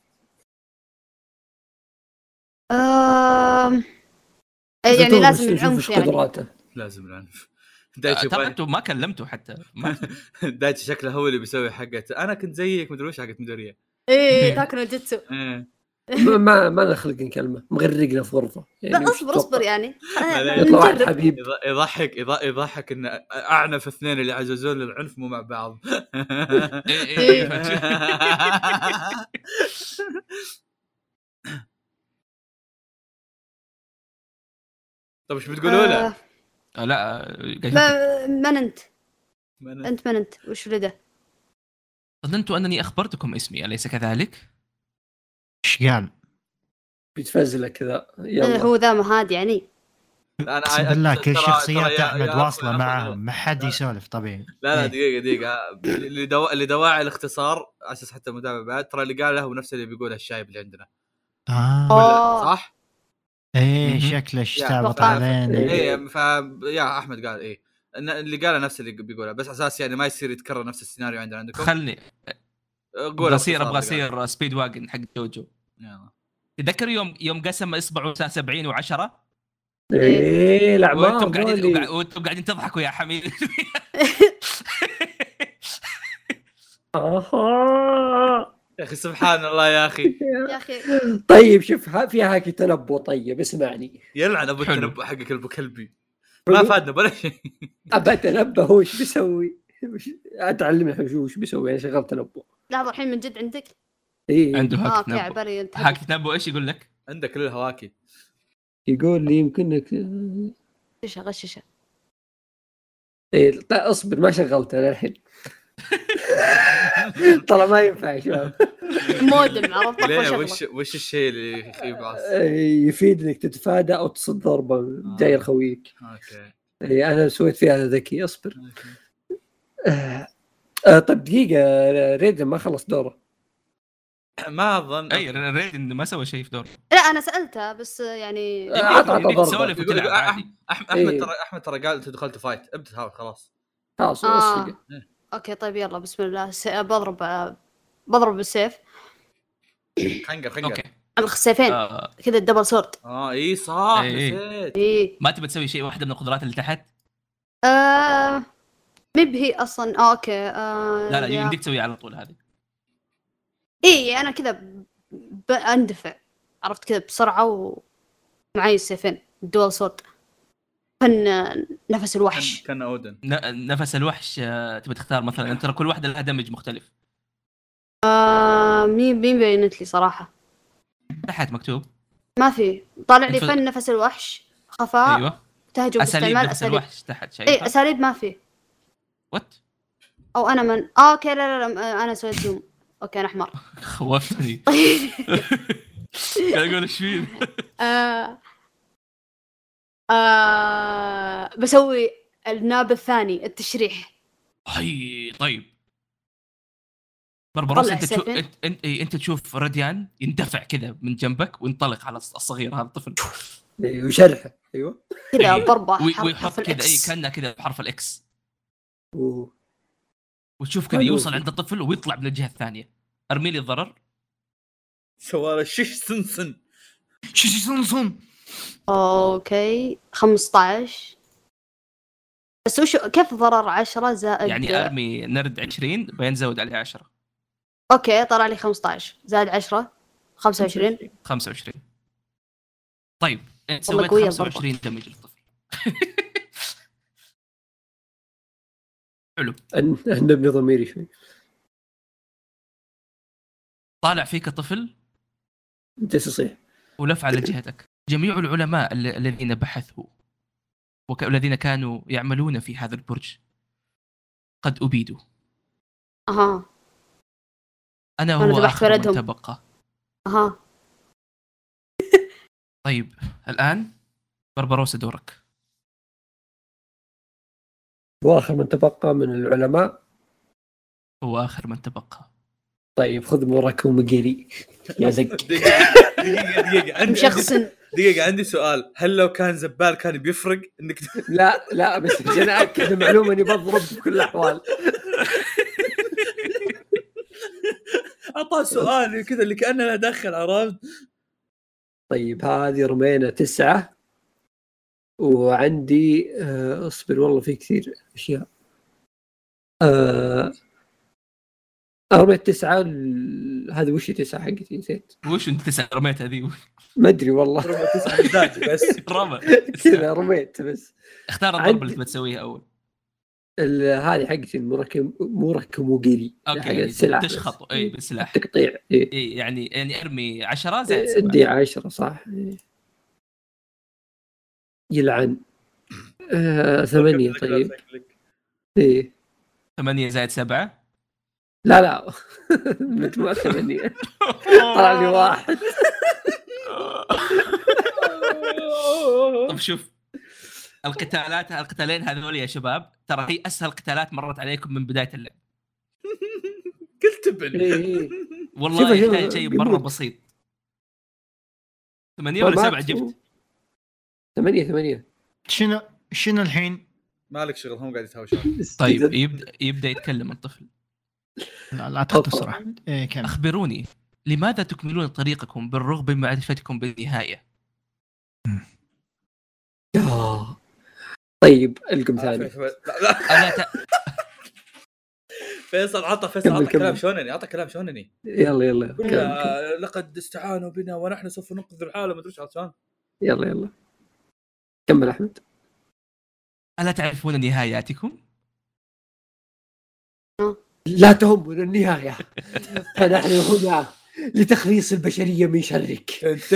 آم... يعني لازم العنف يعني. قدراته لازم العنف. آه، دايتشي ترى باي... انتم ما كلمتوا حتى ما دايتشي شكله هو اللي بيسوي حقه. انا كنت زيك مدري وش حقت مدوريه. ايه ذاك نوجيتسو. إيه. ما ما ما نخلق نكلمه مغرقنا في غرفه لا وش اصبر تتوقع؟ اصبر يعني. لا، يطلع واحد نجرب. حبيب. يض- يضحك يض- يضحك ان اعنف اثنين اللي عززون للعنف مو مع بعض. إيه، إيه، فهمت. طب ايش بتقولوا له؟ آه، آه، لا آه، قاعد ما من انت؟ من- انت من انت؟ وش ولده؟ ظننت انني اخبرتكم اسمي، اليس كذلك؟ ايش قال؟ بيتفزله كذا آه، يلا. هو ذا مهاد يعني. انا اقسم بالله كل ترى- ترى شخصيات يا- احمد يا واصله أخوي، معاهم، ما حد يسولف طبيعي. لا لا إيه. دقيقه دقيقه لدو... لدواعي الاختصار على اساس حتى المتابع بعد، ترى اللي قاله هو نفس اللي بيقوله الشايب اللي عندنا. اه آه. صح؟ ايه مهم. شكله يا اشتابط توقعت. علينا. إيه. ايه ف يا احمد قال ايه إن اللي قاله نفس اللي بيقوله، بس على اساس يعني ما يصير يتكرر نفس السيناريو عندنا عندكم. خلني قول ابغى اصير باختصار ابغى اللي قاله. اصير سبيد واجن حق جوجو. يلا. تذكر يوم يوم قسم اصبعه سبعين وعشرة ايه الاعمار وانتم قاعدين ذولي. وقاعد- وانتم قاعدين تضحكوا يا حميد. آها. يا اخي سبحان الله يا اخي. يا اخي طيب شوف ها- في هاكي تنبؤ. طيب اسمعني يلعن ابو حلو. التنبؤ حقك ابو كلبي. ما فادنا ولا شيء. ابى اتنبأ هو ايش بيسوي. وش- اتعلم شو وش بيسوي يعني شغال تنبؤ. لحظه الحين من جد عندك؟ ايه عنده اه هاك اوكي تنبؤ. عبالي انت. هاك تنبؤ ايش يقول لك؟ عندك كل الهواكي. يقول لي يمكنك غششه غششه. ايه طيب اصبر ما شغلت انا الحين. طلع ما ينفع يا شباب. مودم عرفت ليه طفى وش شغله. وش الشيء اللي يبعث؟ إيه، يفيد انك تتفادى او تصد ضربه جاي لخويك. اوكي إيه، انا سويت فيها أنا ذكي. اصبر. أوكي. آه آه، طيب دقيقه ريدن ما خلص دوره. ما اظن. اي ريد ما سوى شيء في دور. لا انا سالته بس يعني آه، عط عط يمديك ضربه. تسولف يقول- وتلعب يقول- عادي. احمد احمد إيه. ترى احمد ترى قال انت دخلت فايت ابدا هاو خلاص. خلاص آه. اصفق. اوكي طيب يلا بسم الله. س... بضرب بضرب بالسيف. خنقر خنقر. اوكي السيفين آه، كذا الدبل سورد. اه اي صح إيه، إيه. نسيت. ايه ما تبي تسوي شيء واحده من القدرات اللي تحت؟ آه... مي بهي اصلا. آه اوكي آه... لا لا يا- يمديك تسوي على طول هذه. ايه انا كذا ب... باندفع عرفت كذا بسرعه ومعي السيفين الدول سورد. كان نفس الوحش. كان كان اودن. ن- نفس الوحش آه، تبي تختار مثلا انت، ترى كل واحده لها دمج مختلف. آه... مين مين بينت لي صراحه تحت مكتوب. ما في. طالع لي انت- فن نفس الوحش خفاء ايوه تهجم اساليب باستعمال نفس اساليب. الوحش تحت اي شايفها. اساليب ما في. وات او انا من آه اوكي لا لا, لا. انا سويت زوم. اوكي انا احمر. خوفتني. قاعد اقول ايش فيه. آه... آه... بسوي الناب الثاني التشريح. هي طيب بربروس طلع انت تشوف سيفين. انت انت, إيه، انت تشوف راديان يندفع كذا من جنبك وينطلق على الصغير هذا الطفل إيه، وشرحه ايوه. كذا إيه. ضربه وي- حرف- ويحط حرف كذا اي الإكس. كانه كذا بحرف الاكس، و- وتشوف كذا حلو. يوصل عند الطفل ويطلع من الجهه الثانيه. ارمي لي الضرر. سوالف شش سنسن. شو شو صن صن اوكي خمسة عشر. بس وش كيف ضرر عشرة زائد يعني ارمي نرد عشرين بينزود عليه عشرة. اوكي طلع لي خمسة عشر زائد عشرة خمسة وعشرين. خمسة وعشرين. طيب انت والله سويت قوية خمسة وعشرين دمج للطفل. حلو. أن- نبني ضميري شوي. طالع فيك طفل انت تصيح. ولف على جهتك. جميع العلماء ال- الذين بحثوا والذين كانوا يعملون في هذا البرج قد أبيدوا. اها أنا أنا هو ذبحت آخر من ولدهم. تبقى. اها طيب الآن بربروسا دورك. واخر من تبقى من العلماء هو آخر من تبقى. طيب خذ موراكو مقيري يا زق. دقيقه دقيقه دقيقه عندي مشخصن. دقيقه عندي سؤال، هل لو كان زبال كان بيفرق انك لا لا بس عشان اكد المعلومه اني بضرب بكل الاحوال. اعطاه سؤال كذا اللي كانه لا دخل، عرفت؟ طيب هذه رمينا تسعة وعندي آه، اصبر والله في كثير اشياء. آه، رميت تسعة ال- هذه وش تسعة حقتي نسيت وش انت تسعة رميت هذه؟ ما ادري والله. ربع تسعة مزاج بس. رمى كذا رميت بس. اختار الضربه عندي- اللي تبي تسويها اول. ال- هذه حقتي المركب مركب وقيري اوكي حق يعني السلاح تشخط اي بالسلاح. تقطيع إيه. اي يعني يعني ارمي عشرة زائد سبعة. ادي عشرة صح إيه. يلعن آه، ثمانية. طيب ايه ثمانية زائد سبعة. لا لا مجموعة ثمانية طلع لي واحد. طب شوف القتالات القتالين هذول يا شباب ترى هي اسهل قتالات مرت عليكم من بدايه اللعب قلت ابن إيه. والله. شوف- يحتاج شوف، شيء مره قمود. بسيط. ثمانية ولا ما سبعة أكتب. جبت؟ ثمانية ثمانية. شنو شنو الحين؟ مالك شغل، هم قاعد يتهاوشون. طيب يبدا يبدا يتكلم الطفل. لا, لا تختصر. ايه كم اخبروني لماذا تكملون طريقكم بالرغم من معرفتكم بالنهايه؟ آه. طيب القم ثاني. لا لا الا ت... فيصل عطى فيصل كمل- عطى كلام كمل. شونني، عطى كلام شونني. يلا يلا قل كمل. آه، لقد استعانوا بنا ونحن سوف ننقذ العالم. ما ادري ايش عشان. يلا يلا كمل أحمد. الا تعرفون نهاياتكم؟ لا تهمنا النهاية فنحن هنا لتخليص البشرية من شرك.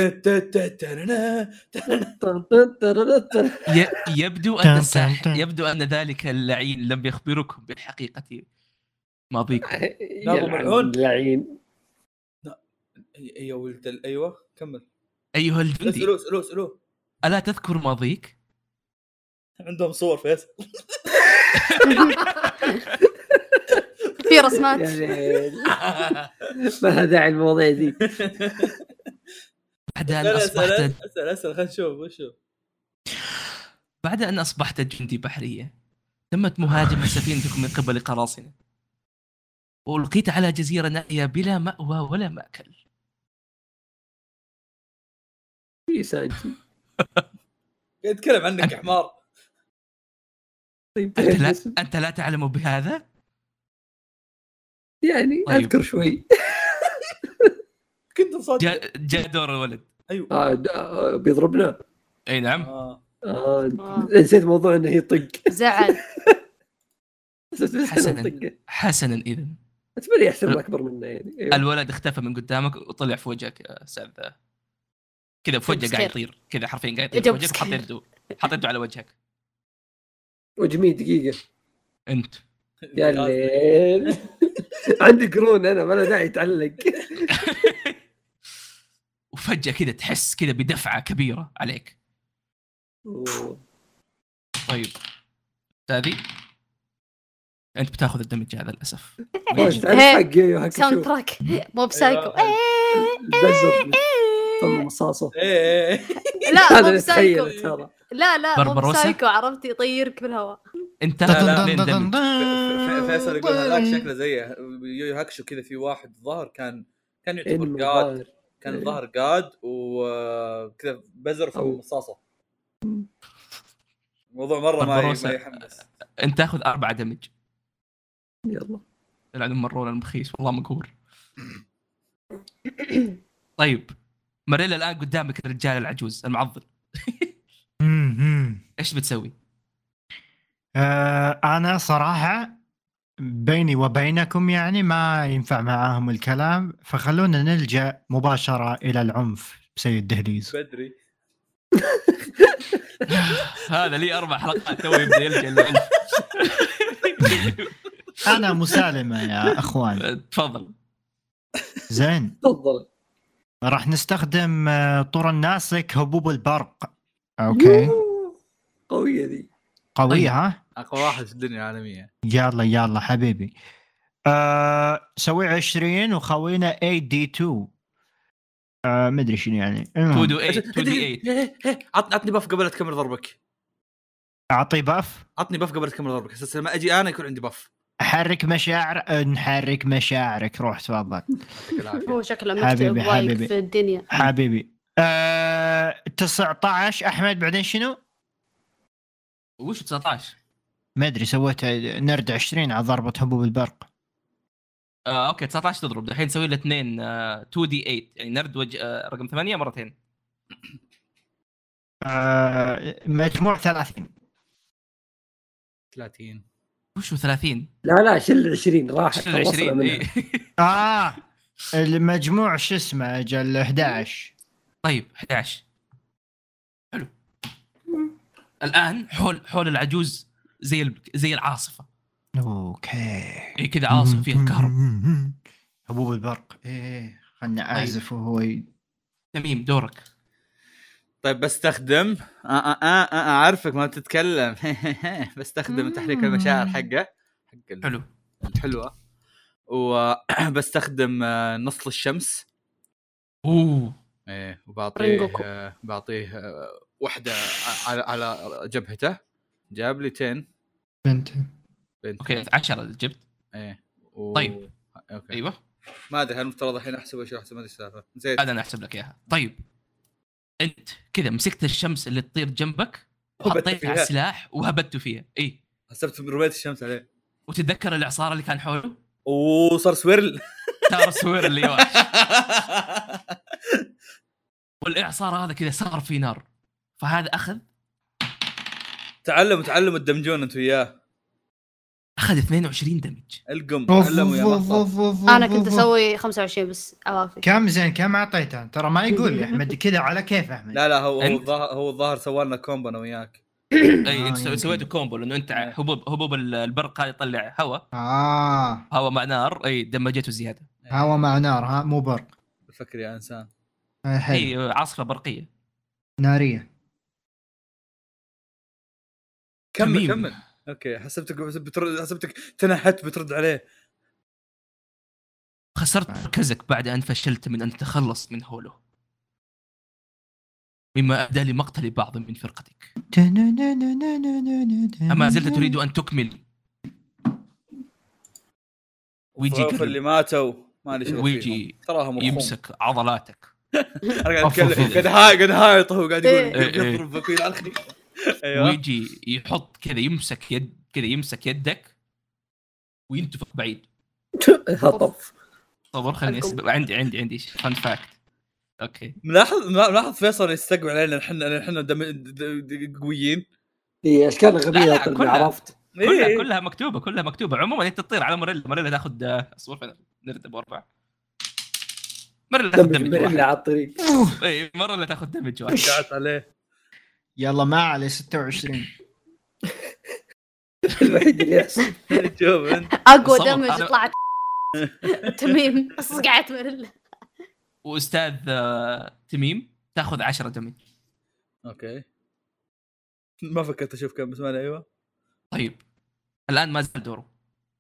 ي... يبدو ان تن- الساح... تن- تن. يبدو ان ذلك اللعين لم يخبركم بالحقيقه ماضيكم. نابو ملعون. لعين. يا ولد ال- ايوه كمل. ايها الجندي اسالوه اسالوه اسالوه. الا تذكر ماضيك؟ عندهم صور فيصل. في رسمات. يا ليل. ما لها داعي المواضيع دي. بعد ان لا اصبحت اسال اسال اسال خلينا نشوف وشو. بعد ان اصبحت جندي بحريه تمت مهاجمه سفينتكم من قبل قراصنه والقيت على جزيره نائيه بلا مأوى ولا مأكل. في سانتي. قاعد يتكلم عنك يا حمار. طيب انت لا انت لا تعلم بهذا؟ يعني طيب. اذكر شوي. كنت مصدق. جاء جاء دور الولد. ايوه آه د- آه، بيضربنا. اي نعم. آه. آه آه. نسيت موضوع انه يطق. زعل. حسنا حسنا اذا اتمنى يحسب اكبر منا يعني. أيوة. الولد اختفى من قدامك وطلع في وجهك يا استاذ كذا في وجهك قاعد يطير كذا حرفيا قاعد يطير في جوب وجهك سكير. حط يده حط يده على وجهك وجميل دقيقة. انت. يا الليل. عندي قرون انا ما له داعي يتعلق. وفجأة كذا تحس كذا بدفعة كبيرة عليك. أوه. طيب هذه انت بتاخذ الدمج هذا للاسف. بس تعرف حق يو ساوند هاكشو. تراك مو بسايكو. أيوة. إيه. البزر طلع مصاصه. ايه إيه. لا هذا مو اللي بسايكو. تخيل ترى. لا لا مو بربروسا؟ بسايكو. عرفت يطيرك بالهواء. انت لا، لا. اثنين دمج. ف- ف- فيصل يقول هذاك شكله زيه يو هاكشو كذا. في واحد ظهر كان كان يعتبر إنه قاد. ظاهر. كان إيه. الظهر قاد وكذا بزر في أو. مصاصه. موضوع مره ما بربروسا. ما يحمس. انت تاخذ أربعة دمج. يلا. العدو مرون المخيس والله مقهور. طيب ماريلا الان قدامك الرجال العجوز المعضل. ايش بتسوي؟ آه انا صراحه بيني وبينكم يعني ما ينفع معاهم الكلام، فخلونا نلجأ مباشره الى العنف بسيد دهليز. بدري. هذا لي اربع حلقات تو يبدا يلجأ للعنف. انا مسالمه يا اخوان. تفضل. زين تفضل. راح نستخدم آه، طور الناسك هبوب البرق. اوكي يوه. قوية ذي. قويه طيب. ها. اقوى واحد في الدنيا العالميه. يلا يلا حبيبي. آه سوي عشرين وخوينا اي دي اثنين. آه ما ادري شنو يعني. تو دو ثمانية تو دي ثمانية. عط عطني بف قبل لا تكمل ضربك. اعطي باف. عطني بف قبل لا تكمل ضربك اساس لما اجي انا يكون عندي بف. حرك مشاعر نحرك مشاعرك. روح تفضل. هو شكله حبيبي، مكتب وايق حبيبي. في الدنيا. حبيبي. آه تسعة عشر احمد. بعدين شنو؟ وش تسعة عشر؟ ما ادري سويت نرد عشرين على ضربة حبوب البرق. آه، اوكي تسعة عشر تضرب. الحين نسوي له اثنين آه، تو دي ثمانية يعني نرد وج... آه، رقم ثمانية مرتين. آه مجموع ثلاثين. ثلاثين. وش هو ثلاثين؟ لا لا شل عشرين راحت شل خلصنا عشرين منها. إيه. اه المجموع شو اسمه اجل احد عشر. طيب احد عشر حلو. الان حول حول العجوز زي ال... زي العاصفه. اوكي. اي كذا عاصفه فيها كهرب. حبوب البرق. ايه خلنا اعزف وهو ي... تميم دورك. طيب بستخدم آه آه آه آه اعرفك ما تتكلم. بستخدم تحريك المشاعر حقه حق ال- حلو. الحلوه. وبستخدم آه، نصل الشمس. اوه ايه وبعطيه رينجوكو. آه، بعطيه آه، واحده على على جبهته. جاب لي عشرة بنت. بنت. اوكي عشرة جبت. ايه و... طيب. اوكي ايوه ما ادري هل المفترض الحين احسب ايش احسب ما ادري السالفه نسيت. هذا انا احسب لك اياها. طيب انت كذا مسكت الشمس اللي تطير جنبك هبت وحطيتها فيها. على السلاح وهبته فيها. اي حسبت رميت الشمس عليه وتتذكر الاعصار اللي كان حوله وصار سويرل. صار سوير اللي واش. والاعصار هذا كذا صار في نار فهذا اخذ تعلم تعلم الدمجون انت وياه. اخذ اثنين وعشرين دمج. القم تعلموا يا مخطط. انا كنت اسوي خمسة وعشرين بس اوافق. كم زين كم اعطيته؟ ترى ما يقول لي احمد كذا على كيف احمد. لا لا هو هو أنت؟ الظاهر هو الظاهر سوى لنا كومبو انا وياك. اي آه، انت سوي- يمكن. سويت كومبو لانه انت هبوب هبوب البرق هذا يطلع هواء اه هواء مع نار. اي دمجته زياده. هوا مع نار ها مو برق. فكر يا انسان. آه، حلو. اي عاصفه برقيه. ناريه. كمل تميم. كمل. اوكي حسبتك بترد حسبتك تنحت بترد عليه. خسرت مركزك بعد ان فشلت من ان تتخلص من هولو مما ادى لمقتل بعض من فرقتك. اما زلت تريد ان تكمل ويجي الظروف اللي يقرب ماتوا ما لي شغل ويجي فيهم. تراهم رخوم. يمسك عضلاتك. انا قاعد أوف، اتكلم أوف. قاعد هاي قاعد هايط هو قاعد إيه. يقول إيه، إيه. يضرب فيل على الخير. ايوه ويجي يحط كذا يمسك يد كذا يمسك يدك وينتفخ بعيد. هطف. صبر خلني أسبق. عندي عندي عندي فان فاكت. اوكي ملاحظ ملاحظ فيصل يستقبل علينا احنا احنا دم... د- د- قويين. هي اشكال لا، غبيه لا، طلع، كلها. عرفت. كلها إيه. كلها مكتوبه كلها مكتوبه. عموما انت تطير على مريلا مريلا تاخذ اصبر نرد ابو اربعه. مريلا تاخذ دمج دمج من اللي واحد. على الطريق. اي مريلا تاخذ دمج واحد. قعدت عليه. يلا ما عليه ستة وعشرين. الوحيد اللي يحصل. شوف انت اقوى صبر، دمج أنا- طلعت. تميم بس قعدت مرله. واستاذ آه، تميم تاخذ عشرة دمج. اوكي ما فكرت اشوف كم بس ما له. ايوه طيب الان ما زال دوره.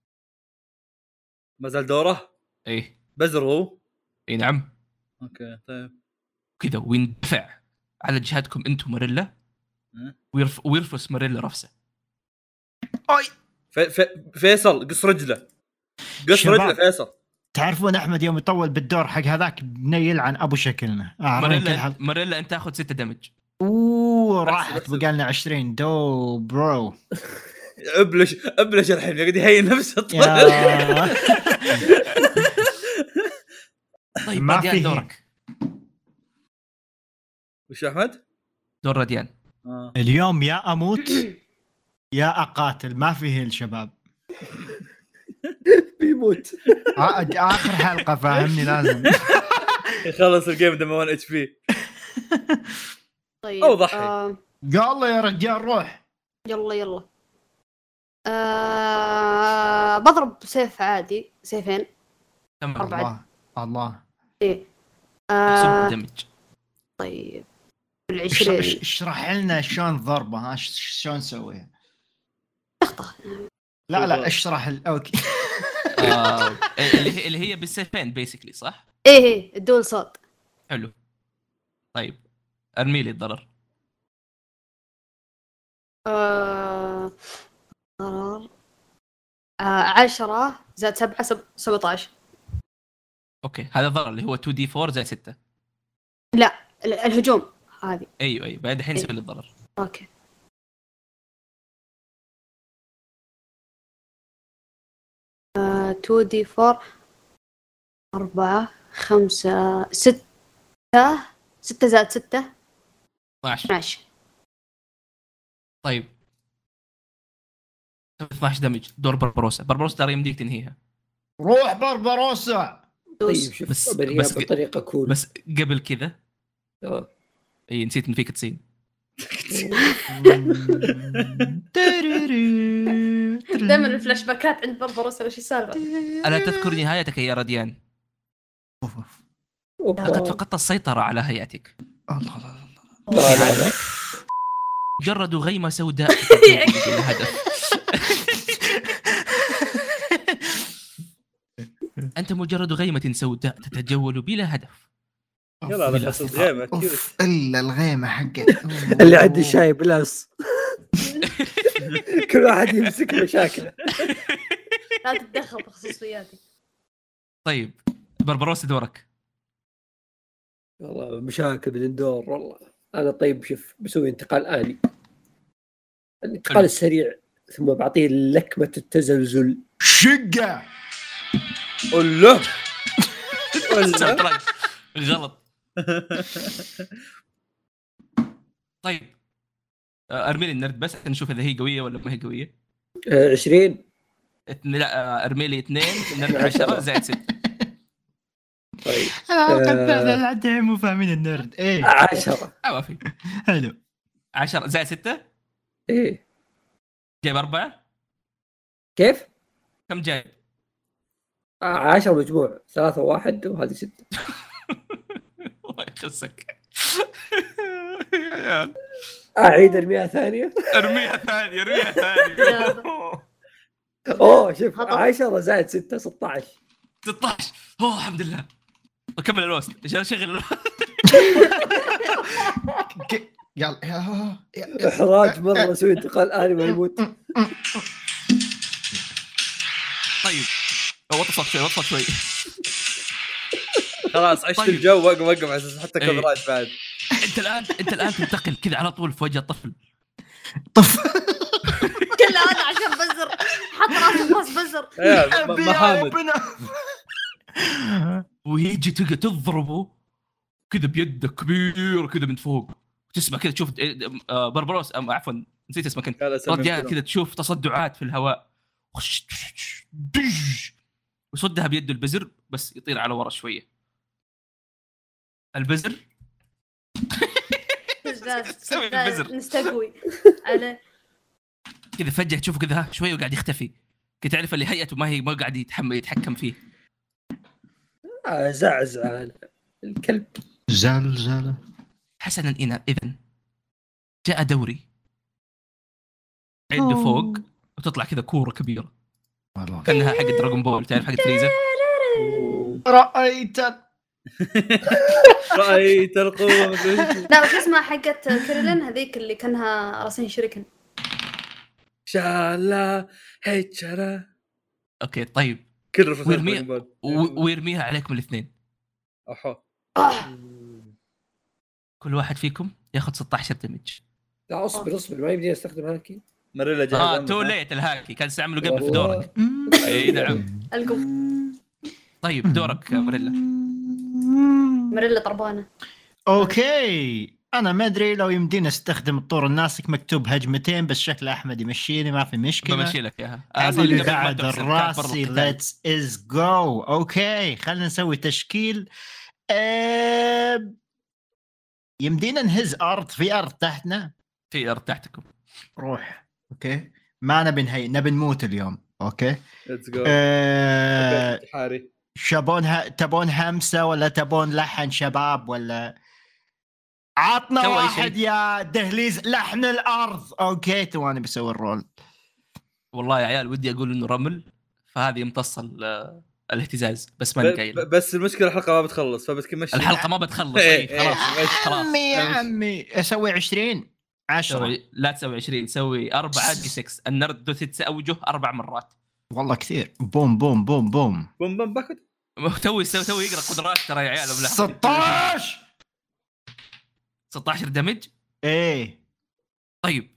ما زال دوره. ايه بزر هو. اي نعم. اوكي طيب كذا ويندفع على جهتكم انتم مريلا م? ويرف ويرفس مريلا رفسه. في... في... فيصل قص رجله قص شباب. رجله فيصل. تعرفون احمد يوم يطول بالدور حق هذاك بنيل عن ابو شكلنا. آه مريلا مريلا انت تاخذ ستة دمج. اوه بس- راحت بس- بقى لنا عشرين دو برو. ابلش ابلش الحين قاعد يهين نفسه. يا طيب ما راديان فيه. دورك. وش احمد؟ دور راديان. آه. اليوم يا اموت يا اقاتل. ما فيه الشباب. بيموت. آه، اخر حلقه فاهمني لازم. يخلص الجيم دم واحد اتش بي. طيب أو ضحي. آه يلا يا رجال روح. يلا يلا. آه بضرب سيف عادي سيفين. تمام. أربعة. الله الله. ايه احسب آه دمج. طيب اشرح- بالعشرين اشرح لنا شلون ضربه. ها ش- شلون نسويها. لقطة. لا لا اشرح ال... اوكي. آه اللي هي اللي هي بالسيفين بيسكلي صح؟ ايه ايه الدول صوت. حلو. طيب ارمي لي الضرر. آه... ضرر آه... عشرة زائد سبعة سب... سبعة عشر. اوكي هذا الضرر اللي هو تو دي فور زائد ستة. لا ال- الهجوم هذه. ايوه ايوه بعد الحين نسوي لي الضرر. اوكي آه... تو دي فور أربعة خمسة ستة ستة زائد ستة اثناشر. اثنا عشر. طيب اثنا عشر دمج. دور بربروسا. بربروسا ترى يمديك تنهيها. روح بربروسا. طيب شوف بس- بنيها بس- بطريقه كول. بس قبل كذا آه. اي نسيت ان فيك تسين. دائما الفلاش باكات عند بربروسا وش السالفه؟ الا تذكر نهايتك يا رديان؟ أوبا. لقد فقدت السيطرة على هيئتك. الله الله لا لا لا. مجرد غيمة سوداء تتجول بلا هدف. أنت مجرد غيمة سوداء تتجول بلا هدف. يلا على خصوص غيمه كيوت. اوف الا الغيمه حقت اللي عندي شاي بلاس. كل واحد يمسك مشاكله. لا تتدخل بخصوصياتي. طيب بربروسا دورك. والله مشاكل بالاندور والله. انا طيب شوف بسوي انتقال آلي. الانتقال السريع ثم بعطيه لكمة التزلزل. شقه. قول له قول له ترى غلط. طيب آه، ارمي لي النرد بس عشان نشوف اذا هي قويه ولا ما هي قويه. آه، عشرين. اثن- لا آه، ارمي لي اثنين النرد عشرة زائد ستة. طيب انا العدين مو فاهمين النرد. ايه عشرة. ما في. حلو. عشرة زائد ستة ايه جايب أربعة. كيف؟ كم جايب؟ آه، عشرة مجموع ثلاثة واحد وهذه ستة. الله يخسك. يا عيال أعيد المئة ثانية. ارميها ثاني ارميها ثاني. أوه شوف هطل. عشرة زائد ستة ستة عشر. ستة عشر. اوه الحمد لله. وكمل الوست عشان اشغل الوست. ك- يلا يا- يا- إحراج مرة أسوي انتقال آلي ما يموت. طيب وطفت شوي وطفت شوي. خلاص عشت طيب. الجو وقف وقف على اساس حتى إيه. كاميرات بعد. انت الان انت الان تنتقل كذا على طول في وجه الطفل. طف. كله انا عشان بزر حط راسي باص بزر. يا م- أبي يا محامد ابنه. ويجي تلقى تضربه كذا بيده كبير كذا من فوق. تسمع كذا تشوف آه، بربروس أم عفوا نسيت اسمه كنت. قال اسمي رجال فيلم. كذا تشوف تصدعات في الهواء. دج. ويصدها بيده البزر بس يطير على ورا شويه. البزر سوي البزر. نستقوي على كذا فجأة تشوفه كذا ها شوي وقاعد يختفي. كي تعرف اللي هيئته ما هي ما قاعد يتحمل يتحكم فيه. آه، زعزع أنا. الكلب. زلزلة. حسنا إنا إذن جاء دوري. عده فوق وتطلع كذا كورة كبيرة والله كأنها حق دراغون بول تعرف حق فريزر. رأيت رأيت القوة. لا وش اسمها حقت كيرلين هذيك اللي كانها راسين شركن. شالا هيتشرا. أوكي طيب كل رفضات ويرميها دراغون بول. و- ويرميها عليكم الاثنين. أحو. آه. كل واحد فيكم ياخذ ستة عشر دمج. لا اصبر اصبر ما يبدي استخدم هاكي. مريلا جاهز. اه تو ليت الهاكي كان استعمله قبل في والله. دورك. اي نعم. القم طيب دورك يا مريلا. مريلا طربانه. اوكي انا ما ادري لو يمدينا استخدم الطور الناسك مكتوب هجمتين بس شكل احمد يمشيني ما في مشكله. بمشي لك اياها. هذا اللي بعد الراسي ليتس از جو. اوكي خلينا نسوي تشكيل. أه... يمدينا نهز ارض في ارض تحتنا. في ارض تحتكم. روح اوكي ما نبي نهي نبي نموت اليوم. اوكي ليتس جو. أه... حاري. شبون تبون همسه ولا تبون لحن شباب ولا عطنا سوي واحد شيء. يا دهليز لحن الارض. اوكي تو انا بسوي الرول. والله يا عيال ودي اقول انه رمل فهذه يمتص ال- الاهتزاز بس ما ب- نقايله. ب- بس المشكله الحلقه ما بتخلص فبتمشي الحلقه ما بتخلص. إيه، إيه، خلاص إيه، خلاص. عمي يا عمي اسوي عشرين عشرة. سوي لا تسوي عشرين، سوي أربعة دي ستة. النرد ذو ست أوجه أربع مرات. والله كثير. بوم بوم بوم بوم. بوم بوم باكد توي سوي توي يقرا قدرات ترى يا عيال. ستة عشر ستة عشر دمج. ايه طيب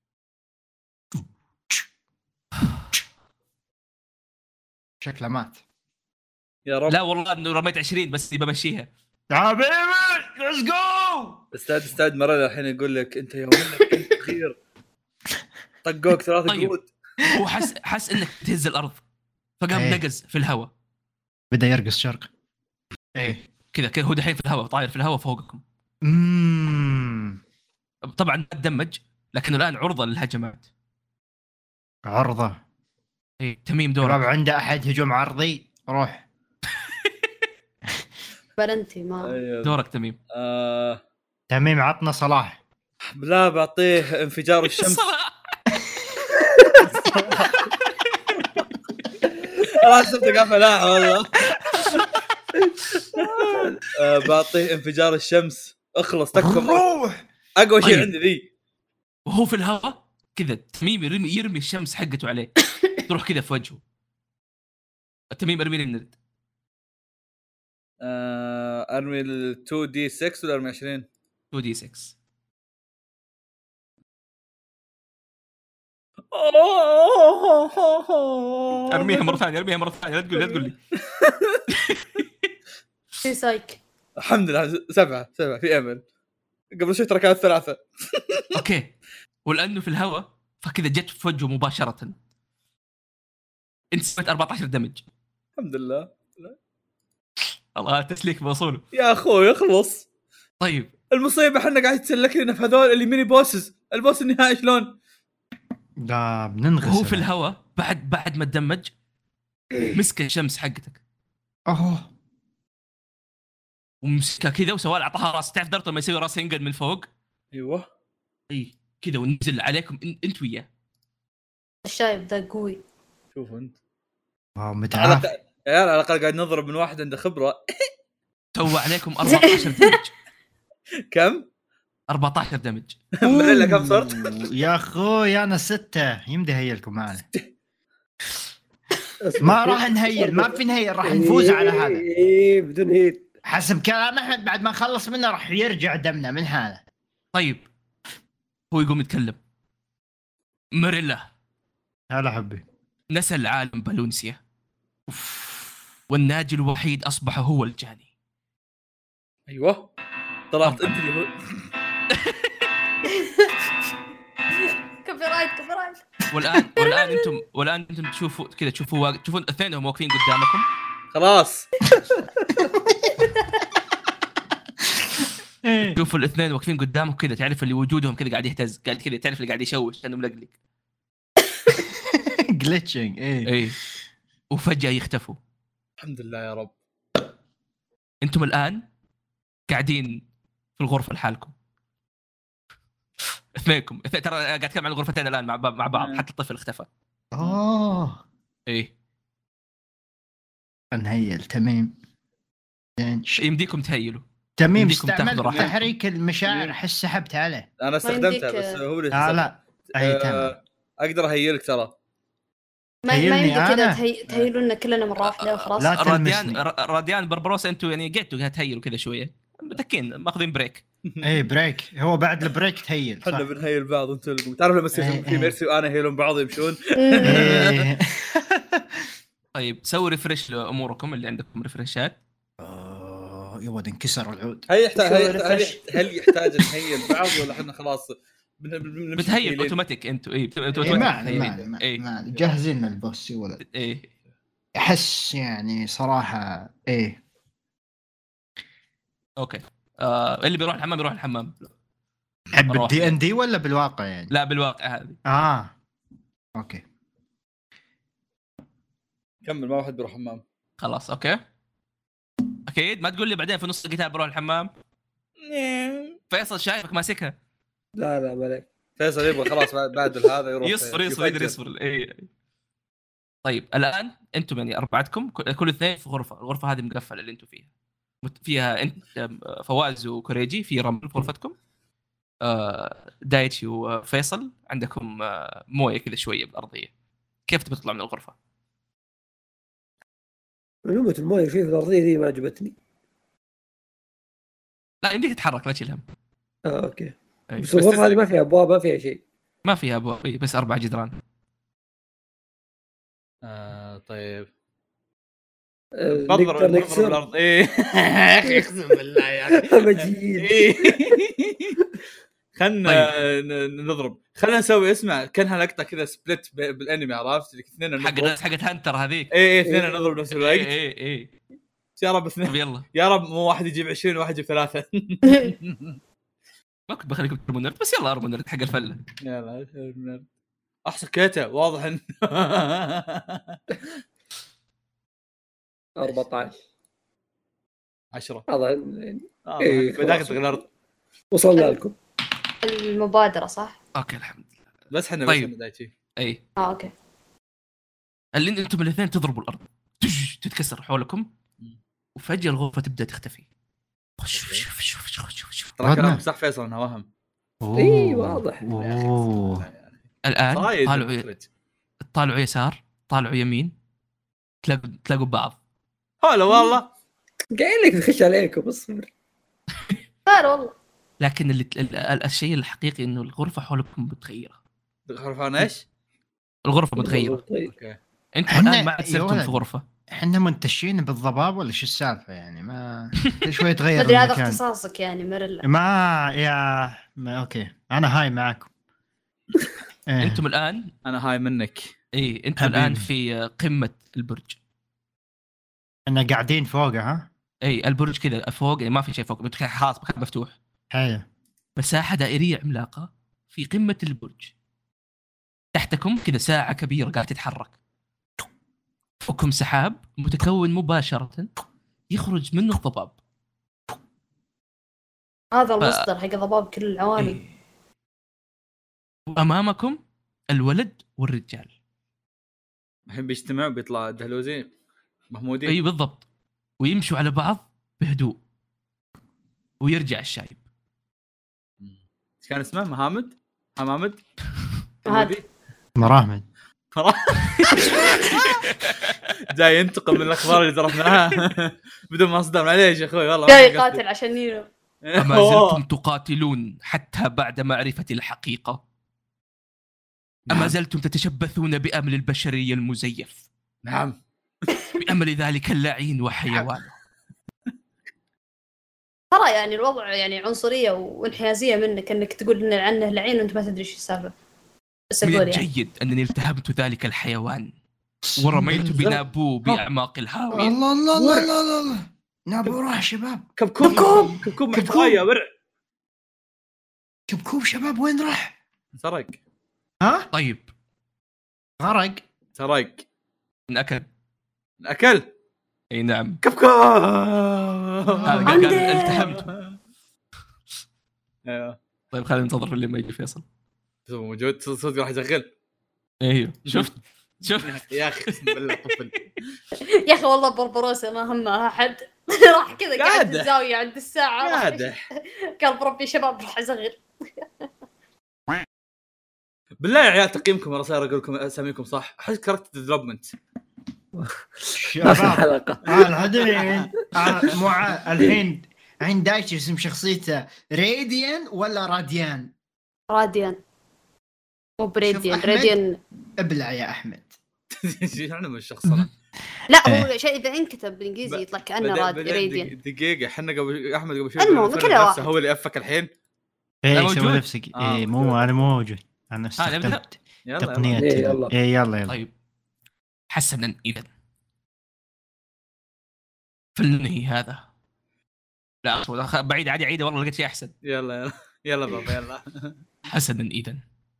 شكله مات. يا رب. لا والله انه رميت عشرين بس بمشيها. حبيبي ليتس جو. استاذ استاذ مرة الحين يقول لك انت يا ولد انت كثير طقوك ثلاث طيب. قرود. هو حس حس انك تهز الارض فقام إيه. نقز في الهواء بدا يرقص شرق. ايه كذا كذا. هو دحين في الهواء طاير في الهواء فوقكم. امم طبعا ما تدمج لكنه الان عرضه للهجمات. عرضه. اي تميم شباب دورك. عنده احد هجوم عرضي روح. بلنتي ما أيوة. دورك تميم. آه... تميم عطنا صلاح. لا بعطيه انفجار الشمس. راح صرت قفلاح والله. آه بعطيه انفجار الشمس. اخلص تكفى. روح. اقوى شيء طيب. عندي ذي. وهو في الهواء كذا تميم يرمي يرمي الشمس حقته عليه تروح كذا في وجهه. التميم ارمي لي النرد. آه ارمي ال اثنين دي ستة ولا ارمي عشرين؟ اثنين دي ستة. ارميها مره ثانيه ارميها مره ثانيه. لا تقول لا تقول لي. في سايك. الحمد لله سبعة سبعة في امل. قبل شوي ترى كانت ثلاثة. اوكي. ولانه في الهواء فكذا جت في وجهه مباشره. انت سويت أربعة عشر دمج. الحمد لله. الله تسليك بوصوله. يا اخوي اخلص. طيب المصيبة احنا قاعد تسلك لنا في هذول اللي ميني بوسز. البوس النهائي شلون؟ لا بننغسل. وهو في الهواء بعد بعد ما تدمج مسك الشمس حقتك اوه ومسكها كذا وسوال اعطاها راس. تعرف درته لما يسوي راس ينقل من فوق. ايوه اي كذا ونزل عليكم إن- انت وياه. الشايب ذا قوي. شوف انت واو على متعافى. الأقل- يا عيال على الاقل قاعد نضرب من واحد عنده خبرة. سوى عليكم أربعة عشر دمج. كم؟ أربعة عشر دمج. مريلا كم صرت؟ يا اخوي انا ستة يمدي هيلكم معنا. ما راح نهيل ما في نهيل راح نفوز على هذا. ايه بدون هيل. حسب كلام احمد بعد ما نخلص منه راح يرجع دمنا من هذا. طيب هو يقوم يتكلم. مريلا هلا حبي. نسى العالم بالونسيا والناجي الوحيد أصبح هو الجاني. ايوه طلعت انت اللي هو. كوبي رايت كوبي رايت. والآن والآن أنتم والآن أنتم تشوفوا كذا تشوفوا واق... تشوفون اثنينهم واقفين قدامكم. خلاص تشوفوا الاثنين واقفين قدامك كذا تعرف اللي وجودهم كذا قاعد يهتز قاعد كذا تعرف اللي قاعد يشوش كأنه ملقلق. جلتشنج ايه. ايه وفجأة يختفوا. الحمد لله يا رب. انتم الآن قاعدين في الغرفة لحالكم اثنينكم. ترى قاعد اتكلم عن الغرفتين الآن مع مع بعض. حتى الطفل اختفى. اوه ايه نهيل تميم. يعني ش- يمديكم تهيلوا. تميم يمديكم استعمل تاخذوا راحتكم. تحريك المشاعر احس سحبت عليه. انا استخدمتها يمديك- بس هو اللي لا لا اي تمام. آه، اقدر اهيلك ترى. ما ما تهيلني يمدي كذا أنا؟ تهي... تهيلوا لنا كلنا مره واحده وخلاص. لا راديان تلمسني. ر- راديان بربروس انتوا يعني قعدتوا تهيلوا كذا شوية متكين ماخذين بريك. اي بريك هو بعد البريك تهيل صح. احنا بنهيل بعض انتم اللي- تعرف لما يصير إيه، في إيه. ميرسي وانا هيلون بعض يمشون. إيه. طيب سووا ريفرش لاموركم اللي عندكم ريفرشات. آه، يا ولد انكسر العود. هل يحتاج شو هل هل, ريفرش؟ هل يحتاج نهيل بعض ولا احنا خلاص بن- بن- بنمشي بتهيل مهيلين؟ اوتوماتيك انتوا اي إيه، اوتوماتيك ما عليه، ما تهيلين. عليه، ما اي ما عليه. جاهزين البوس يا ولد. اي احس يعني صراحه ايه. اوكي. آه اللي بيروح الحمام بيروح الحمام. حب أروح. الدي ان دي ولا بالواقع يعني؟ لا بالواقع هذه. اه اوكي. كمل ما واحد بيروح حمام. خلاص اوكي اكيد ما تقول لي بعدين في نص القتال بروح الحمام. فيصل شايفك ماسكها. لا لا مالك. فيصل يبغى خلاص بعد بعد هذا يروح يصفر يصفر يقدر يفجر. يصفر. اي طيب الان انتم يعني اربعتكم كل كل اثنين في غرفه، الغرفه هذه مقفله اللي انتم فيها، مت- فيها انت آم، فواز وكوريجي في رمل في غرفتكم. آه، دايتشي وفيصل عندكم آه، مويه كذا شويه بالارضيه. كيف تبي تطلع من الغرفه؟ معلومة المويه شيء في الارضيه دي ما عجبتني. لا يمديك تتحرك، لا تشيل هم. اه اوكي. أي. بس الغرفه هذه ما فيها ابواب ما فيها شيء. ما فيها ابواب، أي، بس اربع جدران. آه طيب آه، بضرب نقدر بضرب نكسر الارض ايه يا اخي اقسم بالله يا اخي مجيد. إيه. خلنا ن- نضرب، خلنا نسوي اسمع كانها لقطه كذا سبلت ب- بالانمي، عرفت اثنين حق نضرب حقت هانتر هذيك. ايه ايه اثنين نضرب نفس اي الوقت. اي اي. يا رب طب اثنين، يلا يا رب مو واحد يجيب عشرين وواحد يجيب ثلاثة. ما كنت بخليكم ترمون نرد، بس يلا ارمون نرد حق الفله. يلا احسن كيتا واضح ان أربعة عشر عشرة هذا آه إيه، بداك خلاص. الارض وصلنا لكم. المبادرة صح؟ اوكي الحمد لله. بس احنا طيب. بس دايتشي اي اه اوكي. اللي انتم الاثنين تضربوا الارض، تج- تتكسر حولكم، وفجاه الغرفه تبدا تختفي. شوف شوف شوف شوف شوف شوف. ترى ردنا. كلامك صح فيصل انه وهم. إيه، واضح. أوه. الان صايد طالعوا المخرج. طالعوا يسار، طالعوا يمين، تلاقوا تلاقوا بعض. هلا والله قايل لك نخش عليكم اصبر. صار والله. لكن اللي ال- ال- الشيء الحقيقي انه الغرفه حولكم متغيره. غرفان ايش؟ الغرفه متغيره. طيب. اوكي انتم إحنا- الان ما عاد يا صرتم ولد. في غرفه. احنا منتشين بالضباب ولا شو السالفه يعني؟ ما كل شوي تغير مدري هذا المكان. اختصاصك يعني مرلا. ما يا ما اوكي انا هاي معكم. إيه. انتم الان انا هاي منك. اي انتم حبيبي. الان في قمه البرج. احنا قاعدين فوقه ها. اي البرج كذا فوق، يعني ما في شيء فوق، متخيل خلاص مكان مفتوح، حلو. مساحه دائريه عملاقه في قمه البرج. تحتكم كذا ساعه كبيره قاعده تتحرك، فوقكم سحاب متكون مباشره يخرج منه الضباب. هذا المصدر حق ضباب كل العوالم. إيه. وامامكم الولد والرجال. الحين بيجتمعوا بيطلع دهلوزي محمودي. اي بالضبط، ويمشوا على بعض بهدوء، ويرجع الشايب. ايش كان اسمه؟ محمد حمامد هذا مراحمد. جاي ينتقم من الاخبار اللي ضربناها بدون ما اصدم. معليش يا اخوي والله جاي يقاتل عشان نينو. أما زلتم تقاتلون حتى بعد معرفة الحقيقة؟ أما زلتم تتشبثون بأمل البشرية المزيف، نعم بأمل ذلك اللعين وحيوانه؟ ترى يعني الوضع يعني عنصرية وانحيازية منك انك تقول ان عنه لعين وانت ما تدري ايش السالفة. بس من اقول يعني الجيد أنني التهمت ذلك الحيوان ورميت بنابوه بأعماق الهاوية. الله الله الله الله الله. نابو راح شباب. كبكوب كبكوب. كبكوب كبكوب. محتوية ورع كبكوب شباب وين راح؟ سرق ها؟ طيب غرق. سرق انأكل. اكل أي نعم. كبكوب. هذا قال قال التهمت. ايوه طيب خلينا ننتظر لما يجي فيصل. شوف موجود صدق راح يشغل. ايوه شفت شفت يا اخي اقسم بالله طفل. يا اخي والله بربروسة ما همها احد. راح كذا قاعد قاعدة. الزاوية عند الساعة راح قاعدة قال بربي شباب راح ازغر. بالله يا عيال تقييمكم ورا صاير اقول لكم اساميكم صح. احس كاركتر ديفلوبمنت. اخر شباب. حلقه. آه، الحين آه، مو ع- الحين الحين دايتشي اسم شخصيته راديان ولا راديان؟ راديان مو بريديان. أحمد. راديان ابلع يا احمد. احنا من الشخص انا لا هو شيء اذا انكتب بالانجليزي يطلع كانه بعدين- راد بعدين راديان. دقيقة احنا قبل احمد قبل شوي المهم، قال كذا نفسه واحد. هو اللي افك الحين. ايه موجود؟ سوي نفسك. آه. ايه مو انا مو موجود. انا آه، نبدأ؟ استخدمت يلا تقنية. إيه، يلا. ايه يلا يلا. طيب حسنا إذا فلننهي هذا. لا أصبر، خ- بعيد عادي عيدة والله لقيت شيء أحسن. يلا يلا يلا بابا يلا. حسنا إذا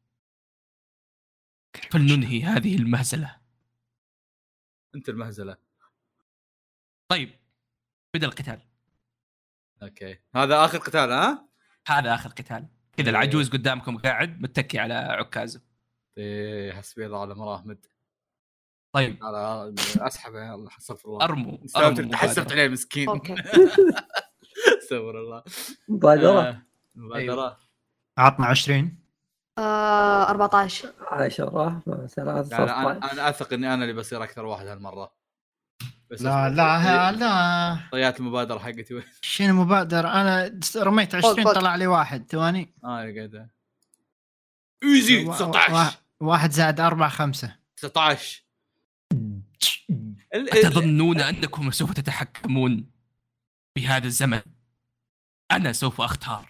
فلننهي هذه المهزلة. انت المهزلة. طيب بدأ القتال. اوكي هذا اخر قتال ها؟ هذا آخر قتال. كذا العجوز قدامكم قاعد متكي على عكازه. ايه حسبي الله على مراحمد. طيب على اسحب يا الله استغفر الله ارموا استوعبت ارموا تحسبت مبادرة. عليه مسكين اوكي. استغفر الله مبادرة آه، مبادرة عطنا عشرين. آه أربعة عشر. عشرة ثلاثة لا لا انا ثلاثة انا اثق اني انا اللي بصير اكثر واحد هالمره بس لا أصبر. لا لا طيات المبادره حقتي وين؟ شنو مبادر؟ انا رميت عشرين فوق. طلع لي واحد ثواني. اه قاعد ايزي وا- تسعة عشر وا- واحد زائد أربعة خمسة. تسعة عشر ال- ال- أتظنون أنكم سوف تتحكمون بهذا الزمن؟ أنا سوف أختار.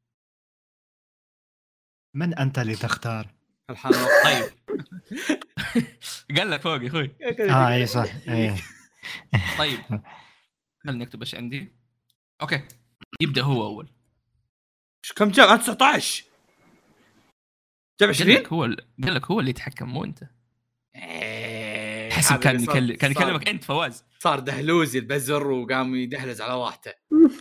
من أنت اللي تختار؟ الحان الوقت. طيب قال لك فوق يا أخوي. اه اي صح اي. طيب خليني أكتب إيش عندي. أوكي يبدأ هو أول. كم جاب؟ تسعة عشر جاب قال عشرين؟ لك هو ال- قال لك هو اللي يتحكم مو أنت. إيه، حسب هذا كان اللي صار- يكلم كان صار- يكلمك أنت فواز. صار دهلوزي البزر وقام يدهلز على راحته.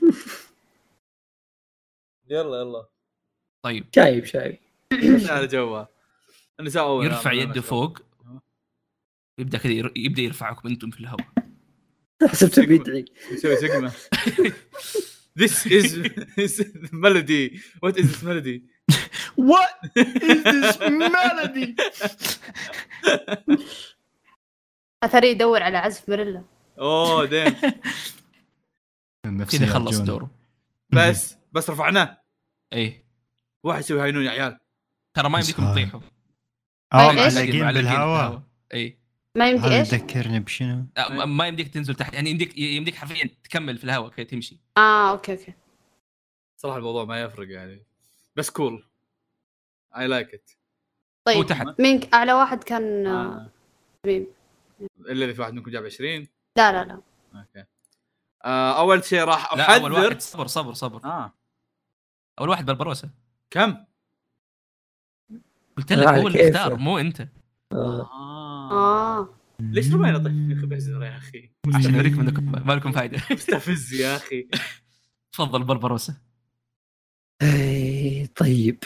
يلا يلا طيب شايب شايب على جوه النساء اول يرفع يده فوق يبدأ كذا ير- يبدأ يرفعكم أنتم في الهواء. حسبت بيدعي. يسوي سقمه. This is is melody. What is this melody? What is this melody? أثري يدور على عزف مريلا. اوه ديم كذا خلص دوره. بس بس رفعناه. إيه واحد يسوي هاينون يا عيال. ترى ما بس يمديكم هاي. تطيحوا. اه إيش؟ معلقين بالهواء. اي ما يمدي هذا إيش؟ يذكرني بشنو؟ آه، ما يمديك تنزل تحت يعني يمديك يمديك حرفيا تكمل في الهواء كذا تمشي. آه أوكي أوكي. صراحه الموضوع ما يفرق يعني بس كول. I like it. هو طيب تحت. مين أعلى واحد كان؟ آه. مين؟ الا اذا واحد منكم جاب عشرين. لا لا لا. اوكي. آه اول شيء راح لا اول احذر. واحد صبر صبر صبر اه اول واحد بربروسه. كم؟ قلت لك لا، هو اللي كيف؟ اختار مو انت. آه. اه, آه ليش رمينا طيب خبز يا اخي؟ عشان نوريك منكم ما لكم فايده. مستفز يا اخي. تفضل بربروسه. إيه، طيب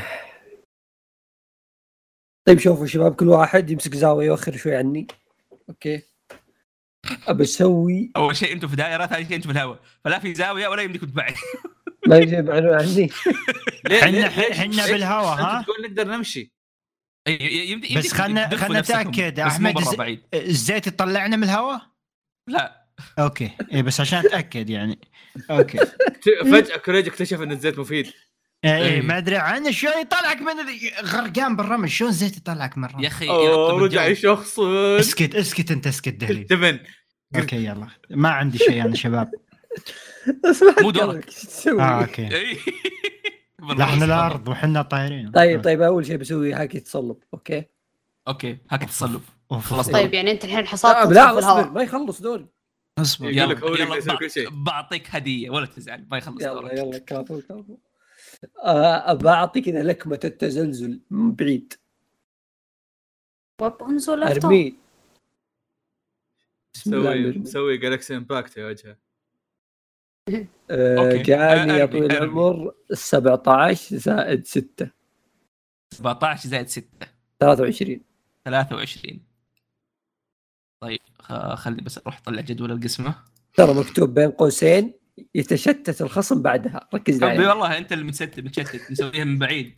طيب شوفوا شباب كل واحد يمسك زاوية يوخر شوي عني. اوكي ابى اسوي اول شيء انتم في دائره، ثاني شيء انتم في الهواء، فلا في زاويه ولا يمديكم تبعد. ما يجي معلومة عني. ليه- حنا ليه- ليش- حنا ليش- بالهواء انت ها. تقول نقدر نمشي. يمدي بس خلنا خلنا نتاكد احمد مره الز- بعيد. الزيت يطلعنا من الهواء. لا اوكي اي بس عشان اتاكد يعني. اوكي ت- فجاه كوريج اكتشف ان الزيت مفيد. اي إيه. ما ادري عنه شلون يطلعك من ال- غرقان بالرمل. شلون الزيت يطلعك من الرمل؟ يا اخي اوه يرطب رجع الجو. يشخصن. اسكت اسكت انت اسكت دهلي. تبن اوكي يلا ما عندي شيء انا شباب. مو دورك. ايش تسوي؟ اه اوكي إيه. لا احنا الارض وحنا طايرين. طيب طيب اول شيء بسوي هاكي تصلب. اوكي اوكي هاك تصلب. أوف. خلاص. طيب يعني أنت الحين حصلت لا تدخل لا في اصبر الهواء. ما يخلص دول. اصبر يقول لك هو اللي يلا يسوي كل شيء. بع- بعطيك هديه ولا تزعل ما يخلص يلا دورك. يلا كافو كافو. آه، بعطي كذا لكمة التزلزل من بعيد. وابونز ولا أفتون؟ ارمي. بسم الله مسوي الرحمن. مسوي جالكسي امباكت يا وجهه. آه، أوكي. جاني آه، يا أرمي، طويل أرمي. العمر سبعة عشر زائد ستة سبعة عشر زائد ستة ثلاثة وعشرين. ثلاثة وعشرين. طيب خ- خلي بس اروح اطلع جدول القسمه. ترى مكتوب بين قوسين يتشتت الخصم بعدها. ركز طب معي والله انت اللي متستت متشتت نسويها من بعيد.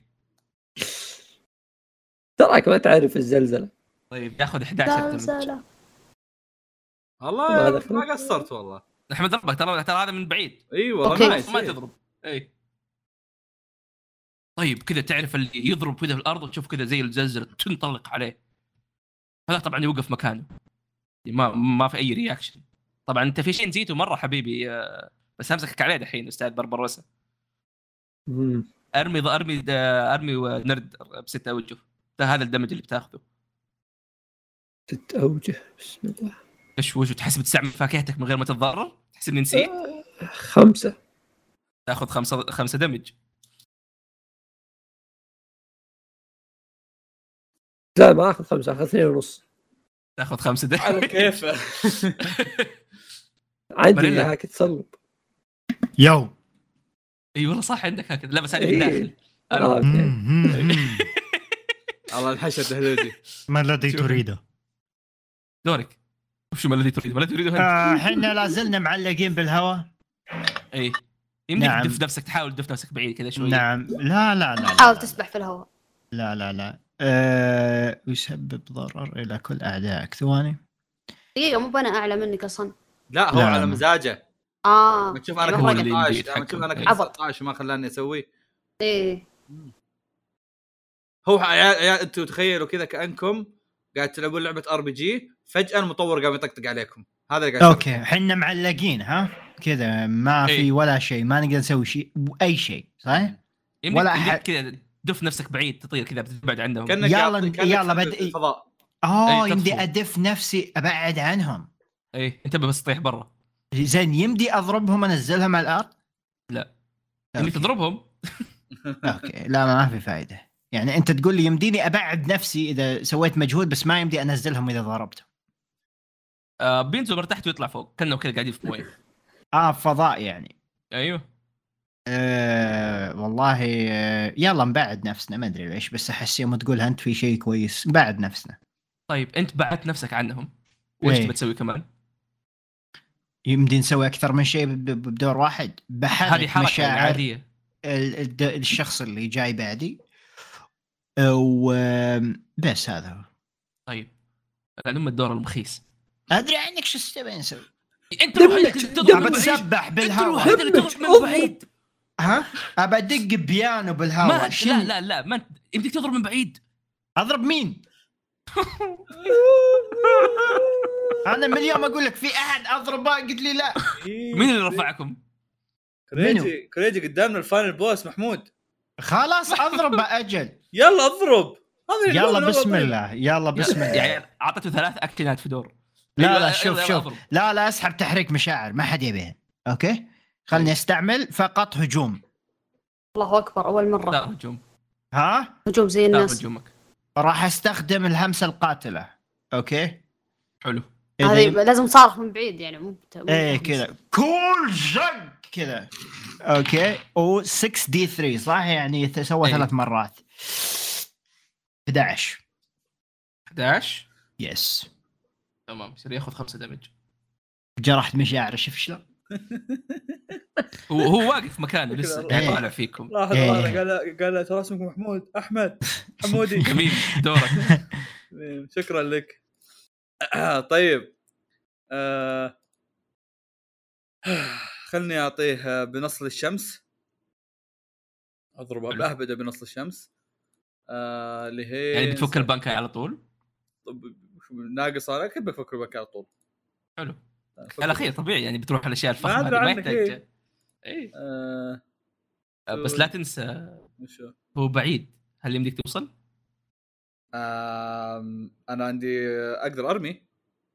تراك ما تعرف الزلزلة. طيب ياخذ احد عشر دمج. زلزلة. والله ما دخل. ما قصرت والله. احمد ضربك ترى ترى هذا من بعيد. اي والله أوكي. نايس. ما تضرب. اي طيب كذا تعرف اللي يضرب كذا في الارض وتشوف كذا زي الزلزله تنطلق عليه. هذا طبعا يوقف مكانه ما ما في اي رياكشن. طبعا انت في شيء نسيته مره حبيبي آه، بس همسكك عليه دحين استاذ بربروسا. مم. ارمي ارمي ارمي ونرد بست اوجه. ده هذا الدمج اللي بتاخذه. ست اوجه. بسم الله. ايش وش تحسب تستعمل فاكهتك من غير ما تتضرر؟ تحسبني نسيت؟ خمسة. تاخذ خمسة خمسة دمج. لا ما اخذ خمسة اخذ اثنين ونص. تاخذ خمسة دمج. على كيفه. عندي مريلا. هاك تصلب. يو اي والله صح عندك هكذا. لا بس هذه من إيه. داخل. آه، أنا- أوكي. الله الحشد دهلوزي. ما الذي تريده؟ دورك. شو ما الذي تريد؟ ما الذي تريده انت؟ آه، احنا لازلنا معلقين بالهواء. اي يمديك نعم. تدف نفسك، تحاول تدف نفسك بعيد كذا شوي. نعم. لا لا لا حاول لا تسبح في الهواء. لا لا لا أه... يسبب ضرر الى كل اعدائك. ثواني. دقيقة، مو بنا اعلى منك اصلا. لا هو لا، على ما. مزاجه. اه ما تشوف انا يعني كنت هو اللي يمدي ستة عشر، لما تشوف انا كنت يتحكم. ستة عشر وما خلاني اسوي. ايه هو عيال عيال انتوا تخيلوا كذا كانكم قاعد تلعبون لعبه ار بي جي، فجاه المطور قام يطقطق عليكم. هذا اللي قاعد يصير. اوكي، احنا معلقين ها كذا، ما في إيه. ولا شيء، ما نقدر نسوي شيء اي شيء، صح؟ يمديك ولا يمديك أحد. كذا تدف نفسك بعيد، تطير كذا بتبعد عنهم. كانك يلا قاعد- ن- كأنك يلا في بدء- الفضاء. اوه أي، يمدي تطفو. ادف نفسي ابعد عنهم. اي انتبه بس تطيح برا. زين، يمدي اضربهم انزلهم على الارض؟ لا. أوكي. يمديك تضربهم. اوكي، لا ما في فائده. يعني انت تقول لي يمديني ابعد نفسي اذا سويت مجهود، بس ما يمدي انزلهم اذا ضربتهم. آه بينزل من تحت ويطلع فوق كانه كذا قاعدين في مويه. اه فضاء يعني. ايوه. أه والله أه يلا نبعد نفسنا، ما ادري ليش، بس احس يوم تقولها انت في شيء كويس، نبعد نفسنا. طيب انت بعدت نفسك عنهم، وايش إيه. تبي تسوي كمان؟ يمدي نسوي اكثر من شيء ب- ب- بدور واحد. بحرك هذه حركه مشاعر عاديه. ال- الد- الشخص اللي جاي بعدي، وبس هذا هو. طيب لانه الدور المخيس. ادري عنك شو تبي نسوي. انت الوحيد اللي تضرب من ابى بعيد. تسبح انت بالهواء. الوحيد اللي تضرب من بعيد. ها ابى ادق بيانو ما بالهواء. أنت- لا لا لا ما انت يمديك تضرب من بعيد. اضرب مين؟ انا من اليوم اقول لك في احد اضربه، قلت لي لا. مين اللي رفعكم؟ كريجي كريجي قدامنا الفاينل بوس محمود. خلاص اضرب اجل. يلا اضرب. هذا يلا اللعبة بسم طيب. الله، يلا بسم الله. يعني اعطيته ثلاث اكشنات في دور. لا أيوة، لا يلا- شوف يلا شوف أضرب. لا لا اسحب تحريك مشاعر، ما حد يبيها. اوكي خلني استعمل فقط هجوم. الله اكبر، اول لا مرة هجوم. ها هجوم زي لا الناس. هجومك. راح استخدم الهمسه القاتله. اوكي حلو. هذه إذا- لازم صارخ من بعيد يعني، مو مو- ايه كذا كول زق كذا. اوكي و ستة دي ثلاثة صح، يعني ث- سوى إيه. ثلاث مرات. احد عشر. احد عشر يس. تمام، يصير ياخذ خمسة دمج. جرحت مشاعر، شوف شلون. هو هو واقف مكانه لسه قاعد إيه. يطالع فيكم. راح إيه. راح قال له- قال له ترى اسمك محمود احمد حمودي. جميل دورك. شكرا لك. طيب آه... خلني اعطيه بنصل الشمس. اضربه حلو. باهبده بنصل الشمس. آه... اللي هي يعني بتفك البنكة على طول. طب ناقص انا كيف بفكر بك على طول. حلو. الاخير طبيعي يعني بتروح الاشياء ما الفخمه أدري هذه، ما عنك يحتاج. إيه. اي آه... بس لا تنسى وشو؟ هو بعيد، هل يمديك توصل؟ آه... انا عندي اقدر ارمي.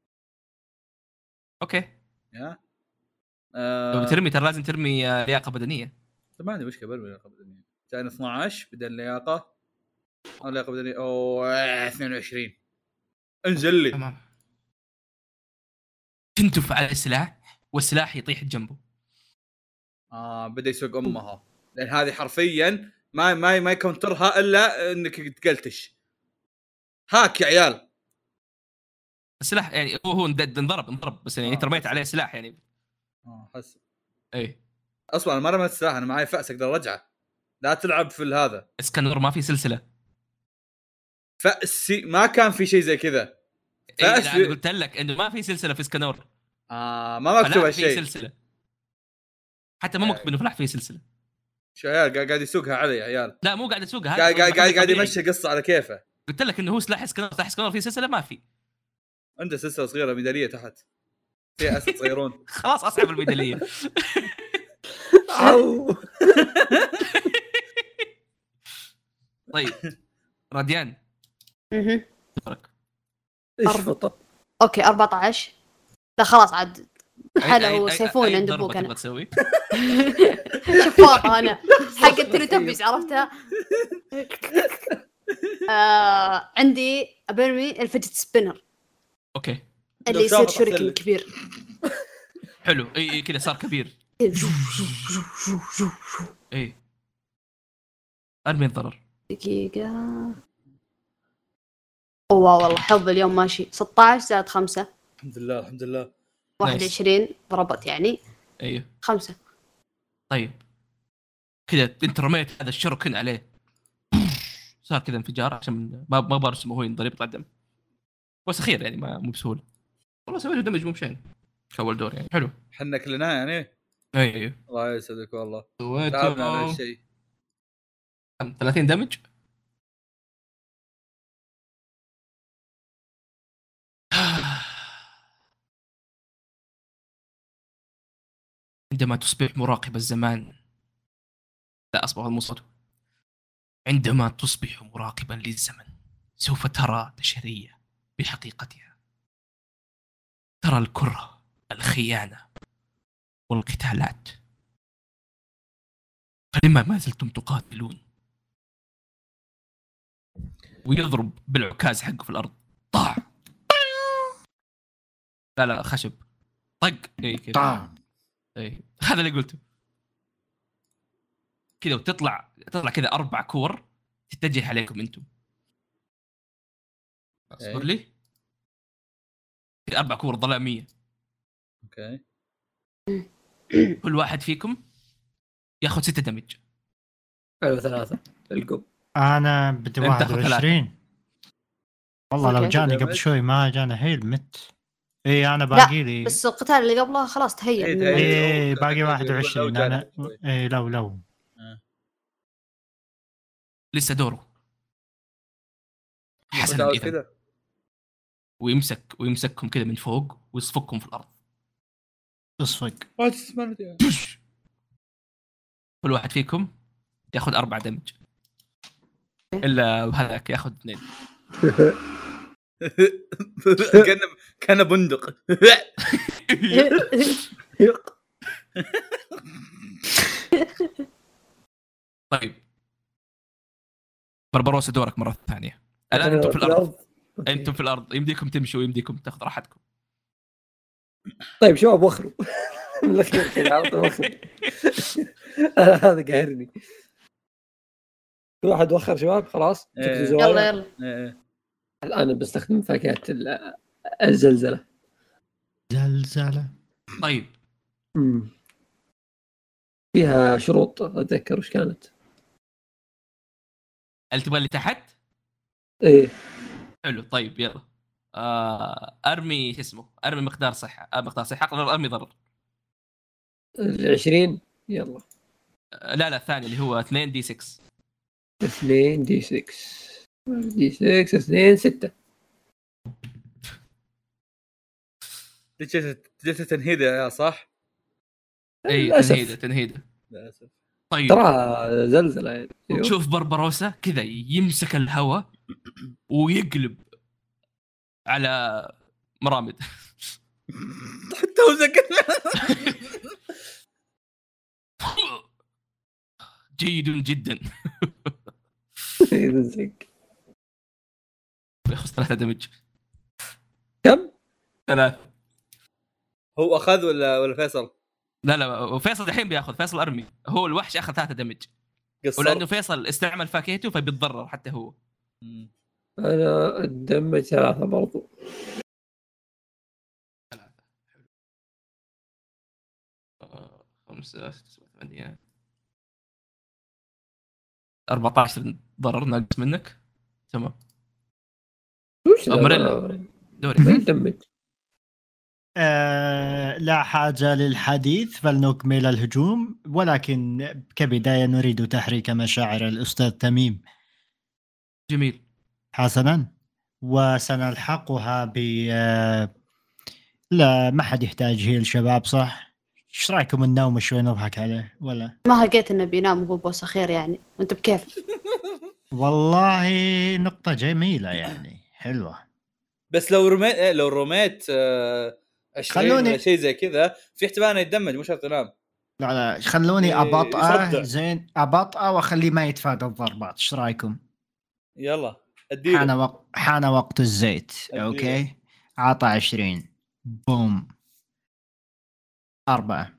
اوكي. يا لو آه... بترمي ترى لازم ترمي آه، لياقه بدنيه. ما عندي مشكله برمي لياقه بدنيه. جاينا اثنا عشر بدل لياقه او لياقه بدنيه او اثنين وعشرين. انزل لي. تمام. تنتف على السلاح والسلاح يطيح جنبه. اه بدا يسوق امها، لان هذه حرفيا ما ما ما يكونترها الا انك تقلتش. هاك يا عيال. السلاح يعني هو هو اندد- انضرب انضرب بس يعني آه. انت رميت عليه سلاح يعني. اه حس اي اصلا انا ما رميت السلاح، انا معي فأس اقدر ارجعه. لا تلعب في هذا اسكنور ما في سلسله. فأسي ما كان في شيء زي كذا. اي فأس لا، انا قلت لك انه ما في سلسله في اسكنور. اه ما مكتوب فلاح في هالشيء. سلسله، حتى ما مكتوب انه فلاح في سلسله. شو يا عيال قاعد يسوقها علي يا عيال. لا مو قاعد اسوقها، هذا قاعد قاعد قاعد, قاعد طبيعي. يمشي قصه على كيفه. قلت لك انه هو سلاح اسكنور، سلاح اسكنور في سلسله ما في. عنده سلسله صغيره ميداليه تحت فيها اسد صغيرون. خلاص اسحب الميداليه. أو. طيب راديان اها دورك. ايش فطر؟ اوكي أربعة عشر. لا خلاص عاد أي- حلا أي- أي- وسيفون أي عند ضربة ابوك انا. تبغى تسوي؟ شفاطة انا حق التلتبس عرفتها. آه عندي ابرمي الفيدجت سبينر اوكي اللي يصير شافط شريك أحسن. كبير. حلو. اي اي كذا صار كبير. اي ارمي الضرر. دقيقة اوه والله حظ اليوم ماشي. ستة عشر زائد خمسة الحمد لله الحمد لله. واحد وعشرين ضربت يعني ايوه خمسة. طيب كذا انت رميت هذا الشركن عليه صار كذا انفجار عشان ما ما برسمه هو ينضرب يطلع دم بس اخير يعني ما مو بسهوله والله سويت دمج مو مشان اول دور يعني حلو. حنك لنا يعني. ايوه الله يسعدك والله سويت تعبنا على هالشيء. ثلاثين دمج. عندما تصبح مراقب الزمان لا أصبح المصطلح عندما تصبح مراقبا للزمن سوف ترى بشرية بحقيقتها. ترى الكره الخيانة والقتالات. فلما ما زلتم تقاتلون؟ ويضرب بالعكاز حقه في الأرض طاع. لا لا خشب طق اي كذا اي هذا اللي قلته كذا وتطلع تطلع كذا اربع كور تتجه عليكم انتم. اصبر لي كذا اربع كور ظلاميه. اوكي كل واحد فيكم ياخذ ستة دمج. حلو ثلاثة القب. انا بدي أنت واحد تاخذ وعشرين. والله لو أوكي. جاني قبل شوي ما جانا هيل مت. اي انا باقي لي بس القتال اللي قبله خلاص تهيأ إيه، من- تهيأ. اي لو- باقي لو- واحد لو وعشرين جاني انا شوي. اي لو لو لسه دوره حسنا متعود إذن كذا. ويمسك ويمسككم كذا من فوق ويصفكم في الارض. تصفق. ما تسمعنا يعني. كل واحد فيكم ياخذ أربعة دمج الا هذاك ياخذ اثنين. كان كان بندق. طيب بربروس دورك مرة ثانية. الآن أنتم في الأرض. أوكي. أنتم في الأرض يمديكم تمشوا ويمديكم تاخذ راحتكم. طيب شباب وخروا من الاخير كذا على طول وخروا. هذا قاهرني. في واحد وخر شباب خلاص. إيه. شفتوا زوايا؟ يلا يلا إيه. الان بستخدم فاكهة ال- الزلزلة. زلزلة. طيب مم. فيها شروط اتذكر وش كانت. هل تبغى اللي تحت؟ ايه حلو طيب يلا. آه أرمي شو اسمه أرمي مقدار صحة آه مقدار صحة أقدر أرمي ضرر. العشرين يلا. آه لا لا الثاني اللي هو اثنين دي ستة. اثنين دي ستة دي ستة اثنين ستة. جلسة جلسة تنهيدة يا صح؟ اي للأسف. تنهيده تنهيده. للأسف. طيب ترى زلزلة يعني. شوف بربروسا كذا يمسك الهواء ويقلب على مرامد. حتى وزك. جيد جدا. يدزق. ياخذ ثلاثة دمج. كم؟ ثلاث. هو أخذ ولا ولا فيصل؟ لا لا وفيصل الحين بياخذ. فيصل ارمي هو الوحش اخذ ثلاثة دمج قصر. ولانه فيصل استعمل فاكهته فبيتضرر حتى هو. مم. انا الدم ثلاثة برضو. آه، خمسة ستة ثمانية أربعة عشر ضرر ناقص منك. تمام وش ذا؟ أمريلا. ما- دوري. ما يدمج. آه لا حاجة للحديث فلنكمل الهجوم ولكن كبداية نريد تحريك مشاعر الأستاذ تميم. جميل حسنا وسنلحقها ب آه، لا ما حد يحتاج هي الشباب صح؟ ايش رايكم النوم شوي نضحك عليه ولا؟ ما لقيت انه بينام وهو بوس اخير يعني. وانت بكيف؟ والله نقطة جميلة يعني حلوة. بس لو رميت إيه لو رميت آه عشرين خلوني- ولا شيء زي كذا في احتمال انه يتدمج مو شرط ينام. لا لا خلوني إيه، أبطأه يصدع. زين أبطأه وأخليه ما يتفادى الضربات ايش رايكم؟ يلا حان اديله. وقت حان وقت الزيت. أديله. اوكي عطى عشرين بوم أربعة.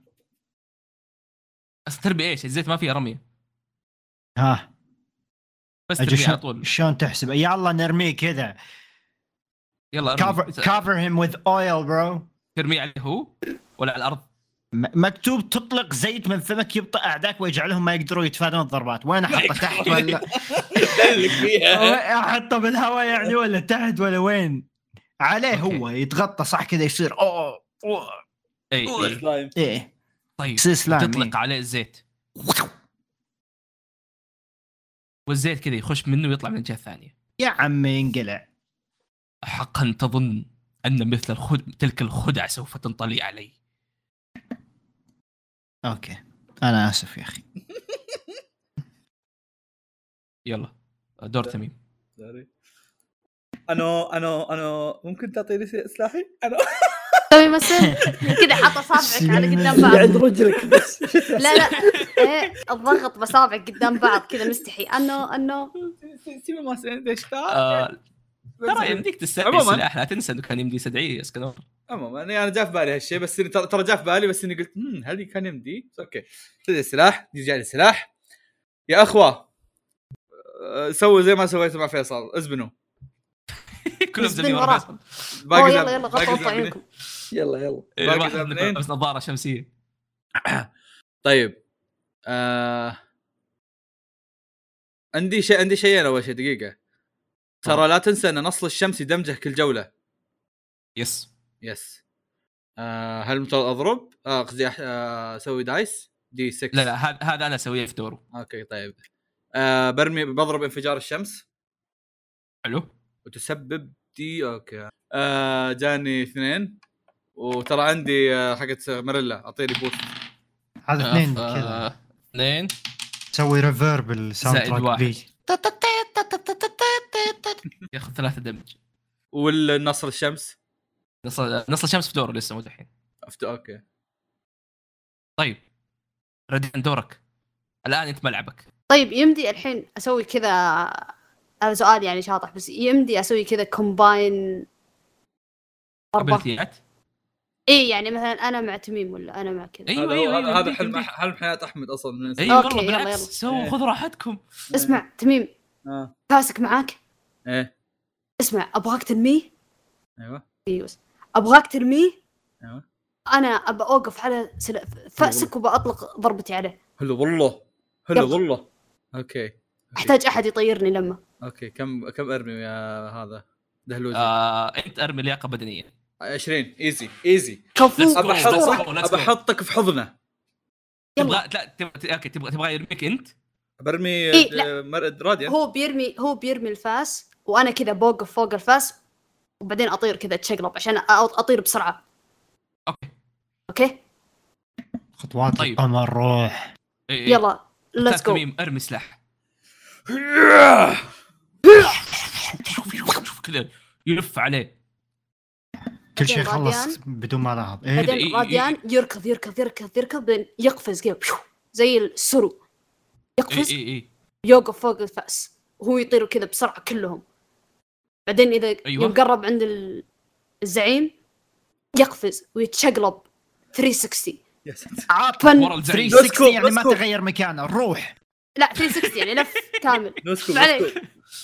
بس تربي ايش الزيت ما فيها رميه ها بس أجل ترمي على شلون طول. شلون تحسب؟ يلا نرميه كذا يلا cover ارمي. cover him with oil bro. ترمي عليه هو ولا على الارض؟ م- مكتوب تطلق زيت من فمك يبطئ اعدائك ويجعلهم ما يقدروا يتفادون الضربات. وين احطه تحت ولا دلك فيها. وين احطه بالهواء يعني ولا تحت ولا وين؟ عليه أوكي. هو يتغطى صح كذا يصير اوه اوه اي أوه. اي سلايم. ايه طيب يصير سلايم، تطلق إيه. عليه الزيت والزيت كذا يخش منه ويطلع من الجهه الثانيه. يا عمي ينقلع. حقا تظن ان مثل الخد... تلك الخدع سوف تنطلي علي؟ اوكي انا اسف يا اخي. يلا دور تميم. انا انا انا ممكن تعطيني سلاحي انا؟ سوي مثل كذا حط اصابعك على قدام اللي عند بعض. رجلك بس. لا لا ايه الضغط بصابعك قدام بعض كذا مستحي. انه انه سيبي ما سندش آه... ترى يمديك تستدعي عموماً. السلاح، لا تنسى انه كان يمدي يستدعيه اسكندر. عموما يعني انا جاء في بالي هالشيء، بس إني ترى ترى جاء في بالي، بس اني قلت امم هل كان يمدي؟ بس اوكي تدي السلاح، يجي لي السلاح يا اخوه. أه، سووا زي ما سويتوا مع فيصل، ازبنوا كلهم يزبن زبين وراه. ورا فيصل. أوه، زب- يلا يلا باقي غطوا زبنين. عيونكم. يلا يلا إيه، باقي واحد زبنين. منكم بس نظاره شمسيه. طيب آه... عندي شيء عندي شيئين. اول شيء دقيقه، ترى لا تنسى ان نصل الشمس يدمجه كل جوله. يس. يس. آه هل مفترض اضرب؟ اه قصدي أح- آه، اسوي دايس دي ستة. لا لا هذا هذا انا اسويه في دوره. اوكي طيب. آه برمي بضرب انفجار الشمس حلو. وتسبب دي. اوكي آه جاني اثنين، وترى عندي آه حقت ماريلا اعطيني بوست. هذا آه، اثنين ف- كذا اثنين تسوي ريفيرب الساوند زائد تراك واحد. بي. ياخذ ثلاثة دمج. والنصر الشمس نص نص الشمس في دوره لسه مو دحين. أفت... اوكي طيب ردين دورك الان، انت ملعبك. طيب يمدي الحين اسوي كذا. هذا سؤال يعني شاطح، بس يمدي اسوي كذا كومباين ضربة. ابيلتيات. ايه يعني مثلا انا مع تميم ولا انا مع كذا. ايوه هذا ايوه هو- ايوه هذا يمديك- حلم يمديك. حلم حياه احمد اصلا من ايوه أوكي، والله يلا، بالعكس يلا. سووا إيه. خذوا راحتكم. اسمع تميم، اه فاسك معاك. ايه اسمع ابغاك ترميه. ايوه ايوه ابغاك ترميه. ايوه انا ابى اوقف على سل... فاسك وباطلق ضربتي عليه. هلا والله هلا يلا. والله. اوكي احتاج احد يطيرني لما. اوكي كم كم ارمي يا هذا دهلوزي؟ آه، انت ارمي لياقه بدنيه. عشرين ايزي ايزي. كفو Let's go. ابى Let's احطك go, let's ابى go. احطك في حضنه. يلا. تبغى لا تبغى اوكي تبغى تبغى يرميك انت. برمي إيه، لا. مرد راديان. هو بيرمي هو بيرمي الفاس وانا كذا بوقف فوق الفاس وبعدين اطير كذا اتشقلب عشان أ- اطير بسرعه. اوكي اوكي خطوات طيب. القمر روح. إيه، إيه. يلا ليتس أستاذ جو. تميم ارمي سلاح. شوف كذا يلف عليه. كل شيء بعدين خلص راديان. بدون ما لاحظ. ايه إيه، بعدين إيه، راديان يركض يركض يركض يركض بعدين يقفز كذا بشو، زي السرو اي يقفز اي اي يوقف فوق الفاس وهو يطير كذا بسرعه كلهم. بعدين اذا أيوة. يوم قرب عند ال- الزعيم يقفز ويتشقلب ثلاثمية وستين. يا ساتر. فن ورا الزعيم. ثلاثمية وستين يعني ما نسكو. تغير مكانه روح. لا ثلاثمية وستين يعني لف كامل. نسكو عليك. نسكو.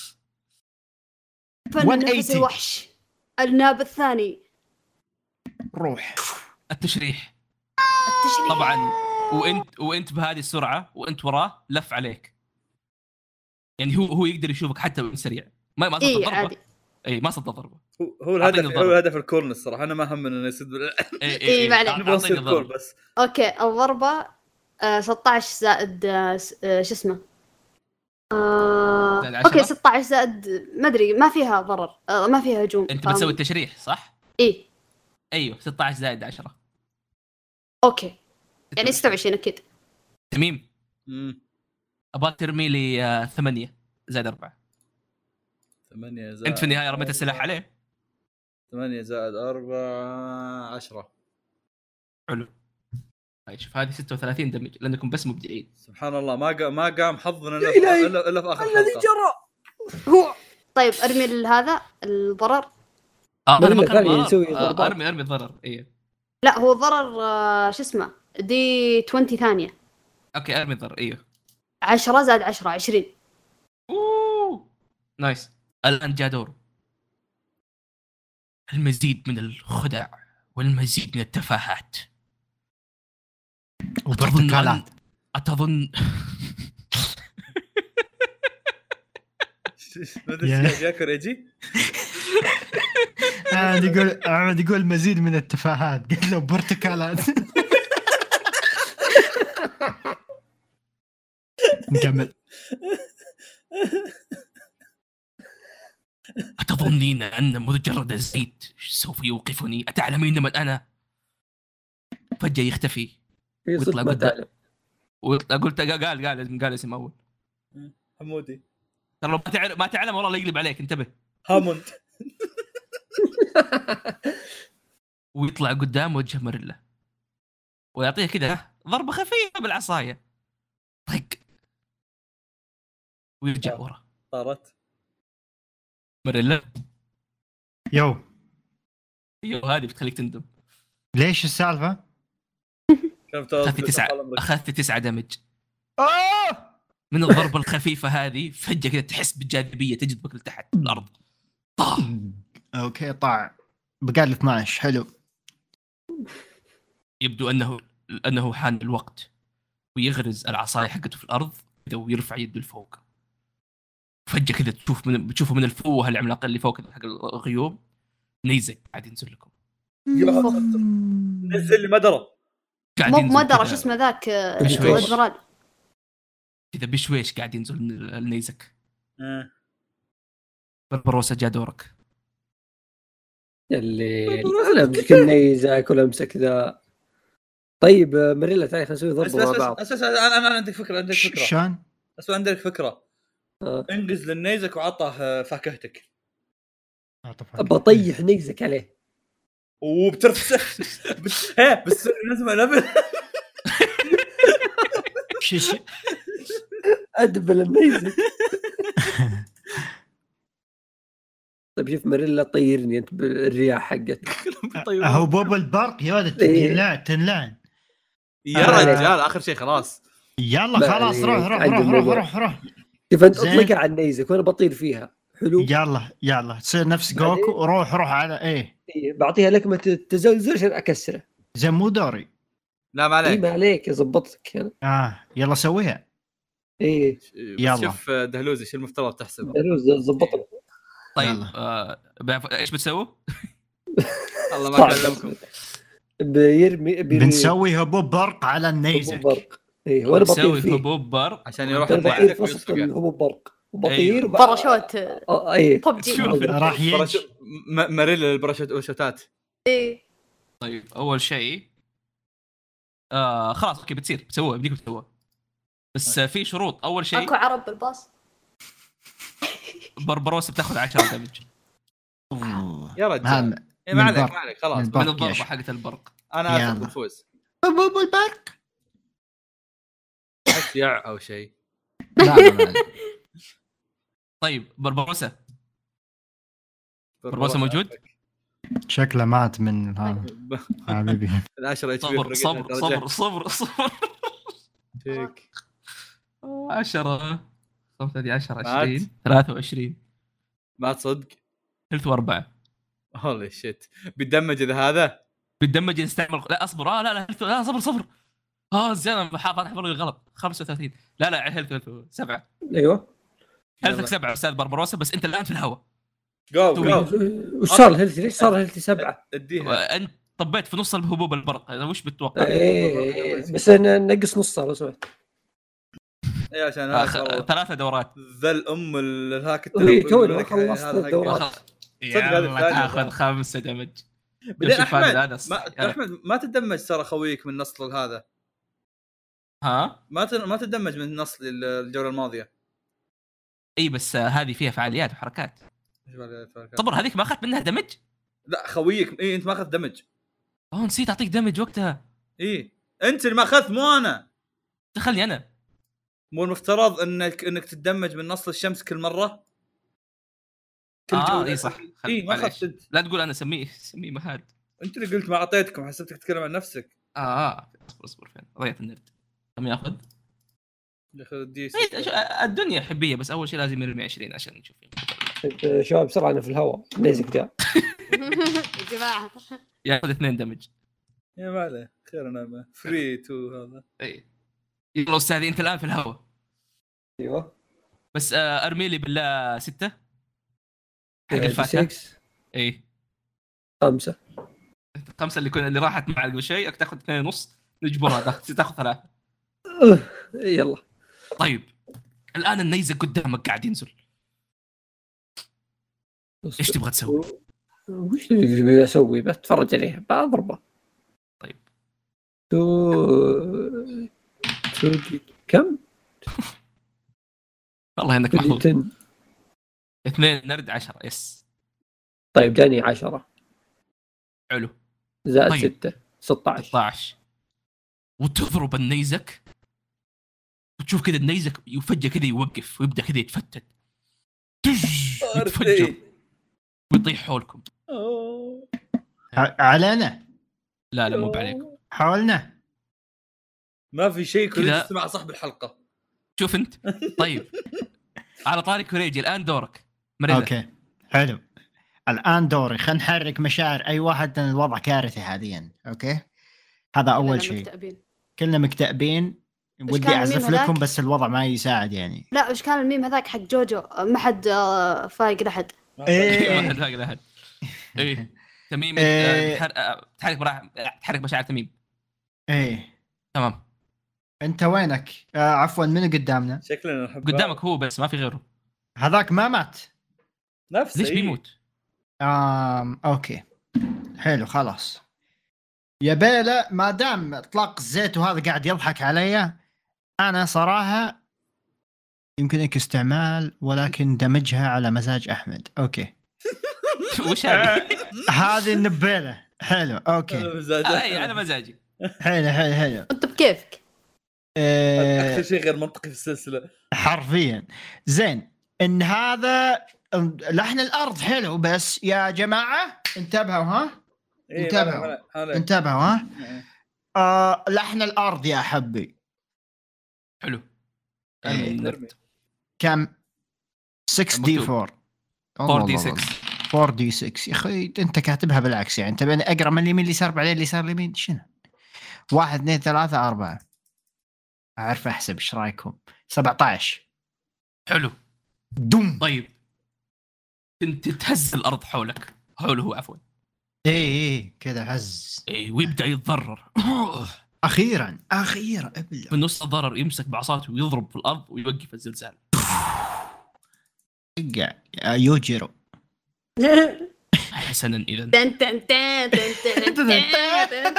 فن مية نفس وثمانين. الوحش. الناب الثاني روح. التشريح التشريح. طبعا. وانت وانت بهذه السرعه وانت وراه لف عليك. يعني هو هو يقدر يشوفك حتى من سريع. ما ما صدت اي ضربه. عادي. اي ما صدت ضربه. هو هو أعطيني الهدف الضرب. هو الهدف الكورن الصراحه. انا ما همنا انه يسد بال- اي إيه، ما عليك. نبغى اعطيني نصير كور الضرب. بس. اوكي الضربه آه ستة عشر زائد آه س- آه شو اسمه آه زائد عشرة؟ اوكي ستة عشر زائد ما ادري ما فيها ضرر آه ما فيها هجوم. انت فاهم؟ بتسوي التشريح صح؟ ايه ايوه ستة عشر زائد عشرة. اوكي يعني ستة وعشرين اكيد. تميم امم ابغى ترمي لي آه، ثمانية زائد أربعة. ثمانية زائد انت في النهايه رميت السلاح عليه. ثمانية زائد أربعة عشرة. حلو. هاي شوف هذه ستة وثلاثين دمج لانكم بس مبدعين. سبحان الله ما قام ما قام حظنا الا يا إلهي. في- الا إلا في اخر الذي حلقه. جرى. هو طيب ارمي هذا الضرر. اه ما انا ما إلا كان ثانية ضرر. يسوي آه، ضربات. ارمي ارمي الضرر. ايه لا هو ضرر آه شو اسمه دي عشرين ثانيه. اوكي ارمي الضرر. ايوه عشرة زائد عشرة عشرين. اوه نايس. الان جاء دوره. المزيد من الخدع والمزيد من التفاهات. وبرتقالات. أتظن ما ادري ايش ياكل يجي. عاد يقول عاد يقول مزيد من التفاهات، قلت له برتقالات. نكمل. أتظنين أن مجرد الزيت سوف يوقفني؟ أتعلمين من أنا؟ فجأة يختفي في صدق ويطلع ما قدام. تعلم. وقلت قال قال قال اسم أول. حمودي ترى ما تعلم ما تعلم والله لا يقلب عليك، انتبه. هاموند. ويطلع قدام وجه ماريلا ويعطيها كذا ضربة خفيفة بالعصاية، طق، ويرجع ورا. طارت ماريلا يو ايوه هذه بتخليك تندم. ليش السالفة؟ أخذت تسعة أخذت تسعة دمج آه! من الضربة الخفيفة هذه. فجأة كذا تحس بالجاذبية تجذبك لتحت الأرض. طاح. اوكي طاع، بقى لي اثناشر. حلو. يبدو أنه أنه حان الوقت، ويغرز العصاية حقته في الأرض كذا ويرفع يده لفوق. فجأة كذا تشوف من بتشوفوا من الفوهة العملاقة اللي فوق حق الغيوم نيزك قاعد ينزل لكم. نزل لي مدرة. مو مدرة، شو اسمه ذاك بشويش. الادميرال كذا بشويش قاعد ينزل من النيزك. أه. بربروسا جاء دورك. اللي انا امسك النيزك ولا امسك ذا. طيب ماريلا تعال خلينا نسوي ضربه مع بعض. اساس انا انا عندك فكره عندك فكره شان بس عندك فكره. آه. انقز للنيزك وعطه فاكهتك. ابى اطيح نيزك عليه وبترفسخ بس ها بس لازم انبه. شيش ادبل النيزك. طيب شوف ماريلا طيرني انت بالرياح حقتك. هو بوب البرق يا ولد. إيه. تنلعن تنلعن يا رجال اخر شيء خلاص. يلا خلاص روح روح عندي روح روح الموضوع. روح روح شوف انت زين. اطلقها على النيزك وانا بطير فيها. حلو. يلا يلا تصير نفس جوكو. روح روح على ايه إيه، بعطيها لكمه التزلزل عشان اكسره. زي مو دوري. لا ما اي عليك. ما عليك ضبطتك انا. اه يلا سويها. ايه بس يلا. شوف دهلوزي ايش المفترض تحسبه. دروز ضبطها. طيب يلا. آه بعرف ايش بتسووا؟ الله ما صعب. كلمكم. بيرمي بيرمي بنسوي هبوب برق على النيزك. برق. ايه وانا بطير نسوي فيه. هبوب برق عشان يروح انا بطير يضيعك في وسط ويسبقك. الهبوب برق وبطير أيوه. وب- باراشوت اه ايه ببجي. شوف. راح ينج. براشو- م- ماريلا الباراشوتات. ايه طيب اول شيء آه خلاص اوكي بتصير بتسووها بديكم تسووها، بس آه في شروط. اول شيء اكو عرب بالباص. بربروسا بتاخذ عشرة دمج أوه. يا رجال هام- إيه ما من عليك البرق. ما عليك خلاص. من من برق الضربه يش. حقت البرق. انا يلا. اخذ بالفوز. هبوب البرق. يع او شيء. لا لا لا. طيب بربروسا بربروسا موجود؟ شكله مات من هذا حبيبي. العشرة اتش صبر صبر صبر صبر صبر فيك. عشرة صوت هذه عشرة مات. عشرين ثلاثة وعشرين ما تصدق. ثلث وأربعة. هولي شيت بيتدمج اذا هذا. بتدمج نستعمل. لا اصبر اه لا لا هلث... لا صبر صبر اه زين انا بحاول احفظ غلط. خمسة وثلاثين لا لا هلث هلث سبعة. ايوه. هلثك سبعة استاذ بربروسا، بس انت الان في الهواء. جو توي. جو وش صار الهيلث؟ ليش صار الهيلث سبعة؟ اديها. انت طبيت في نص الهبوب البرق، هذا وش بتتوقع؟ ايه إيه، بس انا نقص نص لو سمحت. اي عشان آه، هذا خ... والله. ثلاثة دورات. ذا الام الهاك إيه، التلفون توني يقول لك خلصت هذا حق- الدورات. خ... هذا يلا الثاني. تاخذ خمسة دمج. بعدين شوف هذا احمد الأنس. ما يلا. احمد ما تدمج ترى خويك من نصل هذا. ها ما ت... ما تدمج من نصل الجوله الماضيه. اي بس آه، هذه فيها فعاليات وحركات. إيش بالي أتفكر. صبر هذيك ما اخذت منها دمج؟ لا خويك اي انت ما اخذت دمج. اوه نسيت اعطيك دمج وقتها. اي انت اللي ما اخذت مو انا. دخلني انا. مو المفترض انك انك تتدمج من نصل الشمس كل مره. كل اه جولة. اي صح. خل- اي ما معليش. اخذت انت. لا تقول انا سميه سميه مهاد. انت اللي قلت ما اعطيتكم حسبتك تتكلم عن نفسك. اه اه اصبر اصبر فين ضيعت النرد. كم ياخذ؟ يا اخي دي إيه، شو- الدنيا حبيه، بس اول شيء لازم يرمي عشرين عشان نشوف. طيب، شباب بسرعه انا في الهواء. نيزك جاء. يا جماعه ياخذ اثنين دمج. يا ما عليه خير نعمه فري تو هذا. اي يلا استاذي انت الان في الهواء. ايوه بس آه، ارمي لي بالله ستة حق الفاتحه. ستة اي خمسة خمسة اللي كنا اللي راحت مع قبل شيء تاخذ اثنين ونص نجبرها تاخذ تاخذ ثلاثة. يلا طيب الان النيزك قدامك قاعد ينزل ايش تبغى تسوي؟ وش اللي اسوي؟ بتفرج عليه بضربه. طيب تو تو كم والله انك محظوظ. تن. اثنين نرد عشرة يس. طيب جاني عشرة حلو زائد طيب. ستة ستة عشر ستة عشر وتضرب النيزك وتشوف كذا النيزك يفجأ كذا يوقف ويبدأ كذا يتفتت يتفجر ويطيح حولكم. ع- علينا لا لا مو عليكم حولنا. ما في شيء كل كذا. تسمع صاحب الحلقه. شوف انت. طيب على طاري كوريجي الان دورك مريضة. اوكي حلو الان دوري. خلينا نحرك مشاعر اي واحد لأن الوضع كارثي حاليا. اوكي هذا اول كلنا شيء. مكتئبين. كلنا مكتئبين. ودي كان اعزف الميم لكم هذاك؟ بس الوضع ما يساعد يعني. لا وش كان الميم هذاك حق جوجو ما حد آه، فايق لحد. ما ايه حد فاق احد. ايه تميم إيه. آه، بتحر- آه، تحرك براح تحرك مشاعر تميم. ايه تمام انت وينك؟ آه عفوا من قدامنا؟ شكلنا نحب قدامك هو بس ما في غيره. هذاك ما مات. نفسه. ليش إيه. بيموت؟ آم اوكي حلو خلاص. يا بيلا ما دام اطلاق الزيت وهذا قاعد يضحك علي انا صراحه يمكنك استعمال ولكن دمجها على مزاج احمد. اوكي وش هذا؟ هذه النبيله. حلو اوكي آه، اي على مزاجي. حلو حلو حلو. انت بكيفك. إيه اكثر شيء غير منطقي في السلسله. حرفيا زين ان هذا لحن الارض حلو بس يا جماعه انتبهوا ها إيه، انتبهوا. ما- ما- ما- انتبهوا ها إيه. آه لحن الارض يا حبي. حلو إيه. نرمي. كم ستة دي مكتوب. أربعة أربعة دي ستة. أربعة دي ستة يا اخي انت كاتبها بالعكس يعني. تبين اقرا من اليمين اليسار بعدين اليسار اليمين شنو؟ واحد اثنين ثلاثة أربعة. أعرف أحسب إيش رأيكم؟ سبعة عشر. حلو دم. طيب انت تهز الارض حولك حوله هو عفوا. إيه إيه كذا هز. اي ويبدا يتضرر. أخيرا أخيرا أبلغ. من نص الضرر يمسك بعصاته ويضرب في الارض ويوقف الزلزال. اقع يا يوجيرو. حسنا اذا تن تن تن تن تن تن.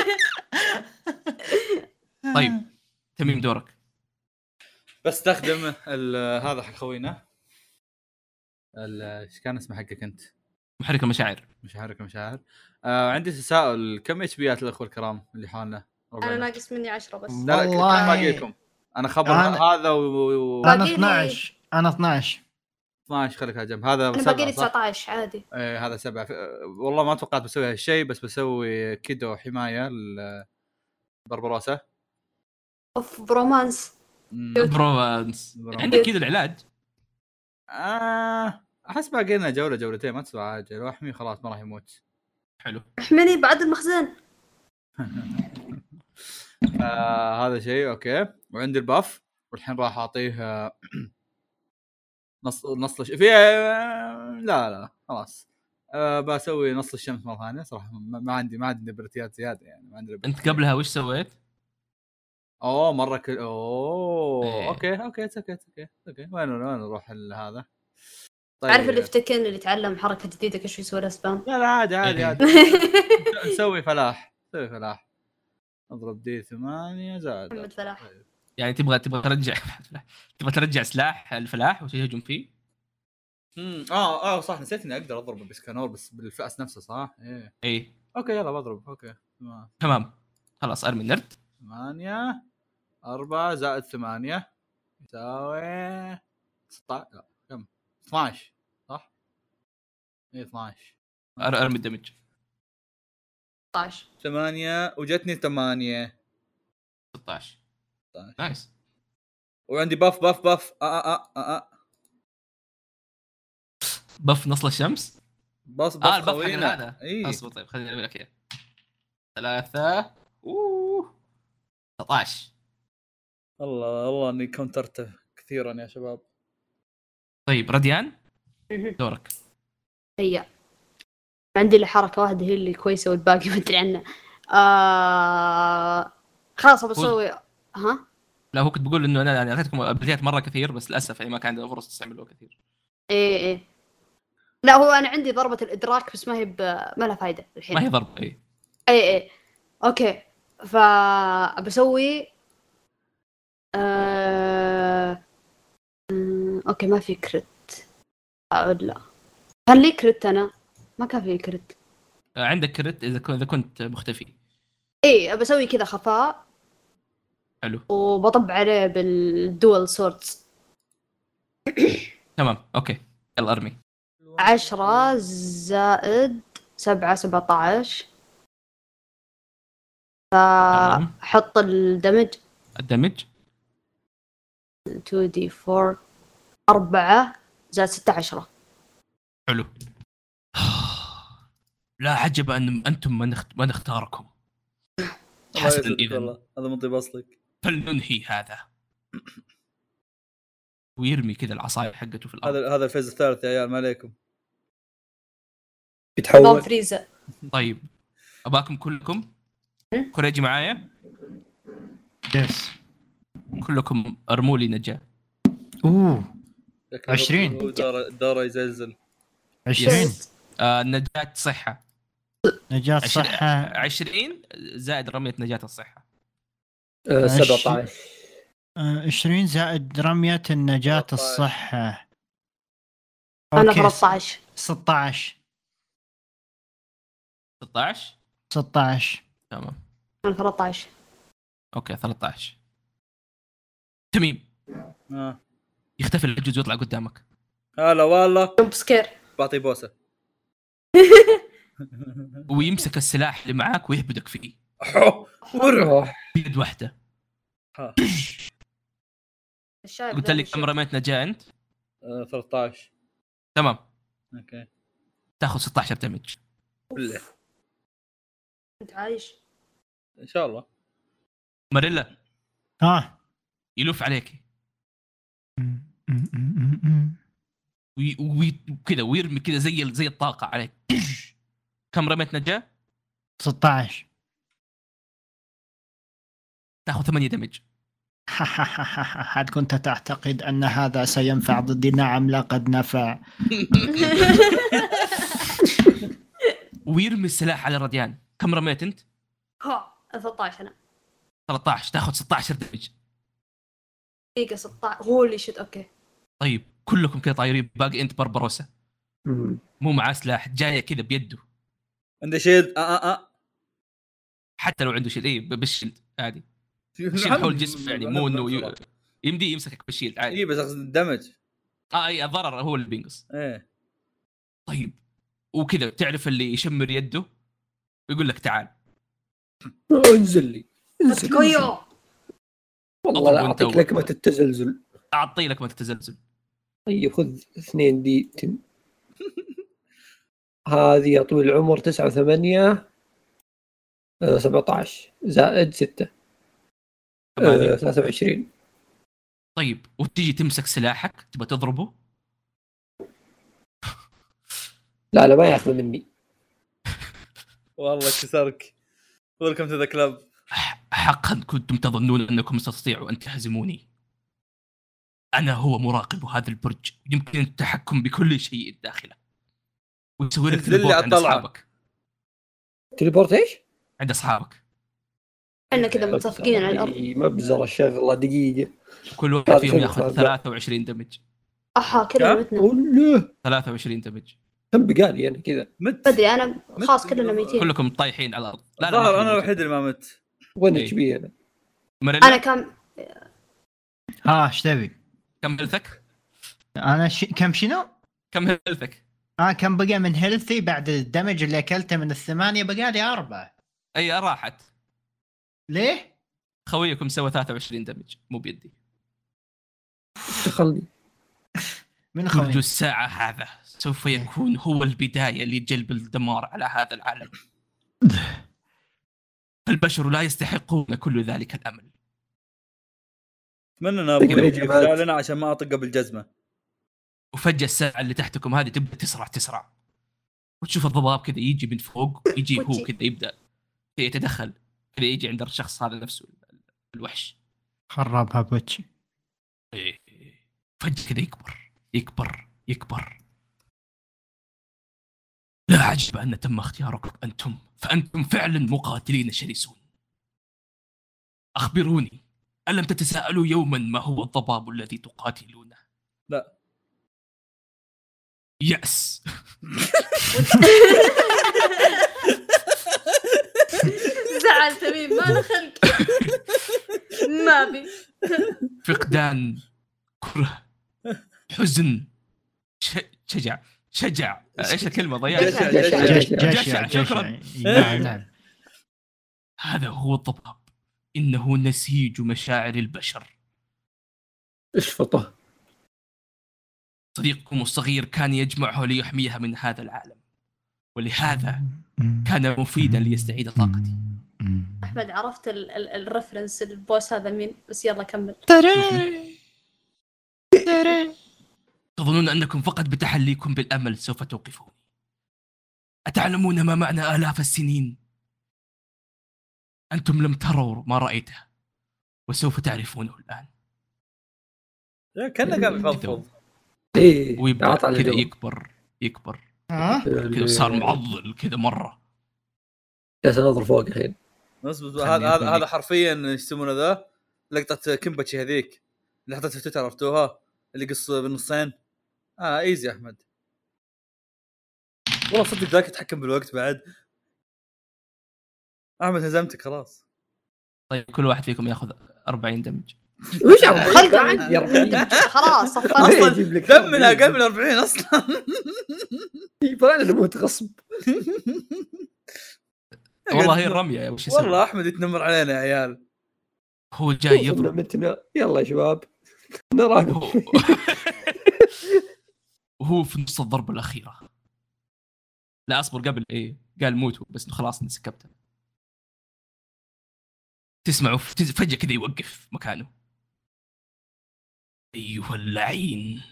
طيب تميم دورك. بستخدم ال- هذا حق خوينا ال- ايش كان اسمه حقك انت؟ محرك المشاعر. مشاعرك مشاعر. آه عندي تساؤل كم اتش بيات الاخوه الكرام اللي حالنا؟ انا ناقص مني عشرة بس. لا لا كم والله باقيكم؟ انا خبر أنا- هذا و... و... أنا باقي لي- اثناشر أنا اثناشر. اثناشر خليك على جنب. هذا انا سبعة باقي لي صح؟ تسعة عشر عادي. ايه هذا سبعة. والله ما توقعت بسوي هالشيء بس بسوي كيدو حمايه لبربروسا. اوف برومانس. مم. بروفانس بروفانس. عندك كذا العلاج. آه احس باقي لنا جوله جولتين ما تسوى حاجه. لو احمي خلاص ما راح يموت. حلو احمني بعد المخزن. آه هذا شيء اوكي. وعندي الباف والحين راح اعطيه آه، نص نص الش... في آه، لا لا خلاص. آه بسوي نص الشمس مره ثانيه صراحه. ما ما عندي ما عندي نبرتيات زياده يعني. ما عندي انت قبلها وش سويت؟ اوه مره كل اوه إيه. اوكي اوكي اوكي اوكي اوكي وين وين نروح هذا؟ طيب عارف اللي افتكن اللي يتعلم حركة جديدة كيف يسوي لها سبام. لا لا عادي عادي إيه. عادي. نسوي فلاح نسوي فلاح. اضرب دي ثمانية زائد. محمد فلاح. يعني تبغى تبغى ترجع تبغى ترجع سلاح الفلاح وتهجم فيه. امم اه اه صح نسيت اني اقدر اضرب بسكانور بس بالفأس نفسه صح؟ ايه اي اوكي يلا بضرب اوكي تمام. تمام خلاص ارمي النرد. ثمانية أربعة زائد ثمانية يساوي ستة عشر. لا كم؟ اثناشر صح؟ ايه اثناشر. أر- ارمي الدمج. ستة عشر. ثمانية وجتني ثمانية. ستة عشر ستة عشر. نايس. وعندي باف باف باف آه آه آه آه. بف نصل الشمس. باص باص اه البف حق خوينا. هذا اي اصبر طيب خليني اقول لك اياه. ثلاثة اوه تسعة عشر. الله الله اني كونترته كثيرا يا شباب. طيب رديان دورك. هي عندي لي حركة واحدة هي اللي كويسة والباقي ما أدري عنها. آه... خلاص بسوي ها. لا هو كنت بقول انه انا يعني اعطيتكم ابليات مره كثير بس للاسف يعني ما كان عندنا فرص تستعملوها كثير. ايه ايه لا هو انا عندي ضربة الادراك بس ما هي ب... ما لها فايدة الحين. ما هي ضرب اي ايه ايه اوكي فبسوي آه... أمم، اوكي ما في كريت. اعود لا كان لي كريت انا ما كان في كريت. آه، عندك كريت اذا كنت اذا كنت مختفي. ايه بسوي كذا خفاء حلو وبطب عليه بالدول سوردز. تمام اوكي يلا ارمي. عشرة زائد سبعة سبعة عشر. تمام. فحط الدمج الدمج تو دي فور أربعة زائد ستة عشرة. حلو. لا عجب ان انتم من اخت... من اختاركم. الله حسنا يسعدك اذا والله هذا مطي بصلك. فلننهي هذا. ويرمي كذا العصايه حقته في الارض. هذا هذا الفيز الثالث يا عيال ما عليكم. نظام بيتحول. فريزر. طيب اباكم كلكم كوريجي معايا يس. كلكم ارموا لي نجاه. اوه شكله عشرين. هو داره داره يزلزل. عشرين. آه نجاة صحه. نجاة عشرين- صحة. عشرين زائد رميه نجاة الصحه. آه، عش- سبعة عشر. آه، عشرين زائد رمية النجاة ثلاثة عشر. الصحة. أنا أوكي، ثلاثة عشر. ستة عشر. ستة عشر ستة عشر. تمام أنا ثلاثة عشر. اوكي ثلاثة عشر. تميم اه يختفي العجوز ويطلع قدامك. هلا والله جمب سكير. بعطي بوسه. ويمسك السلاح اللي معاك ويهبدك فيه ورع. أوه. بيد واحده. الشايب قلت ذا لي مش- كم رميت نجاة انت؟ آه، ثلاثة عشر. تمام اوكي تاخذ ستة عشر دمج. بالله أنت عايش. ان شاء الله. ماريلا ها. يلف عليك م- م- م- م- وي- وي- وكذا ويرمي كذا زي زي الطاقه عليك. كم رميت نجاة؟ ستة عشر. تاخذ ثمانية دمج. هل كنت تعتقد أن هذا سينفع ضدي؟ نعم لقد نفع. ويرمي السلاح على رديان. كم رميت انت؟ ها ثلاثة عشر أنا. ثلاثة عشر تاخذ ستة عشر دمج. دقيقة ستة عشر. هولي شيت أوكي. طيب كلكم كذا طايرين باقي انت بربروسا مم. مو معاه سلاح جايه كذا بيده. عنده شيء اه اه اه حتى لو عنده شيء اي بالشيلد عادي. الشيلد حول جسمه يعني مو انه ي- يمدي يمسكك بالشيلد عادي. اي بس اقصد الدمج. اه اي الضرر هو اللي بينقص. ايه طيب وكذا تعرف اللي يشمر يده ويقول لك تعال. انزل لي انزل انزل. كويو. والله لا أضرب وأنت اعطيك و- لكمة التزلزل. اعطي لك ما تتزلزل. طيب خذ اثنين دي تن. هذه يا طويل العمر تسعة وثمانية آه، سبعة عشر زائد ستة ثمانية. آه، ثلاثة وعشرين. طيب وتجي تمسك سلاحك تبغى تضربه. لا لا ما ياخذ مني. والله كسرك. ويلكم تو ذا كلاب. ح- حقا كنتم تظنون انكم ستستطيعوا ان تهزموني. انا هو مراقب هذا البرج يمكن التحكم بكل شيء داخله ويسوي لك انزل لي تليبورت على عند الطلعة. اصحابك. تليبورت ايش؟ عند اصحابك احنا كذا متفقين على الأرض. مبزرة الشغلة دقيقة. كل واحد هذا فيهم شيء ياخذ مخالف. ثلاثة وعشرين دمج. أحا كلنا كم؟ متنا. والله ثلاثة وعشرين دمج. كم بقالي انا كذا. مت بدري أنا خلاص كلنا ميتين. كلكم طايحين على الارض. لا ظهر لا انا الوحيد اللي ما مت. وين إيه. اتش بي انا؟ مريلا أنا كم ها ايش تبي؟ كم هيلثك؟ أنا ش... كم شنو؟ كم هيلثك؟ آه كم بقى من هيلثي بعد الدمج اللي أكلته من الثمانية؟ بقى لي أربعة. اي راحت. ليه؟ خويكم سوى ثلاثة وعشرين دمج مو بيدي. دخلني. من خروج خوين الساعة هذا سوف يكون هو البداية لجلب الدمار على هذا العالم. البشر لا يستحقون كل ذلك الأمل. اتمنى ان ابوي تقدر يا يجي جماعة. يفزعلنا عشان ما اطقه بالجزمه. وفجأة الساعة اللي تحتكم هذه تبدأ تسرع تسرع، وتشوف الضباب كذا يجي من فوق، يجي هو وجي. كذا يبدأ يتدخل كذا، يجي عند الشخص هذا نفسه الوحش. خربها بوتشي. إيه. فجأة كذا يكبر يكبر يكبر. لا عجب أن تم اختياركم أنتم، فأنتم فعلا مقاتلين شرسون. أخبروني، ألم تتساءلوا يوما ما هو الضباب الذي تقاتلونه؟ لا. يأس. زعل تميم ما له خلق. ما بي. فقدان، كره، حزن، ش... شجع شجع ايش الكلمه ضيعت؟ جشع جشع. جشع. جشع، جشع جشع شكراً. جشع. نعم نعم. هذا هو الضباب، إنه نسيج مشاعر البشر. اشفطه. صديقكم الصغير كان يجمعه ليحميها من هذا العالم، ولهذا كان مفيدا ليستعيد طاقتي. احمد عرفت ال- ال- الرفرنس البوس هذا مين؟ بس يلا كمل. تظنون أنكم فقط بتحليكم بالأمل سوف توقفوني؟ أتعلمون ما معنى آلاف السنين؟ أنتم لم تروا ما رأيته، وسوف تعرفونه الآن. كأنه قاعد يفضفض. ايه ويبدأ عطى على كذا الجو. يكبر يكبر ها كذا، صار معضل كذا مرة. جالس انظر فوق الحين. بس بس خليني هذا هذا أقول هذا لك. حرفيا ايش يسمونه ذا، لقطه كمبتشي هذيك اللي حطيتها في تويتر، عرفتوها؟ اللي قص بالنصين. اه ايزي يا احمد، والله صدق ذاك يتحكم بالوقت بعد. احمد هزمتك خلاص. طيب كل واحد فيكم ياخذ أربعين دمج. وش عم خلق عندي أربعين. خلاص صفر. أصلاً أجيب لك دمنا أربعين. قبل أربعين اصلا. يبغى نموت غصب. والله هي الرمية وش يسوي؟ والله احمد يتنمر علينا يا عيال. هو جاي وصلنا يضرب. متنا. يلا يا شباب نراقب. وهو... وهو في نص الضربة الأخيرة. لا أصبر قبل إيه قال موتوا، بس خلاص نسكبته. تسمعوا فجأة كذا يوقف مكانه. أيها اللعين.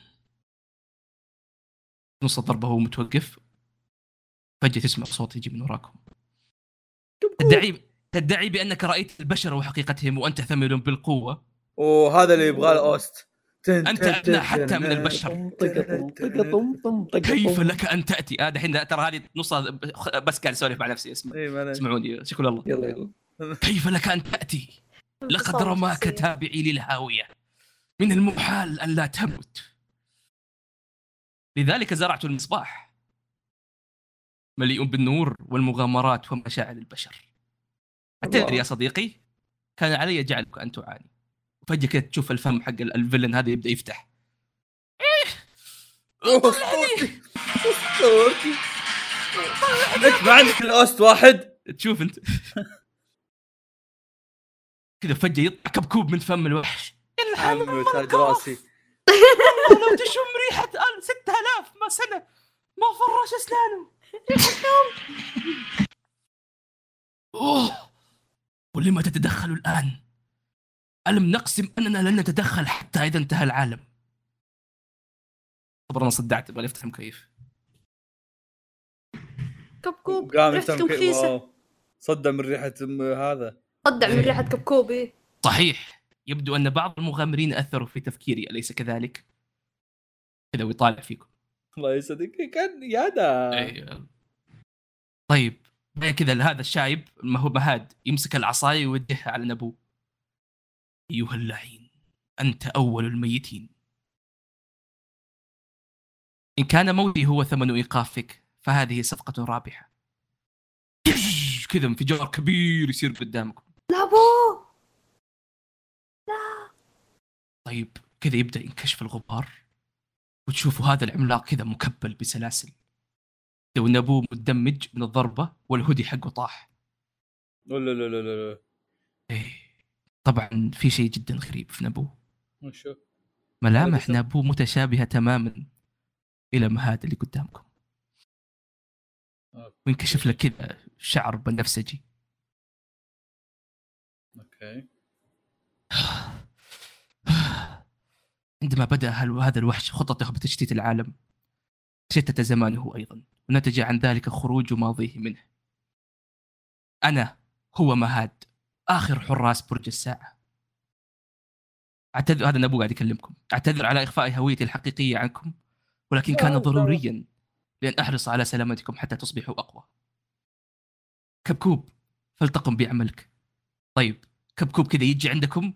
نص الضربة هو متوقف، فجأة تسمع صوت يجي من وراكم. تدعي تدعي بأنك رأيت البشر وحقيقتهم وأنت ثمن بالقوة. وهذا اللي يبغى له اوست. أنت أدنى حتى من البشر. كيف لك أن تأتي؟ هذا الحين ترى هذه نصها بس قاعد أسولف مع نفسي. اسمع اي ما اسمعوني شكرا الله. يلا يلا. كيف لك أن تأتي؟ لقد رماك تابعي للهاوية، من المحال أن لا تموت. لذلك زرعت المصباح مليء بالنور والمغامرات ومشاعر البشر. أتدري يا صديقي، كان علي جعلك أن تعاني. وفجأة كده تشوف الفم حق الفيلن هذا يبدأ يفتح. اسطورتي اسطورتي. انت ما عندك الاوست واحد؟ تشوف أنت كذا فجأة يطلع كبكوب من فم الوحش. عمو تاج راسي. لو تشم ريحة أل ستة آلاف ما سنة ما فرش أسنانه. أوه، ولما تتدخل الآن؟ ألم نقسم أننا لن نتدخل حتى إذا انتهى العالم؟ طبعا أنا صدعت بل يفتح مكيف. كبكوب قام ريحته يتم مخيسة. صدع من ريحه هذا. صدع من ريحة كبكوبي. صحيح، يبدو أن بعض المغامرين أثروا في تفكيري، أليس كذلك؟ كذا ويطالع فيكم. الله يسعدك كان يادا. أيه. طيب بعد كذا هذا الشايب ما هو مهاد يمسك العصاية ويوجهها على نبو. أيها اللعين، أنت أول الميتين. إن كان موتي هو ثمن إيقافك فهذه صفقة رابحة. كذا انفجار كبير يصير قدامكم. لا بو. طيب كذا يبدأ ينكشف الغبار وتشوفوا هذا العملاق كذا مكبل بسلاسل. لو نبوه متدمج من الضربة والهودي حقه طاح. لا لا لا لا لا. إيه. طبعا في شيء جدا غريب في نبوه. وشو؟ ملامح نابو متشابهة تماما إلى مهاد اللي قدامكم، وينكشف لك كذا شعر بنفسجي. اوكي. عندما بدأ هذا الوحش خطته بتشتيت العالم شتت زمانه أيضا، ونتج عن ذلك خروج ماضيه منه. أنا هو مهاد، آخر حراس برج الساعة. أعتذر، هذا نابو قاعد يكلمكم. أعتذر على إخفاء هويتي الحقيقية عنكم، ولكن كان ضروريا لأن أحرص على سلامتكم حتى تصبحوا أقوى. كبكوب، فلتقم بعملك. طيب كبكوب كذا يجي عندكم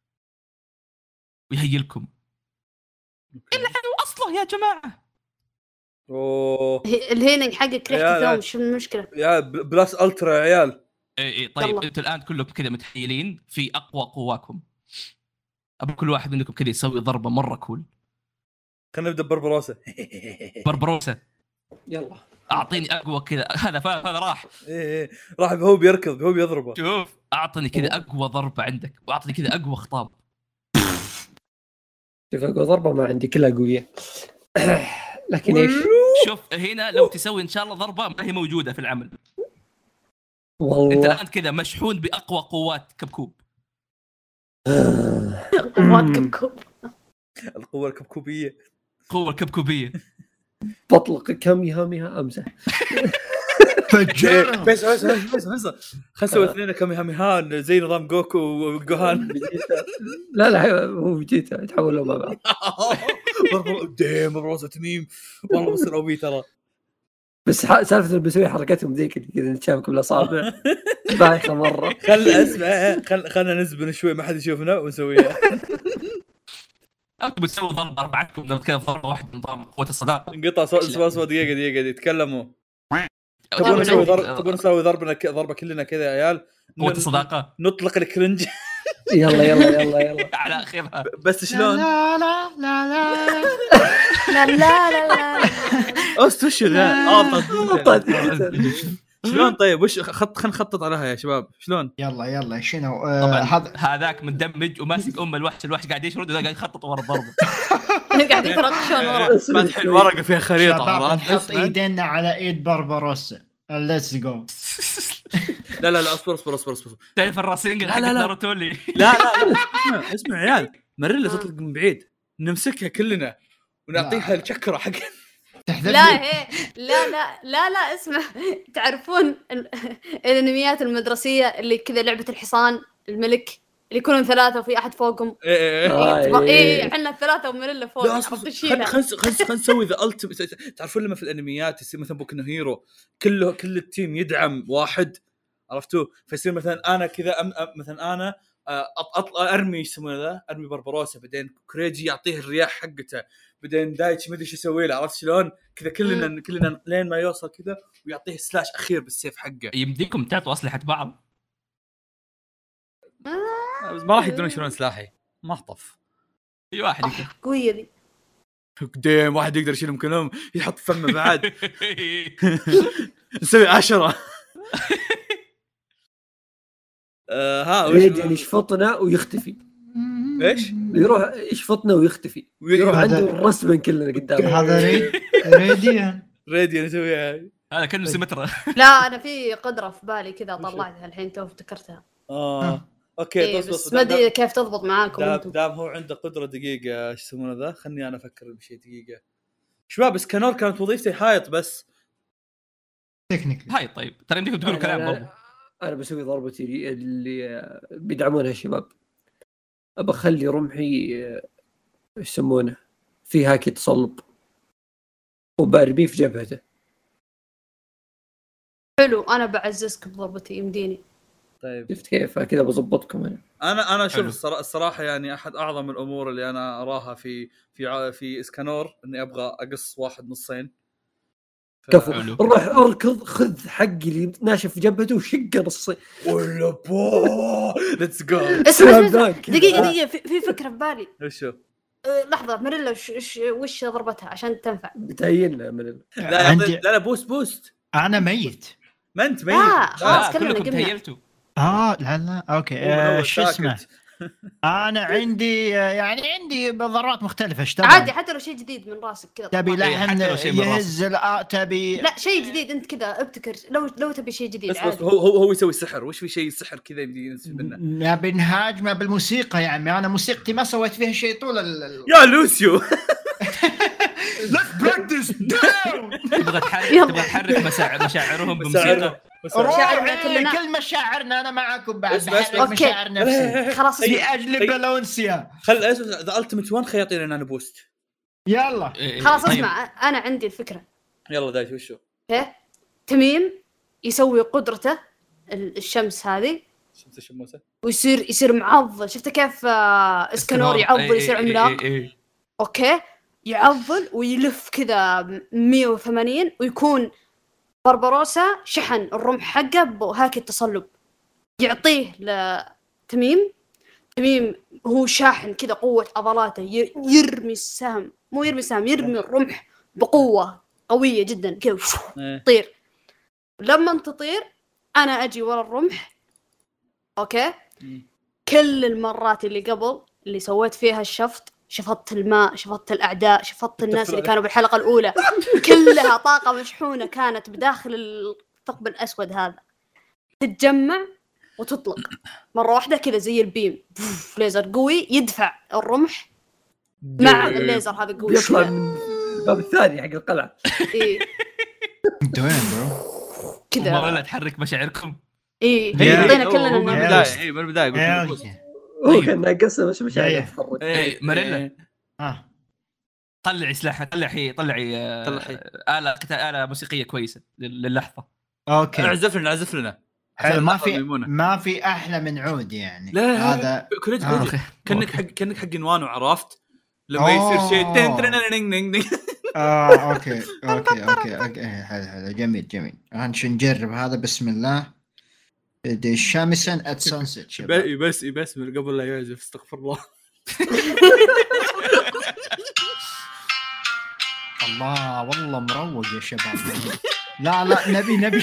ويهيلكم. العنوا أصله يا جماعة. اوه الهيلينج حقك يا- ريحته يا- ثوم، شو المشكلة؟ يا ب- بلاس الترا يا عيال. إيه إيه طيب يلا. انتوا الان كلكم كذا متخيلين في اقوى قواكم. ابو كل واحد منكم كذا يسوي ضربه مره كول. خلينا نبدا بربروسه. بربروسه يلا اعطيني اقوى كذا. هذا فا- هذا راح. ايه ايه راح هو بيركض هو بيضربه. شوف اعطني كذا اقوى ضربه عندك، واعطني كذا اقوى خطاب. شوف اقوى ضربه ما عندي كلها قويه. لكن ايش شوف هنا لو تسوي ان شاء الله ضربه ما هي موجوده في العمل. انت والله الان كذا مشحون باقوى قوات كبكوب. قوات كبكوب. القوه الكبكوبيه. قوه كبكوبيه. بطلق كم يهامها امزح. فجر بس بس بس بس خلنا نسوي اثنين كاميهاميها زي نظام جوكو وجوهان. لا لا هو جيت تحولوا مع بعض. ديم براسه تميم والله بصير اوبي ترى. بس ح- سالفه اللي بسوي حركتهم ذيك اللي كذا نتشابك بالاصابع بايخه مره. خلنا اسمع خل خلنا نزبن شوي ما حد يشوفنا ونسويها. انتم بتسوي ضربه اربعتكم كذا ضربه واحده نظام قوه الصداقه. انقطع صوت صوت صوت دقيقه دقيقه يتكلموا. تبون قوة نسوي ضرب تبون نسوي ضربنا ك- ضربه كلنا كذا يا عيال. الصداقه نطلق الكرنج. يلا يلا يلا يلا على اخرها. بس شلون لا لا لا لا لا لا لا لا. اوست وش ذا اه طيب. شلون طيب وش خط خلينا نخطط عليها يا شباب شلون يلا يلا شنو آه، طبعا هذا هذاك مندمج وماسك ام الوحش. الوحش قاعد يشرد وذا قاعد يخطط ورا الضربه. قاعد يترقشون ورا. فاتح الورقه فيها خريطه شباب عرفت؟ نحط ايدينا على ايد بربروسا. ليتس جو. لا لا لا اصبر اصبر اصبر اصبر تعرف الراسينج لا، حق لا، لا. ناروتو اللي لا لا لا اسمع اسمع يا عيال مريلا تطلق من بعيد نمسكها كلنا ونعطيها الشكره حق تحذف لا لي هي لا لا لا لا اسمع. تعرفون ال- الانميات المدرسيه اللي كذا لعبه الحصان الملك اللي يكونون ثلاثه وفي احد فوقهم. ايه ايه آه، ايه إيه. ايه احنا الثلاثه ومريلا فوق. لا حط اصبر تشيلها. خل خل خل نسوي ذا التيمت. تعرفون لما في الانميات يصير مثلا بوكو هيرو كله كل التيم يدعم واحد عرفتوه فيصير مثلا انا كذا أم أم مثلا انا اطلع ارمي ايش يسمونه ذا ارمي بربروسا بعدين كريجي يعطيه الرياح حقته بعدين دايتش ما ادري ايش يسوي له عرفت شلون كذا كلنا كلنا لين ما يوصل كذا ويعطيه سلاش اخير بالسيف حقه. يمديكم تعطوا اسلحه بعض. بس ما راح يقدرون يشيلون سلاحي ما احطف. في واحد يقدر. آه، قويه ذي. قديم واحد يقدر يشيلهم كلهم يحط فمه بعد. نسوي عشرة. آه ها وش يريد يعني يشفطنا ويختفي. ايش؟ يروح يشفطنا ويختفي. يروح عنده الرسم كلنا قدام. هذا ريد ريديان ريدي نسويها. هذا كانه سيمترا. لا انا في قدره في بالي كذا طلعتها الحين تو افتكرتها. اه اوكي إيه طب بس ما ادري كيف تضبط معاكم دام, انتم. دام هو عنده قدره دقيقه ايش يسمونه ذا خلني انا افكر بشيء دقيقه. شباب اسكانور كانت وظيفتي حايط بس تكنيكلي. هاي طيب ترى يمديكم تقولوا أنا- كلام أنا- برضو. انا بسوي ضربتي اللي بيدعمونها الشباب. ابى اخلي رمحي ايش يسمونه في هاكي صلب وباربيه في جبهته. حلو انا بعززك بضربتي يمديني. طيب شفت كيف كذا بضبطكم انا. انا انا شوف حلو. الصرا- الصراحه يعني احد اعظم الامور اللي انا اراها في في ع- في اسكانور اني ابغى اقص واحد نصين. ف- كفو حلو. روح اركض خذ حقي اللي ناشف في جبهته وشقه نصين. ولا بو ليتس جو. اسمع سلام اسمع ذاك. دقيقه دقيقه في, في فكره في بالي. وش هو؟ أه لحظه مريلا وش, وش, وش ضربتها عشان تنفع. بتهيلنا من ال... لا عندي لا لا بوست بوست انا ميت. ما انت ميت. لا خلاص لا كلنا كلكم قمنا. تهيلتوا. اه لا لا اوكي هو من آه أول شو ساكت. اسمه انا عندي يعني عندي ضربات مختلفه ايش تبغى؟ عادي حتى لو شيء جديد من راسك كذا. تبي طبعاً. لحن حتى لو شيء من يهز الآ- تبي لا شيء جديد انت كذا ابتكر لو لو تبي شيء جديد بس بس عادي. هو هو هو يسوي سحر، وش في شيء سحر كذا يمدي ينسف منه؟ نبي نهاجمه بالموسيقى يا عمي. انا موسيقتي ما سويت فيها شيء طول ال يا لوسيو Let's break this down. تبغى تحرك يلا. تبغى تحرك مشاعر مشاعرهم مشاعرنا. بموسيقى. مشاعرنا كلنا. كل مشاعرنا انا معكم بعد اسمع، اسمع. بحرك أوكي. مشاعر نفسي خلاص اسمع. لاجل طيب. بالونسيا. خل اسمع ذا التيمت وان خياطين انا بوست. يلا إيه، خلاص طيب. اسمع انا عندي الفكره. يلا دايش وشو؟ اوكي تميم يسوي قدرته ال- الشمس هذه شمس الشموسه. ويصير يصير معضل. شفت كيف آه، اسكنور يعضل إيه، يصير إيه، عملاق. إيه، إيه. اوكي يعضل ويلف كذا مية وثمانين ويكون بربروسا شحن الرمح حقه بهاك التصلب يعطيه لتميم. تميم هو شاحن كذا قوة عضلاته ي- يرمي السهم مو يرمي السهم يرمي الرمح بقوة قوية جدا كذا إيه. طير. لما تطير أنا أجي ورا الرمح. أوكي مم. كل المرات اللي قبل اللي سويت فيها الشفط شفطت الماء شفطت الأعداء شفطت الناس اللي كانوا بالحلقة الأولى كلها طاقة مشحونة كانت بداخل الثقب الأسود هذا تتجمع وتطلق مرة واحدة كذا زي البيم بوف، ليزر قوي يدفع الرمح مع الليزر هذا قوي بيطلع كذا. من الباب الثاني حق القلعه. إيه انت وين برو؟ مرة كذا لا تحرك مشاعركم. إيه هي- يعطينا هو- كلنا هو من النعم. البدايه اي من البدايه قلت يا لك بوست. ولدي. هو كان ناقصه مش مش إيه. عارف يتفرج. إيه، ماريلا إيه. اه طلعي سلاح طلعي طلعي آه، طلعي. آلة كتا- آلة موسيقية كويسة لل- للحظة. اوكي اعزف لنا اعزف لنا. حلو. ما عشان في ميمونة. ما في احلى من عود يعني. لا لا هذا كنت آه. كنت كانك حق كانك حق نوانو عرفت لما أوه. يصير شيء تن تن تن تن تن. اه اوكي اوكي اوكي اوكي حلو حلو جميل جميل. هنش نجرب هذا. بسم الله. دي شامسن ات سانسيت شباب. يبس بس يبس من قبل لا يعزف استغفر الله. الله والله مروق يا شباب. لا لا نبي نبي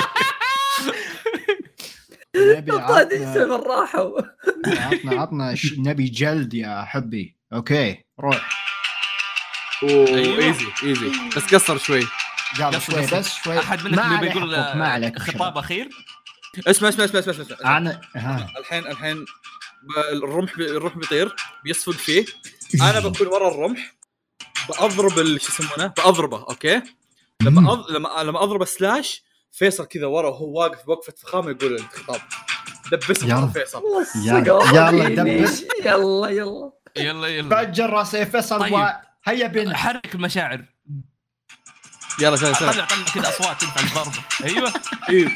نبي طادي عطنا يسوي الراحه. عطنا عطنا ش- نبي جلد يا حبي. اوكي روح. اوه أيوة. ايزي ايزي بس قصر شوي. قال قص- شوي قص. بس شوي. أحد منك ما اللي عليه بيقول حقوق، ما عليك خطاب أخير؟ اسمع اسمع اسمع اسمع, اسمع. انا ها الحين الحين ب- الرمح بي- الرمح بيطير بيصفق فيه. انا بكون ورا الرمح بأضرب ال- شو يسمونه بأضربه. اوكي لما أض... لما لما اضرب سلاش فيصل كذا ورا وهو واقف وقفه فخامه يقول الخطاب دبس يلا. فيصل. يلا يلا دبس. يلا يلا يلا يلا فجر راسه يا فيصل. طيب. و- هيا بنا. حرك المشاعر. يلا سلام طلع سلام. طلع كذا أصوات تنفع الضربة. أيوه ايه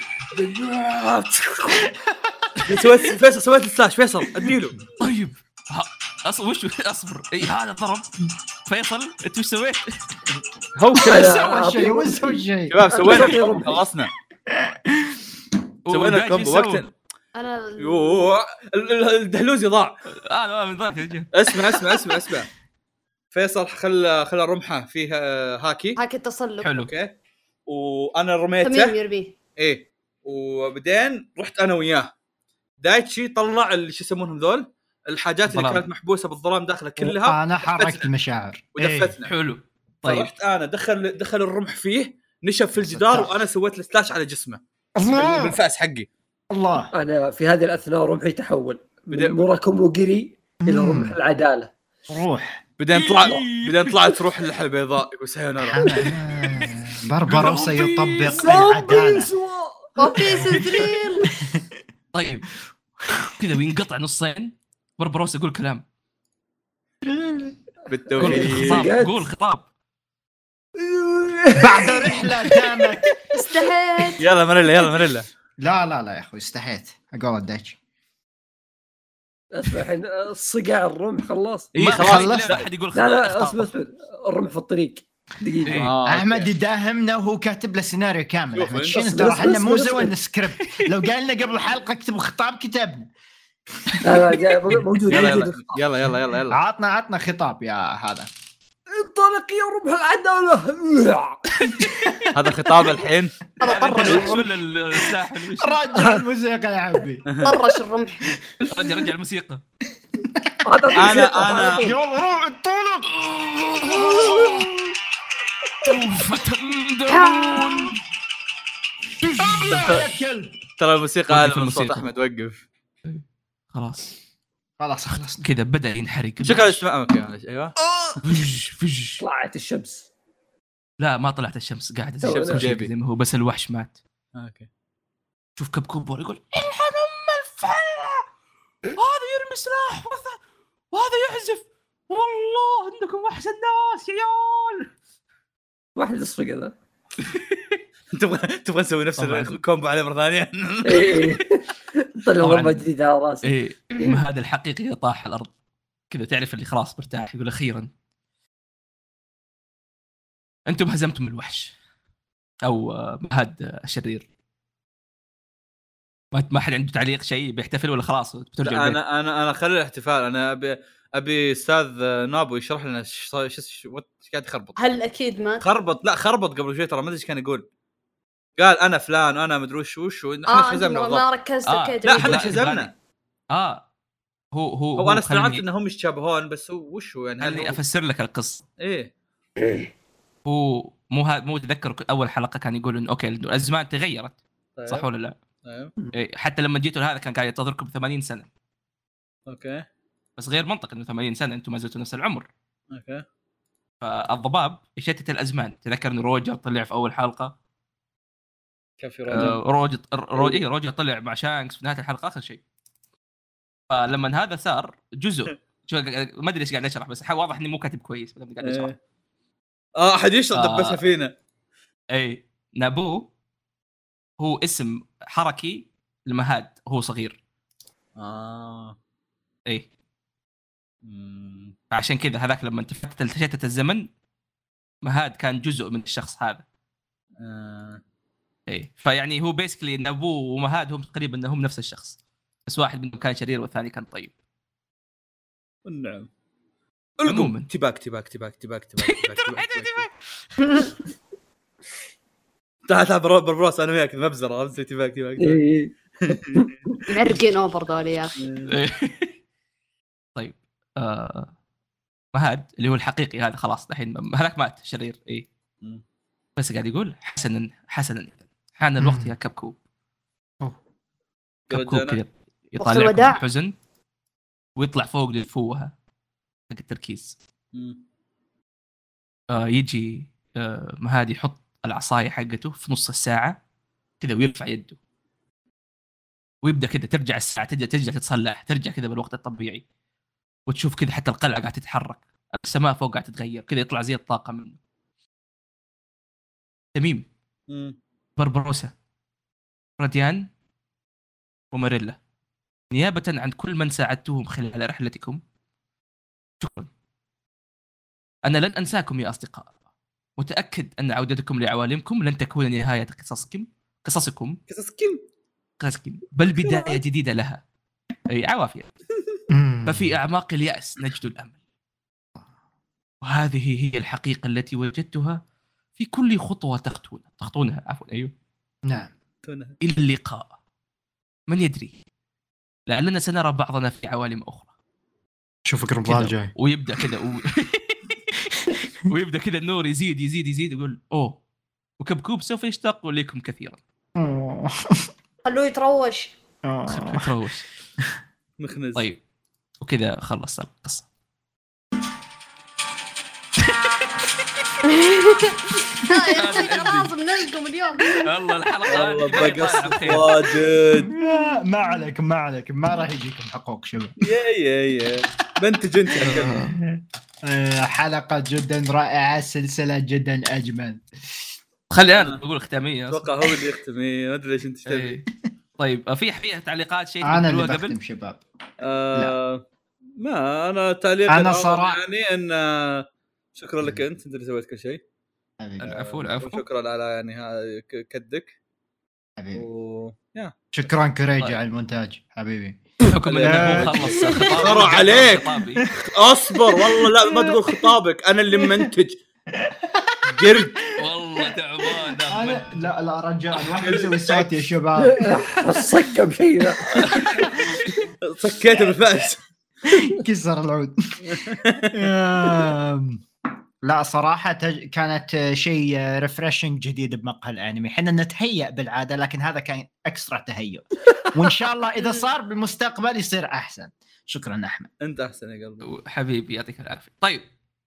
سويت فيصل سويت السلاش فيصل اديله. طيب ها- أص... وش اصبر اي هذا ضرب فيصل. انت وش سويت؟ هو كذا سوى شيء وين سوى شيء. شباب سوينا الكومبو خلصنا سوينا وقاعد الكومبو يسوي. وقت. أنا يوه ال- ال- الدهلوزي ضاع. انا من ذاك الجهة. اسمع اسمع اسمع اسمع فيصل خلى خلى رمحه فيه آه، هاكي. هاك التصلب حلو. اوكي وانا تميم رميته. يرميه. ايه وبعدين رحت انا وياه. دايتشي طلع اللي شو يسمونهم ذول الحاجات اللي ظلام. كانت محبوسه بالظلام داخلها كلها انا حركت المشاعر. ودفتنا. حلو. طيب رحت انا دخل دخل الرمح فيه نشف في الجدار ستار. وانا سويت السلاش على جسمه الله بالفاس حقي. الله. انا في هذه الاثناء رمحي تحول بدأ- من مراكم وقري الى مم. رمح العداله. روح. بعدين طلع بعدين طلعت روح اللحى البيضاء يقول سيونارا. بربروسا يطبق العدالة. وبيس دريل. طيب كذا وينقطع نصين. بربروس يقول كلام. قول بالتوفيق. خطاب. قول خطاب. بعد رحلة دامت. استحيت. يلا مريلا يلا مريلا. لا لا لا يا اخوي استحيت اقول الدايتش. اسمع الحين صقع الرمح خلاص. إيه ما- خلاص. خلص لا احد يقول لا لا خطاب. اسمع اسمع الرمح في الطريق دقيقه. إيه. آه، احمد أوكي. يداهمنا وهو كاتب له سيناريو كامل. شوف احمد أنت. شنو بس- ترى بس- احنا بس- مو بس- زوين السكريبت. لو قال لنا قبل الحلقه اكتب خطاب كتبنا. لا لا جاي- موجود يلا موجود. يلا يلا يلا يلا يلا. عطنا عطنا خطاب يا هذا. انطلق اخلاقيه ورمح العداله. هذا خطاب الحين. هذا طرش الرمح. كل السلاح رجع الموسيقى يا عبي. طرش الرمح. رجع رجع الموسيقى. هذا انا انا يلا روح انطلق. فتندمون. يا كلب. ترى الموسيقى وقف انا من صوت الموسيقى. احمد وقف. خلاص خلاص خلاص. كذا بدأ ينحرق. شكرا اسمع اوكي معلش ايوه. فج فج. طلعت الشمس. لا ما طلعت الشمس قاعدة زي الشمس زي جيبي. زي ما هو بس الوحش مات. اوكي شوف كبكوب يقول الحن ام الفله هذا يرمي سلاح وهذا- وهذا يحذف والله انكم وحش الناس يا عيال. واحد يصفق هذا. تبغى تبغى نسوي نفس طبعاً. الكومبو عليه مره ثانيه. ايه طلع طبعاً. ضربه جديده على راسي. ايه ما هذا الحقيقي طاح الارض كذا تعرف اللي خلاص مرتاح يقول اخيرا انتم هزمتم الوحش او آه، مهاد الشرير. ما ما حد عنده تعليق شيء بيحتفل ولا خلاص بترجع لا البيت؟ انا انا انا خلي الاحتفال. انا ابي ابي استاذ نابو يشرح لنا ايش صار- ايش ايش قاعد يخربط. هل اكيد مات؟ خربط لا خربط قبل شوي ترى ما ادري ايش كان يقول. قال انا فلان وانا مدري وش وش احنا اه حزمنا أنت ما بالضبط. ركزت. آه. اوكي لا جميل. احنا لا، حزمنا. اه هو هو هو انا خلني- استوعبت انهم يتشابهون بس هو وش هو يعني هل خلني هو افسر لك القصه. ايه هو مو ها مو تذكر اول حلقه كان يقول انه اوكي الازمان تغيرت طيب. صح ولا لا؟ طيب إيه، حتى لما جيتوا لهذا كان قاعد ينتظركم ثمانين سنه اوكي بس غير منطق انه ثمانين سنه انتم ما زلتوا نفس العمر. اوكي فالضباب يشتت الازمان. تذكر انه روجر طلع في اول حلقه. كان في آه، راجل روجر رو... إيه روجر طلع مع شانكس في نهايه الحلقه اخر شيء. فلما هذا صار جزء شو ما ادري ايش قاعد اشرح بس واضح اني مو كاتب كويس بس قاعد اشرح. إيه. اه احد يشرح آه. دبسها فينا. اي نابو هو اسم حركي لمهاد هو صغير. اه اي امم عشان كذا هذاك لما تفتت تشتت الزمن مهاد كان جزء من الشخص هذا. آه. اي فيعني هو بيسكلي ان ابوه ومهاد هم تقريبا انهم نفس الشخص بس واحد منهم كان شرير والثاني كان طيب. نعم عموماً. القم تباك تباك تباك تباك تباك تباك تباك تعال تعال بربروس انا وياك مبزره امسك تباك تباك تباك. ايه معرقين اوفر دول يا اخي. إيه. طيب آه مهاد اللي هو الحقيقي هذا خلاص الحين هذاك مات شرير اي مم. بس قاعد يقول حسنا حسنا حان الوقت مم. يا كبكوب. أوه. كبكوب رجعنا. كذا يطالعكم الوداع. بحزن ويطلع فوق للفوهه حق التركيز. مم. آه يجي آه مهاد يحط العصايه حقته في نص الساعه كذا ويرفع يده ويبدا كذا ترجع الساعه ترجع ترجع تتصلح ترجع كذا بالوقت الطبيعي وتشوف كذا حتى القلعه قاعده تتحرك السماء فوق قاعده تتغير كذا يطلع زي الطاقه منه. تميم مم. بربروسا راديان وماريلا نيابه عن كل من ساعدتهم خلال رحلتكم شكرا. انا لن انساكم يا اصدقاء. متاكد ان عودتكم لعوالمكم لن تكون نهايه قصصكم قصصكم قصص كم قصصكم بل بدايه جديده لها. اي عوافيه. ففي أعماق اليأس نجد الأمل وهذه هي الحقيقة التي وجدتها في كل خطوة تخطون تخطونها عفوا أيوه نعم تونه. إلى اللقاء. من يدري لعلنا سنرى بعضنا في عوالم أخرى. شوفك رمضان كذا جاي. ويبدأ كذا و... ويبدأ كذا النور يزيد يزيد يزيد يقول أوه وكبكوب سوف يشتاق إليكم كثيرا. أوه. خلوه يتروش. أوه. تروش. مخنز. طيب وكذا خلص القصة. خلاص بنلقم اليوم. والله الحلقة والله هذه بقص خير. واجد. ما ما عليك ما عليك ما راح يجيكم حقوق شباب. يا يا يا منتج انت. آه، حلقة جدا رائعة سلسلة جدا أجمل. خلي انا اقول ختاميه أصلاً. اتوقع هو اللي يختمي ما ادري ليش انت تبي. إيه. طيب في في تعليقات شيء أنا اللي تقولوها بختم شباب. آه ما انا تعليق أنا الأول صراحة- يعني ان آه، شكرا لك انت انت اللي سويت كل شيء. حبيبي. العفو العفو وشكرا على يعني ها- ك- كدك حبيبي. و يا شكرا كريجي طيب. على المونتاج حبيبي. حكم انه مو خلص خطابي ترى عليك. خطابي. اصبر والله لا ما تقول خطابك انا اللي منتج قرد والله تعبان أنا لا لا رجال الواحد يسوي صوت يا شباب. صكه بشيء ذا صكيته بالفأس. كسر العود. آم، لا صراحة تج... كانت شيء ريفرشنج جديد بمقهى الانمي. احنا نتهيأ بالعادة لكن هذا كان اكسترا تهيؤ، وان شاء الله اذا صار بالمستقبل يصير احسن. شكرا احمد. انت احسن يا قلبي حبيبي يعطيك العافيه. طيب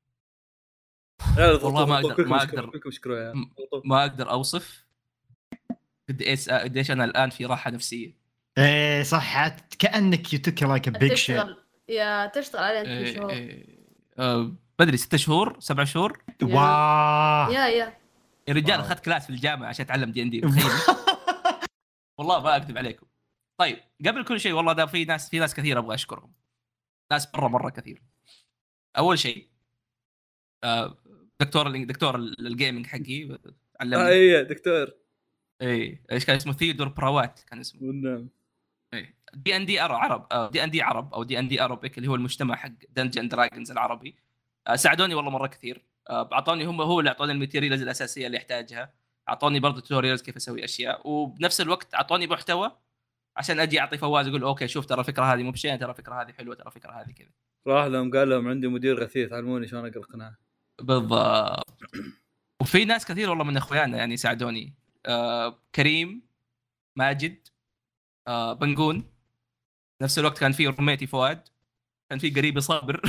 لا، والله ما أقدر- كلكم ما اشكروا- أقدر. كلكم اشكروا يا م- ما اقدر اوصف قد ايش قديش انا الان في راحه نفسيه. ايه صح، كأنك you took like a big shit. تشتغل يا تشتغل على انت إيه شهور. إيه آه، بدري ستة شهور سبعة شهور واه يا يا يا رجال. واو. اخذت كلاس في الجامعه عشان اتعلم دي ان دي. تخيل والله ما اكذب عليكم. طيب قبل كل شيء والله ده في ناس في ناس كثير ابغى اشكرهم، ناس مره مره كثير. اول شيء آه، دكتور ال- دكتور ال- الجيمنج حقي علمني. اي دكتور اي ايش كان اسمه؟ ثيودور براوات كان اسمه. والنعم. دي ان دي عرب آه، دي ان دي عرب او دي ان دي ارابيك اللي هو المجتمع حق دنجن دراجونز العربي. آه، ساعدوني والله مره كثير. آه، اعطوني هم هو اللي اعطوني الماتيريالز الاساسيه اللي احتاجها. اعطوني برضه توتوريالز كيف اسوي اشياء، وبنفس الوقت اعطوني محتوى عشان اجي اعطي فواز اقول اوكي شوف ترى الفكره هذه مو بشين، ترى الفكره هذه حلوه، ترى الفكره هذه كذا. راح لهم قال لهم عندي مدير غثيث علموني شلون اقرا قناه. بالضبط. وفي ناس كثير والله من اخواننا يعني ساعدوني. آه، كريم، ماجد، آه، بنقون. نفس الوقت كان في رميتي فؤاد، كان في قريبي صابر.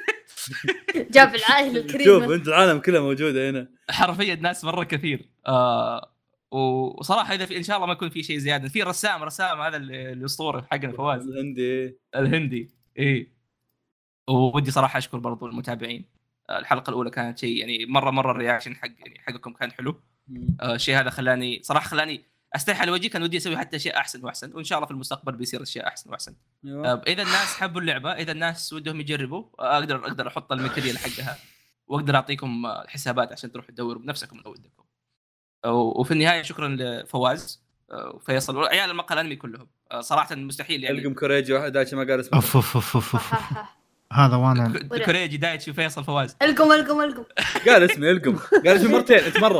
جاب العائله شوف الكريمه. انت العالم كلها موجوده هنا. حرفيا ناس مره كثير. آه، وصراحه اذا في ان شاء الله ما يكون في شيء زياده، في رسام رسام هذا ال- الاسطوره حقنا فواز الهندي الهندي. ايه وودي صراحه اشكر برضو المتابعين. آه، الحلقه الاولى كانت شيء يعني مره مره الرياكشن حق يعني حقكم كان حلو. آه، الشيء هذا خلاني صراحه خلاني استحي على وجهي. كان ودي اسوي حتى اشياء احسن واحسن، وان شاء الله في المستقبل بيصير اشياء احسن واحسن. ايوه آه، اذا الناس حبوا اللعبه، اذا الناس ودهم يجربوا، آه، اقدر اقدر احط الماتيريال حقها واقدر اعطيكم آه، الحسابات عشان تروحوا تدوروا بنفسكم لو ودكم. و- وفي النهايه شكرا لفواز آه، وفيصل وعيال المقهى الانمي كلهم. آه، صراحه مستحيل يعني. القم كوريجي واحد دايتش ما قال اسمه. اوف اوف اوف اوف أوف. هذا وانا ك- كوريجي دايتش وفيصل فواز. القم القم القم. قال اسمي القم قال اسمي مرتين انت مره.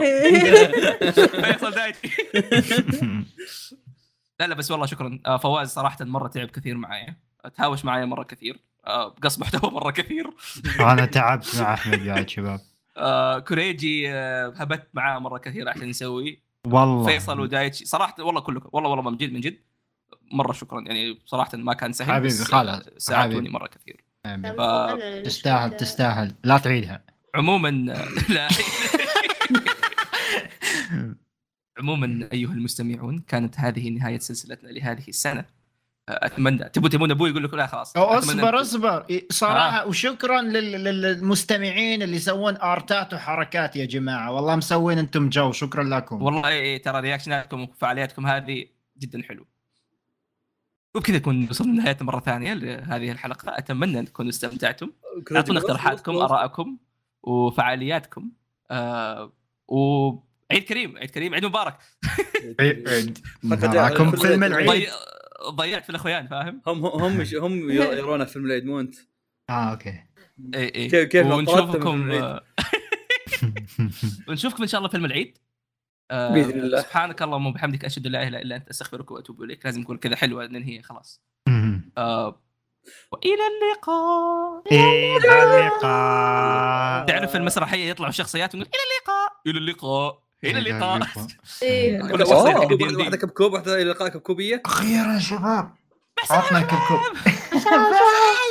فيصل دايتش. لا لا بس والله شكرا. آه، فواز صراحه مره تعب كثير معايا، تهاوش معايا مره كثير، آه، قص محتوى مره كثير. انا تعبت مع احمد يا شباب آه، كوريجي آه، هبت معاه مره كثير عشان نسوي. والله. فيصل ودايتش صراحه والله كلكم والله والله من جد من جد مره شكرا. يعني صراحه ما كان سهل حبيبي بس خلاص. ساعدوني حبيبي. مره كثير. حبيبي. تستاهل تستاهل لا تعيدها. عموما لا عموما ايها المستمعون، كانت هذه نهايه سلسلتنا لهذه السنه. اتمنى تبوا تبون ابوي يقول لكم لا خلاص. أو أتمنى اصبر أنكم- اصبر إيه، صراحه آه. وشكرا لل- للمستمعين اللي يسوون ارتات وحركات يا جماعه، والله مسوين انتم جو. شكرا لكم. والله إيه ترى رياكشناتكم وفعالياتكم هذه جدا حلو. وبكذا نكون وصلنا لنهايه مره ثانيه لهذه الحلقه. اتمنى ان تكونوا استمتعتم. اعطونا اقتراحاتكم، ارائكم وفعالياتكم. آه وعيد كريم عيد كريم عيد مبارك. عيد فقد- معكم كل- فيلم العيد. ضي... ضيعت في الاخوان فاهم. هم هم هم هم يرونا فيلم العيد مو انت. اه اوكي. اي اي كيف- كيف ونشوفكم أطردت من آه، ونشوفكم ان شاء الله فيلم العيد. آه، بإذن الله. سبحانك اللهم وبحمدك اشهد ان لا اله الا انت استغفرك واتوب اليك. لازم نقول كذا حلوه ننهي خلاص. آه، والى اللقاء. الى اللقاء. تعرف المسرحيه يطلعوا شخصيات ونقول الى اللقاء الى اللقاء الى اللقاء. ايه كل شخصيه أوه، حق دي إن دي. واحده كبكوب واحده الى لقاء كبكوبيه. اخيرا شباب عطنا كبكب.